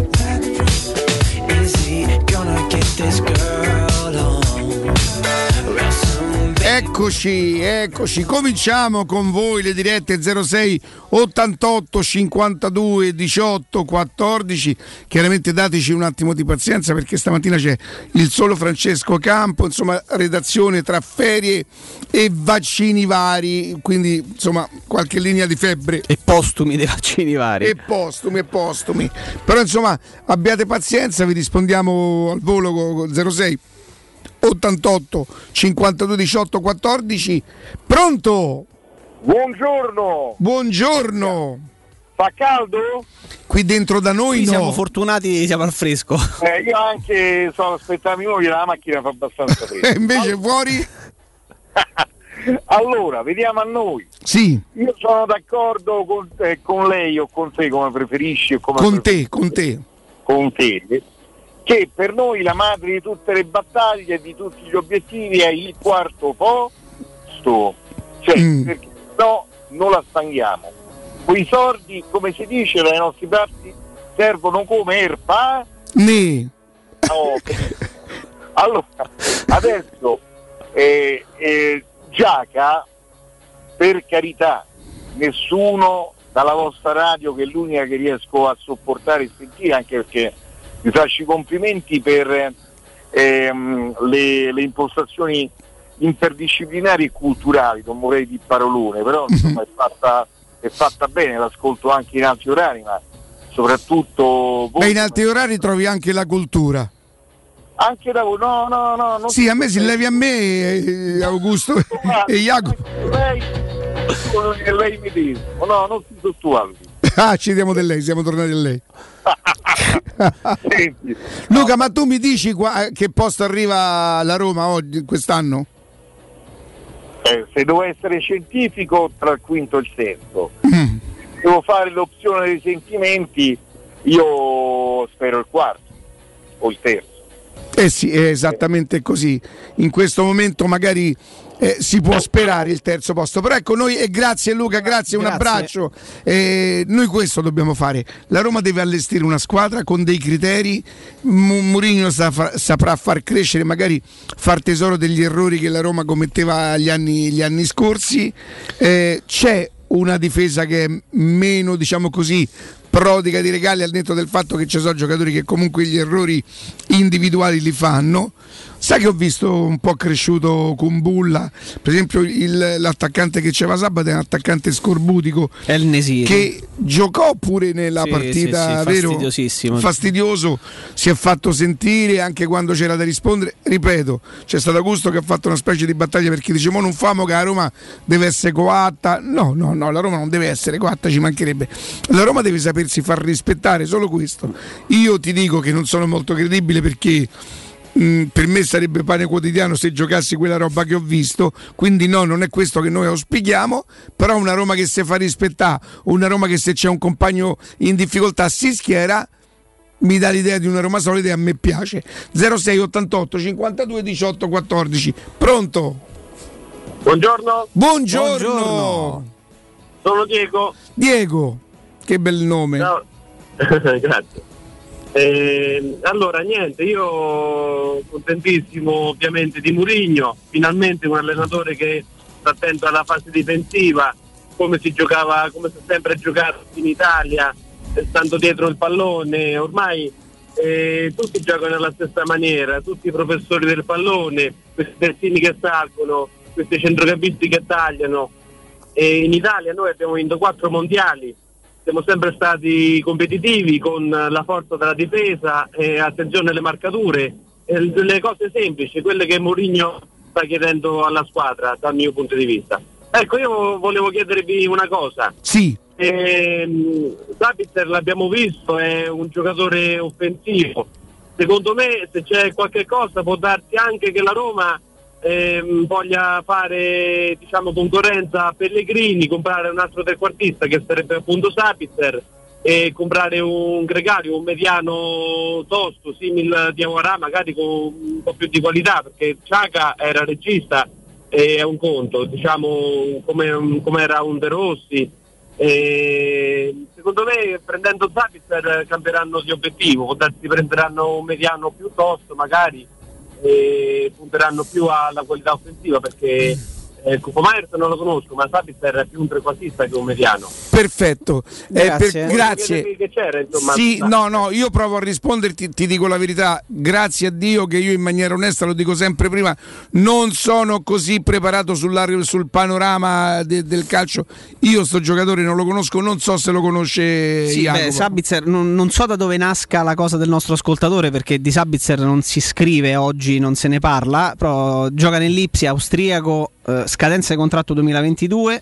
[SPEAKER 24] Is he gonna get this girl on? Real soon,
[SPEAKER 2] Eccoci, cominciamo con voi le dirette 06 88 52 18 14. Chiaramente dateci un attimo di pazienza perché stamattina c'è il solo Francesco Campo, insomma redazione tra ferie e vaccini vari, quindi insomma qualche linea di febbre.
[SPEAKER 3] E postumi dei vaccini vari.
[SPEAKER 2] E postumi. Però insomma abbiate pazienza, vi rispondiamo al volo con 06 88 52 18 14. Pronto? Buongiorno.
[SPEAKER 25] Fa caldo?
[SPEAKER 2] Qui dentro da noi
[SPEAKER 3] Qui
[SPEAKER 2] no.
[SPEAKER 3] Siamo fortunati, siamo al fresco.
[SPEAKER 25] Io anche sono aspettato mi moglie, la macchina fa abbastanza freddo.
[SPEAKER 2] E invece fuori?
[SPEAKER 25] Allora, vediamo a noi.
[SPEAKER 2] Sì.
[SPEAKER 25] Io sono d'accordo con lei o con te, come preferisci. O come
[SPEAKER 2] Con te.
[SPEAKER 25] Che per noi la madre di tutte le battaglie, di tutti gli obiettivi è il quarto posto. Cioè, perché no, non la stanghiamo. Quei soldi, come si dice dai nostri parti, servono come erba.
[SPEAKER 2] Né.
[SPEAKER 25] No. Allora, adesso Giaca, per carità, nessuno dalla vostra radio, che è l'unica che riesco a sopportare e sentire, anche perché vi faccio i complimenti per le impostazioni interdisciplinari e culturali, non vorrei di parolone, però insomma è fatta bene, l'ascolto anche in altri orari, ma soprattutto voi.
[SPEAKER 2] Beh, in altri orari trovi anche la cultura.
[SPEAKER 25] Anche da voi, no. Non
[SPEAKER 2] sì, a me si levi a me, Augusto e Jacopo.
[SPEAKER 25] Lei medesimo, no, non si sottovaluti.
[SPEAKER 2] Ci diamo di lei, siamo tornati a lei. Luca, ma tu mi dici che posto arriva la Roma oggi, quest'anno?
[SPEAKER 25] Se devo essere scientifico, tra il quinto e il sesto. Devo fare l'opzione dei sentimenti, io spero il quarto o il terzo.
[SPEAKER 2] Sì, è esattamente così. In questo momento magari si può sperare il terzo posto, però ecco noi, e grazie Luca, grazie. Un abbraccio. Noi questo dobbiamo fare. La Roma deve allestire una squadra con dei criteri. Mourinho saprà far crescere, magari far tesoro degli errori che la Roma commetteva gli anni scorsi. C'è una difesa che è meno, diciamo così, prodiga di regali, al netto del fatto che ci sono giocatori che comunque gli errori individuali li fanno. Sai che ho visto un po' cresciuto con Bulla, per esempio l'attaccante che c'era sabato è un attaccante scorbutico,
[SPEAKER 3] El Nesiri,
[SPEAKER 2] che giocò pure nella partita, vero?
[SPEAKER 3] Fastidiosissimo.
[SPEAKER 2] Fastidioso, si è fatto sentire anche quando c'era da rispondere. Ripeto, c'è stato Augusto che ha fatto una specie di battaglia perché dice: mo non famo che la Roma deve essere coatta. No, la Roma non deve essere coatta, ci mancherebbe. La Roma deve sapersi far rispettare, solo questo. Io ti dico che non sono molto credibile, perché per me sarebbe pane quotidiano se giocassi quella roba che ho visto, quindi no, non è questo che noi auspichiamo, però una Roma che si fa rispettare, una Roma che se c'è un compagno in difficoltà si schiera, mi dà l'idea di una Roma solida e a me piace. 06 88 52 18 14. Pronto? Buongiorno.
[SPEAKER 25] Sono Diego,
[SPEAKER 2] che bel nome.
[SPEAKER 25] Ciao. Grazie. Allora niente, io contentissimo ovviamente di Mourinho, finalmente un allenatore che sta attento alla fase difensiva, come si è sempre giocato in Italia, stando dietro il pallone. Ormai tutti giocano nella stessa maniera, tutti i professori del pallone, questi terzini che salgono, questi centrocampisti che tagliano. E in Italia noi abbiamo vinto 4 mondiali, siamo sempre stati competitivi con la forza della difesa e attenzione alle marcature, le cose semplici, quelle che Mourinho sta chiedendo alla squadra dal mio punto di vista. Ecco, io volevo chiedervi una cosa.
[SPEAKER 2] Sì.
[SPEAKER 25] Sabitzer l'abbiamo visto, è un giocatore offensivo. Secondo me, se c'è qualche cosa, può darsi anche che la Roma voglia fare, diciamo, concorrenza a Pellegrini, comprare un altro trequartista che sarebbe appunto Sabitzer, e comprare un gregario, un mediano tosto, simile di Aguarà, magari con un po' più di qualità, perché Xhaka era regista e è un conto, diciamo, come era un De Rossi. Secondo me, prendendo Sabitzer cambieranno di obiettivo, può darsi prenderanno un mediano più tosto magari, e punteranno più alla qualità offensiva, perché Myers non lo conosco, ma Sabitzer è più un trequartista che un mediano.
[SPEAKER 2] Perfetto, grazie.
[SPEAKER 25] Che c'era, insomma,
[SPEAKER 2] sì, no, io provo a risponderti, ti dico la verità, grazie a Dio che io in maniera onesta, lo dico sempre prima, non sono così preparato sul panorama del calcio. Io sto giocatore non lo conosco, non so se lo conosce Jacopo.
[SPEAKER 3] Sabitzer, non so da dove nasca la cosa del nostro ascoltatore, perché di Sabitzer non si scrive oggi, non se ne parla, però gioca nell'Ipsia austriaco, scadenza di contratto 2022,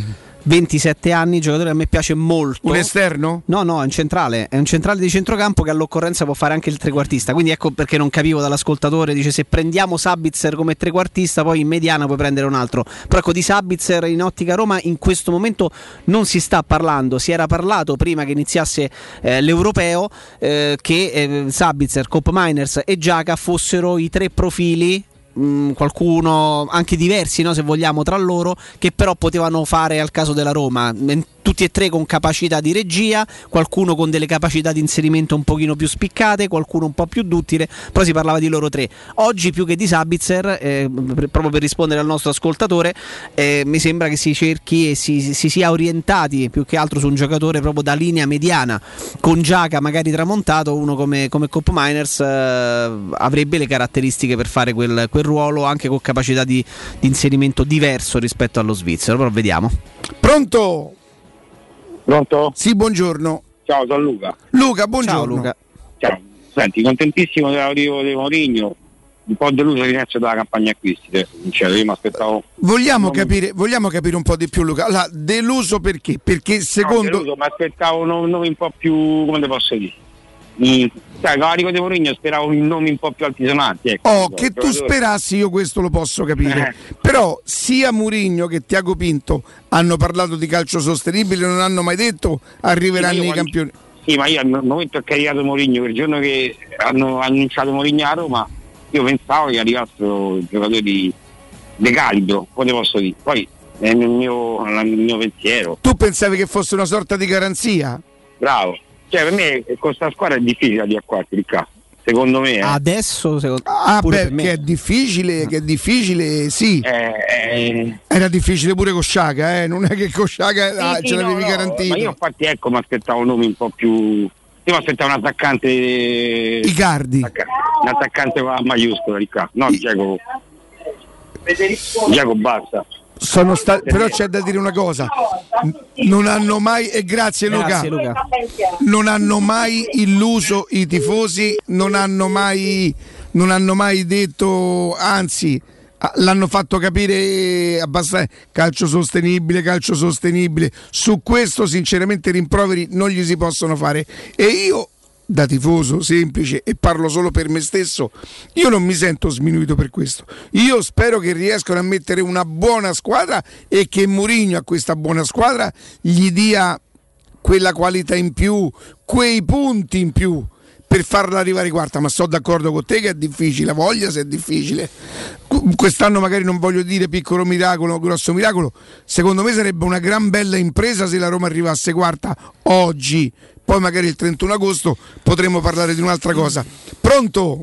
[SPEAKER 3] 27 anni, giocatore che a me piace molto.
[SPEAKER 2] Un esterno?
[SPEAKER 3] No, è un centrale di centrocampo che all'occorrenza può fare anche il trequartista, quindi ecco perché non capivo dall'ascoltatore, dice se prendiamo Sabitzer come trequartista poi in mediana puoi prendere un altro, però ecco di Sabitzer in ottica Roma in questo momento non si sta parlando, si era parlato prima che iniziasse l'Europeo che Sabitzer, Koopmeiners e Xhaka fossero i 3 profili, qualcuno anche diversi, no, se vogliamo, tra loro, che però potevano fare al caso della Roma, tutti e 3 con capacità di regia, qualcuno con delle capacità di inserimento un pochino più spiccate, qualcuno un po' più duttile, però si parlava di loro 3. Oggi più che di Sabitzer, proprio per rispondere al nostro ascoltatore, mi sembra che si cerchi e si sia orientati più che altro su un giocatore proprio da linea mediana, con Xhaka magari tramontato, uno come Koopmeiners avrebbe le caratteristiche per fare quel ruolo, anche con capacità di inserimento diverso rispetto allo svizzero, però vediamo.
[SPEAKER 2] Pronto? Sì, buongiorno.
[SPEAKER 5] Ciao, sono Luca.
[SPEAKER 2] Luca, buongiorno.
[SPEAKER 3] Ciao Luca.
[SPEAKER 5] Ciao. Senti, contentissimo dell'arrivo di Mourinho, un po' deluso all'inizio della campagna acquisti, io mi aspettavo.
[SPEAKER 2] Vogliamo capire un po' di più, Luca. Allora, deluso perché? Perché secondo.
[SPEAKER 5] Deluso, mi aspettavo nomi un po' più, come te posso dire? Cavalico De Mourinho speravo in nomi un po' più altisonanti, ecco.
[SPEAKER 2] Che tu sperassi, io questo lo posso capire. Però sia Mourinho che Tiago Pinto hanno parlato di calcio sostenibile, non hanno mai detto arriveranno i campioni.
[SPEAKER 5] Sì, ma io al momento che è arrivato Mourinho, quel giorno che hanno annunciato Mourinho a Roma, io pensavo che arrivassero i giocatori de calibro, come posso dire. Poi è il mio pensiero.
[SPEAKER 2] Tu pensavi che fosse una sorta di garanzia?
[SPEAKER 5] Bravo. Cioè, per me con questa squadra è difficile arrivare a quarti, Riccardo. Secondo me.
[SPEAKER 3] Adesso che
[SPEAKER 2] è difficile, sì. Era difficile pure con Sciaga, non è che con Sciaga ce l'avevi garantito.
[SPEAKER 5] Ma io infatti mi aspettavo nomi un po' più. Io mi aspettavo un attaccante.
[SPEAKER 2] Icardi.
[SPEAKER 5] Un attaccante a maiuscola, Riccardo. No, Diago basta.
[SPEAKER 2] Però c'è da dire una cosa, non hanno mai, e grazie Luca, non hanno mai illuso i tifosi, non hanno mai detto, anzi l'hanno fatto capire abbastanza, calcio sostenibile, su questo sinceramente rimproveri non gli si possono fare, e io da tifoso semplice, e parlo solo per me stesso, io non mi sento sminuito per questo. Io spero che riescano a mettere una buona squadra e che Mourinho a questa buona squadra gli dia quella qualità in più, quei punti in più per farla arrivare quarta. Ma sto d'accordo con te che è difficile, la voglia se è difficile. Quest'anno magari non voglio dire piccolo miracolo, grosso miracolo, secondo me sarebbe una gran bella impresa se la Roma arrivasse quarta oggi. Poi magari il 31 agosto potremo parlare di un'altra cosa. Pronto?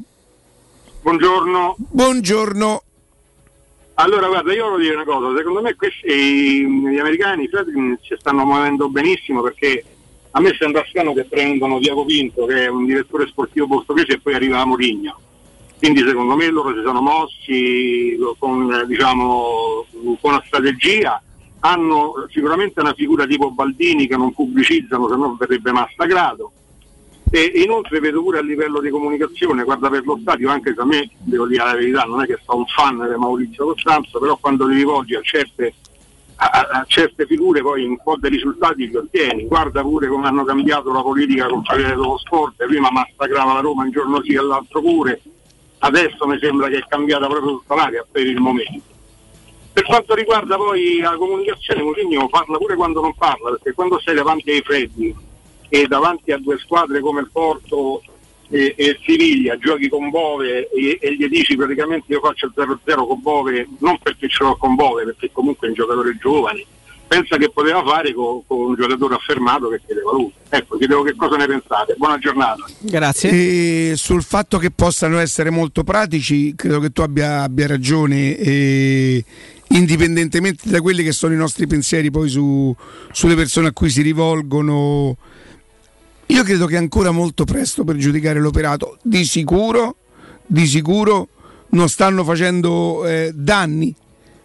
[SPEAKER 2] Buongiorno.
[SPEAKER 8] Allora guarda, io voglio dire una cosa, secondo me gli americani si stanno muovendo benissimo, perché a me sembra strano che prendono Tiago Pinto, che è un direttore sportivo portoghese, e poi arriva Mourinho. Quindi secondo me loro si sono mossi con una strategia. Hanno sicuramente una figura tipo Baldini che non pubblicizzano, se no verrebbe massacrato, e inoltre vedo pure a livello di comunicazione, guarda, per lo stadio, anche se a me, devo dire la verità, non è che sono un fan di Maurizio Costanzo, però quando li rivolgi a certe figure poi un po' dei risultati li ottieni. Guarda pure come hanno cambiato la politica con il dello sport, prima massacrava la Roma un giorno sì e l'altro pure, adesso mi sembra che è cambiata proprio tutta l'aria per il momento. Per quanto riguarda poi la comunicazione, Mourinho parla pure quando non parla, perché quando sei davanti ai freddi e davanti a due squadre come il Porto e il Siviglia, giochi con Bove e gli dici praticamente io faccio il 0-0 con Bove, non perché ce l'ho con Bove, perché comunque è un giocatore giovane, pensa che poteva fare con un giocatore affermato che chiedeva lui. Ecco, chiedevo che cosa ne pensate. Buona giornata.
[SPEAKER 3] Grazie.
[SPEAKER 2] E sul fatto che possano essere molto pratici, credo che tu abbia ragione, indipendentemente da quelli che sono i nostri pensieri poi sulle persone a cui si rivolgono. Io credo che è ancora molto presto per giudicare l'operato. Di sicuro non stanno facendo danni,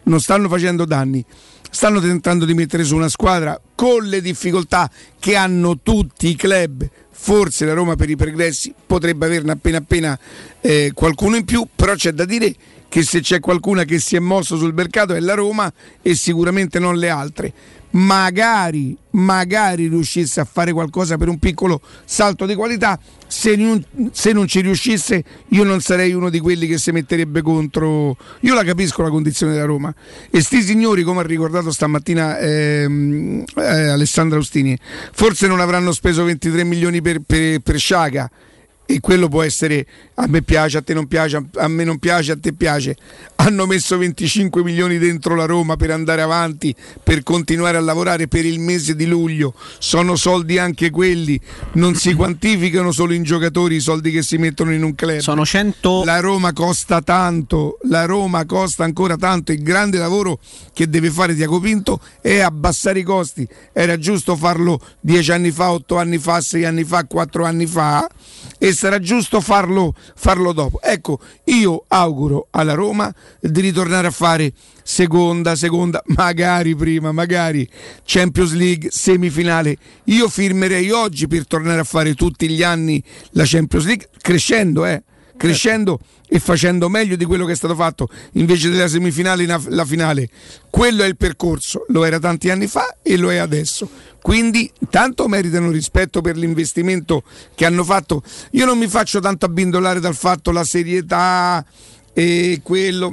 [SPEAKER 2] stanno tentando di mettere su una squadra con le difficoltà che hanno tutti i club. Forse la Roma per i pregressi potrebbe averne appena qualcuno in più, però c'è da dire che se c'è qualcuna che si è mosso sul mercato è la Roma, e sicuramente non le altre. Magari riuscisse a fare qualcosa per un piccolo salto di qualità. Se non ci riuscisse, io non sarei uno di quelli che si metterebbe contro. Io la capisco la condizione della Roma, e sti signori, come ha ricordato stamattina Alessandra Austini, forse non avranno speso 23 milioni per Sciaga, e quello può essere a me piace, a te non piace, a me non piace, a te piace. Hanno messo 25 milioni dentro la Roma per andare avanti, per continuare a lavorare per il mese di luglio. Sono soldi anche quelli, non si quantificano solo in giocatori i soldi che si mettono in un club.
[SPEAKER 3] Sono 100.
[SPEAKER 2] La Roma costa tanto, la Roma costa ancora tanto. Il grande lavoro che deve fare Tiago Pinto è abbassare i costi. Era giusto farlo 10 anni fa, 8 anni fa, 6 anni fa, 4 anni fa, e sarà giusto farlo dopo. Ecco, io auguro alla Roma di ritornare a fare seconda, magari prima, magari Champions League, semifinale. Io firmerei oggi per tornare a fare tutti gli anni la Champions League, crescendo e facendo meglio di quello che è stato fatto, invece della semifinale la finale. Quello è il percorso, lo era tanti anni fa e lo è adesso. quindi tanto meritano rispetto per l'investimento che hanno fatto. Io non mi faccio tanto abbindolare dal fatto la serietà e quello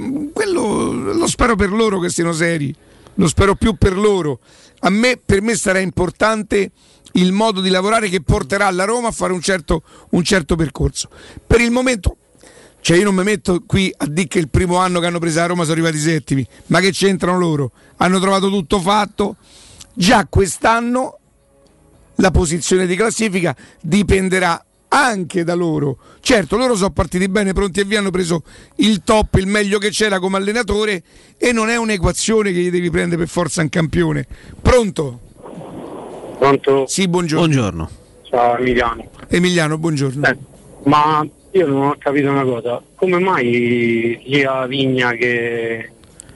[SPEAKER 2] lo spero per loro che siano seri, lo spero più per loro. Per me sarà importante il modo di lavorare che porterà la Roma a fare un certo percorso. Per il momento, cioè io non mi metto qui a dire che il primo anno che hanno preso la Roma sono arrivati settimi, ma che c'entrano loro? Hanno trovato tutto fatto. Già quest'anno la posizione di classifica dipenderà anche da loro. Certo, loro sono partiti bene, pronti e via, hanno preso il top, il meglio che c'era come allenatore, e non è un'equazione che gli devi prendere per forza un campione. Pronto?
[SPEAKER 11] Pronto?
[SPEAKER 2] Sì, buongiorno.
[SPEAKER 11] Buongiorno. Ciao Emiliano.
[SPEAKER 2] Emiliano, buongiorno.
[SPEAKER 11] Ma io non ho capito una cosa, come mai sia Vigna che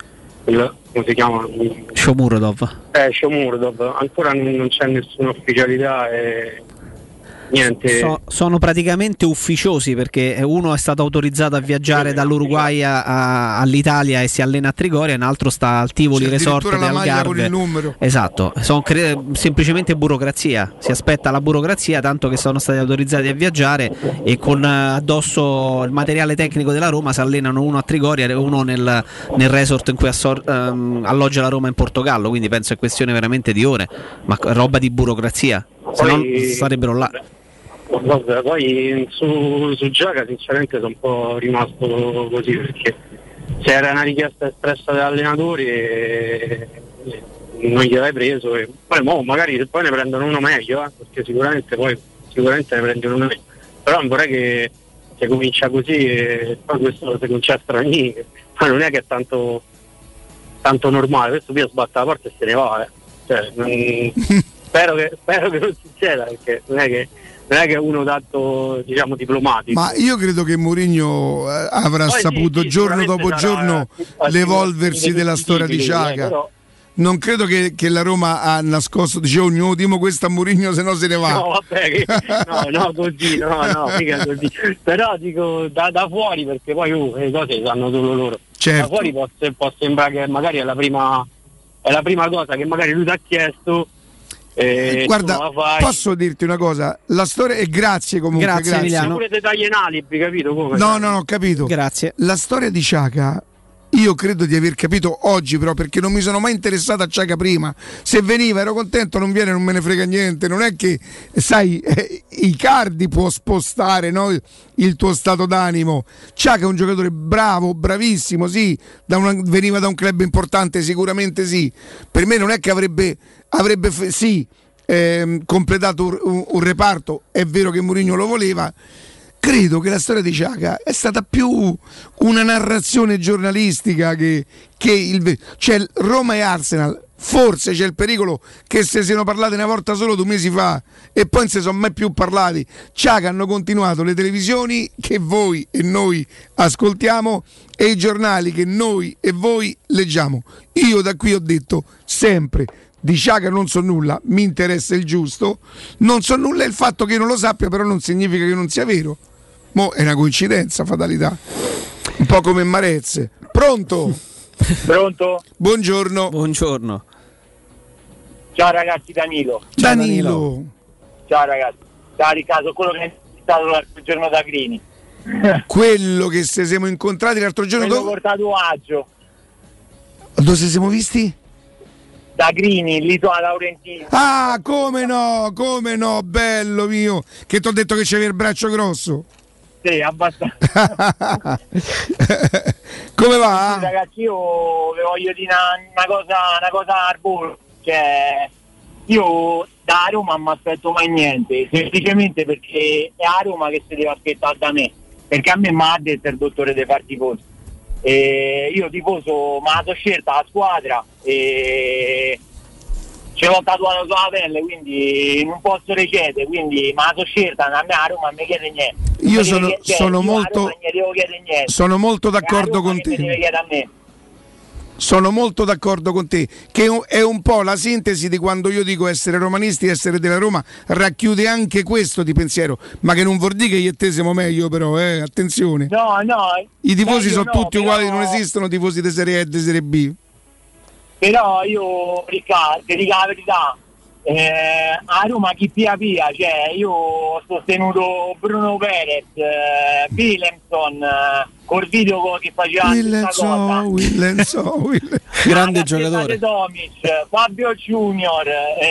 [SPEAKER 11] come si chiama?
[SPEAKER 3] Shomurodov.
[SPEAKER 11] Shomurodov, ancora non c'è nessuna ufficialità e niente.
[SPEAKER 3] Sono praticamente ufficiosi, perché uno è stato autorizzato a viaggiare dall'Uruguay all'Italia e si allena a Trigoria, un altro sta al Tivoli Resort di Algarve. Esatto, sono semplicemente burocrazia, si aspetta la burocrazia, tanto che sono stati autorizzati a viaggiare e con addosso il materiale tecnico della Roma si allenano uno a Trigoria e uno nel resort in cui alloggia la Roma in Portogallo, quindi penso è questione veramente di ore, ma roba di burocrazia, se no sarebbero là.
[SPEAKER 11] Vabbè, poi su Giaga sinceramente sono un po' rimasto così, perché se era una richiesta espressa dagli allenatori e non gliel'hai preso, e poi magari poi ne prendono uno meglio, perché sicuramente ne prendono uno meglio, però non vorrei che se comincia così e poi questo si comincia a stranire, ma non è che è tanto normale, questo qui sbatte la porta e se ne va, cioè, spero che non succeda, perché non è che uno tanto, diciamo, diplomatico.
[SPEAKER 2] Ma io credo che Mourinho avrà
[SPEAKER 11] poi
[SPEAKER 2] saputo giorno dopo giorno l'evolversi della storia di Xhaka. Non credo che la Roma ha nascosto, dice ognuno dimo questo a Mourinho, se no se ne va.
[SPEAKER 11] No, vabbè, così, mica così. Però dico da fuori, perché poi le cose sanno solo loro.
[SPEAKER 2] Certo.
[SPEAKER 11] Da fuori può sembrare che magari è la prima cosa che magari lui ti ha chiesto.
[SPEAKER 2] Guarda, posso dirti una cosa, la storia, e grazie comunque, grazie.
[SPEAKER 11] Emiliano. Pure dettagli in alibi, capito come?
[SPEAKER 2] No, ho capito.
[SPEAKER 3] Grazie.
[SPEAKER 2] La storia di Xhaka io credo di aver capito oggi, però, perché non mi sono mai interessato a Xhaka prima. Se veniva ero contento, non viene non me ne frega niente. Non è che, sai, Icardi può spostare, no, il tuo stato d'animo. Xhaka è un giocatore bravo, bravissimo, sì, veniva da un club importante, sicuramente sì. Per me non è che avrebbe completato un reparto, è vero che Mourinho lo voleva. Credo che la storia di Xhaka è stata più una narrazione giornalistica che cioè Roma e Arsenal, forse c'è il pericolo che se siano parlate una volta solo 2 mesi fa e poi non si sono mai più parlati. Xhaka hanno continuato le televisioni che voi e noi ascoltiamo e i giornali che noi e voi leggiamo. Io da qui ho detto sempre: di Xhaka non so nulla, mi interessa il giusto, non so nulla, e il fatto che io non lo sappia però non significa che non sia vero. Mo' è una coincidenza, fatalità, un po' come Marezze. Pronto?
[SPEAKER 11] Pronto?
[SPEAKER 2] Buongiorno.
[SPEAKER 11] Ciao ragazzi, Danilo. Ciao ragazzi, ciao Riccardo, quello che è stato l'altro giorno da Grini.
[SPEAKER 2] Quello che se siamo incontrati l'altro giorno.
[SPEAKER 11] Quello portato Aggio.
[SPEAKER 2] Dove siamo visti?
[SPEAKER 11] Da Grini, l'isola Laurentina.
[SPEAKER 2] Ah, come no, bello mio, che ti ho detto che c'avevi il braccio grosso.
[SPEAKER 11] Sì, abbastanza.
[SPEAKER 2] Come va?
[SPEAKER 11] Sì, ragazzi, io vi voglio dire una cosa al volo. Cioè, io da Roma non mi aspetto mai niente, semplicemente perché è a Roma che si deve aspettare da me, perché a me mi ha detto il dottore dei far tifoso. Io tifoso, ma la scelta la squadra e ce l'ho tatuato sulla pelle, quindi non posso recedere, quindi ma la scelta a me a Roma mi chiede niente.
[SPEAKER 2] Io sono molto d'accordo con te. Sono molto d'accordo con te, che è un po' la sintesi di quando io dico essere romanisti, essere della Roma racchiude anche questo di pensiero, ma che non vuol dire che io e te siamo meglio, però attenzione.
[SPEAKER 11] No,
[SPEAKER 2] i tifosi sono tutti uguali, non esistono tifosi di Serie A e di Serie B.
[SPEAKER 11] Però io, Riccardo, ti dico la verità,
[SPEAKER 12] a Roma chi pia, cioè io ho sostenuto Bruno Perez, Willemson, col video che faceva
[SPEAKER 2] Willemson,
[SPEAKER 3] grande giocatore,
[SPEAKER 12] Tomic, Fabio Junior,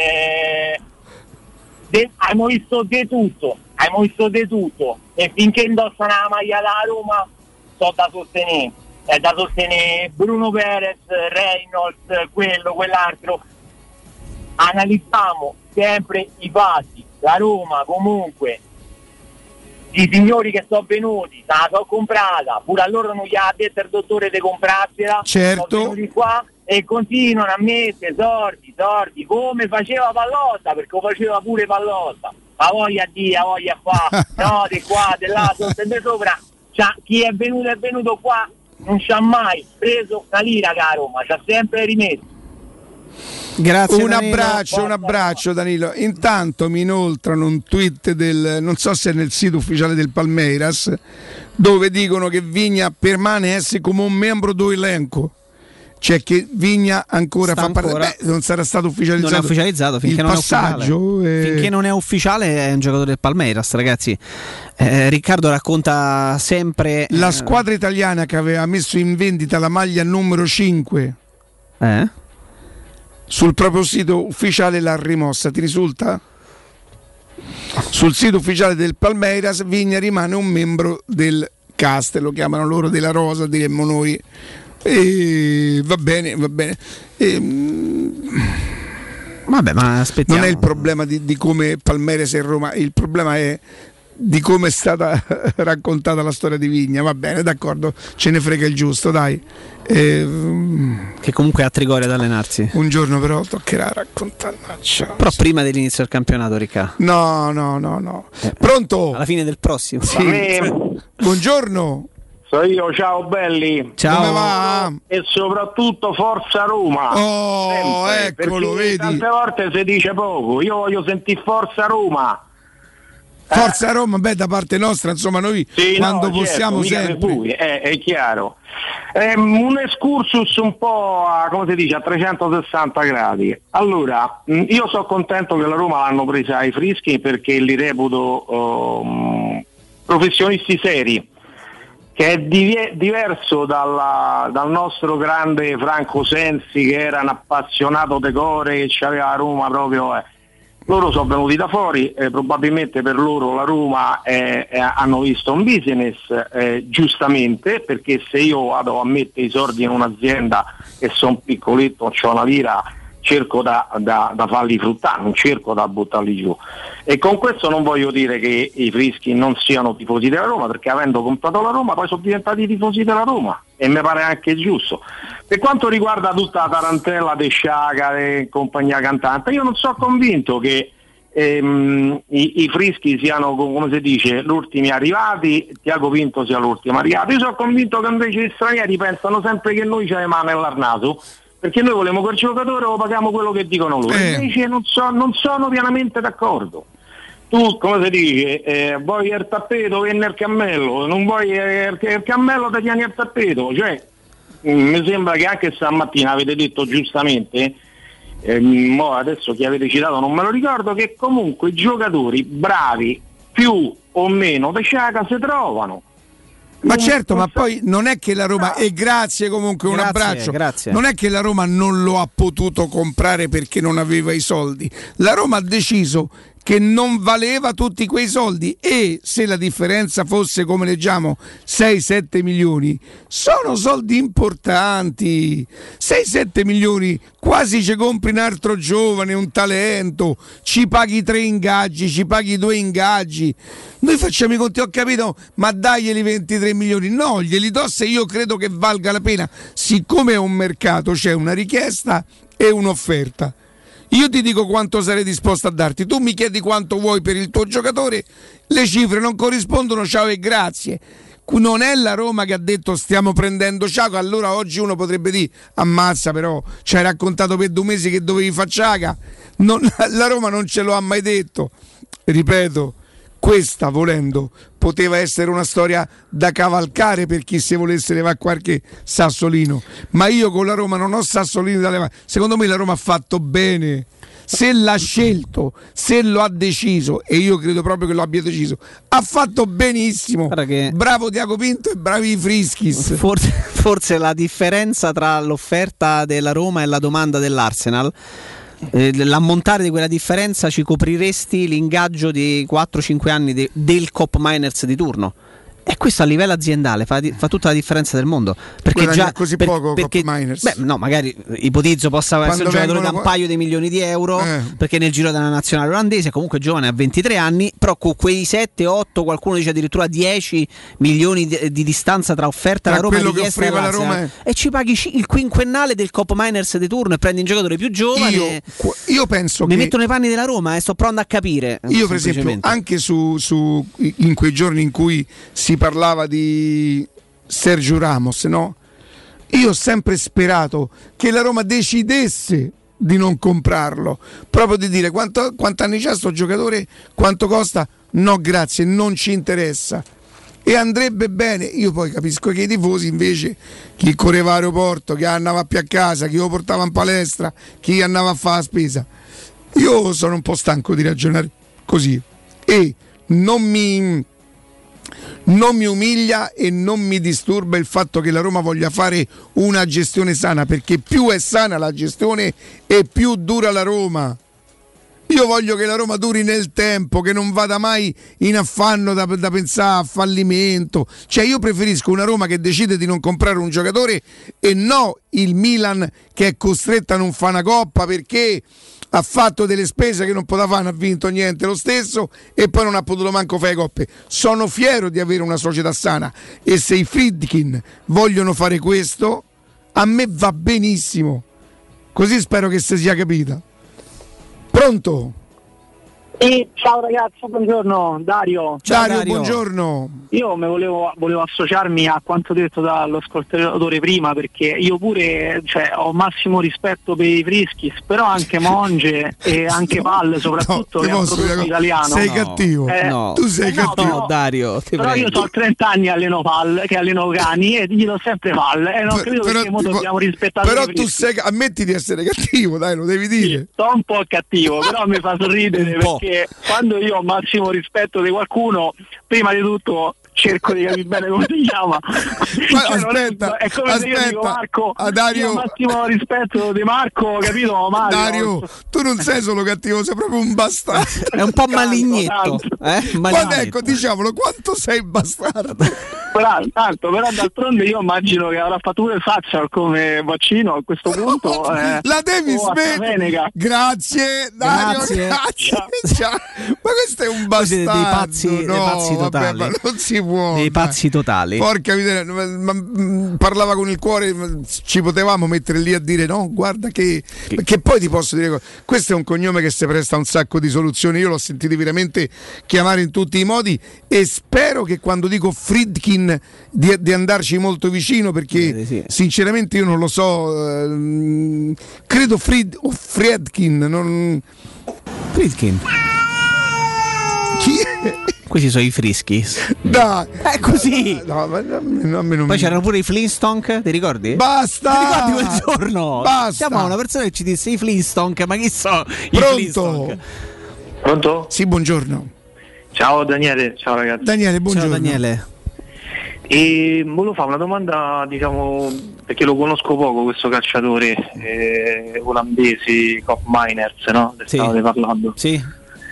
[SPEAKER 12] abbiamo visto di tutto, e finché indossano la maglia da Roma sto da sostenere, è da sostenere Bruno Perez, Reynolds, quello, quell'altro. Analizziamo sempre i fatti. La Roma comunque, i signori che sono venuti, se la sono comprata, pure a loro non gli ha detto il dottore di comprarsela,
[SPEAKER 2] certo,
[SPEAKER 12] sono venuti qua e continuano a mettere sordi, come faceva Pallotta, perché lo faceva pure Pallotta, ma voglia qua, no, di qua, di là, sempre sopra, cioè, chi è venuto qua non ci ha mai preso una lira, caro, ma ci ha sempre rimesso.
[SPEAKER 3] Grazie,
[SPEAKER 2] un abbraccio Danilo. Intanto mi inoltrano un tweet non so se è nel sito ufficiale del Palmeiras, dove dicono che Vigna permane essere come un membro dell'elenco, cioè che Vigna ancora
[SPEAKER 3] sta
[SPEAKER 2] fa parte, non sarà stato ufficializzato.
[SPEAKER 3] Non è ufficializzato finché
[SPEAKER 2] il
[SPEAKER 3] non
[SPEAKER 2] passaggio
[SPEAKER 3] è ufficiale. Finché non è ufficiale è un giocatore del Palmeiras, ragazzi. Riccardo racconta sempre
[SPEAKER 2] la squadra italiana che aveva messo in vendita la maglia numero 5 sul proprio sito ufficiale l'ha rimossa, ti risulta? Sul sito ufficiale del Palmeiras Vigna rimane un membro del cast, lo chiamano loro della rosa, diremmo noi, e va bene.
[SPEAKER 3] Vabbè, ma aspettiamo.
[SPEAKER 2] Non è il problema di come Palmeiras e Roma, il problema è di come è stata raccontata la storia di Vigna. Va bene, d'accordo, ce ne frega il giusto, dai.
[SPEAKER 3] Che comunque ha Trigoria ad allenarsi.
[SPEAKER 2] Un giorno però toccherà raccontare.
[SPEAKER 3] Però prima dell'inizio del campionato, Riccardo.
[SPEAKER 2] No. Pronto?
[SPEAKER 3] Alla fine del prossimo.
[SPEAKER 2] Sì. Buongiorno.
[SPEAKER 25] So io, ciao belli.
[SPEAKER 3] Ciao.
[SPEAKER 2] Come va?
[SPEAKER 25] E soprattutto Forza Roma.
[SPEAKER 2] Oh,
[SPEAKER 25] sempre,
[SPEAKER 2] eccolo, vedi.
[SPEAKER 25] Tante volte si dice poco. Io voglio sentire Forza Roma.
[SPEAKER 2] Forza Roma, da parte nostra, insomma, noi quando possiamo sempre.
[SPEAKER 25] È chiaro. Un excursus un po' a 360 gradi. Allora, io sono contento che la Roma l'hanno presa ai Frischi, perché li reputo professionisti seri, che è diverso dal nostro grande Franco Sensi, che era un appassionato de core, che c'aveva la Roma proprio. Loro sono venuti da fuori, probabilmente per loro la Roma hanno visto un business, giustamente, perché se io vado a mettere i soldi in un'azienda e sono piccoletto, non c'ho una lira, cerco da farli fruttare, non cerco da buttarli giù. E con questo non voglio dire che i Frischi non siano tifosi della Roma, perché avendo comprato la Roma poi sono diventati tifosi della Roma, e mi pare anche giusto. Per quanto riguarda tutta la tarantella di Sciaga e compagnia cantante, io non sono convinto che i Frischi siano, come si dice, l'ultimi arrivati, Tiago Pinto sia l'ultimo arrivato. Io sono convinto che invece gli stranieri pensano sempre che noi c'è le mani all'arnaso, perché noi volevamo quel giocatore o paghiamo quello che dicono loro. Invece non sono pienamente d'accordo. Tu, come si dice, vuoi il tappeto, viene il cammello, non vuoi il cammello, ti tieni il tappeto. Cioè, mi sembra che anche stamattina avete detto giustamente, adesso chi avete citato non me lo ricordo, che comunque i giocatori bravi più o meno de Sciaga si trovano.
[SPEAKER 2] Ma certo, ma poi non è che la Roma, e grazie comunque, un abbraccio,
[SPEAKER 3] grazie.
[SPEAKER 2] Non è che la Roma non lo ha potuto comprare perché non aveva i soldi, la Roma ha deciso che non valeva tutti quei soldi, e se la differenza fosse, come leggiamo, 6-7 milioni, sono soldi importanti. 6-7 milioni, quasi ci compri un altro giovane, un talento, ci paghi 3 ingaggi, ci paghi 2 ingaggi. Noi facciamo i conti, ho capito, ma daglieli 23 milioni, no, glieli do se io credo che valga la pena. Siccome è un mercato, c'è una richiesta e un'offerta. Io ti dico quanto sarei disposto a darti, tu mi chiedi quanto vuoi per il tuo giocatore, le cifre non corrispondono, ciao e grazie. Non è la Roma che ha detto stiamo prendendo Sciaga, allora oggi uno potrebbe dire ammazza, però ci hai raccontato per 2 mesi che dovevi fare Sciaga. La Roma non ce lo ha mai detto. Ripeto, questa, volendo, poteva essere una storia da cavalcare per chi si volesse levare qualche sassolino, ma io con la Roma non ho sassolini da levare. Secondo me la Roma ha fatto bene se l'ha scelto, se lo ha deciso, e io credo proprio che lo abbia deciso, ha fatto benissimo. Bravo Tiago Pinto e bravi i Friskis.
[SPEAKER 3] Forse la differenza tra l'offerta della Roma e la domanda dell'Arsenal, l'ammontare di quella differenza ci copriresti l'ingaggio di 4-5 anni del Cop Miners di turno. E questo a livello aziendale fa tutta la differenza del mondo. Perché
[SPEAKER 2] guadagna
[SPEAKER 3] già
[SPEAKER 2] così poco Cop Miners.
[SPEAKER 3] Beh, no, magari ipotizzo possa essere un giocatore da un paio di milioni di euro, perché nel giro della nazionale olandese, comunque giovane, a 23 anni, però con quei 7-8, qualcuno dice addirittura 10 milioni di distanza tra offerta alla Roma e richiesta della Roma, e ci paghi il quinquennale del Cop Miners di turno e prendi un giocatore più giovane.
[SPEAKER 2] Io penso
[SPEAKER 3] mi
[SPEAKER 2] che
[SPEAKER 3] metto nei panni della Roma e sto provando a capire.
[SPEAKER 2] Io per esempio anche in quei giorni in cui si parlava di Sergio Ramos, no? Io ho sempre sperato che la Roma decidesse di non comprarlo, proprio di dire quanti anni c'ha sto giocatore, quanto costa, no grazie, non ci interessa, e andrebbe bene. Io poi capisco che i tifosi invece, chi correva all'aeroporto, chi andava più a casa, chi lo portava in palestra, chi andava a fare la spesa, io sono un po' stanco di ragionare così e non mi umilia e non mi disturba il fatto che la Roma voglia fare una gestione sana, perché più è sana la gestione e più dura la Roma. Io voglio che la Roma duri nel tempo, che non vada mai in affanno da pensare a fallimento. Cioè io preferisco una Roma che decide di non comprare un giocatore e no il Milan che è costretta a non fare una coppa perché ha fatto delle spese che non poteva fare, non ha vinto niente lo stesso e poi non ha potuto manco fare coppe. Sono fiero di avere una società sana e se i Friedkin vogliono fare questo, a me va benissimo. Così spero che si sia capita. Pronto?
[SPEAKER 13] Ciao ragazzi, buongiorno Dario.
[SPEAKER 2] Ciao Dario, buongiorno.
[SPEAKER 13] Io volevo associarmi a quanto detto dallo ascoltatore prima, perché io pure ho massimo rispetto per i Friskis, però anche Monge e anche Palle soprattutto, che è un prodotto italiano.
[SPEAKER 2] Sei cattivo. Tu sei cattivo,
[SPEAKER 3] Dario.
[SPEAKER 13] Però io ho 30 anni alleno Palle, che alleno cani e gli do sempre Palle e non credo perché mo dobbiamo rispettare.
[SPEAKER 2] Però tu ammetti di essere cattivo, dai, lo devi dire.
[SPEAKER 13] Sì, sto un po' cattivo, però mi fa sorridere perché quando io ho massimo rispetto di qualcuno, prima di tutto cerco di capire bene come si chiama.
[SPEAKER 2] Aspetta,
[SPEAKER 13] è come se io dico Marco,
[SPEAKER 2] Dario,
[SPEAKER 13] io ho massimo rispetto di Marco, capito Mario?
[SPEAKER 2] Dario, tu non sei solo cattivo, sei proprio un bastardo.
[SPEAKER 3] È un po' malignetto.
[SPEAKER 2] Ecco, diciamolo, quanto sei bastardo.
[SPEAKER 13] Tanto, però d'altronde io immagino che avrà fatto pure Sazzar come vaccino a questo punto.
[SPEAKER 2] La devi smettere. Grazie Dario, grazie. Ma questo è un bastardo.
[SPEAKER 3] Dei pazzi totali.
[SPEAKER 2] Vabbè, ma non si può.
[SPEAKER 3] Dei pazzi totali.
[SPEAKER 2] Porca miseria, parlava con il cuore, ci potevamo mettere lì a dire no, guarda che poi ti posso dire, questo è un cognome che si presta a un sacco di soluzioni, io l'ho sentito veramente chiamare in tutti i modi e spero che quando dico Friedkin di andarci molto vicino, perché sinceramente io non lo so, credo Friedkin,
[SPEAKER 3] Friedkin.
[SPEAKER 2] Chi è?
[SPEAKER 3] Questi sono i Friskis.
[SPEAKER 2] Dai,
[SPEAKER 3] è così.
[SPEAKER 2] Poi
[SPEAKER 3] c'erano pure i Flintstones, ti ricordi?
[SPEAKER 2] Basta!
[SPEAKER 3] Ti ricordi quel giorno?
[SPEAKER 2] Basta!
[SPEAKER 3] Siamo una persona che ci disse i Flintstones, ma chi so?
[SPEAKER 2] Pronto?
[SPEAKER 6] Pronto?
[SPEAKER 2] Sì, buongiorno.
[SPEAKER 6] Ciao Daniele, ciao ragazzi.
[SPEAKER 2] Daniele, buongiorno.
[SPEAKER 3] Ciao Daniele.
[SPEAKER 6] E volevo fare una domanda, diciamo, perché lo conosco poco questo calciatore olandese, Cop Miners, no? Stavate parlando.
[SPEAKER 3] Sì.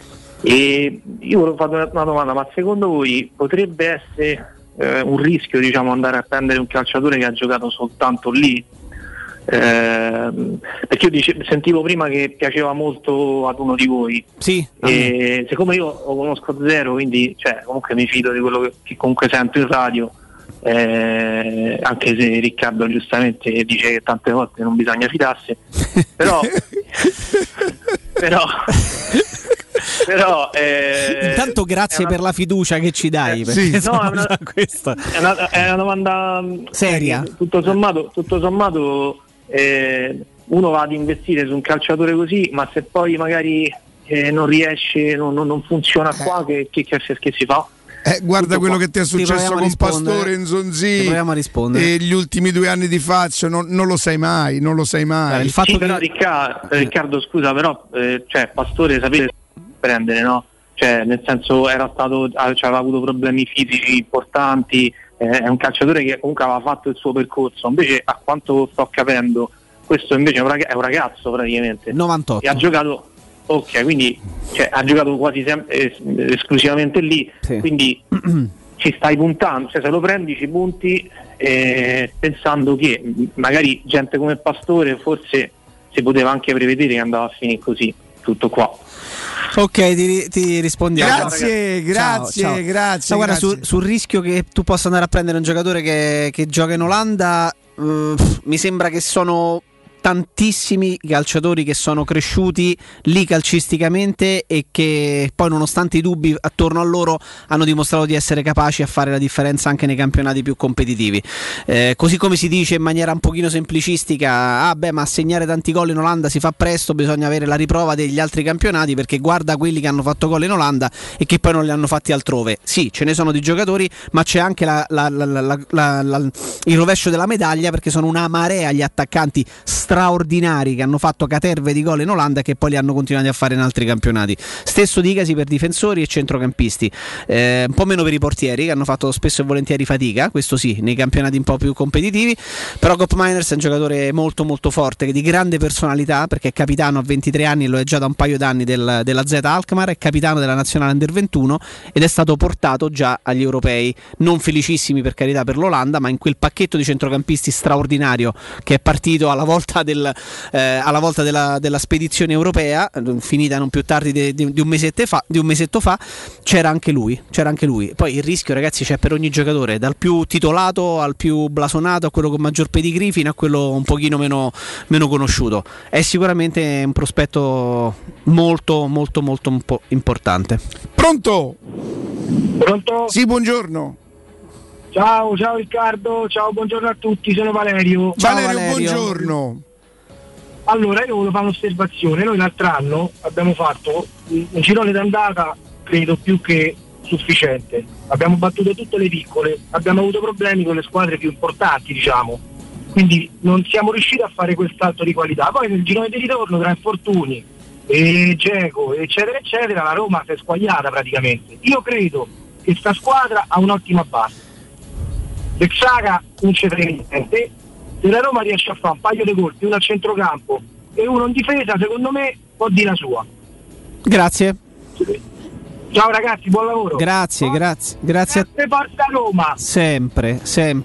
[SPEAKER 6] E io volevo fare una domanda, ma secondo voi potrebbe essere un rischio, diciamo, andare a prendere un calciatore che ha giocato soltanto lì? Perché io sentivo prima che piaceva molto ad uno di voi.
[SPEAKER 3] Sì.
[SPEAKER 6] E siccome io lo conosco zero, quindi comunque mi fido di quello che comunque sento in radio. Anche se Riccardo giustamente dice che tante volte non bisogna fidarsi, però
[SPEAKER 3] intanto grazie per la fiducia che ci dai, perché
[SPEAKER 6] no, è una domanda
[SPEAKER 3] seria.
[SPEAKER 6] Tutto sommato uno va ad investire su un calciatore così, ma se poi magari non riesce, non funziona qua, che si fa?
[SPEAKER 2] Guarda quello che ti è successo con Pastore e Nzonzi.
[SPEAKER 3] Proviamo a rispondere.
[SPEAKER 2] E gli ultimi 2 anni di Fazio, non lo sai mai.
[SPEAKER 11] Il fatto sì, però Riccardo, scusa, però cioè Pastore sapete prendere, no? Cioè, nel senso aveva avuto problemi fisici importanti, è un calciatore che comunque aveva fatto il suo percorso. Invece, a quanto sto capendo, questo invece è un ragazzo praticamente
[SPEAKER 3] 98
[SPEAKER 11] e ha giocato, ok, quindi ha giocato quasi esclusivamente lì, sì. Quindi ci stai puntando, cioè se lo prendi ci punti pensando che magari gente come Pastore forse si poteva anche prevedere che andava a finire così, tutto qua.
[SPEAKER 3] Ok, ti rispondiamo.
[SPEAKER 2] Grazie.
[SPEAKER 3] No, guarda, sul rischio che tu possa andare a prendere un giocatore che gioca in Olanda, mi sembra che sono tantissimi calciatori che sono cresciuti lì calcisticamente e che poi, nonostante i dubbi attorno a loro, hanno dimostrato di essere capaci a fare la differenza anche nei campionati più competitivi. Così come si dice in maniera un pochino semplicistica, ma segnare tanti gol in Olanda si fa presto, bisogna avere la riprova degli altri campionati, perché guarda quelli che hanno fatto gol in Olanda e che poi non li hanno fatti altrove. Sì, ce ne sono di giocatori, ma c'è anche il rovescio della medaglia, perché sono una marea gli attaccanti straordinari che hanno fatto caterve di gol in Olanda e che poi li hanno continuati a fare in altri campionati. Stesso dicasi per difensori e centrocampisti, un po' meno per i portieri, che hanno fatto spesso e volentieri fatica, questo sì, nei campionati un po' più competitivi. Però Koopmeiners è un giocatore molto molto forte, di grande personalità, perché è capitano a 23 anni e lo è già da un paio d'anni della Z Alkmaar, è capitano della nazionale Under 21 ed è stato portato già agli europei, non felicissimi per carità per l'Olanda, ma in quel pacchetto di centrocampisti straordinario che è partito alla volta della spedizione europea, finita non più tardi di un mesetto fa, c'era anche lui. Poi il rischio, ragazzi, c'è per ogni giocatore, dal più titolato al più blasonato, a quello con maggior pedigree fino a quello un pochino meno conosciuto. È sicuramente un prospetto molto molto molto importante.
[SPEAKER 2] Pronto? Sì, buongiorno.
[SPEAKER 9] Ciao Riccardo, ciao, buongiorno a tutti, sono Valerio.
[SPEAKER 2] Valerio, buongiorno.
[SPEAKER 9] Allora, io volevo fare un'osservazione. Noi l'altro anno abbiamo fatto un girone d'andata, credo, più che sufficiente. Abbiamo battuto tutte le piccole, abbiamo avuto problemi con le squadre più importanti, diciamo. Quindi non siamo riusciti a fare quel salto di qualità. Poi nel girone di ritorno, tra infortuni e Dzeko, eccetera, eccetera, la Roma si è squagliata praticamente. Io credo che sta squadra ha un'ottima base. Texaga non c'è niente, se la Roma riesce a fare un paio di colpi, uno a centrocampo e uno in difesa, secondo me può dire la sua.
[SPEAKER 3] Grazie.
[SPEAKER 9] Ciao ragazzi, buon lavoro.
[SPEAKER 3] Grazie a
[SPEAKER 9] Forza Roma.
[SPEAKER 3] Sempre.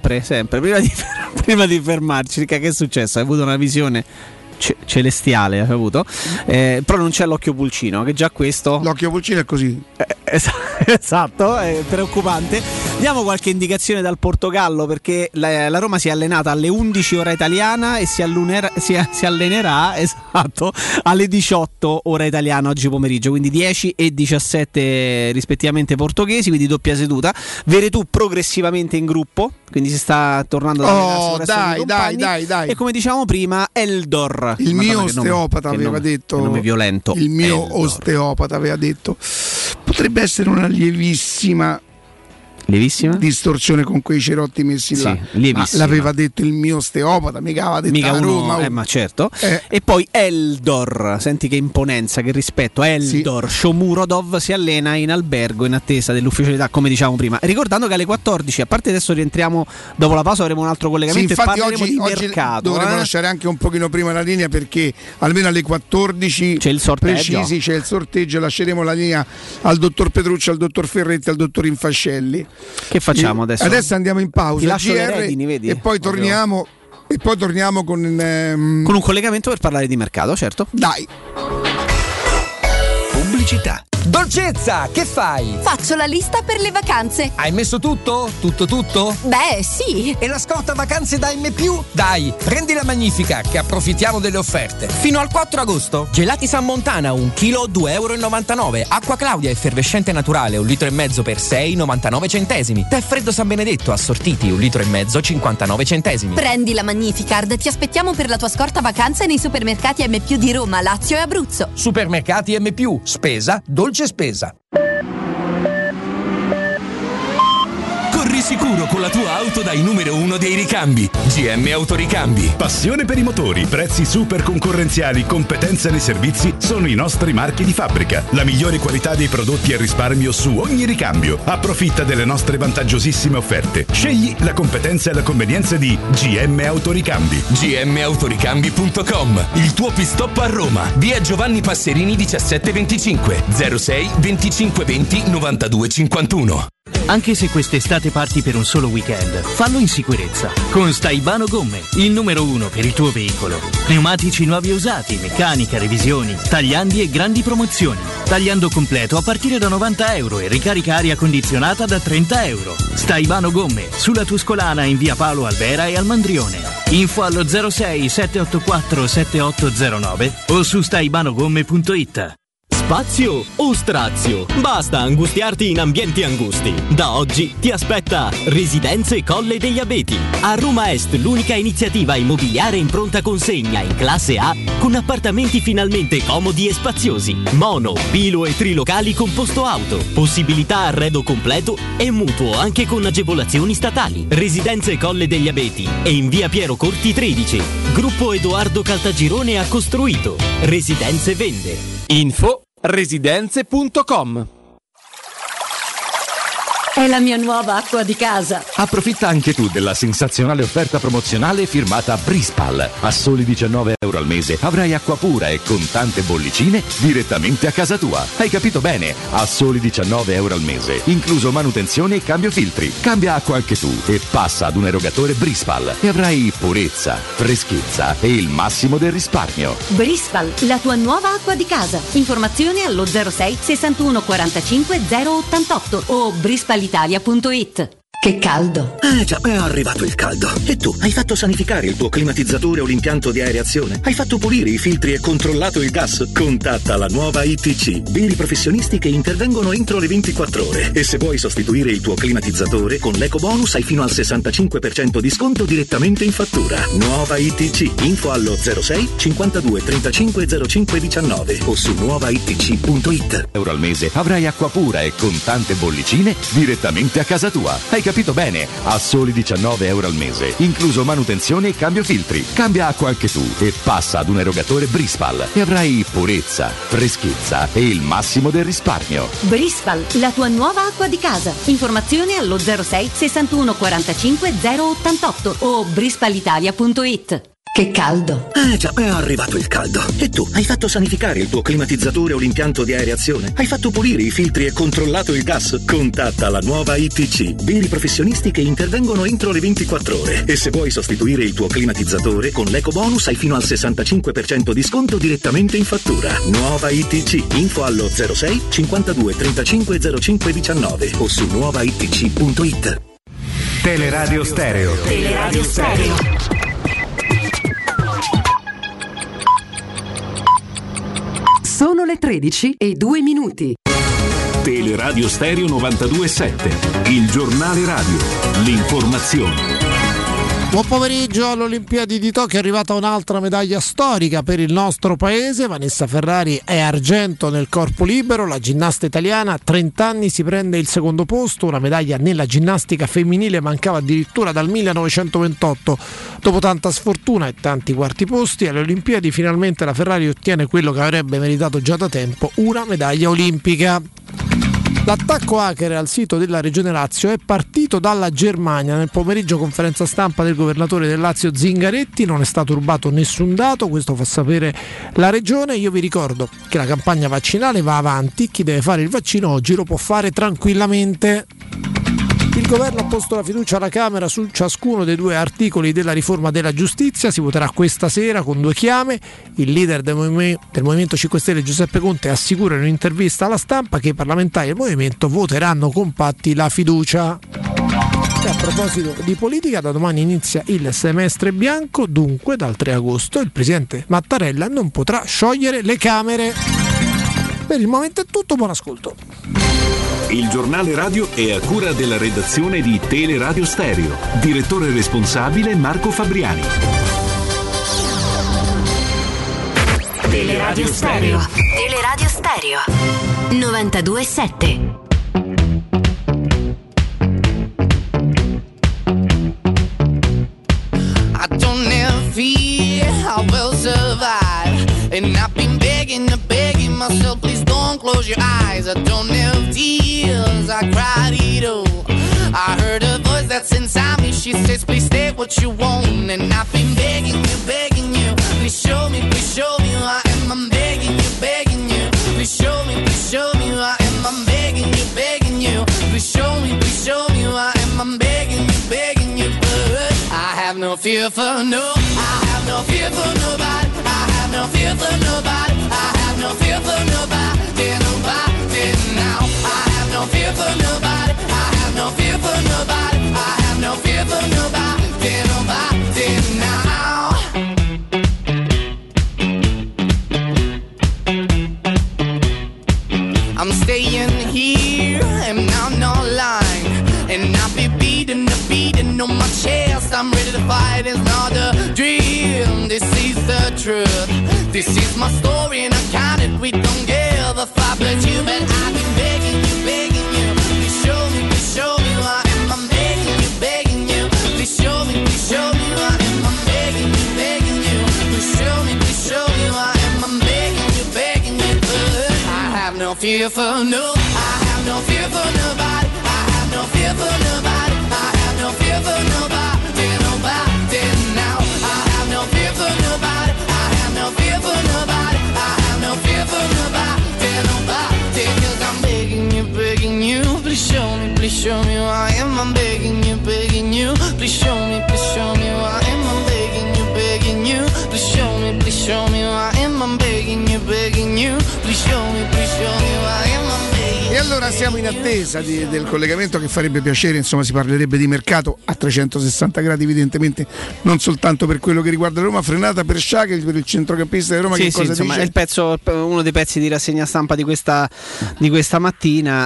[SPEAKER 3] Prima di fermarci, che è successo? Hai avuto una visione celestiale, hai avuto, però non c'è l'occhio pulcino, che già questo,
[SPEAKER 2] l'occhio pulcino è così,
[SPEAKER 3] esatto, è preoccupante. Diamo qualche indicazione dal Portogallo, perché la Roma si è allenata alle 11 ora italiana e si allenerà esatto alle 18 ora italiana oggi pomeriggio, quindi 10 e 17 rispettivamente portoghesi, quindi doppia seduta. Veretù progressivamente in gruppo, quindi si sta tornando ad
[SPEAKER 2] dai.
[SPEAKER 3] E come dicevamo prima, Eldor,
[SPEAKER 2] il mio osteopata aveva detto,
[SPEAKER 3] che nome violento,
[SPEAKER 2] il mio osteopata aveva detto potrebbe essere una lievissima distorsione con quei cerotti messi là. L'aveva detto il mio osteopata, mica aveva detto
[SPEAKER 3] mica
[SPEAKER 2] a Roma.
[SPEAKER 3] Ma certo. E poi Eldor, senti che imponenza, che rispetto. Eldor Shomurodov si allena in albergo in attesa dell'ufficialità, come dicevamo prima. Ricordando che alle 14, a parte adesso rientriamo dopo la pausa, avremo un altro collegamento, e parleremo di mercato.
[SPEAKER 2] Dovremmo lasciare anche un pochino prima la linea, perché almeno alle 14
[SPEAKER 3] c'è il sorteggio.
[SPEAKER 2] Precisi, c'è il sorteggio. Lasceremo la linea al dottor Petrucci, al dottor Ferretti e al dottor Infascelli.
[SPEAKER 3] Che facciamo adesso?
[SPEAKER 2] Adesso andiamo in pausa,
[SPEAKER 3] ti lascio le redini, vedi?
[SPEAKER 2] E poi torniamo con
[SPEAKER 3] un collegamento per parlare di mercato, certo.
[SPEAKER 2] Dai.
[SPEAKER 15] Pubblicità. Dolcezza, che fai?
[SPEAKER 16] Faccio la lista per le vacanze.
[SPEAKER 15] Hai messo tutto? Tutto?
[SPEAKER 16] Beh, sì.
[SPEAKER 15] E la scorta vacanze da M+? Dai, prendi la Magnifica, che approfittiamo delle offerte. Fino al 4 agosto. Gelati San Montana, 1 chilo, €2,99. Acqua Claudia effervescente naturale, 1,5 litri per 6,99 centesimi. Tè freddo San Benedetto, assortiti, 1,5 litri, 59 centesimi.
[SPEAKER 16] Prendi la Magnificard, ti aspettiamo per la tua scorta vacanze nei supermercati M+ di Roma, Lazio e Abruzzo.
[SPEAKER 15] Supermercati M+, spesa, dolce spesa.
[SPEAKER 20] sicuro con la tua auto dai numero 1 dei ricambi. GM Autoricambi.
[SPEAKER 22] Passione per i motori, prezzi super concorrenziali, competenza nei servizi sono i nostri marchi di fabbrica. La migliore qualità dei prodotti e risparmio su ogni ricambio. Approfitta delle nostre vantaggiosissime offerte. Scegli la competenza e la convenienza di GM Autoricambi.
[SPEAKER 20] gmautoricambi.com. Il tuo pit stop a Roma. Via Giovanni Passerini 1725 06 25 20 92 51.
[SPEAKER 1] Anche se quest'estate parti per un solo weekend, fallo in sicurezza. Con Staibano Gomme, il numero 1 per il tuo veicolo. Pneumatici nuovi e usati, meccanica, revisioni, tagliandi e grandi promozioni. Tagliando completo a partire da €90 e ricarica aria condizionata da €30. Staibano Gomme, sulla Tuscolana in via Paolo Albera e al Mandrione. Info allo 06 784 7809 o su staibanogomme.it.
[SPEAKER 10] Spazio o strazio? Basta angustiarti in ambienti angusti. Da oggi ti aspetta Residenze Colle degli Abeti. A Roma Est l'unica iniziativa immobiliare in pronta consegna in classe A con appartamenti finalmente comodi e spaziosi. Mono, bilo e trilocali con posto auto. Possibilità arredo completo e mutuo anche con agevolazioni statali. Residenze Colle degli Abeti e in via Piero Corti 13. Gruppo Edoardo Caltagirone ha costruito. Residenze vende.
[SPEAKER 17] Info residenze.com.
[SPEAKER 7] È la mia nuova acqua di casa.
[SPEAKER 18] Approfitta anche tu della sensazionale offerta promozionale firmata Brispal. A soli €19 al mese avrai acqua pura e con tante bollicine direttamente a casa tua. Hai capito bene? A soli €19 al mese, incluso manutenzione e cambio filtri. Cambia acqua anche tu e passa ad un erogatore Brispal e avrai purezza, freschezza e il massimo del risparmio.
[SPEAKER 7] Brispal, la tua nuova acqua di casa. Informazioni allo 06 61 45 088 o brispalitalia.it. Che caldo!
[SPEAKER 4] Già, è arrivato il caldo. E tu, hai fatto sanificare il tuo climatizzatore o l'impianto di areazione? Hai fatto pulire i filtri e controllato il gas? Contatta la nuova ITC, veri professionisti che intervengono entro le 24 ore. E se vuoi sostituire il tuo climatizzatore, con l'ecobonus hai fino al 65% di sconto direttamente in fattura. Nuova ITC, info allo 06 52 35 05 19 o su nuovaitc.it.
[SPEAKER 18] Euro al mese avrai acqua pura e con tante bollicine direttamente a casa tua. Hai capito bene? A soli €19 al mese, incluso manutenzione e cambio filtri. Cambia acqua anche tu e passa ad un erogatore Brispal e avrai purezza, freschezza e il massimo del risparmio.
[SPEAKER 7] Brispal, la tua nuova acqua di casa. Informazioni allo 06 61 45 088 o brispalitalia.it. Che caldo!
[SPEAKER 4] Già, è arrivato il caldo. E tu, hai fatto sanificare il tuo climatizzatore o l'impianto di areazione? Hai fatto pulire i filtri e controllato il gas? Contatta la nuova ITC, veri professionisti che intervengono entro le 24 ore. E se vuoi sostituire il tuo climatizzatore, con l'ecobonus hai fino al 65% di sconto direttamente in fattura. Nuova ITC, info allo 06 52 35 05 19 o su nuovaitc.it.
[SPEAKER 22] Teleradio Stereo.
[SPEAKER 7] Teleradio Stereo.
[SPEAKER 21] Sono le 13:02.
[SPEAKER 22] Teleradio Stereo 92.7, il giornale radio, l'informazione.
[SPEAKER 26] Buon pomeriggio. Alle Olimpiadi di Tokyo è arrivata un'altra medaglia storica per il nostro paese. Vanessa Ferrari è argento nel corpo libero. La ginnasta italiana a 30 anni si prende il secondo posto. Una medaglia nella ginnastica femminile mancava addirittura dal 1928. Dopo tanta sfortuna e tanti quarti posti, alle Olimpiadi finalmente la Ferrari ottiene quello che avrebbe meritato già da tempo, una medaglia olimpica. L'attacco hacker al sito della Regione Lazio è partito dalla Germania. Nel pomeriggio conferenza stampa del governatore del Lazio Zingaretti, non è stato rubato nessun dato, questo fa sapere la Regione. Io vi ricordo che la campagna vaccinale va avanti, chi deve fare il vaccino oggi lo può fare tranquillamente. Il governo ha posto la fiducia alla Camera su ciascuno dei 2 articoli della riforma della giustizia. Si voterà questa sera con 2 chiame. Il leader del Movimento 5 Stelle Giuseppe Conte assicura in un'intervista alla stampa che i parlamentari del Movimento voteranno compatti la fiducia. E a proposito di politica, da domani inizia il semestre bianco, dunque dal 3 agosto il presidente Mattarella non potrà sciogliere le Camere. Per il momento è tutto, buon ascolto.
[SPEAKER 22] Il giornale radio è a cura della redazione di Teleradio Stereo. Direttore responsabile Marco Fabriani.
[SPEAKER 7] Teleradio Stereo.
[SPEAKER 16] Teleradio Stereo 92.7.
[SPEAKER 5] I will survive. And I've been begging myself, please don't close your eyes. I don't have tears, I cried it all. I heard a voice that's inside me, she says please stay what you want. And I've been begging you, please show me who I am. I'm begging you, please show me who I am. I'm begging you, please show me who I am. I'm begging you, but I have no fear for no, I have no fear for nobody. I have no fear for nobody. I have no fear for nobody, nobody now. I have no fear for nobody. I have no fear for nobody. I have no fear for nobody, nobody now. I'm staying here and I'm not lying. And I'll be beating on my chest. I'm ready to fight, it's not a dream. This is the truth. This is my story and I count it. We don't give a fuck but you. But I've been begging you. Please show me who I am. I'm begging you. Please show me who I am. I'm begging you. Please show me who I am. I'm begging you. But I have no fear for no. I have no fear for nobody. I have no fear for nobody. I have no fear for nobody, nobody now. I have no fear for nobody. I have no fear for nobody. I have no fear for nobody, nobody. 'Cause I'm begging you, please show me who I am. I'm begging you, please show me who I am. I'm begging you, please show me who I am. I'm begging you, please show me who I am. I'm begging.
[SPEAKER 2] E allora siamo in attesa del collegamento che farebbe piacere, insomma si parlerebbe di mercato a 360 gradi evidentemente, non soltanto per quello che riguarda Roma. Frenata per Sciacca, per il centrocampista di Roma,
[SPEAKER 3] sì,
[SPEAKER 2] che cosa
[SPEAKER 3] insomma,
[SPEAKER 2] dice?
[SPEAKER 3] È il pezzo, uno dei pezzi di rassegna stampa di questa mattina,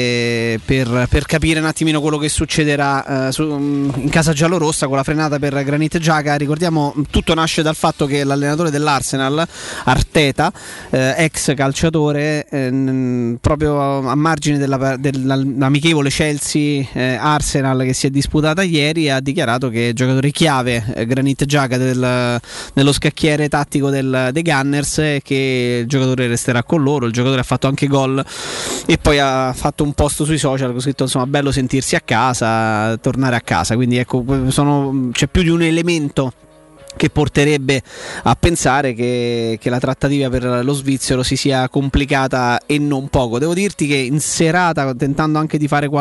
[SPEAKER 3] per capire un attimino quello che succederà in casa giallorossa con la frenata per Granit Xhaka. Ricordiamo, tutto nasce dal fatto che l'allenatore dell'Arsenal, Arteta, ex calciatore, proprio a margine dell'amichevole Chelsea-Arsenal che si è disputata ieri, ha dichiarato che il giocatore chiave, Granit Xhaka, nello scacchiere tattico dei Gunners, che il giocatore resterà con loro. Il giocatore ha fatto anche gol e poi ha fatto un post sui social, ha scritto insomma bello sentirsi a casa, tornare a casa. Quindi ecco, c'è più di un elemento che porterebbe a pensare che la trattativa per lo svizzero si sia complicata e non poco. Devo dirti che in serata, tentando anche di fare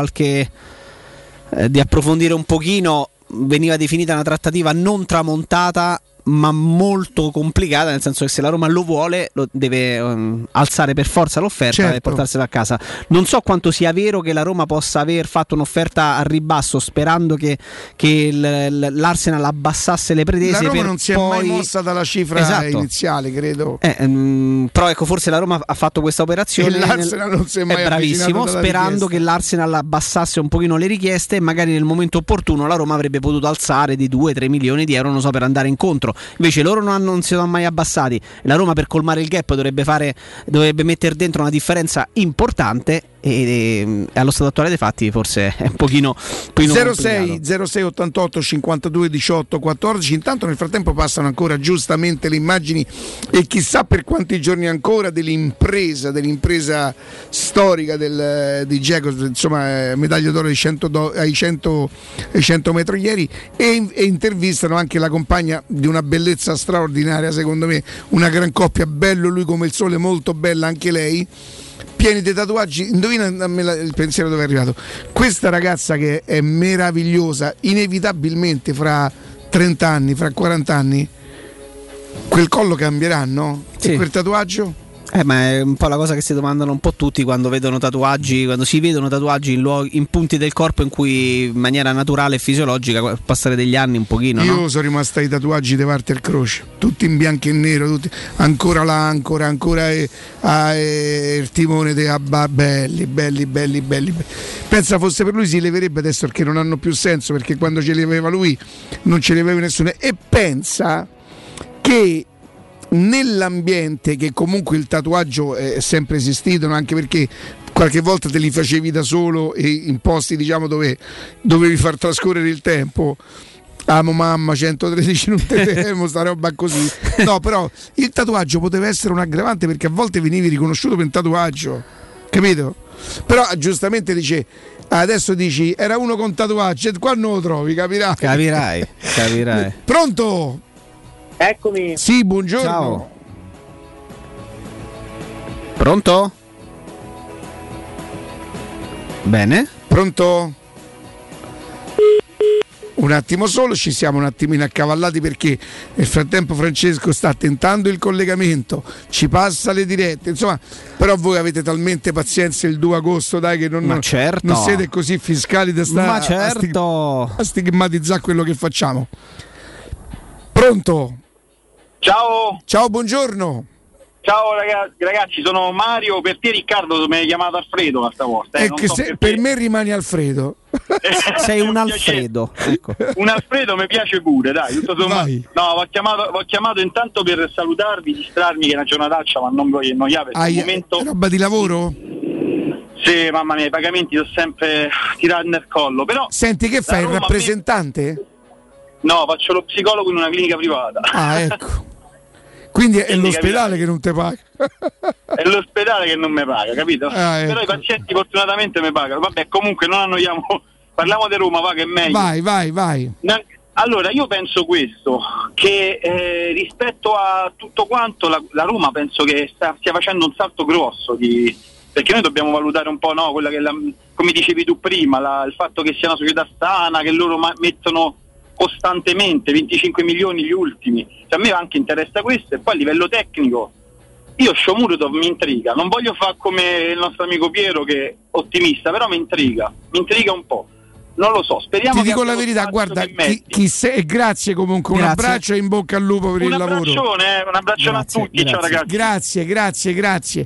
[SPEAKER 3] di approfondire un pochino, veniva definita una trattativa non tramontata ma molto complicata, nel senso che se la Roma lo vuole lo deve alzare per forza l'offerta, certo, e portarsela a casa. Non so quanto sia vero che la Roma possa aver fatto un'offerta a ribasso sperando che l'Arsenal abbassasse le pretese.
[SPEAKER 2] La Roma
[SPEAKER 3] per
[SPEAKER 2] non si è mai mossa dalla cifra, esatto, iniziale, credo.
[SPEAKER 3] Però ecco, forse la Roma ha fatto questa operazione
[SPEAKER 2] e l'Arsenal non si è mai
[SPEAKER 3] bravissimo, sperando che l'Arsenal abbassasse un pochino le richieste e magari nel momento opportuno la Roma avrebbe potuto alzare di 2-3 milioni di euro, non so, per andare incontro. Invece loro non si sono mai abbassati. La Roma, per colmare il gap, dovrebbe mettere dentro una differenza importante e allo stato attuale dei fatti forse è un pochino
[SPEAKER 2] 06 88 52 18 14. Intanto nel frattempo passano ancora giustamente le immagini e chissà per quanti giorni ancora dell'impresa storica di Dzeko, insomma medaglia d'oro ai 100 metri ieri, e intervistano anche la compagna di una bellezza straordinaria, secondo me una gran coppia, bello lui come il sole, molto bella anche lei, pieni di tatuaggi. Indovina il pensiero dove è arrivato questa ragazza, che è meravigliosa, inevitabilmente fra 30 anni, fra 40 anni quel collo cambierà, no? Sì. E quel tatuaggio?
[SPEAKER 3] Ma è un po' la cosa che si domandano un po' tutti quando si vedono tatuaggi in punti del corpo in cui in maniera naturale e fisiologica, passare degli anni un pochino.
[SPEAKER 2] Io sono rimasto ai tatuaggi di Walter Croce, tutti in bianco e nero, tutti, ancora l'ancora, ancora il timone di Abba, belli. Pensa fosse per lui si leverebbe adesso, perché non hanno più senso, perché quando ce li aveva lui non ce li aveva nessuno. E pensa che nell'ambiente che comunque il tatuaggio è sempre esistito, anche perché qualche volta te li facevi da solo e in posti, diciamo, dove dovevi far trascorrere il tempo, amo mamma 113 non te temo, sta roba così. No, però il tatuaggio poteva essere un aggravante, perché a volte venivi riconosciuto per un tatuaggio, capito? Però giustamente dice, adesso dici era uno con tatuaggio e qua non lo trovi, capirai. Pronto?
[SPEAKER 8] Eccomi.
[SPEAKER 2] Sì, buongiorno.
[SPEAKER 3] Ciao. Pronto? Bene.
[SPEAKER 2] Pronto? Un attimo solo, ci siamo un attimino accavallati perché nel frattempo Francesco sta tentando il collegamento, ci passa le dirette, insomma, però voi avete talmente pazienza il 2 agosto, dai, che non siete così fiscali da stare a stigmatizzare quello che facciamo. Pronto?
[SPEAKER 8] Ciao,
[SPEAKER 2] buongiorno.
[SPEAKER 8] Ciao ragazzi, sono Mario, per te Riccardo mi hai chiamato Alfredo stavolta.
[SPEAKER 2] Per me rimani Alfredo.
[SPEAKER 3] Sei un Alfredo. Ecco.
[SPEAKER 8] Un Alfredo mi piace pure, dai. Tutto sommato. No, ho chiamato intanto per salutarvi, distrarmi, che è una giornataccia, ma non voglio annoiare per il momento.
[SPEAKER 2] Roba di lavoro?
[SPEAKER 8] Sì, mamma mia, i pagamenti sono sempre tirati nel collo. Però
[SPEAKER 2] senti, che fai, il rappresentante?
[SPEAKER 8] No, faccio lo psicologo in una clinica privata.
[SPEAKER 2] Ah, ecco. Quindi è l'ospedale che non ti paga.
[SPEAKER 8] È l'ospedale che non mi paga, capito?
[SPEAKER 2] Ecco.
[SPEAKER 8] Però i pazienti fortunatamente mi pagano. Vabbè, comunque non annoiamo. Parliamo di Roma, va, che è meglio.
[SPEAKER 2] Vai.
[SPEAKER 8] Allora, io penso questo, che rispetto a tutto quanto la Roma penso che stia facendo un salto grosso, perché noi dobbiamo valutare un po', no, quella che come dicevi tu prima, il fatto che sia una società sana, che loro mettono costantemente 25 milioni gli ultimi, cioè, a me anche interessa questo. E poi a livello tecnico io Shomurodov mi intriga, non voglio fare come il nostro amico Piero che è ottimista, però mi intriga un po', non lo so, speriamo.
[SPEAKER 2] Ti dico la verità, guarda, chi sei, grazie comunque, un abbraccio e in bocca al lupo per il lavoro.
[SPEAKER 8] Un abbraccione a tutti, ciao ragazzi.
[SPEAKER 2] Grazie.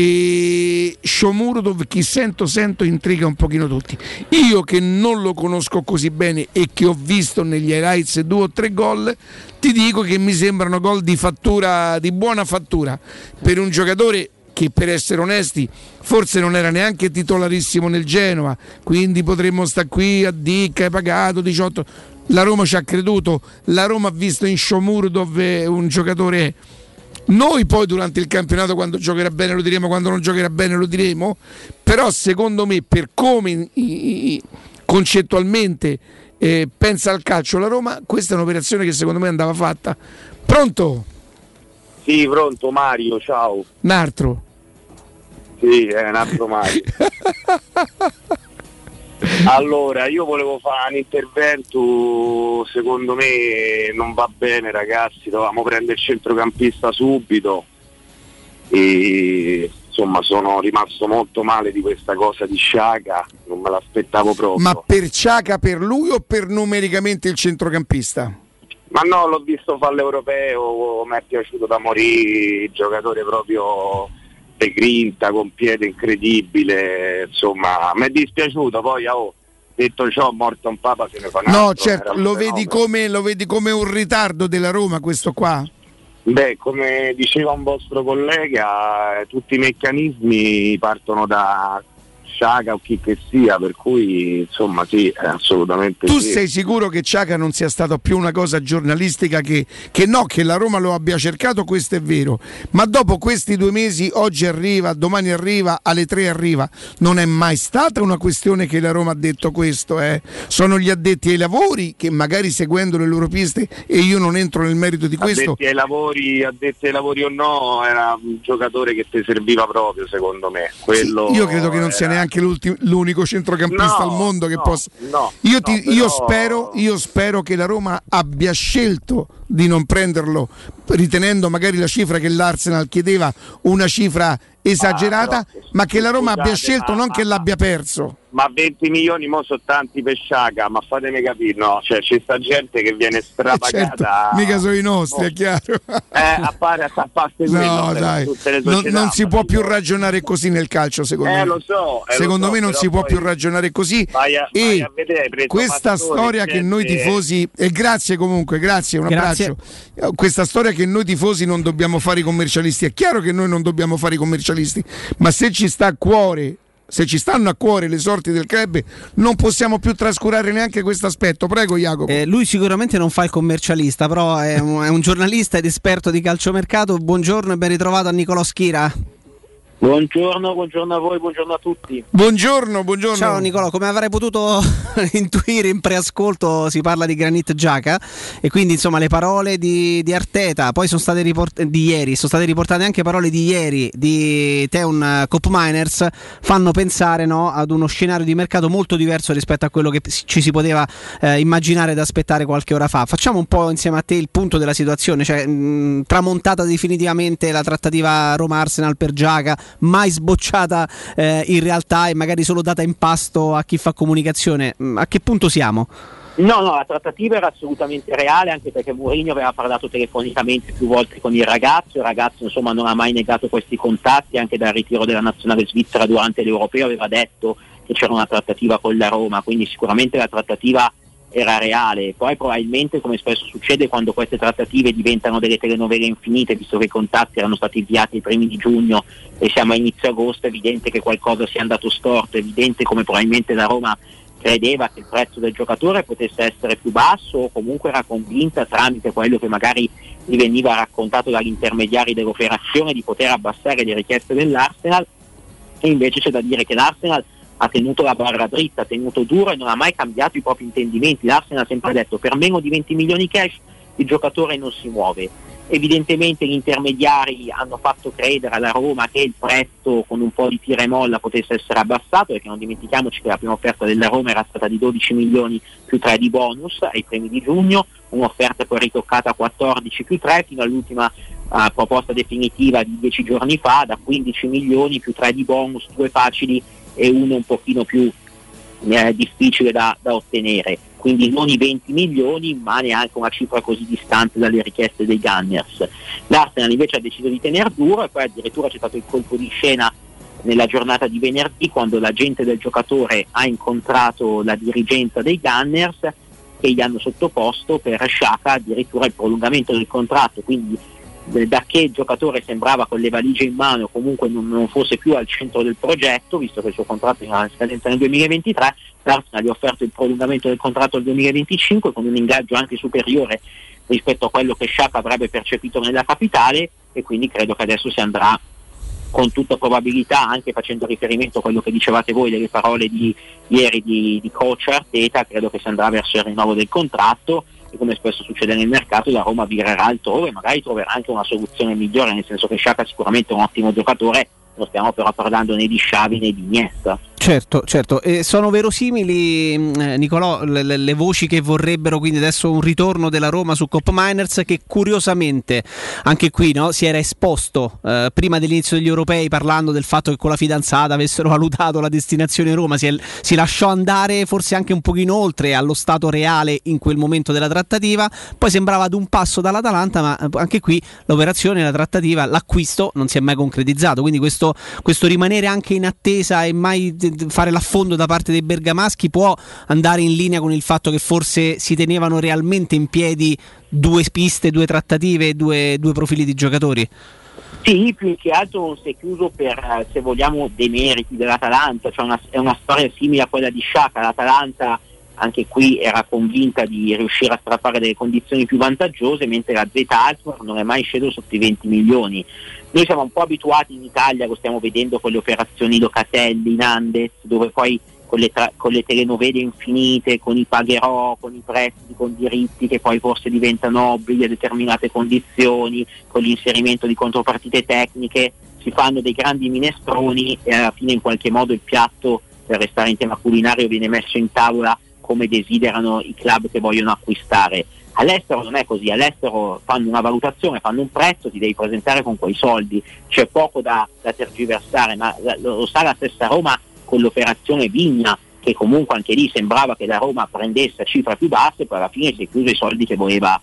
[SPEAKER 2] E Shomurodov, chi sento intriga un pochino tutti. Io che non lo conosco così bene e che ho visto negli highlights 2 o 3 gol, ti dico che mi sembrano gol di fattura, di buona fattura, per un giocatore che, per essere onesti, forse non era neanche titolarissimo nel Genoa, quindi potremmo stare qui a dire che hai pagato 18. La Roma ci ha creduto, la Roma ha visto in Shomurodov un giocatore. Noi poi durante il campionato, quando giocherà bene lo diremo, quando non giocherà bene lo diremo, però secondo me, per come concettualmente pensa al calcio la Roma, questa è un'operazione che secondo me andava fatta. Pronto?
[SPEAKER 25] Sì, pronto Mario, ciao.
[SPEAKER 2] Un altro?
[SPEAKER 25] Sì, è un altro Mario. Allora, io volevo fare un intervento, secondo me non va bene ragazzi, dovevamo prendere il centrocampista subito e insomma sono rimasto molto male di questa cosa di Sciaga, non me l'aspettavo proprio.
[SPEAKER 2] Ma per Sciaga, per lui o per numericamente il centrocampista?
[SPEAKER 25] Ma no, l'ho visto fare l'europeo, mi è piaciuto da morire, il giocatore proprio de grinta, con piede incredibile, insomma, mi è dispiaciuto, poi detto ciò, morto un papa se ne fa un altro.
[SPEAKER 2] No, certo, lo vedi come un ritardo della Roma questo qua?
[SPEAKER 25] Beh, come diceva un vostro collega, tutti i meccanismi partono da Sciaga o chi che sia, per cui insomma sì, assolutamente.
[SPEAKER 2] Tu
[SPEAKER 25] sì.
[SPEAKER 2] sei sicuro che Sciaga non sia stato più una cosa giornalistica, che no, che la Roma lo abbia cercato, questo è vero, ma dopo questi 2 mesi, oggi arriva, domani arriva, alle 3 arriva, non è mai stata una questione che la Roma ha detto questo, sono gli addetti ai lavori che magari seguendo le loro piste, e io non entro nel merito di questo.
[SPEAKER 25] Addetti ai lavori o no, era un giocatore che ti serviva proprio, secondo me. Quello
[SPEAKER 2] sì, io credo che non sia neanche l'unico centrocampista al mondo che possa. Io spero che la Roma abbia scelto di non prenderlo, ritenendo magari la cifra che l'Arsenal chiedeva una cifra esagerata, ma che la Roma abbia scelto, non che l'abbia perso.
[SPEAKER 25] Ma 20 milioni mo sono tanti per Sciaga, ma fatemi capire, no, cioè c'è sta gente che viene strapagata.
[SPEAKER 2] Certo, mica sono i nostri, è chiaro.
[SPEAKER 25] Appare a tappaste quello.
[SPEAKER 2] No, dai, non si può più ragionare così nel calcio, secondo me.
[SPEAKER 25] Lo so,
[SPEAKER 2] secondo me non si può più ragionare così. Vai a vedere, questa storia che noi tifosi, e grazie comunque, grazie, un abbraccio. Questa storia che noi tifosi non dobbiamo fare i commercialisti, è chiaro che noi non dobbiamo fare i commercialisti, ma se ci sta a cuore se ci stanno a cuore le sorti del club, non possiamo più trascurare neanche questo aspetto. Prego Jacopo.
[SPEAKER 3] Lui sicuramente non fa il commercialista, però è un giornalista ed esperto di calciomercato. Buongiorno e ben ritrovato a Nicolò Schira.
[SPEAKER 12] Buongiorno a voi, buongiorno a tutti.
[SPEAKER 2] Buongiorno.
[SPEAKER 3] Ciao Nicolò, come avrai potuto intuire in preascolto si parla di Granit Xhaka e quindi insomma le parole di Arteta, poi sono state riportate anche parole di ieri di Teun Koopmeiners, fanno pensare, no, ad uno scenario di mercato molto diverso rispetto a quello che ci si poteva immaginare ed aspettare qualche ora fa. Facciamo un po' insieme a te il punto della situazione, cioè tramontata definitivamente la trattativa Roma-Arsenal per Xhaka, mai sbocciata in realtà e magari solo data in pasto a chi fa comunicazione. A che punto siamo?
[SPEAKER 12] No, la trattativa era assolutamente reale, anche perché Mourinho aveva parlato telefonicamente più volte con il ragazzo insomma non ha mai negato questi contatti, anche dal ritiro della nazionale svizzera durante l'Europeo aveva detto che c'era una trattativa con la Roma, quindi sicuramente la trattativa era reale. Poi probabilmente, come spesso succede quando queste trattative diventano delle telenovele infinite, visto che i contatti erano stati inviati i primi di giugno e siamo a inizio agosto, è evidente che qualcosa sia andato storto, è evidente come probabilmente la Roma credeva che il prezzo del giocatore potesse essere più basso, o comunque era convinta tramite quello che magari gli veniva raccontato dagli intermediari dell'operazione di poter abbassare le richieste dell'Arsenal, e invece c'è da dire che l'Arsenal ha tenuto la barra dritta, ha tenuto duro e non ha mai cambiato i propri intendimenti. L'Arsenal ha sempre detto: per meno di 20 milioni cash il giocatore non si muove. Evidentemente gli intermediari hanno fatto credere alla Roma che il prezzo con un po' di tira e molla potesse essere abbassato, perché non dimentichiamoci che la prima offerta della Roma era stata di 12 milioni più 3 di bonus ai primi di giugno, un'offerta poi ritoccata a 14 più 3 fino all'ultima proposta definitiva di 10 giorni fa, da 15 milioni più 3 di bonus, 2 facili e uno un pochino più difficile da ottenere, quindi non i 20 milioni ma neanche una cifra così distante dalle richieste dei Gunners. L'Arsenal invece ha deciso di tener duro, e poi addirittura c'è stato il colpo di scena nella giornata di venerdì, quando l'agente del giocatore ha incontrato la dirigenza dei Gunners che gli hanno sottoposto per Xhaka addirittura il prolungamento del contratto, quindi da che il giocatore sembrava con le valigie in mano, comunque non fosse più al centro del progetto, visto che il suo contratto era in scadenza nel 2023, l'Arsenal gli ha offerto il prolungamento del contratto al 2025 con un ingaggio anche superiore rispetto a quello che Xhaka avrebbe percepito nella capitale, e quindi credo che adesso si andrà con tutta probabilità, anche facendo riferimento a quello che dicevate voi delle parole di ieri di coach Arteta, credo che si andrà verso il rinnovo del contratto, e come spesso succede nel mercato la Roma virerà altrove, magari troverà anche una soluzione migliore, nel senso che Xhaka sicuramente è un ottimo giocatore, non stiamo però parlando né di Xavi né di Iniesta.
[SPEAKER 3] Certo. E sono verosimili, Nicolò, le voci che vorrebbero quindi adesso un ritorno della Roma su Koopmeiners, che curiosamente anche qui, no, si era esposto prima dell'inizio degli europei parlando del fatto che con la fidanzata avessero valutato la destinazione Roma, si lasciò andare forse anche un pochino oltre allo stato reale in quel momento della trattativa, poi sembrava ad un passo dall'Atalanta, ma anche qui l'operazione, la trattativa, l'acquisto non si è mai concretizzato, quindi questo rimanere anche in attesa e mai fare l'affondo da parte dei bergamaschi può andare in linea con il fatto che forse si tenevano realmente in piedi due piste, due trattative, due profili di giocatori?
[SPEAKER 12] Sì, più che altro non si è chiuso per, se vogliamo, dei meriti dell'Atalanta, cioè è una storia simile a quella di Xhaka. L'Atalanta anche qui era convinta di riuscire a strappare delle condizioni più vantaggiose, mentre la Z Alkmaar non è mai sceso sotto i 20 milioni. Noi siamo un po' abituati in Italia, lo stiamo vedendo con le operazioni Locatelli, Nandes, dove poi con le telenovele infinite, con i pagherò, con i prestiti, con diritti che poi forse diventano obblighi a determinate condizioni, con l'inserimento di contropartite tecniche, si fanno dei grandi minestroni e alla fine in qualche modo il piatto, per restare in tema culinario, viene messo in tavola come desiderano i club che vogliono acquistare. All'estero non è così, all'estero fanno una valutazione, fanno un prezzo, ti devi presentare con quei soldi, c'è poco da tergiversare, ma lo sa la stessa Roma con l'operazione Vigna, che comunque anche lì sembrava che la Roma prendesse cifre più basse, poi alla fine si è chiuso i soldi che voleva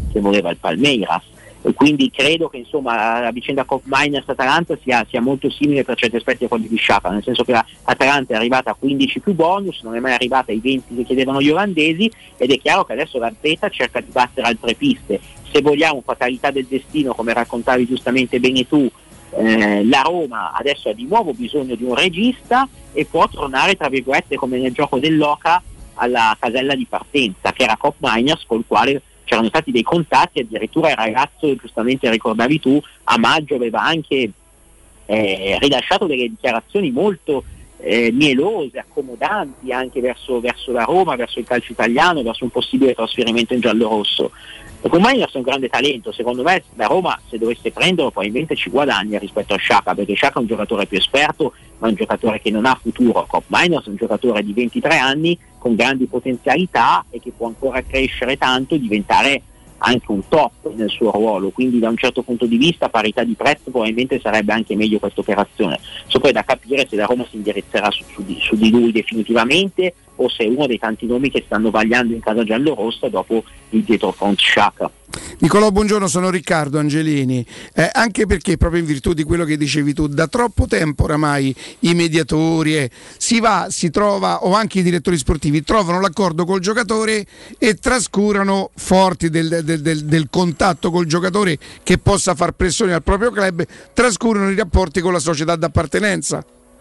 [SPEAKER 12] il Palmeiras. E quindi credo che insomma la vicenda Koopmeiners-Atalanta sia molto simile per certi aspetti a quelli di Xhaka, nel senso che l'Atalanta è arrivata a 15 più bonus, non è mai arrivata ai 20 che chiedevano gli olandesi, ed è chiaro che adesso l'Arteta cerca di battere altre piste. Se vogliamo, fatalità del destino, come raccontavi giustamente bene tu, La Roma adesso ha di nuovo bisogno di un regista e può tornare, tra virgolette, come nel gioco dell'Oca, alla casella di partenza, che era Kopp Meiners, col quale c'erano stati dei contatti. Addirittura il ragazzo, giustamente ricordavi tu, a maggio aveva anche rilasciato delle dichiarazioni molto mielose, accomodanti anche verso la Roma, verso il calcio italiano, verso un possibile trasferimento in giallorosso. Kopp Meiners è un grande talento, secondo me la Roma, se dovesse prenderlo, probabilmente ci guadagna rispetto a Sciacca, perché Sciacca è un giocatore più esperto, ma è un giocatore che non ha futuro. Kopp Meiners è un giocatore di 23 anni con grandi potenzialità e che può ancora crescere tanto e diventare anche un top nel suo ruolo, quindi da un certo punto di vista, a parità di prezzo, probabilmente sarebbe anche meglio questa operazione. Poi da capire se la Roma si indirizzerà su di lui definitivamente o se è uno dei tanti nomi che stanno vagliando in casa giallorossa dopo il dietrofront Sciacca.
[SPEAKER 2] Nicolò, buongiorno, sono Riccardo Angelini. Anche perché, proprio in virtù di quello che dicevi tu, da troppo tempo oramai i mediatori si trova, o anche i direttori sportivi trovano l'accordo col giocatore e trascurano, forti del contatto col giocatore che possa far pressione al proprio club, trascurano i rapporti con la società d'appartenenza.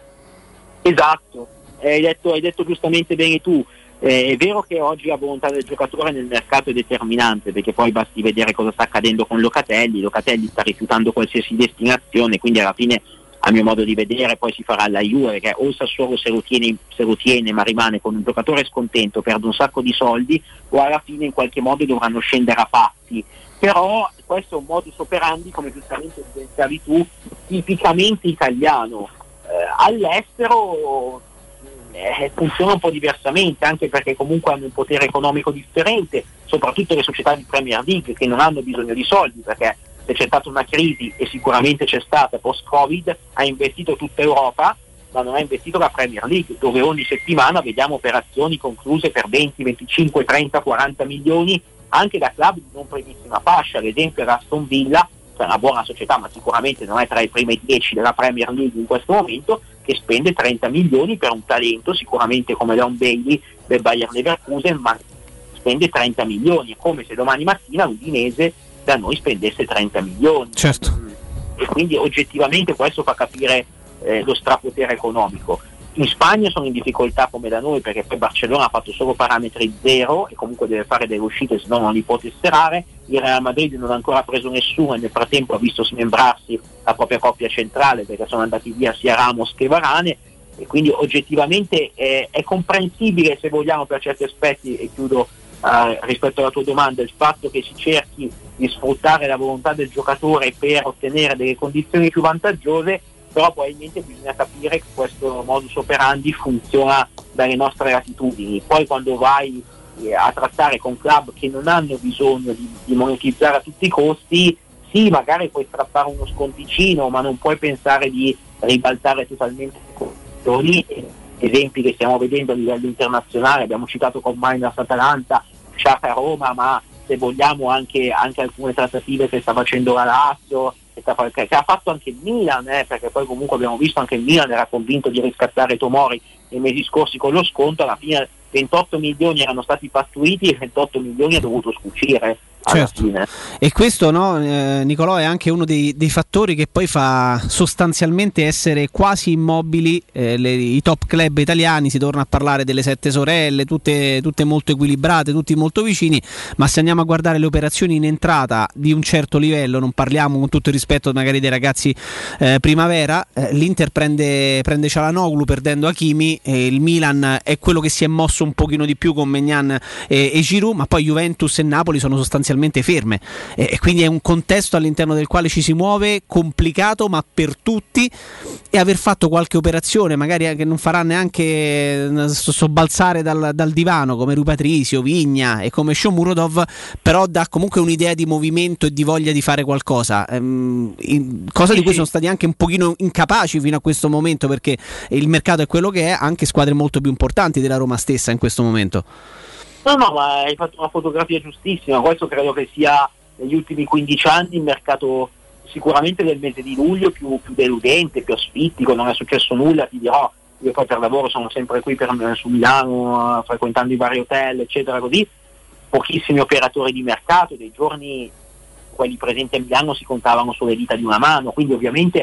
[SPEAKER 12] Esatto, hai detto giustamente bene tu. È vero che oggi la volontà del giocatore nel mercato è determinante, perché poi basti vedere cosa sta accadendo con Locatelli sta rifiutando qualsiasi destinazione, quindi alla fine, a mio modo di vedere, poi si farà la Juve, che o il Sassuolo se lo tiene ma rimane con un giocatore scontento, perde un sacco di soldi, o alla fine in qualche modo dovranno scendere a patti. Però questo è un modus operandi, come giustamente evidenziavi tu, tipicamente italiano. All'estero funziona un po' diversamente, anche perché comunque hanno un potere economico differente, soprattutto le società di Premier League, che non hanno bisogno di soldi, perché se c'è stata una crisi, e sicuramente c'è stata post-Covid, ha investito tutta Europa, ma non ha investito la Premier League, dove ogni settimana vediamo operazioni concluse per 20, 25, 30, 40 milioni anche da club di non primissima fascia. L'esempio è Aston Villa, cioè una buona società, ma sicuramente non è tra i primi 10 della Premier League in questo momento, che spende 30 milioni per un talento sicuramente come Leon Bailey del Bayer Leverkusen, ma spende 30 milioni. È come se domani mattina l'Udinese da noi spendesse 30 milioni.
[SPEAKER 3] Certo.
[SPEAKER 12] E quindi oggettivamente questo fa capire lo strapotere economico. In Spagna sono in difficoltà come da noi, perché poi Barcellona ha fatto solo parametri zero e comunque deve fare delle uscite, se no non li può tesserare. Il Real Madrid non ha ancora preso nessuno e nel frattempo ha visto smembrarsi la propria coppia centrale, perché sono andati via sia Ramos che Varane, e quindi oggettivamente è comprensibile, se vogliamo, per certi aspetti, e chiudo rispetto alla tua domanda, il fatto che si cerchi di sfruttare la volontà del giocatore per ottenere delle condizioni più vantaggiose, però probabilmente bisogna capire che questo modus operandi funziona dalle nostre latitudini. Poi quando vai a trattare con club che non hanno bisogno di monetizzare a tutti i costi, sì, magari puoi strappare uno sconticino, ma non puoi pensare di ribaltare totalmente le condizioni. Esempi che stiamo vedendo a livello internazionale, abbiamo citato con Mainz Atalanta, Sciacca Roma, ma se vogliamo anche alcune trattative che sta facendo la Lazio, che ha fatto anche il Milan, perché poi comunque abbiamo visto anche il Milan era convinto di riscattare Tomori nei mesi scorsi con lo sconto. Alla fine 28 milioni erano stati pattuiti e 28 milioni ha dovuto scucire.
[SPEAKER 3] Certo. E questo, no, Nicolò, è anche uno dei fattori che poi fa sostanzialmente essere quasi immobili i top club italiani. Si torna a parlare delle 7 sorelle, tutte molto equilibrate, tutti molto vicini, ma se andiamo a guardare le operazioni in entrata di un certo livello, non parliamo, con tutto il rispetto magari dei ragazzi Primavera, l'Inter prende Çalhanoğlu perdendo Hakimi, il Milan è quello che si è mosso un pochino di più con Maignan e Giroud, ma poi Juventus e Napoli sono sostanzialmente ferme, e quindi è un contesto all'interno del quale ci si muove complicato, ma per tutti. E aver fatto qualche operazione magari che non farà neanche sobbalzare dal divano, come Rui Patricio, Vigna e come Shomurodov, però dà comunque un'idea di movimento e di voglia di fare qualcosa, cosa di cui sono stati anche un pochino incapaci fino a questo momento, perché il mercato è quello che è, anche squadre molto più importanti della Roma stessa in questo momento.
[SPEAKER 12] No, ma hai fatto una fotografia giustissima. Questo credo che sia negli ultimi 15 anni il mercato sicuramente del mese di luglio più deludente, più asfittico. Non è successo nulla, ti dirò, io poi per lavoro sono sempre qui su Milano, frequentando i vari hotel eccetera, così pochissimi operatori di mercato, dei giorni quelli presenti a Milano si contavano sulle dita di una mano, quindi ovviamente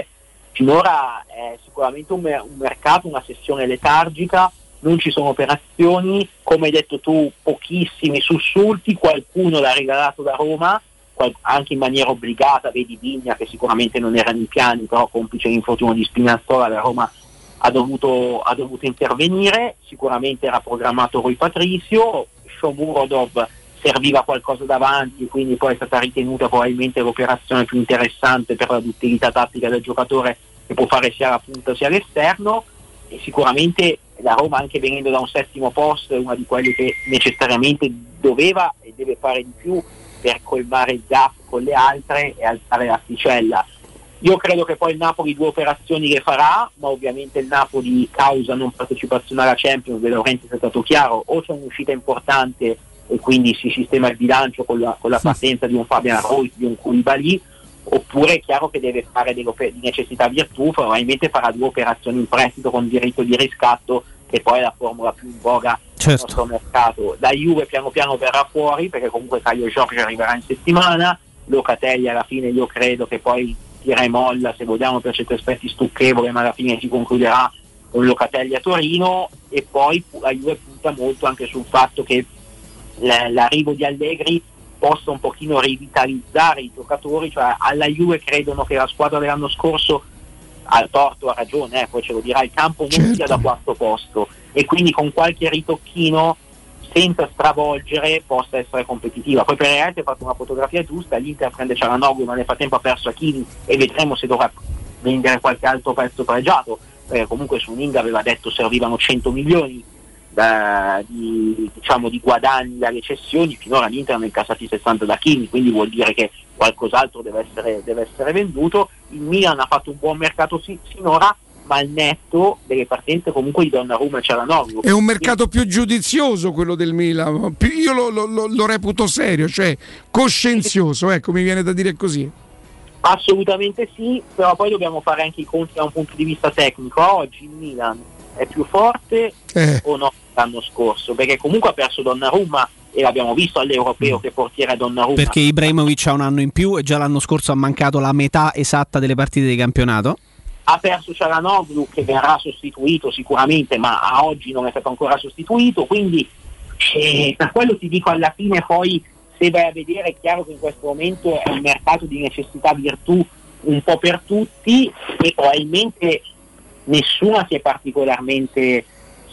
[SPEAKER 12] finora è sicuramente un mercato, una sessione letargica, non ci sono operazioni, come hai detto tu, pochissimi sussulti, qualcuno l'ha regalato da Roma, anche in maniera obbligata, vedi Vigna che sicuramente non era nei piani, però complice l'infortunio di Spinazzola la Roma ha dovuto intervenire, sicuramente era programmato Rui Patricio, Shomurodov serviva qualcosa davanti, quindi poi è stata ritenuta probabilmente l'operazione più interessante per la duttilità tattica del giocatore che può fare sia la punta sia l'esterno, e sicuramente la Roma, anche venendo da un settimo posto, è una di quelle che necessariamente doveva e deve fare di più per colmare il gap con le altre e alzare l'asticella. Io credo che poi il Napoli 2 operazioni le farà, ma ovviamente il Napoli, causa non partecipazione alla Champions, De Laurentiis è stato chiaro, o c'è un'uscita importante e quindi si sistema il bilancio con la partenza di un Fabian Ruiz, di un Koulibaly, oppure è chiaro che deve fare di necessità virtù, probabilmente farà 2 operazioni in prestito con diritto di riscatto, che poi è la formula più in voga del nostro mercato. Da Juve piano piano verrà fuori, perché comunque Caio Jorge arriverà in settimana, Locatelli alla fine io credo che poi tira e molla, se vogliamo, per certi aspetti stucchevole, ma alla fine si concluderà con Locatelli a Torino, e poi la Juve punta molto anche sul fatto che l'arrivo di Allegri possa un pochino rivitalizzare i giocatori, cioè alla Juve credono che la squadra dell'anno scorso, al torto ha ragione, poi ce lo dirà il campo, non sia da quarto posto, e quindi con qualche ritocchino senza stravolgere possa essere competitiva. Poi per il Real ha fatto una fotografia giusta, l'Inter prende Cialanoglu, ma nel frattempo ha perso Hakimi e vedremo se dovrà vendere qualche altro pezzo pregiato, perché comunque su Ninga aveva detto servivano 100 milioni di guadagni dalle cessioni, finora l'Inter ne ha incassati 60 da Hakimi, quindi vuol dire che qualcos'altro deve essere venduto. Il Milan ha fatto un buon mercato sinora, ma al netto delle partenze comunque di Donnarumma e Cialanoglu.
[SPEAKER 2] È un mercato più giudizioso quello del Milan, io lo reputo serio, cioè coscienzioso, ecco, mi viene da dire così.
[SPEAKER 12] Assolutamente sì, però poi dobbiamo fare anche i conti da un punto di vista tecnico. Oggi il Milan è più forte o no l'anno scorso? Perché comunque ha perso Donnarumma e l'abbiamo visto all'Europeo che portiere Donnarumma.
[SPEAKER 3] Perché Ibrahimovic ha un anno in più e già l'anno scorso ha mancato la metà esatta delle partite di campionato.
[SPEAKER 12] Ha perso Cialanoglu, che verrà sostituito sicuramente, ma a oggi non è stato ancora sostituito, quindi per quello ti dico, alla fine poi se vai a vedere è chiaro che in questo momento è un mercato di necessità virtù un po' per tutti, e probabilmente nessuna si è particolarmente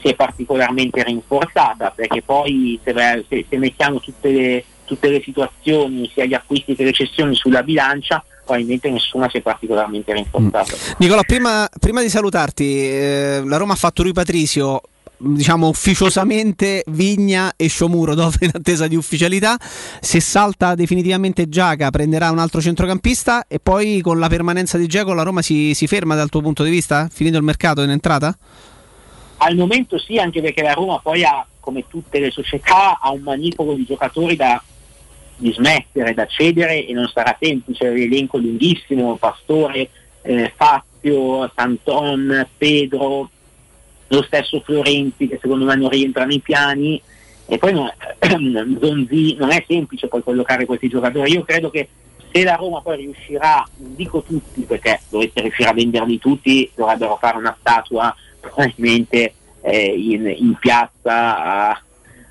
[SPEAKER 12] rinforzata, perché poi se mettiamo tutte le situazioni, sia gli acquisti che le cessioni, sulla bilancia, probabilmente nessuna si è particolarmente rinforzata.
[SPEAKER 3] Nicola, prima di salutarti, la Roma ha fatto Rui Patricio, diciamo ufficiosamente Vigna e Shomurodov in attesa di ufficialità. Se salta definitivamente Giaca prenderà un altro centrocampista, e poi con la permanenza di Dzeko la Roma si ferma dal tuo punto di vista, finito il mercato in entrata?
[SPEAKER 12] Al momento sì, anche perché la Roma poi ha, come tutte le società, ha un manipolo di giocatori da dismettere, da cedere, e non sarà semplice, l'elenco lunghissimo: Pastore, Fazio, Santon, Pedro, lo stesso Florenzi, che secondo me non rientra nei piani, e poi Zonzi, non è semplice poi collocare questi giocatori. Io credo che se la Roma poi riuscirà, non dico tutti, perché dovesse riuscire a venderli tutti dovrebbero fare una statua probabilmente in piazza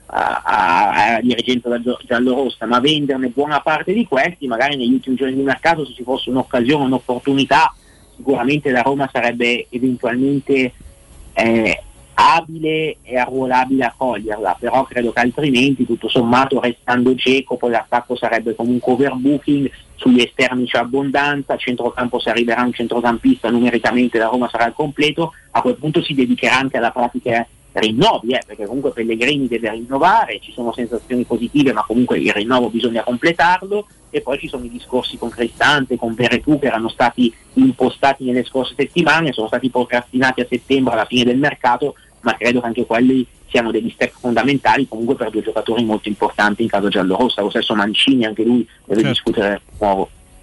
[SPEAKER 12] alla dirigenza giallorossa, ma venderne buona parte di questi, magari negli ultimi giorni di mercato, se ci fosse un'occasione, un'opportunità, sicuramente la Roma sarebbe eventualmente abile e arruolabile a coglierla, però credo che altrimenti, tutto sommato, restando Dzeko, poi l'attacco sarebbe comunque overbooking, sugli esterni c'è abbondanza, a centrocampo se arriverà un centrocampista numericamente la Roma sarà al completo, a quel punto si dedicherà anche alla pratica rinnovi, perché comunque Pellegrini deve rinnovare, ci sono sensazioni positive, ma comunque il rinnovo bisogna completarlo, e poi ci sono i discorsi con Cristante, con Veretout, che erano stati impostati nelle scorse settimane, sono stati procrastinati a settembre alla fine del mercato, ma credo che anche quelli siano degli step fondamentali comunque per 2 giocatori molto importanti in caso giallorossa. Lo stesso Mancini, anche lui deve discutere di nuovo.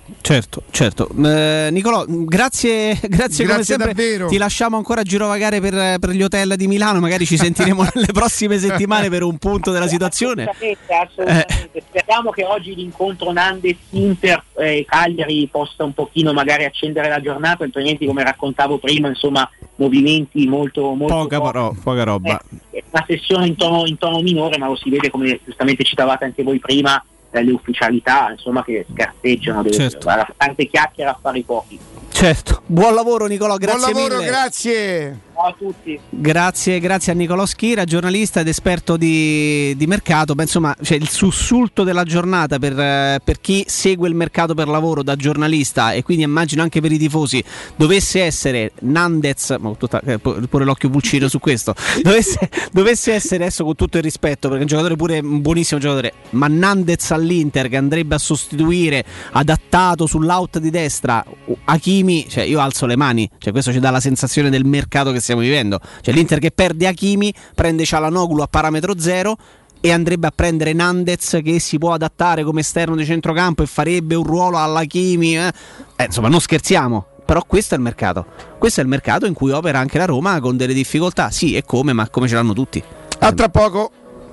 [SPEAKER 3] Certo. Nicolò, grazie come sempre.
[SPEAKER 2] Davvero.
[SPEAKER 3] Ti lasciamo ancora girovagare per gli hotel di Milano, magari ci sentiremo nelle prossime settimane per un punto della situazione.
[SPEAKER 12] Assolutamente. Speriamo che oggi l'incontro Nandes-Inter Cagliari possa un pochino magari accendere la giornata, altrimenti, come raccontavo prima, insomma, movimenti molto
[SPEAKER 3] poca roba.
[SPEAKER 12] Una sessione in tono minore, ma lo si vede, come giustamente citavate anche voi prima, le ufficialità, insomma, che scarseggiano,
[SPEAKER 3] certo.
[SPEAKER 12] Tante chiacchiere a fare pochi.
[SPEAKER 3] Certo, buon lavoro Nicolò, grazie mille.
[SPEAKER 2] Grazie.
[SPEAKER 12] Ciao a tutti.
[SPEAKER 3] Grazie a Nicolò Schira, giornalista ed esperto di mercato. Beh, insomma, c'è il sussulto della giornata per chi segue il mercato per lavoro da giornalista, e quindi immagino anche per i tifosi, dovesse essere Nandez, ma pure l'occhio pulcino su questo, dovesse essere, adesso con tutto il rispetto, perché è un giocatore pure un buonissimo giocatore, ma Nandez all'Inter che andrebbe a sostituire, adattato sull'out di destra, Hakimi, cioè io alzo le mani, cioè questo ci dà la sensazione del mercato che stiamo vivendo, cioè l'Inter che perde Hakimi, prende Çalhanoğlu a parametro zero e andrebbe a prendere Nandez che si può adattare come esterno di centrocampo e farebbe un ruolo alla Hakimi, insomma non scherziamo, però questo è il mercato in cui opera anche la Roma con delle difficoltà, sì, e come, ma come ce l'hanno tutti.
[SPEAKER 2] A tra poco.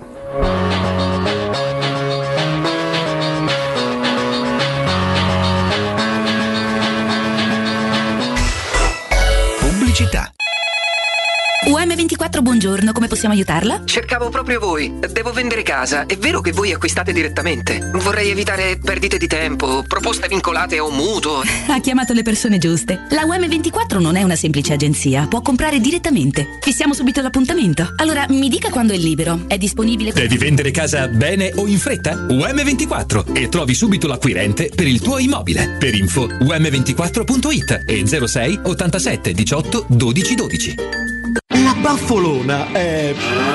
[SPEAKER 4] Pubblicità.
[SPEAKER 6] UM24, buongiorno, come possiamo aiutarla?
[SPEAKER 13] Cercavo proprio voi. Devo vendere casa. È vero che voi acquistate direttamente? Vorrei evitare perdite di tempo, proposte vincolate o mutuo.
[SPEAKER 6] Ha chiamato le persone giuste. La UM24 non è una semplice agenzia, può comprare direttamente. Fissiamo subito l'appuntamento. Allora, mi dica quando è libero. È disponibile?
[SPEAKER 20] Devi vendere casa bene o in fretta? UM24 e trovi subito l'acquirente per il tuo immobile. Per info um24.it e 06 87 18 12 12.
[SPEAKER 14] La Baffolona è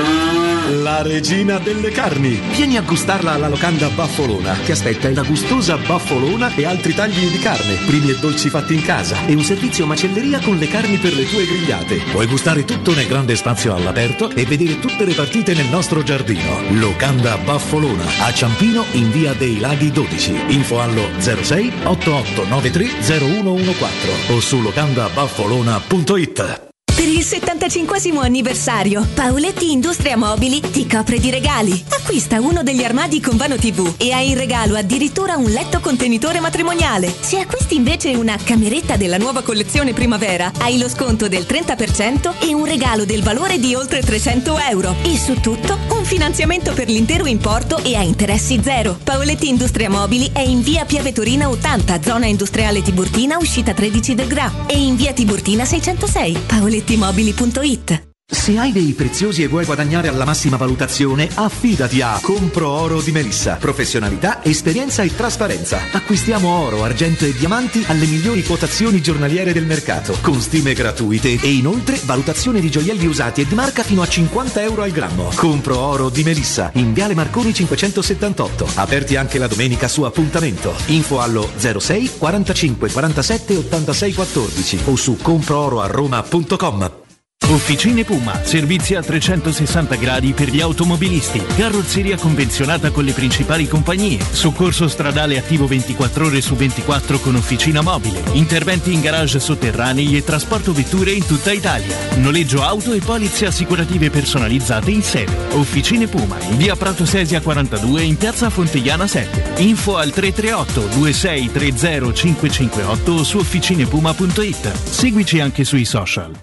[SPEAKER 14] la regina delle carni. Vieni a gustarla alla locanda Baffolona. Ti aspetta la gustosa Baffolona e altri tagli di carne, primi e dolci fatti in casa e un servizio macelleria con le carni per le tue grigliate.
[SPEAKER 4] Puoi gustare tutto nel grande spazio all'aperto e vedere tutte le partite nel nostro giardino. Locanda Baffolona a Ciampino in via dei Laghi 12. Info allo 06 8893 0114 o su locandabaffolona.it.
[SPEAKER 6] Per il 75° anniversario, Paoletti Industria Mobili ti copre di regali. Acquista uno degli armadi con vano TV e hai in regalo addirittura un letto contenitore matrimoniale. Se acquisti invece una cameretta della nuova collezione primavera, hai lo sconto del 30% e un regalo del valore di oltre 300 euro. E su tutto, un finanziamento per l'intero importo e a interessi zero. Paoletti Industria Mobili è in via Pieve Torina 80, zona industriale Tiburtina, uscita 13 del Gra, e in via Tiburtina 606. Paolettimobili.it.
[SPEAKER 14] Se hai dei preziosi e vuoi guadagnare alla massima valutazione, affidati a Compro Oro di Melissa. Professionalità, esperienza e trasparenza. Acquistiamo oro, argento e diamanti alle migliori quotazioni giornaliere del mercato, con stime gratuite e inoltre valutazione di gioielli usati e di marca fino a 50 euro al grammo. Compro Oro di Melissa, in Viale Marconi 578. Aperti anche la domenica su appuntamento. Info allo 06 45 47 86 14 o su comprooroaroma.com.
[SPEAKER 1] Officine Puma, servizi a 360 gradi per gli automobilisti, carrozzeria convenzionata con le principali compagnie, soccorso stradale attivo 24 ore su 24 con officina mobile, interventi in garage sotterranei e trasporto vetture in tutta Italia, noleggio auto e polizze assicurative personalizzate in sede. Officine Puma, in via Prato Sesia 42 in piazza Fontegliana 7. Info al 338 2630 558 o su officinepuma.it. Seguici anche sui social.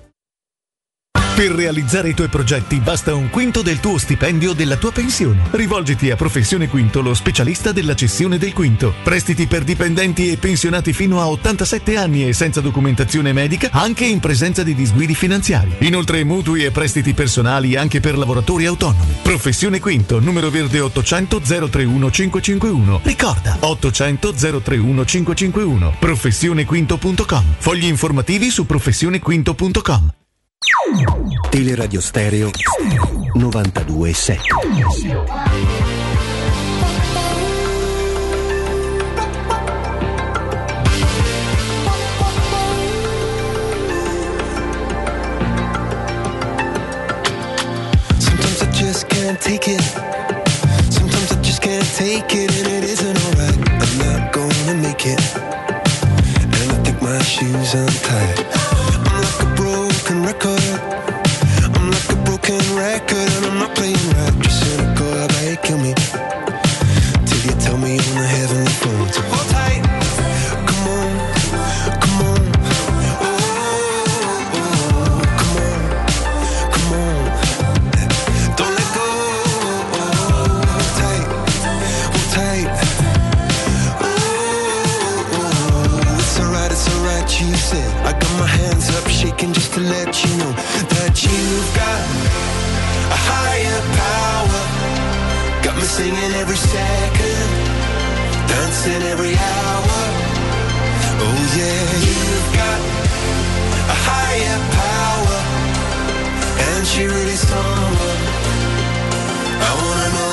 [SPEAKER 19] Per realizzare i tuoi progetti basta un quinto del tuo stipendio o della tua pensione. Rivolgiti a Professione Quinto, lo specialista della cessione del quinto. Prestiti per dipendenti e pensionati fino a 87 anni e senza documentazione medica, anche in presenza di disguidi finanziari. Inoltre mutui e prestiti personali anche per lavoratori autonomi. Professione Quinto, numero verde 800 031 551. Ricorda, 800 031 551. Professionequinto.com. Fogli informativi su professionequinto.com.
[SPEAKER 23] Teleradio Stereo 92.7.
[SPEAKER 24] Sometimes I just can't take it. Sometimes I just can't take it, and it isn't alright. I'm not gonna make it. shoes untied. I'm like a broken record. I'm like a broken record, and I'm not playing right. You're cynical, I bet you kill me till you tell me on the heavenly phone. So hold tight, come on, come on. Oh, come on, come on. Don't let go. Hold tight, hold tight. It's alright, you said. I got my hands up shaking just to let you know that you've got a higher power. Got me singing every second, dancing every hour. Oh yeah, you've got a higher power, and she really someone I wanna know.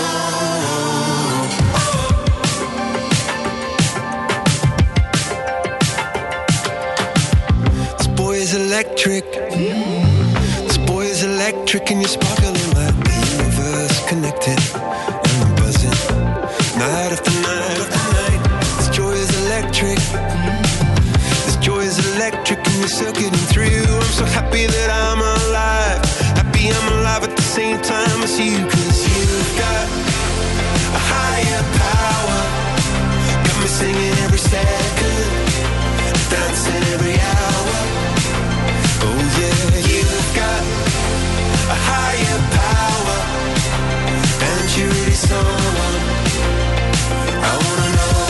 [SPEAKER 24] Is electric. This boy is electric, and you're sparkling like the universe connected. And I'm buzzing night after night after night. This joy is electric. This joy is electric, and you're circuiting through. I'm so happy that I'm alive. Happy I'm alive at the same time as you, 'cause you've got a higher power. Got me singing every second, dancing every hour. Oh yeah, you've got a higher power, and you're really someone I wanna know.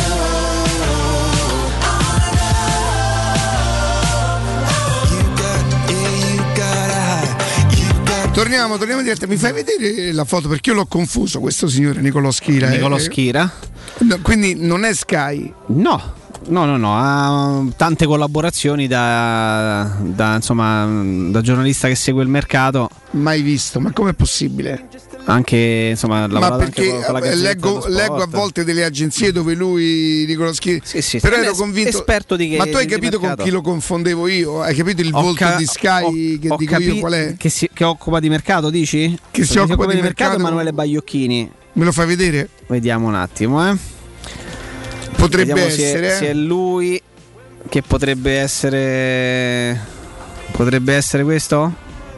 [SPEAKER 24] You got, yeah, you got a high. You got.
[SPEAKER 2] Torniamo in diretta. Mi fai vedere la foto, perché io l'ho confuso, questo signore Nicolò Schira.
[SPEAKER 3] Nicolò Schira?
[SPEAKER 2] No, quindi non è Sky?
[SPEAKER 3] No, ha tante collaborazioni da giornalista che segue il mercato.
[SPEAKER 2] Mai visto, ma com'è possibile?
[SPEAKER 3] Anche insomma,
[SPEAKER 2] ma perché anche con la leggo a volte delle agenzie dove lui Nicolò Schira.
[SPEAKER 3] Sì,
[SPEAKER 2] però ero convinto.
[SPEAKER 3] Esperto di che,
[SPEAKER 2] ma tu hai capito con chi lo confondevo io? Hai capito il volto di Sky che dico io qual è?
[SPEAKER 3] Che occupa di mercato, dici?
[SPEAKER 2] Che si occupa di mercato
[SPEAKER 3] Emanuele Baiocchini.
[SPEAKER 2] Me lo fai vedere?
[SPEAKER 3] Vediamo un attimo,
[SPEAKER 2] Potrebbe
[SPEAKER 3] vediamo
[SPEAKER 2] essere
[SPEAKER 3] se è lui che potrebbe essere questo?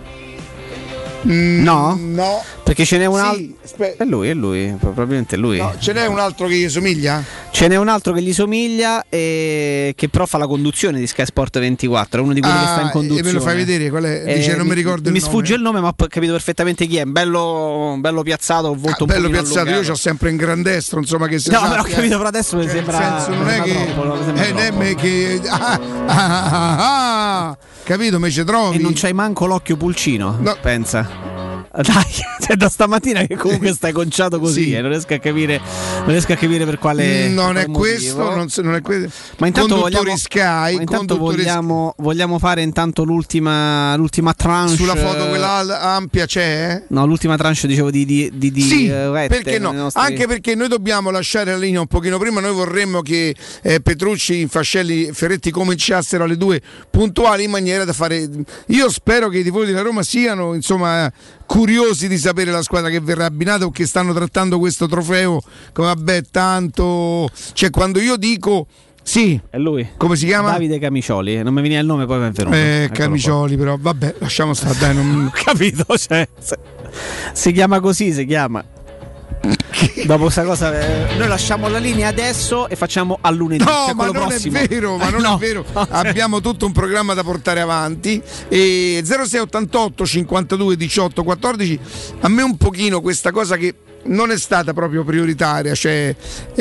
[SPEAKER 3] No?
[SPEAKER 2] No.
[SPEAKER 3] Perché ce n'è un altro.
[SPEAKER 2] Sì,
[SPEAKER 3] è lui, probabilmente è lui.
[SPEAKER 2] No, ce n'è un altro che gli somiglia?
[SPEAKER 3] Ce n'è un altro che gli somiglia e che però fa la conduzione di Sky Sport 24, è uno di quelli che sta in conduzione.
[SPEAKER 2] E me lo fai vedere qual è? Dice non mi ricordo il nome.
[SPEAKER 3] Mi sfugge il nome, ma ho capito perfettamente chi è. Bello piazzato, volto un po'
[SPEAKER 2] bello piazzato,
[SPEAKER 3] allungato.
[SPEAKER 2] io c'ho sempre in grandestro, insomma, che se
[SPEAKER 3] no, però ho capito, però adesso mi sembra.
[SPEAKER 2] Nel senso non è che capito, me ci trovi.
[SPEAKER 3] E non c'hai manco l'occhio pulcino, no. Pensa. Dai, è da stamattina che comunque stai conciato così,
[SPEAKER 2] sì.
[SPEAKER 3] Non riesco a capire per quale.
[SPEAKER 2] Non è
[SPEAKER 3] motivo.
[SPEAKER 2] Questo, non è questo.
[SPEAKER 3] Ma intanto vogliamo fare intanto l'ultima tranche.
[SPEAKER 2] Sulla foto quella ampia c'è?
[SPEAKER 3] No, l'ultima tranche dicevo di
[SPEAKER 2] sì, perché no? Nostri... Anche perché noi dobbiamo lasciare la linea un pochino prima. Noi vorremmo che Petrucci, Infascelli, Ferretti cominciassero alle 2 puntuali, in maniera da fare. Io spero che i tifosi della Roma siano, insomma, curiosi di sapere la squadra che verrà abbinata o che stanno trattando questo trofeo come vabbè tanto, cioè quando io dico sì,
[SPEAKER 3] è lui,
[SPEAKER 2] come si chiama?
[SPEAKER 3] Davide Camicioli, non mi veniva il nome, poi mi è venuto
[SPEAKER 2] Camicioli, però vabbè, lasciamo stare, dai, non
[SPEAKER 3] capito, cioè, si chiama così, si chiama. Dopo questa cosa noi lasciamo la linea adesso e facciamo a lunedì.
[SPEAKER 2] No,
[SPEAKER 3] cioè
[SPEAKER 2] ma non
[SPEAKER 3] prossimo.
[SPEAKER 2] È vero, ma non no. È vero. Abbiamo tutto un programma da portare avanti. E 0688 52 18 14. A me un pochino questa cosa che non è stata proprio prioritaria, cioè,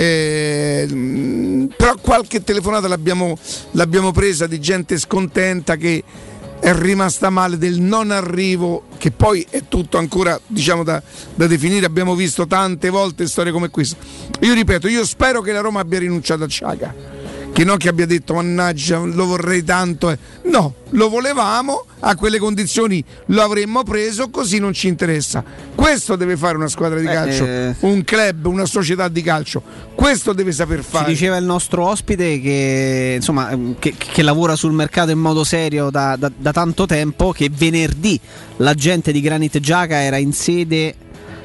[SPEAKER 2] però qualche telefonata l'abbiamo presa di gente scontenta che è rimasta male del non arrivo, che poi è tutto ancora, diciamo, da definire. Abbiamo visto tante volte storie come questa. Io ripeto, io spero che la Roma abbia rinunciato a Xhaka, che non che abbia detto mannaggia lo vorrei tanto, no, lo volevamo, a quelle condizioni lo avremmo preso, così non ci interessa. Questo deve fare una squadra di calcio, un club, una società di calcio, questo deve saper fare.
[SPEAKER 3] Ci diceva il nostro ospite che insomma che lavora sul mercato in modo serio da tanto tempo, che venerdì la gente di Granit Xhaka era in sede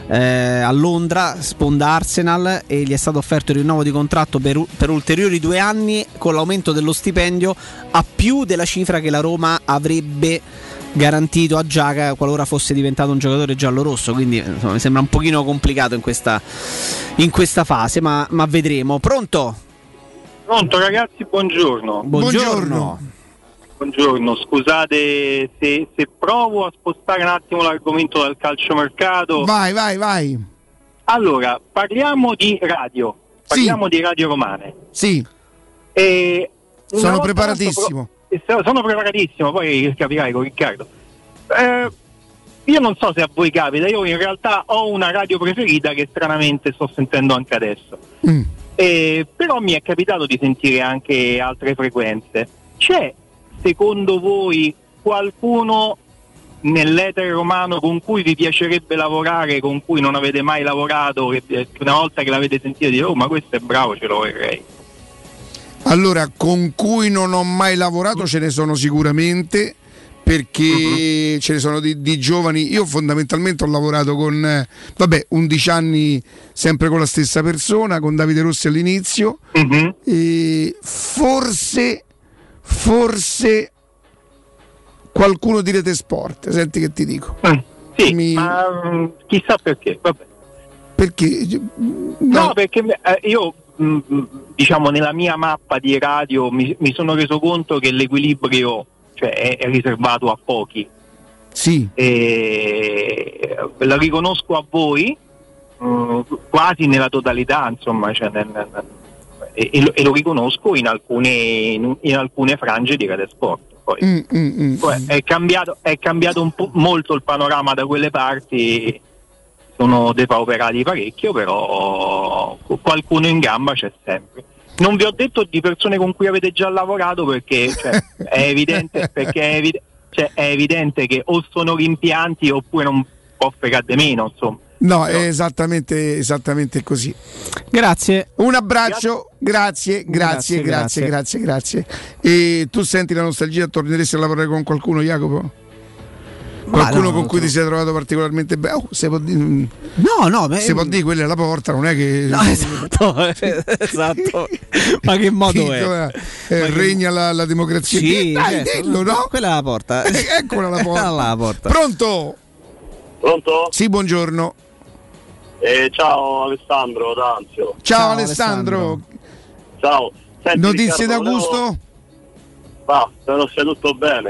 [SPEAKER 3] a Londra, sponda Arsenal, e gli è stato offerto il rinnovo di contratto per ulteriori 2 anni con l'aumento dello stipendio a più della cifra che la Roma avrebbe garantito a Giaga qualora fosse diventato un giocatore giallorosso. Quindi insomma, mi sembra un pochino complicato in questa fase, ma vedremo. Pronto
[SPEAKER 8] ragazzi, buongiorno. Buongiorno, scusate se provo a spostare un attimo l'argomento dal calciomercato.
[SPEAKER 2] Vai.
[SPEAKER 8] Allora, parliamo di radio di radio romane.
[SPEAKER 2] Sì. Sono preparatissimo.
[SPEAKER 8] Sono preparatissimo, poi capirai con Riccardo. Io non so se a voi capita, io in realtà ho una radio preferita che stranamente sto sentendo anche adesso. Però mi è capitato di sentire anche altre frequenze. C'è secondo voi qualcuno nell'etere romano con cui vi piacerebbe lavorare, con cui non avete mai lavorato, che una volta che l'avete sentito dire ma questo è bravo, ce lo vorrei?
[SPEAKER 2] Allora, con cui non ho mai lavorato ce ne sono sicuramente, perché ce ne sono di giovani. Io fondamentalmente ho lavorato con 11 anni sempre con la stessa persona, con Davide Rossi all'inizio, e forse qualcuno di Rete Sport, senti che ti dico.
[SPEAKER 8] Ma chissà perché. Vabbè.
[SPEAKER 2] Perché?
[SPEAKER 8] No, perché io diciamo nella mia mappa di radio mi sono reso conto che l'equilibrio, cioè, è riservato a pochi.
[SPEAKER 2] Sì.
[SPEAKER 8] La riconosco a voi quasi nella totalità, insomma, cioè e lo riconosco in alcune frange di Rete Sport. Poi è cambiato molto il panorama da quelle parti, sono depauperati parecchio, però qualcuno in gamba c'è sempre. Non vi ho detto di persone con cui avete già lavorato perché è evidente che o sono rimpianti oppure non può fregare di meno, insomma.
[SPEAKER 2] No, è esattamente così.
[SPEAKER 3] Grazie.
[SPEAKER 2] Un abbraccio, grazie. E tu senti la nostalgia, torneresti a lavorare con qualcuno, Jacopo? Qualcuno con cui ti sei trovato particolarmente bene? Se può dire, se può dire, quella è la porta, non è che.
[SPEAKER 3] No, esatto. Ma che modo è?
[SPEAKER 2] Regna la democrazia.
[SPEAKER 3] Sì,
[SPEAKER 2] dai, dillo, no?
[SPEAKER 3] Quella è la porta.
[SPEAKER 2] Eccola la porta.
[SPEAKER 3] La porta.
[SPEAKER 2] Pronto? Sì, buongiorno.
[SPEAKER 9] Ciao Alessandro D'Anzio.
[SPEAKER 2] Ciao Alessandro.
[SPEAKER 9] Ciao. Senti,
[SPEAKER 2] notizie
[SPEAKER 9] Riccardo,
[SPEAKER 2] d'Augusto?
[SPEAKER 9] Spero sia tutto bene.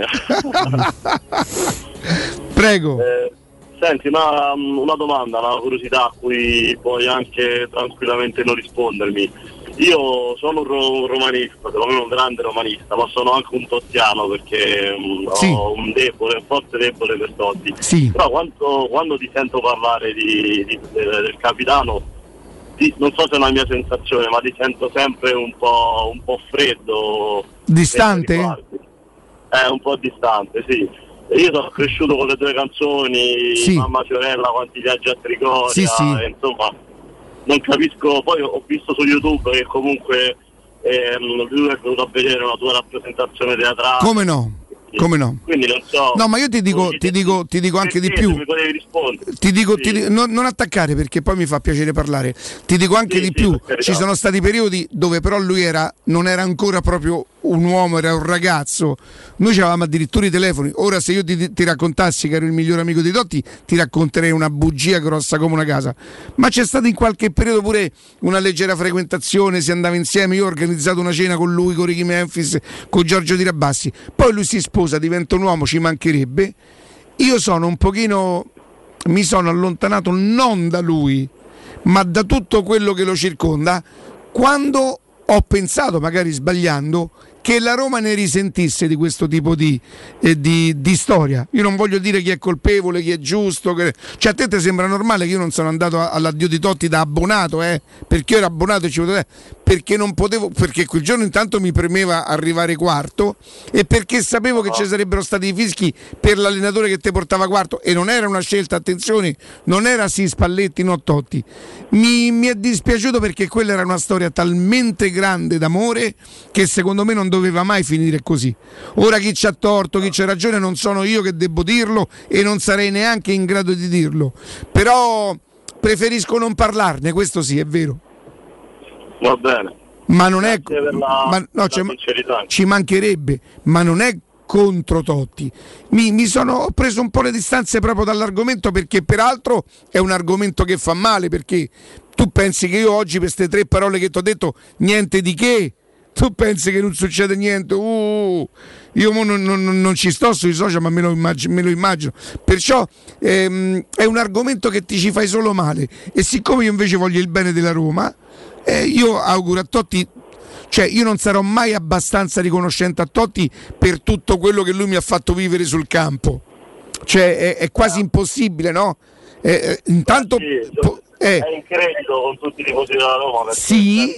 [SPEAKER 2] Prego.
[SPEAKER 9] Senti, ma una domanda, una curiosità a cui puoi anche tranquillamente non rispondermi. Io sono un romanista, secondo me un grande romanista, ma sono anche un tottiano perché ho un forte debole per Totti.
[SPEAKER 2] Sì.
[SPEAKER 9] Però quando ti sento parlare del capitano, non so se è una mia sensazione, ma ti sento sempre un po' freddo.
[SPEAKER 2] Distante?
[SPEAKER 9] Un po' distante, sì. Io sono cresciuto con le tue canzoni, Mamma Fiorella, Quanti viaggi a Trigoria, insomma, non capisco. Poi ho visto su YouTube che comunque lui è venuto a vedere una tua rappresentazione teatrale.
[SPEAKER 2] Come no?
[SPEAKER 9] Quindi non so.
[SPEAKER 2] No, ma io ti dico anche di più.
[SPEAKER 9] Mi potevi rispondere.
[SPEAKER 2] Ti dico, non attaccare perché poi mi fa piacere parlare. Ti dico anche di più. Ci sono stati periodi dove però lui non era ancora proprio un uomo, era un ragazzo. Noi avevamo addirittura i telefoni. Ora se io ti raccontassi che ero il migliore amico di Totti, ti racconterei una bugia grossa come una casa. Ma c'è stato in qualche periodo pure una leggera frequentazione, si andava insieme. Io ho organizzato una cena con lui, con Ricky Memphis, con Giorgio Di Rabassi. Poi lui si sposa, diventa un uomo, ci mancherebbe. Io sono un pochino, mi sono allontanato non da lui, ma da tutto quello che lo circonda, quando ho pensato, magari sbagliando, che la Roma ne risentisse di questo tipo di storia. Io non voglio dire chi è colpevole, chi è giusto, cioè a te sembra normale che io non sono andato all'addio di Totti da abbonato, perché io ero abbonato e ci potevo, perché non potevo, perché quel giorno intanto mi premeva arrivare quarto e perché sapevo che ci sarebbero stati i fischi per l'allenatore che te portava quarto, e non era una scelta, attenzione, non era sì Spalletti, no Totti. Mi è dispiaciuto perché quella era una storia talmente grande d'amore che secondo me non doveva mai finire così. Ora chi c'ha torto, chi c'ha ragione non sono io che devo dirlo e non sarei neanche in grado di dirlo, però preferisco non parlarne, questo sì, è vero.
[SPEAKER 9] Va bene.
[SPEAKER 2] Ma non è
[SPEAKER 9] sincerità.
[SPEAKER 2] ci mancherebbe, ma non è contro Totti. Ho preso un po' le distanze proprio dall'argomento, perché peraltro è un argomento che fa male, perché tu pensi che io oggi per queste 3 parole che ti ho detto niente di che, tu pensi che non succede niente, io non ci sto sui social, ma me lo immagino, perciò è un argomento che ti ci fai solo male, e siccome io invece voglio il bene della Roma, io auguro a Totti, cioè io non sarò mai abbastanza riconoscente a Totti per tutto quello che lui mi ha fatto vivere sul campo, cioè è quasi impossibile, no? Intanto
[SPEAKER 9] è in credito con tutti i tifosi della Roma,
[SPEAKER 2] sì,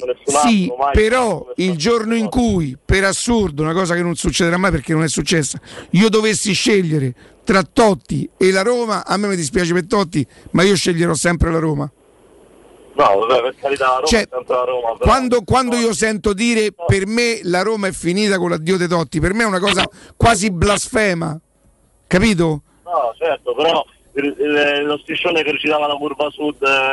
[SPEAKER 2] però il giorno in cui, per assurdo, una cosa che non succederà mai perché non è successa, io dovessi scegliere tra Totti e la Roma, a me mi dispiace per Totti, ma io sceglierò sempre la Roma.
[SPEAKER 9] No, vabbè, per carità, la Roma, cioè, è sempre la Roma. Però...
[SPEAKER 2] Quando io sento dire per me la Roma è finita con l'addio di Totti, per me è una cosa quasi blasfema, capito?
[SPEAKER 9] No, certo, però lo striscione che recitava la Curva Sud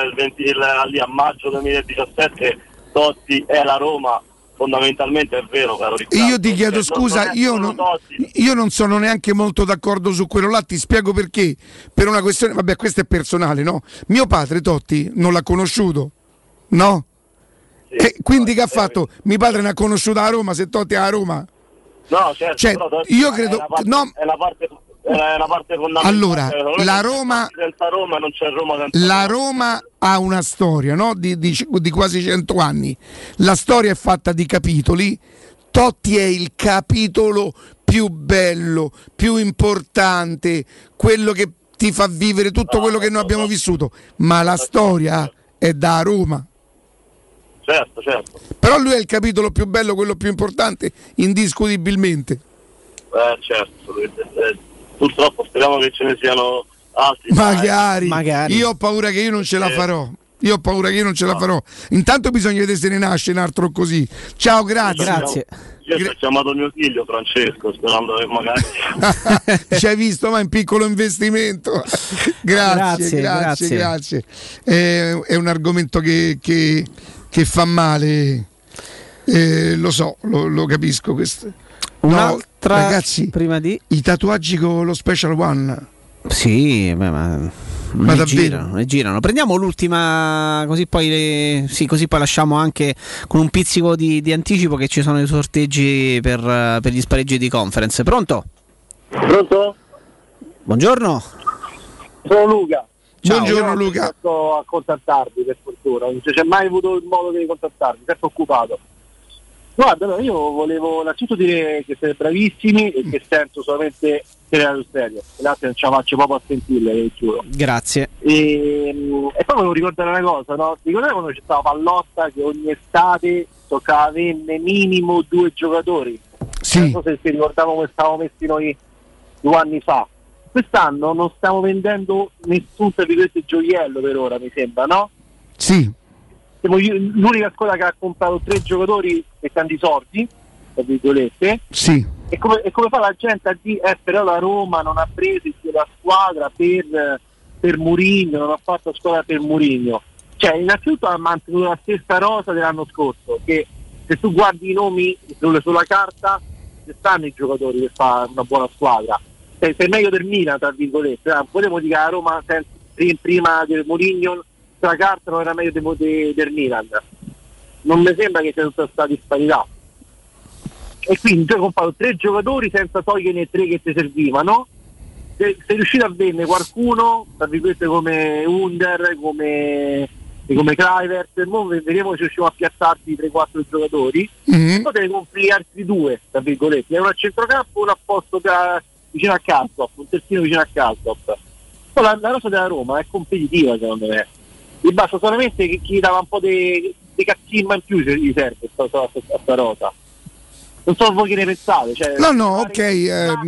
[SPEAKER 9] lì a maggio 2017, Totti è la Roma, fondamentalmente è vero, caro Riccardo.
[SPEAKER 2] Io ti chiedo scusa, io non sono neanche molto d'accordo su quello là, ti spiego perché. Per una questione, vabbè, questo è personale, no? Mio padre Totti non l'ha conosciuto, no?
[SPEAKER 9] Sì,
[SPEAKER 2] quindi che ha fatto? Mio padre ne ha conosciuto a Roma, se Totti è a Roma.
[SPEAKER 9] No, certo,
[SPEAKER 2] cioè,
[SPEAKER 9] però
[SPEAKER 2] io credo
[SPEAKER 9] è la parte fondamentale.
[SPEAKER 2] Allora, la Roma
[SPEAKER 9] senza Roma non c'è Roma senza
[SPEAKER 2] la Roma ha una storia, no? di quasi 100 anni. La storia è fatta di capitoli. Totti è il capitolo più bello, più importante, quello che ti fa vivere tutto quello che noi abbiamo vissuto, ma la storia è da Roma.
[SPEAKER 9] Certo.
[SPEAKER 2] Però lui è il capitolo più bello, quello più importante, indiscutibilmente.
[SPEAKER 9] Certo. Purtroppo speriamo che ce ne siano altri.
[SPEAKER 2] Magari. Io ho paura che io non ce la farò. La farò. Intanto bisogna vedere se ne nasce un altro così. Ciao, grazie.
[SPEAKER 9] Io ho chiamato mio figlio Francesco sperando che magari
[SPEAKER 2] ci hai visto, ma in piccolo investimento. Grazie. È un argomento che fa male, lo so, lo capisco questo.
[SPEAKER 3] Un'altra,
[SPEAKER 2] ragazzi,
[SPEAKER 3] prima di
[SPEAKER 2] i tatuaggi con lo Special One.
[SPEAKER 3] Sì, ma ne girano. Prendiamo l'ultima, così poi lasciamo anche con un pizzico di anticipo che ci sono i sorteggi per gli spareggi di Conference. Pronto? Buongiorno.
[SPEAKER 10] Sono Luca.
[SPEAKER 2] Ciao. Buongiorno Luca.
[SPEAKER 10] Sto a contattarvi, per fortuna, non c'è mai avuto il modo di contattarvi, sempre occupato. Guarda, io volevo innanzitutto dire che siete bravissimi e che sento solamente Teleradio Stereo, l'altro non ce la faccio proprio a sentirle, giuro.
[SPEAKER 3] Grazie.
[SPEAKER 10] E poi volevo ricordare una cosa, no? Ricordate quando c'è stata Pallotta che ogni estate toccava averne minimo 2 giocatori?
[SPEAKER 2] Sì.
[SPEAKER 10] Non so se si ricordavamo come stavamo messi noi 2 anni fa. Quest'anno non stiamo vendendo nessun gioiello per ora, mi sembra, no?
[SPEAKER 2] Sì.
[SPEAKER 10] Siamo l'unica squadra che ha comprato 3 giocatori e tanti soldi, tra virgolette.
[SPEAKER 2] Sì.
[SPEAKER 10] E come fa la gente a dire però la Roma non ha preso la squadra per Mourinho, non ha fatto squadra per Mourinho? Cioè, innanzitutto ha mantenuto la stessa rosa dell'anno scorso, che se tu guardi i nomi sulla carta ci stanno i giocatori per fare una buona squadra. Sei meglio del Milan, tra virgolette. Potremmo dire che la Roma prima del Mourinho sulla carta non era meglio del Milan. Non mi sembra che sia tutta questa disparità. E quindi tu hai comprato 3 giocatori senza toglierne 3 che ti servivano. Sei riuscito a vendere qualcuno, tra virgolette, come Under, come Kluivert, vediamo se riusciamo a piazzarti 3-4 giocatori, e poi te ne compri altri 2, tra virgolette, uno a centrocampo, uno a posto vicino a Karsdorp, un terzino vicino a Karsdorp. Poi la rosa della Roma è competitiva, secondo me. Gli basta solamente che chi dava un po' di cazzimma in più gli serve questa rosa. Non so voi che ne pensate. Cioè,
[SPEAKER 2] no, ok,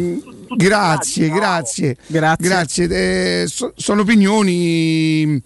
[SPEAKER 2] grazie. Sono opinioni.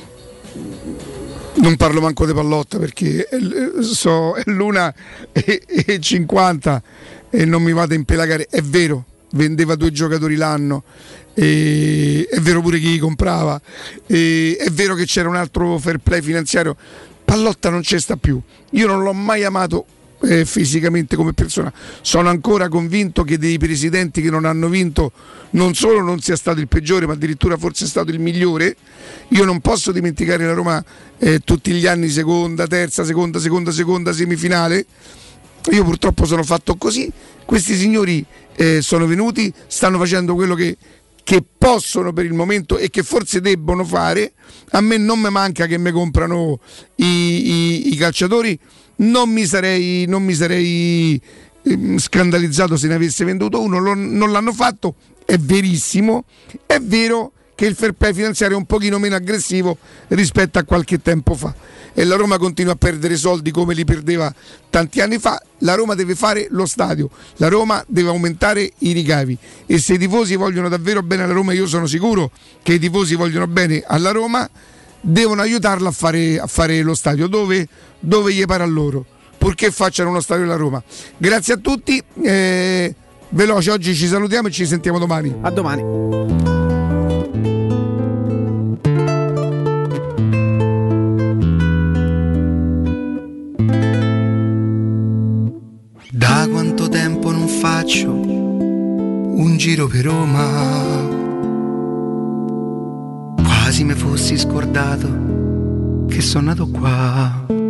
[SPEAKER 2] Non parlo manco di Pallotta perché è l'1:50 e non mi vado a impelagare. È vero, vendeva 2 giocatori l'anno, è vero pure chi li comprava, è vero che c'era un altro fair play finanziario. Pallotta non c'è sta più, io non l'ho mai amato fisicamente come persona, sono ancora convinto che dei presidenti che non hanno vinto non solo non sia stato il peggiore, ma addirittura forse è stato il migliore. Io non posso dimenticare la Roma tutti gli anni seconda, terza, seconda semifinale. Io purtroppo sono fatto così, questi signori sono venuti, stanno facendo quello che possono per il momento e che forse debbono fare. A me non mi manca che mi comprano i calciatori, non mi sarei scandalizzato se ne avesse venduto uno, non l'hanno fatto, è verissimo, è vero che il fair play finanziario è un pochino meno aggressivo rispetto a qualche tempo fa e la Roma continua a perdere soldi come li perdeva tanti anni fa. La Roma deve fare lo stadio, la Roma deve aumentare i ricavi e se i tifosi vogliono davvero bene alla Roma, io sono sicuro che i tifosi vogliono bene alla Roma, devono aiutarla a fare lo stadio dove gli pare a loro, purché facciano uno stadio alla Roma. Grazie a tutti, veloce, oggi ci salutiamo e ci sentiamo domani.
[SPEAKER 3] A domani.
[SPEAKER 11] Da quanto tempo non faccio un giro per Roma, quasi mi fossi scordato che sono nato qua.